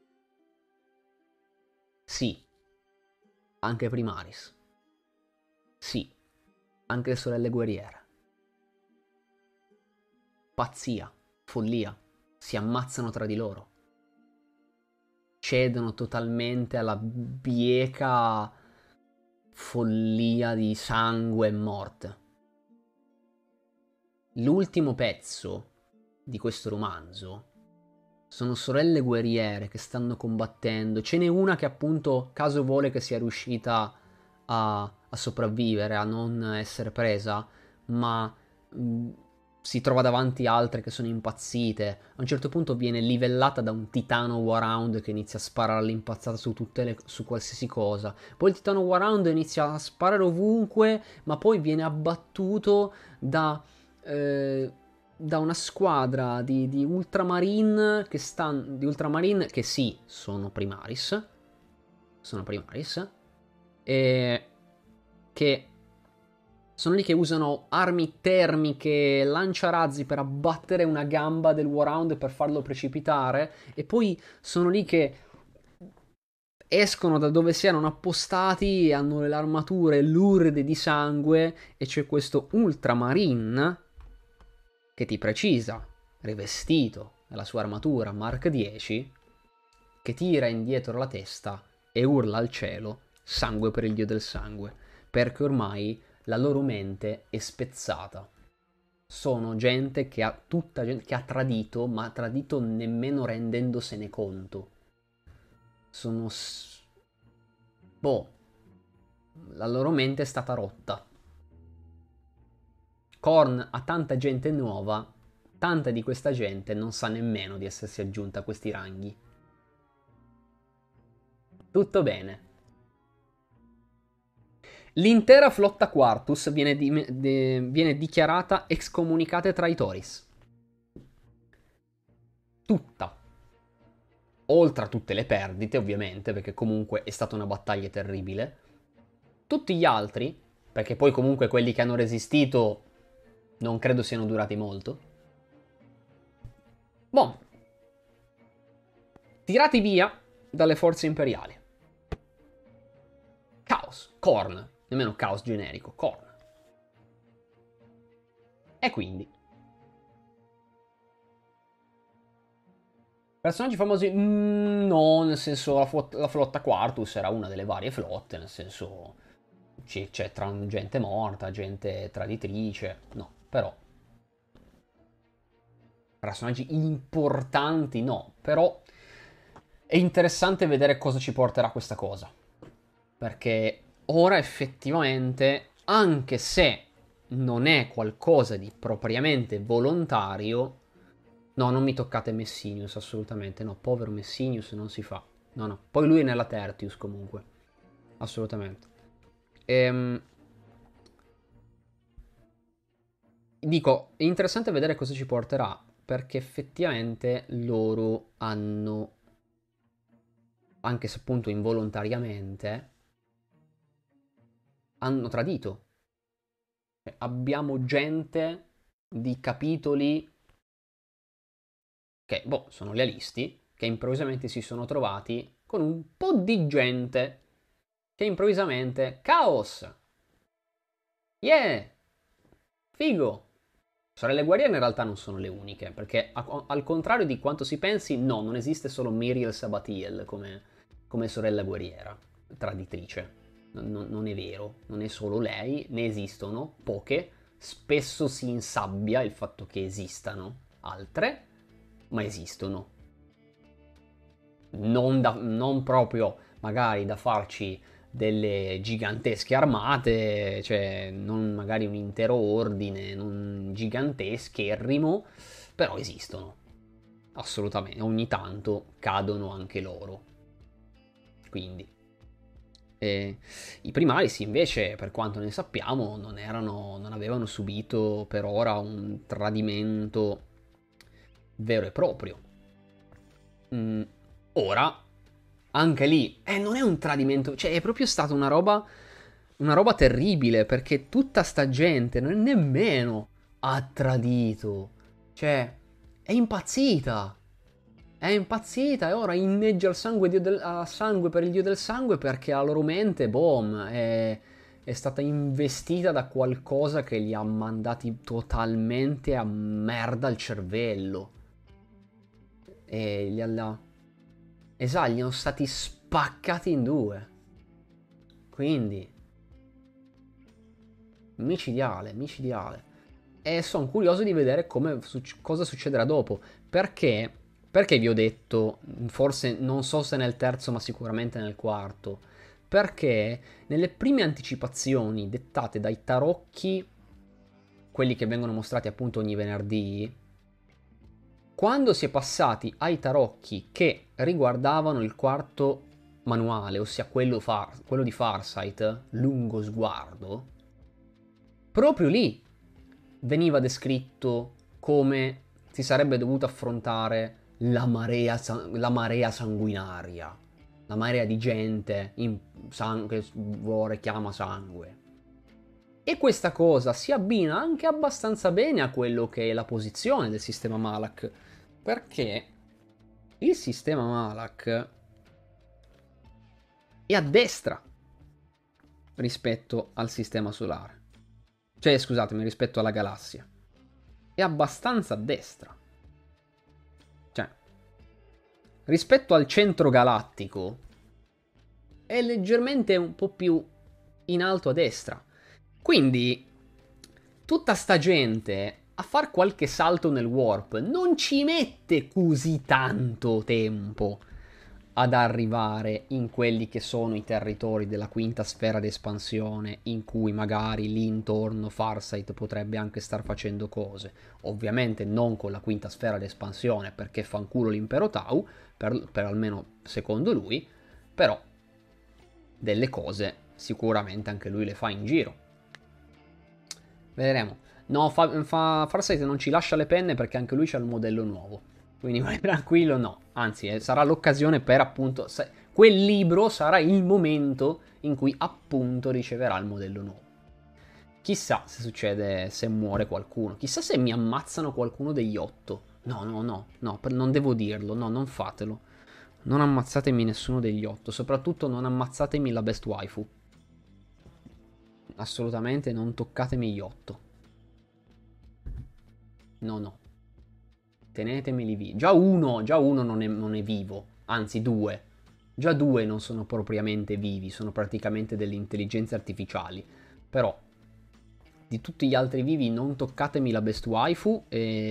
Sì, anche Primaris. Sì, anche le sorelle guerriere. Pazzia, follia, si ammazzano tra di loro. Cedono totalmente alla bieca follia di sangue e morte. L'ultimo pezzo di questo romanzo sono sorelle guerriere che stanno combattendo. Ce n'è una che appunto, caso vuole che sia riuscita a sopravvivere, a non essere presa, ma si trova davanti altre che sono impazzite. A un certo punto viene livellata da un titano Warhound che inizia a sparare all'impazzata su qualsiasi cosa. Poi il titano Warhound inizia a sparare ovunque, ma poi viene abbattuto da una squadra di Ultramarine che sì, sono Primaris, e che sono lì che usano armi termiche, lanciarazzi per abbattere una gamba del Warhound per farlo precipitare, e poi sono lì che escono da dove si erano appostati e hanno le armature lurde di sangue, e c'è questo Ultramarine che ti precisa, rivestito nella sua armatura Mark 10, che tira indietro la testa e urla al cielo: sangue per il dio del sangue, perché ormai la loro mente è spezzata. Sono gente che ha tutta gente che ha tradito, ma ha tradito nemmeno rendendosene conto. Sono boh, la loro mente è stata rotta. Korn ha tanta gente nuova, tanta di questa gente non sa nemmeno di essersi aggiunta a questi ranghi. Tutto bene. L'intera flotta Quartus viene dichiarata excomunicate traitoris. Tutta. Oltre a tutte le perdite, ovviamente, perché comunque è stata una battaglia terribile. Tutti gli altri, perché poi comunque quelli che hanno resistito non credo siano durati molto. Boh. tirati via dalle forze imperiali. Caos, Khorne, nemmeno caos generico, Khorne. E quindi personaggi famosi? No, nel senso la flotta Quartus era una delle varie flotte, nel senso c'è gente morta, gente traditrice, no, però personaggi importanti no, però è interessante vedere cosa ci porterà questa cosa, perché ora effettivamente, anche se non è qualcosa di propriamente volontario. No, non mi toccate Messinius, assolutamente. No, povero Messinius non si fa. No, no. Poi lui è nella Tertius comunque. Assolutamente. Ehm, Dico, è interessante vedere cosa ci porterà, perché effettivamente loro hanno, anche se appunto involontariamente, hanno tradito. Abbiamo gente di capitoli che, boh, sono lealisti, che improvvisamente si sono trovati con un po' di gente che improvvisamente, caos, yeah, figo. Sorelle guerriere in realtà non sono le uniche, perché al contrario di quanto si pensi, no, non esiste solo Miriel Sabatiel come sorella guerriera, traditrice. Non è vero, non è solo lei, ne esistono poche, spesso si insabbia il fatto che esistano altre, ma esistono. Non proprio magari da farci delle gigantesche armate, cioè non magari un intero ordine, non gigantescherrimo, però esistono, assolutamente, ogni tanto cadono anche loro. Quindi, i Primaris invece, per quanto ne sappiamo, non avevano subito per ora un tradimento vero e proprio. Ora, anche lì, non è un tradimento, cioè è proprio stata una roba terribile, perché tutta sta gente non nemmeno ha tradito, cioè è impazzita e ora inneggia al sangue, a sangue per il dio del sangue perché la loro mente, boom, è stata investita da qualcosa che li ha mandati totalmente a merda il cervello. E esatto, gli sono stati spaccati in due. Quindi, micidiale, micidiale. E sono curioso di vedere cosa succederà dopo. Perché? Perché vi ho detto, forse non so se nel terzo, ma sicuramente nel quarto. Perché nelle prime anticipazioni dettate dai tarocchi, quelli che vengono mostrati appunto ogni venerdì, quando si è passati ai tarocchi che riguardavano il quarto manuale, ossia quello di Farsight, lungo sguardo, proprio lì veniva descritto come si sarebbe dovuto affrontare la marea sanguinaria, la marea di gente che vuole chiama sangue. E questa cosa si abbina anche abbastanza bene a quello che è la posizione del sistema Malak, perché il sistema Malak è a destra rispetto al sistema solare. Cioè, scusatemi, rispetto alla galassia. È abbastanza a destra. Cioè, rispetto al centro galattico, è leggermente un po' più in alto a destra. Quindi, tutta sta gente a far qualche salto nel warp non ci mette così tanto tempo ad arrivare in quelli che sono i territori della quinta sfera d'espansione, in cui magari lì intorno Farsight potrebbe anche star facendo cose. Ovviamente non con la quinta sfera d'espansione, perché fanculo l'impero Tau, per almeno secondo lui, però delle cose sicuramente anche lui le fa in giro. Vedremo. No, Farsight non ci lascia le penne perché anche lui c'ha il modello nuovo. Quindi vai tranquillo, no. Anzi, sarà l'occasione per appunto... quel libro sarà il momento in cui appunto riceverà il modello nuovo. Chissà se succede, se muore qualcuno. Chissà se mi ammazzano qualcuno degli 8. No, no, no, no, non devo dirlo. No, non fatelo. Non ammazzatemi nessuno degli 8. Soprattutto non ammazzatemi la best waifu. Assolutamente non toccatemi gli 8. No, no. Tenetemeli vivi. Già uno non è vivo. Anzi, due. Già due non sono propriamente vivi. Sono praticamente delle intelligenze artificiali. Però, di tutti gli altri vivi, non toccatemi la best waifu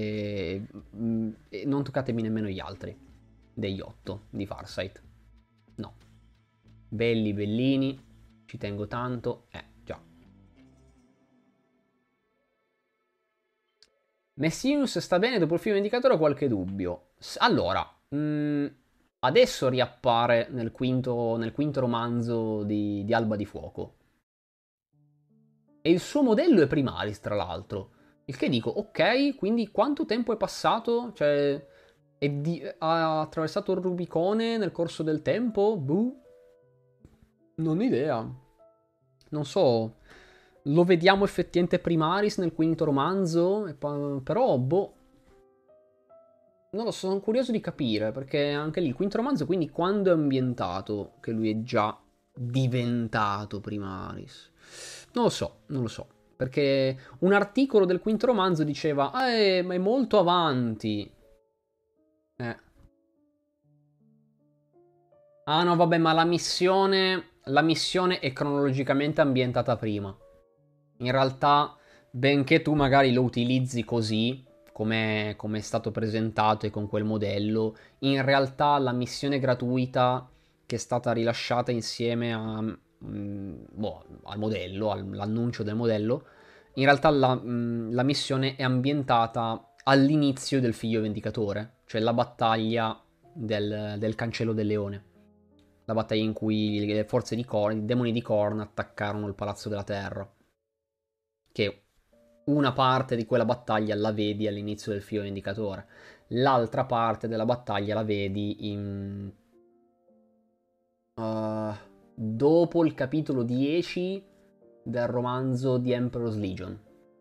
e non toccatemi nemmeno gli altri. Degli 8 di Farsight. No. Belli, bellini. Ci tengo tanto. Già. Messinius sta bene dopo il film Indicatore o qualche dubbio? Allora, adesso riappare nel quinto romanzo di Alba di Fuoco. E il suo modello è Primaris, tra l'altro. Il che dico, ok, quindi quanto tempo è passato? Cioè, ha attraversato il Rubicone nel corso del tempo? Boh. Non ho idea. Non so. Lo vediamo effettivamente Primaris nel quinto romanzo? Però, boh. Non lo so, sono curioso di capire, perché anche lì il quinto romanzo, quindi quando è ambientato che lui è già diventato Primaris? Non lo so, non lo so. Perché un articolo del quinto romanzo diceva, ma è molto avanti. Eh. Ah no, vabbè, ma la missione è cronologicamente ambientata prima. In realtà, benché tu magari lo utilizzi così, come è stato presentato e con quel modello, in realtà la missione gratuita che è stata rilasciata insieme al modello, all'annuncio del modello, in realtà la missione è ambientata all'inizio del Figlio Vendicatore, cioè la battaglia del Cancello del Leone. La battaglia in cui le forze di Khorne, i demoni di Khorne attaccarono il Palazzo della Terra. Che una parte di quella battaglia la vedi all'inizio del Figlio Vendicatore. L'altra parte della battaglia la vedi dopo il capitolo 10 del romanzo di Emperor's Legion.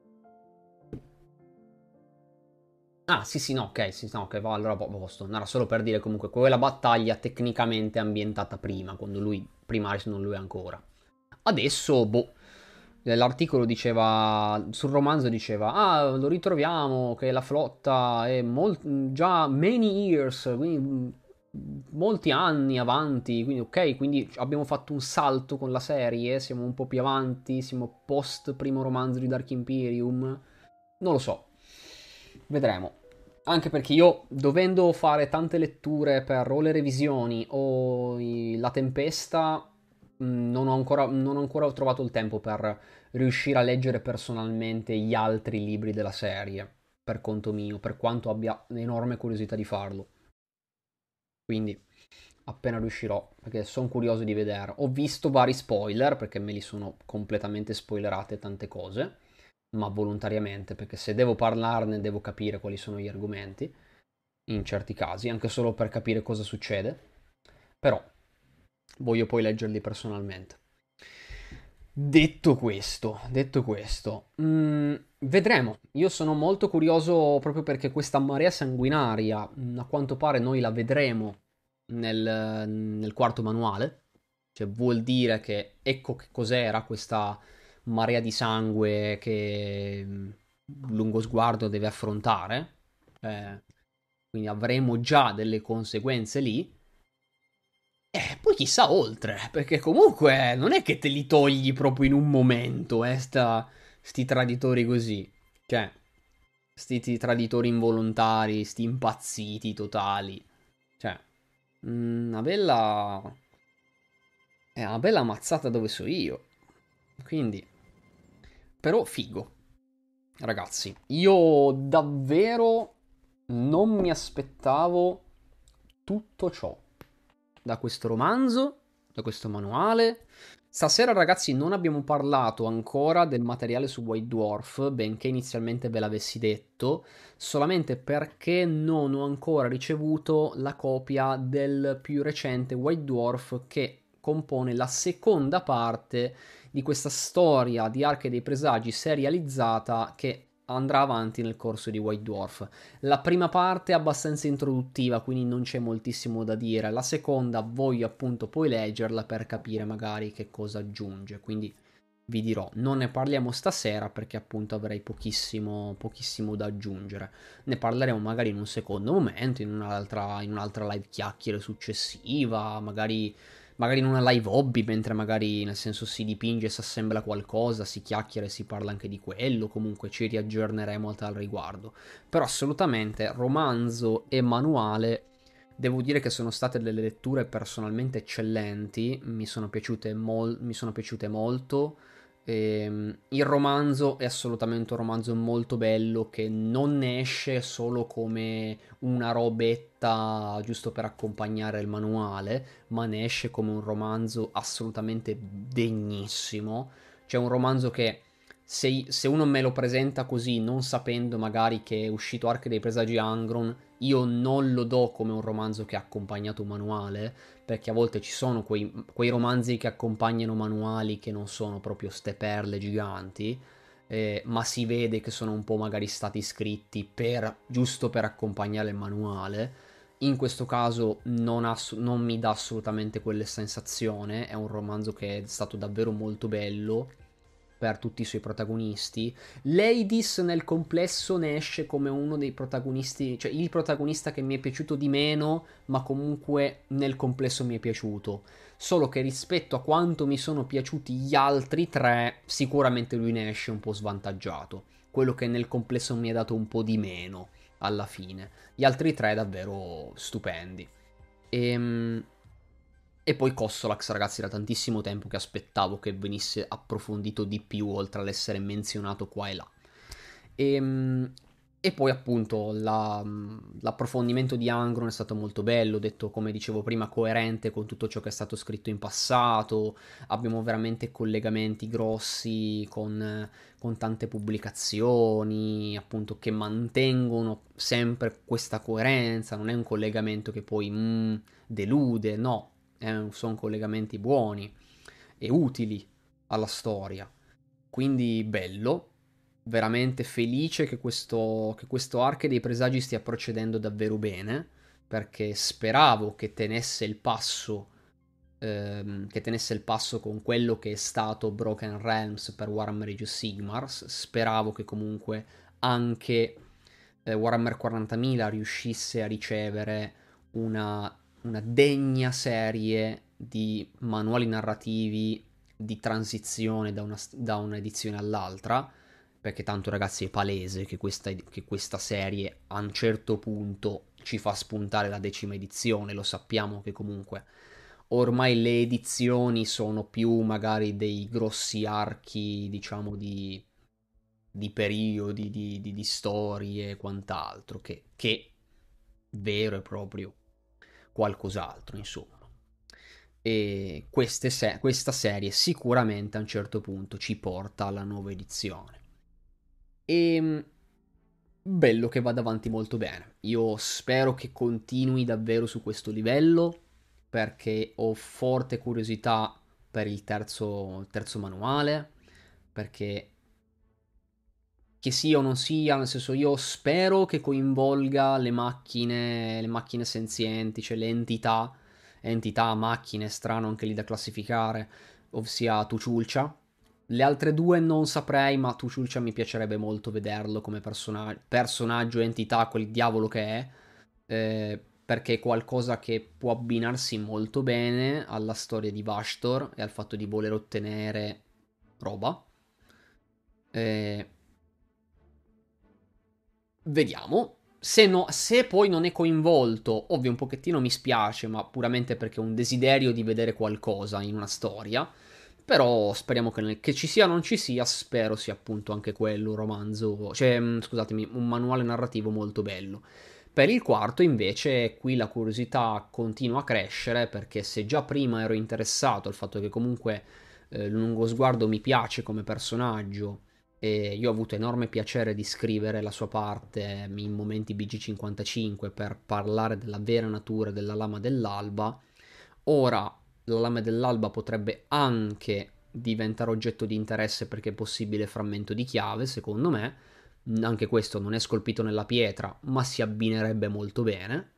Ah, sì, sì, no, ok, sì, no, ok, va allora a posto. No, era solo per dire comunque quella battaglia tecnicamente è ambientata prima, quando lui, Primaris non lo è ancora. Adesso, boh, l'articolo diceva, sul romanzo diceva, lo ritroviamo che la flotta è già many years, quindi molti anni avanti, quindi ok, quindi abbiamo fatto un salto con la serie, siamo un po' più avanti, siamo post primo romanzo di Dark Imperium, non lo so, vedremo. Anche perché io, dovendo fare tante letture per o le revisioni o la tempesta, non ho ancora trovato il tempo per riuscire a leggere personalmente gli altri libri della serie, per conto mio, per quanto abbia enorme curiosità di farlo. Quindi, appena riuscirò, perché sono curioso di vedere. Ho visto vari spoiler, perché me li sono completamente spoilerate tante cose, ma volontariamente, perché se devo parlarne devo capire quali sono gli argomenti, in certi casi, anche solo per capire cosa succede. Però voglio poi leggerli personalmente. Detto questo, vedremo. Io sono molto curioso proprio perché questa marea sanguinaria, a quanto pare noi la vedremo nel quarto manuale. Cioè vuol dire che ecco che cos'era questa marea di sangue che Lungo Sguardo deve affrontare. Eh, quindi avremo già delle conseguenze lì. Poi chissà oltre, perché comunque non è che te li togli proprio in un momento, sti traditori così. Cioè, sti traditori involontari, sti impazziti totali. Cioè, una bella... È una bella mazzata dove so io. Quindi, però figo. Ragazzi, io davvero non mi aspettavo tutto ciò da questo romanzo, da questo manuale. Stasera, ragazzi, non abbiamo parlato ancora del materiale su White Dwarf, benché inizialmente ve l'avessi detto, solamente perché non ho ancora ricevuto la copia del più recente White Dwarf che compone la seconda parte di questa storia di Arche dei Presagi serializzata che andrà avanti nel corso di White Dwarf. La prima parte è abbastanza introduttiva, quindi non c'è moltissimo da dire. La seconda voglio appunto poi leggerla per capire magari che cosa aggiunge. Quindi vi dirò, non ne parliamo stasera perché appunto avrei pochissimo da aggiungere. Ne parleremo magari in un secondo momento, in un'altra live chiacchiere successiva, magari in una live hobby, mentre magari nel senso si dipinge, si assembla qualcosa, si chiacchiera e si parla anche di quello, comunque ci riaggiorneremo a tal riguardo. Però assolutamente romanzo e manuale devo dire che sono state delle letture personalmente eccellenti, mi sono piaciute molto. Il romanzo è assolutamente un romanzo molto bello che non ne esce solo come una robetta giusto per accompagnare il manuale, ma ne esce come un romanzo assolutamente degnissimo. C'è un romanzo che se uno me lo presenta così, non sapendo magari che è uscito Arche dei Presagi Angron, io non lo do come un romanzo che ha accompagnato un manuale, perché a volte ci sono quei romanzi che accompagnano manuali che non sono proprio ste perle giganti, ma si vede che sono un po' magari stati scritti giusto per accompagnare il manuale. In questo caso non mi dà assolutamente quella sensazione, è un romanzo che è stato davvero molto bello per tutti i suoi protagonisti. Ladies nel complesso ne esce come uno dei protagonisti, cioè il protagonista che mi è piaciuto di meno, ma comunque nel complesso mi è piaciuto. Solo che rispetto a quanto mi sono piaciuti gli altri tre, sicuramente lui ne esce un po' svantaggiato. Quello che nel complesso mi ha dato un po' di meno alla fine. Gli altri tre davvero stupendi. E poi Cossolax, ragazzi, da tantissimo tempo che aspettavo che venisse approfondito di più, oltre all'essere menzionato qua e là. E, e poi appunto l'approfondimento di Angron è stato molto bello, detto come dicevo prima, coerente con tutto ciò che è stato scritto in passato. Abbiamo veramente collegamenti grossi con tante pubblicazioni, appunto, che mantengono sempre questa coerenza. Non è un collegamento che poi delude, no, sono collegamenti buoni e utili alla storia. Quindi bello, veramente felice che questo Arche dei Presagi stia procedendo davvero bene, perché speravo che tenesse il passo con quello che è stato Broken Realms per Warhammer Age of Sigmar. Speravo che comunque anche Warhammer 40.000 riuscisse a ricevere una degna serie di manuali narrativi di transizione da un'edizione all'altra, perché tanto ragazzi è palese che questa serie a un certo punto ci fa spuntare la 10ª edizione. Lo sappiamo che comunque ormai le edizioni sono più magari dei grossi archi, diciamo, di periodi, di storie e quant'altro, che vero e proprio qualcos'altro, insomma. E questa serie sicuramente a un certo punto ci porta alla nuova edizione. E bello che vada avanti molto bene. Io spero che continui davvero su questo livello, perché ho forte curiosità per il terzo manuale, perché che sia o non sia, nel senso io spero che coinvolga le macchine senzienti, cioè le entità, macchine, strano anche lì da classificare, ossia Tuciulcia. Le altre due non saprei, ma Tuciulcia mi piacerebbe molto vederlo come personaggio, entità, quel diavolo che è, perché è qualcosa che può abbinarsi molto bene alla storia di Vashtor e al fatto di voler ottenere roba. Eh, Vediamo. Se poi non è coinvolto, ovvio un pochettino mi spiace, ma puramente perché ho un desiderio di vedere qualcosa in una storia. Però speriamo che ci sia o non ci sia, spero sia appunto anche quello un romanzo, cioè scusatemi, un manuale narrativo molto bello. Per il quarto invece qui la curiosità continua a crescere, perché se già prima ero interessato al fatto che comunque Lungo Sguardo mi piace come personaggio e io ho avuto enorme piacere di scrivere la sua parte in momenti BG55 per parlare della vera natura della Lama dell'Alba. Ora la Lama dell'Alba potrebbe anche diventare oggetto di interesse perché è possibile frammento di chiave, secondo me, Anche questo non è scolpito nella pietra, ma si abbinerebbe molto bene.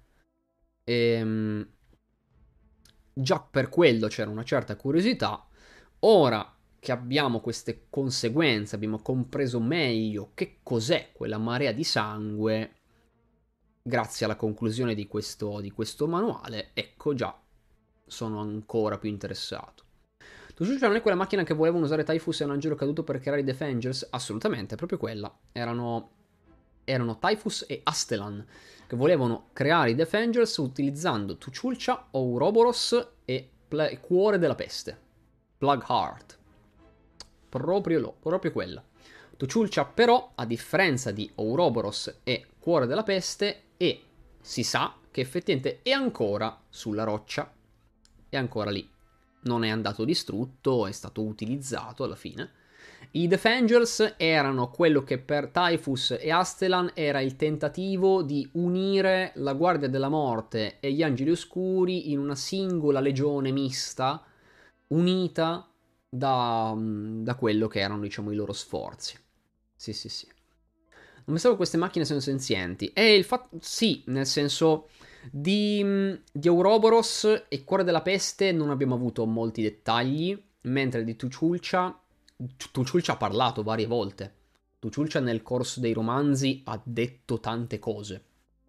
Già per quello c'era una certa curiosità. Ora che abbiamo queste conseguenze, abbiamo compreso meglio che cos'è quella marea di sangue, grazie alla conclusione di questo manuale, ecco già, sono ancora più interessato. Tu non è quella macchina che volevano usare Typhus e un angelo caduto per creare i Defenders? Assolutamente, è proprio quella. Erano Typhus e Astelan che volevano creare i Defenders utilizzando Tuchulcha, Ouroboros e Cuore della Peste. Plug Heart. Proprio quella. Tuchulcha però, a differenza di Ouroboros e Cuore della Peste, si sa che effettivamente è ancora sulla roccia, è ancora lì. Non è andato distrutto, è stato utilizzato alla fine. I Defenders erano quello che per Typhus e Astelan era il tentativo di unire la Guardia della Morte e gli Angeli Oscuri in una singola legione mista, unita da quello che erano, diciamo, i loro sforzi. Sì, sì, sì. Non pensavo che queste macchine siano senzienti. E il fatto... Sì, nel senso... Di Ouroboros e Cuore della Peste non abbiamo avuto molti dettagli, mentre di Tuchulcha ha parlato varie volte. Tuchulcha nel corso dei romanzi ha detto tante cose.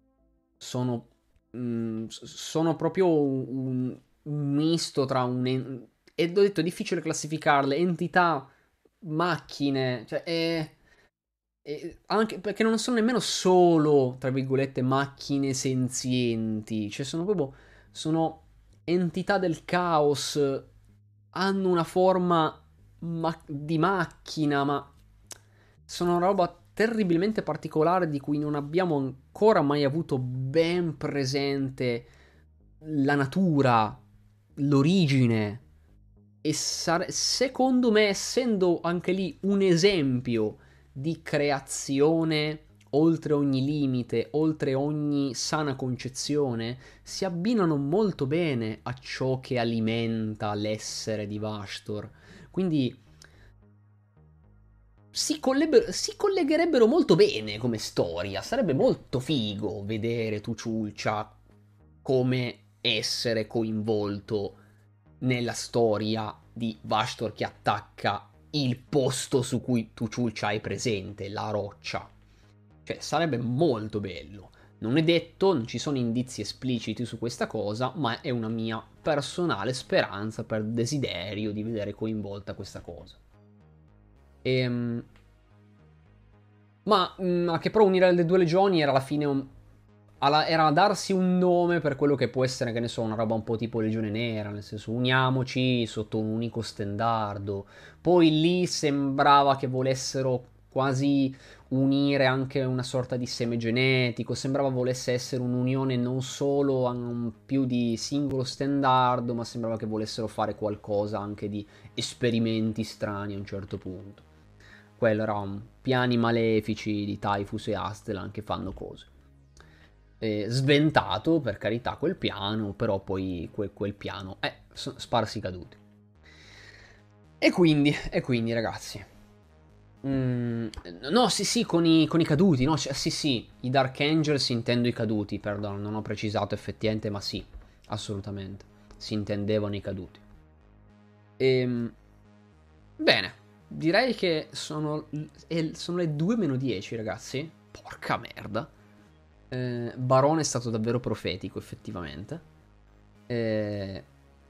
Sono proprio un misto tra un... E ho detto, è difficile classificarle, entità, macchine, cioè anche perché non sono nemmeno solo, tra virgolette, macchine senzienti, cioè sono entità del caos, hanno una forma di macchina, ma sono una roba terribilmente particolare di cui non abbiamo ancora mai avuto ben presente la natura, l'origine. E secondo me, essendo anche lì un esempio di creazione oltre ogni limite, oltre ogni sana concezione, si abbinano molto bene a ciò che alimenta l'essere di Vashtor. Quindi si collegherebbero molto bene come storia. Sarebbe molto figo vedere Tuchulcha come essere coinvolto nella storia di Vashtor che attacca il posto su cui Tuchulcha è presente, la roccia. Cioè, sarebbe molto bello. Non è detto, non ci sono indizi espliciti su questa cosa, ma è una mia personale speranza per desiderio di vedere coinvolta questa cosa. Ma che però unire le due legioni era alla fine era darsi un nome per quello che può essere, che ne so, una roba un po' tipo Legione Nera, nel senso uniamoci sotto un unico stendardo. Poi lì sembrava che volessero quasi unire anche una sorta di seme genetico, sembrava volesse essere un'unione non solo a un più di singolo stendardo, ma sembrava che volessero fare qualcosa anche di esperimenti strani a un certo punto. Quello erano piani malefici di Typhus e Astelan che fanno cose. Sventato, per carità, quel piano, però poi quel piano è sparsi caduti. E quindi ragazzi. No, sì, con i caduti, no, sì, i Dark Angels intendo i caduti, perdono, non ho precisato effettivamente, ma sì, assolutamente, si intendevano i caduti. Bene, direi che sono le 2 meno 10, ragazzi, porca merda. Barone è stato davvero profetico, effettivamente. È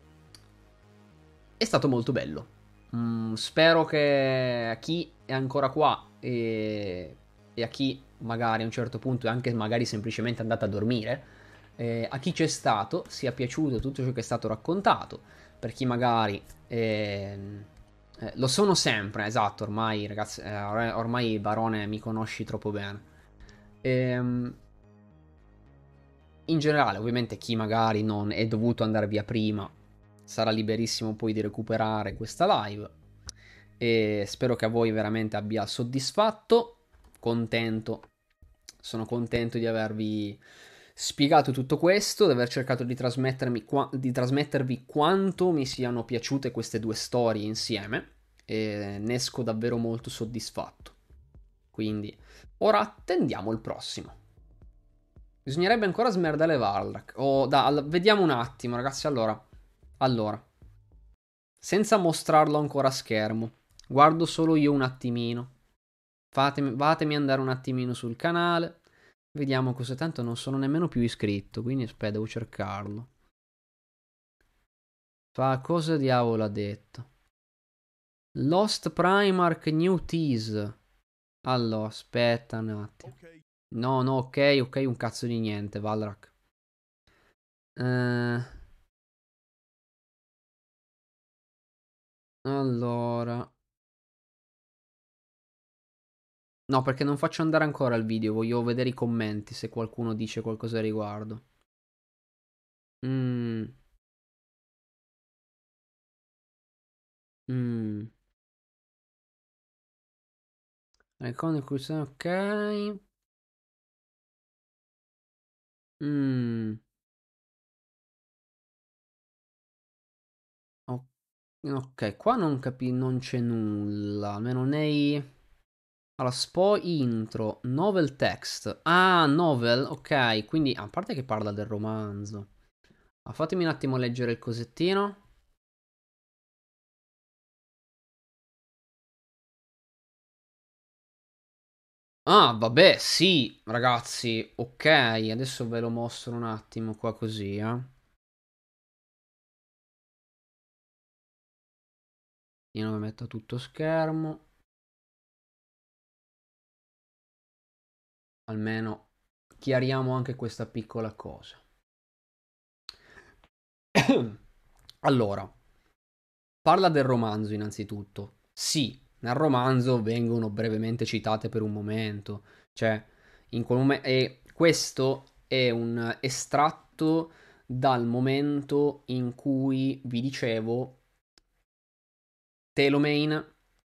stato molto bello. Spero che a chi è ancora qua e a chi magari a un certo punto è anche magari semplicemente andato a dormire, a chi c'è stato sia piaciuto tutto ciò che è stato raccontato. Per chi magari lo sono sempre, esatto, ormai ragazzi, ormai Barone mi conosci troppo bene. In generale, ovviamente chi magari non è dovuto andare via prima sarà liberissimo poi di recuperare questa live. E spero che a voi veramente abbia soddisfatto. Contento. Sono contento di avervi spiegato tutto questo, di aver cercato di trasmettervi quanto mi siano piaciute queste due storie insieme. E ne esco davvero molto soddisfatto. Quindi, ora attendiamo il prossimo. Bisognerebbe ancora smerdare Valrak. Vediamo un attimo, ragazzi. Allora, senza mostrarlo ancora a schermo, guardo solo io un attimino. Fatemi andare un attimino sul canale. Vediamo cosa. Tanto non sono nemmeno più iscritto. Quindi aspetta, devo cercarlo. Cosa diavolo ha detto? Lost Primarch New Tease. Allora, aspetta un attimo. No, no, ok, un cazzo di niente, Valrak. Allora. No, perché non faccio andare ancora il video, voglio vedere i commenti se qualcuno dice qualcosa a riguardo. Mm. Mm. Ok. Mm. Ok, qua non c'è nulla, almeno nei. Allora, Spo intro, novel text. Ah, novel, ok, quindi a parte che parla del romanzo. Fatemi un attimo leggere il cosettino. Ah, vabbè, sì, ragazzi, ok, adesso ve lo mostro un attimo qua così, eh. Io non mi metto a tutto schermo. Almeno chiariamo anche questa piccola cosa. Allora, parla del romanzo innanzitutto. Sì, nel romanzo vengono brevemente citate per un momento. Cioè, e questo è un estratto dal momento in cui vi dicevo Telomane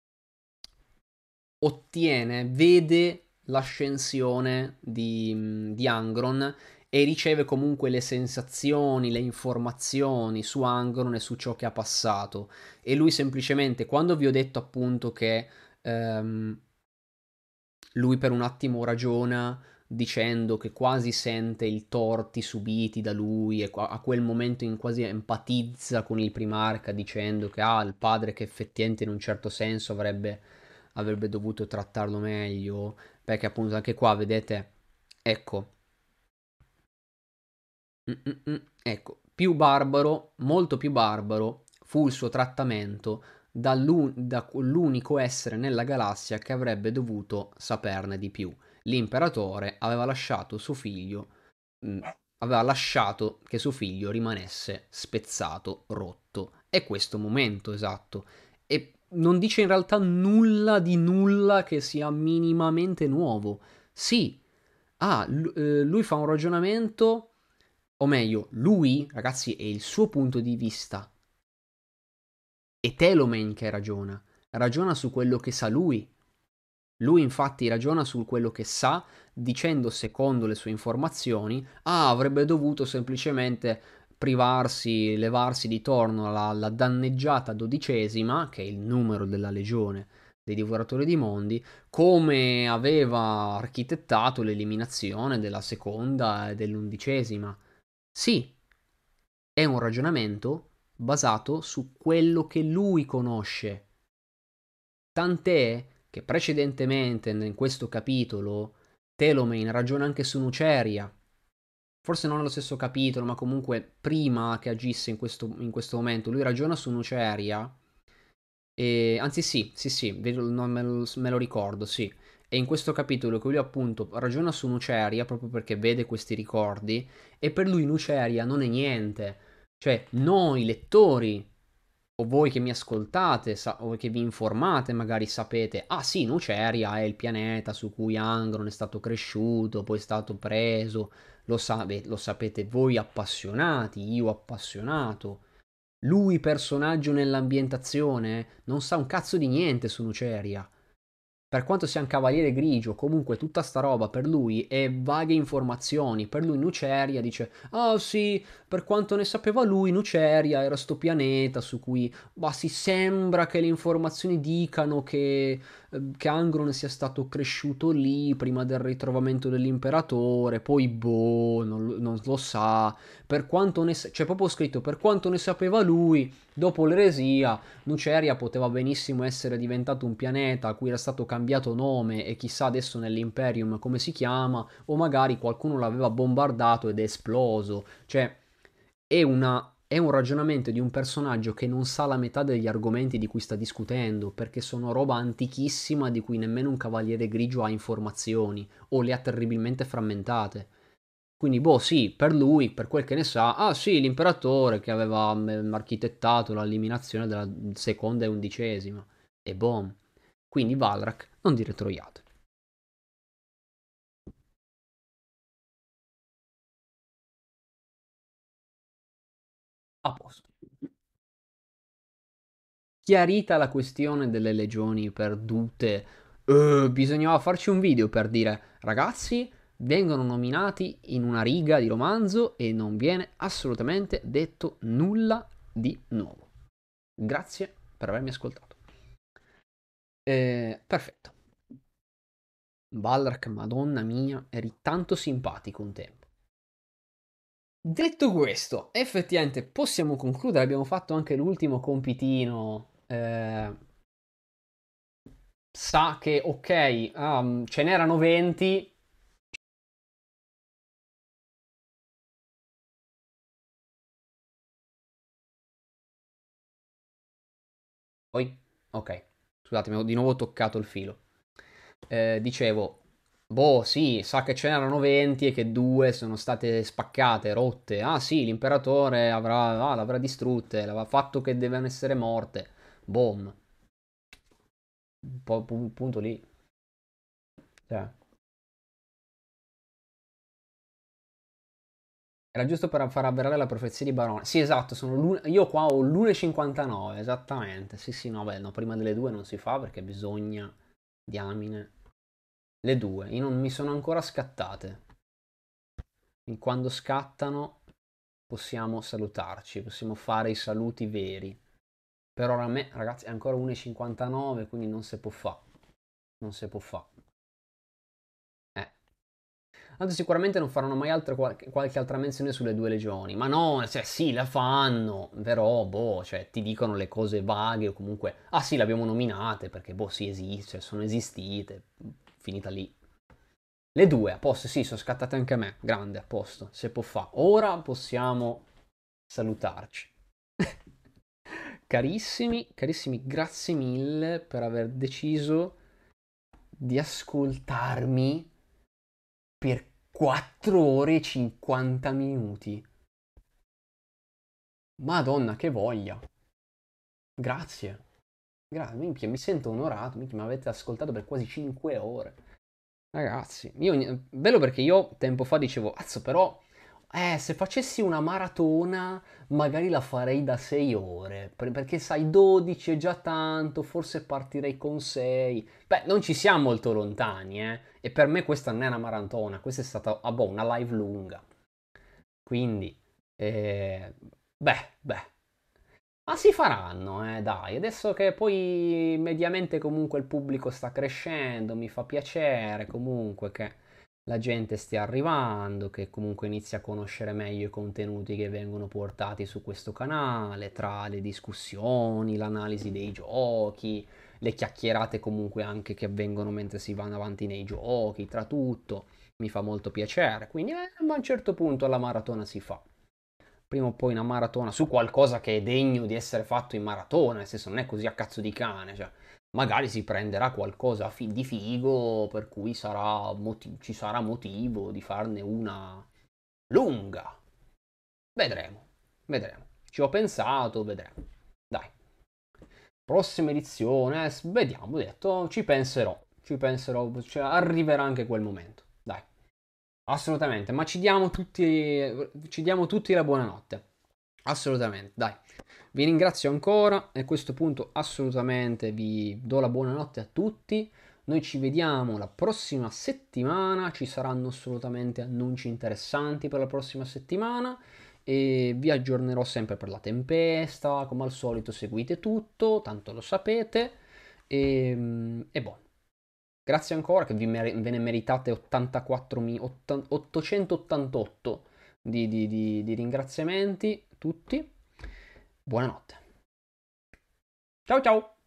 vede l'ascensione di Angron e riceve comunque le sensazioni, le informazioni su Angron e su ciò che ha passato. E lui semplicemente, quando vi ho detto appunto che ehm, lui per un attimo ragiona dicendo che quasi sente i torti subiti da lui e a quel momento in quasi empatizza con il primarca dicendo che il padre che effettivamente in un certo senso avrebbe dovuto trattarlo meglio, perché appunto anche qua vedete, ecco, ecco, più barbaro, molto più barbaro fu il suo trattamento da l'unico essere nella galassia che avrebbe dovuto saperne di più. L'imperatore aveva lasciato suo figlio, mh, aveva lasciato che suo figlio rimanesse spezzato, rotto. È questo momento esatto. E non dice in realtà nulla di nulla che sia minimamente nuovo. Sì, lui fa un ragionamento, o meglio, lui, ragazzi, è il suo punto di vista. È Telomane che ragiona su quello che sa lui. Lui infatti ragiona su quello che sa, dicendo secondo le sue informazioni, avrebbe dovuto semplicemente privarsi, levarsi di torno alla danneggiata 12ª, che è il numero della legione dei divoratori di mondi, come aveva architettato l'eliminazione della seconda e dell'11ª. Sì, è un ragionamento basato su quello che lui conosce. Tant'è che precedentemente in questo capitolo Telomane ragiona anche su Nuceria. Forse non nello stesso capitolo, ma comunque prima che agisse in questo momento, lui ragiona su Nuceria. Anzi, sì, me lo ricordo, sì. E in questo capitolo che lui appunto ragiona su Nuceria proprio perché vede questi ricordi, e per lui Nuceria non è niente. Cioè, noi lettori o voi che mi ascoltate o che vi informate magari sapete, sì, Nuceria è il pianeta su cui Angron è stato cresciuto, poi è stato preso, lo sapete voi appassionati, io appassionato. Lui personaggio nell'ambientazione non sa un cazzo di niente su Nuceria. Per quanto sia un cavaliere grigio, comunque tutta sta roba per lui è vaghe informazioni. Per lui Nuceria dice, sì, per quanto ne sapeva lui, Nuceria era sto pianeta su cui, si sembra che le informazioni dicano che che Angron sia stato cresciuto lì prima del ritrovamento dell'imperatore, poi boh, non lo sa, per quanto ne c'è proprio scritto, per quanto ne sapeva lui, dopo l'eresia, Nuceria poteva benissimo essere diventato un pianeta a cui era stato cambiato nome e chissà adesso nell'Imperium come si chiama, o magari qualcuno l'aveva bombardato ed è esploso, cioè è un ragionamento di un personaggio che non sa la metà degli argomenti di cui sta discutendo, perché sono roba antichissima di cui nemmeno un cavaliere grigio ha informazioni, o le ha terribilmente frammentate. Quindi, boh, sì, per lui, per quel che ne sa, ah sì, l'imperatore che aveva architettato l'eliminazione della seconda e undicesima. E boom. Quindi Valrak, non dire troiate. A posto. Chiarita la questione delle legioni perdute, bisognava farci un video per dire, ragazzi, vengono nominati in una riga di romanzo e non viene assolutamente detto nulla di nuovo. Grazie per avermi ascoltato. Perfetto. Balrak, madonna mia, eri tanto simpatico un tempo. Detto questo, effettivamente possiamo concludere. Abbiamo fatto anche l'ultimo compitino. Sa che, ok, ce n'erano 20. Poi, ok, scusatemi, ho di nuovo toccato il filo. Dicevo, boh, sì, sa che ce n'erano 20 e che due sono state spaccate, rotte. Ah, sì, l'imperatore l'avrà distrutte, l'aveva fatto che devono essere morte. Boom. Un po' punto lì. Cioè, era giusto per far avverare la profezia di Barone. Sì, esatto, io qua ho l'1,59, esattamente. Sì, sì, no, beh, no, prima delle due non si fa perché bisogna, diamine. Le due, io non mi sono ancora scattate. E quando scattano possiamo salutarci, possiamo fare i saluti veri. Per ora a me, ragazzi, è ancora 1,59, quindi non si può fare. Non si può fare. Eh. Tanto sicuramente non faranno mai qualche altra menzione sulle due legioni. Ma no, cioè sì, la fanno, però, boh, cioè ti dicono le cose vaghe o comunque, ah sì, le abbiamo nominate perché, boh, sì, esiste, sono esistite, finita lì. Le due, a posto, sì, sono scattate anche a me, grande, a posto, se può fare. Ora possiamo salutarci. Carissimi, carissimi, grazie mille per aver deciso di ascoltarmi per 4 ore e 50 minuti. Madonna, che voglia. Grazie. Minchia, mi sento onorato. Minchia, mi avete ascoltato per quasi 5 ore. Ragazzi, bello perché io tempo fa dicevo, azzo, però, se facessi una maratona, magari la farei da 6 ore, perché sai, 12 è già tanto, forse partirei con 6. Beh, non ci siamo molto lontani, e per me questa non è una maratona, questa è stata, boh, una live lunga. Quindi, beh. Ma si faranno, dai. Adesso che poi mediamente comunque il pubblico sta crescendo, mi fa piacere comunque che la gente stia arrivando, che comunque inizia a conoscere meglio i contenuti che vengono portati su questo canale, tra le discussioni, l'analisi dei giochi, le chiacchierate comunque anche che avvengono mentre si vanno avanti nei giochi, tra tutto. Mi fa molto piacere. Quindi, a un certo punto la maratona si fa prima o poi una maratona su qualcosa che è degno di essere fatto in maratona, nel senso non è così a cazzo di cane, cioè magari si prenderà qualcosa di figo per cui ci sarà motivo di farne una lunga. Vedremo, vedremo. Ci ho pensato, vedremo. Dai, prossima edizione, vediamo, ho detto, ci penserò, cioè, arriverà anche quel momento. Dai, assolutamente, ma ci diamo tutti la buonanotte. Assolutamente, dai. Vi ringrazio ancora e a questo punto assolutamente vi do la buonanotte a tutti. Noi ci vediamo la prossima settimana, ci saranno assolutamente annunci interessanti per la prossima settimana e vi aggiornerò sempre per la tempesta, come al solito seguite tutto, tanto lo sapete E boh, grazie ancora che ve ne meritate 888 di ringraziamenti tutti. Buonanotte. Ciao ciao!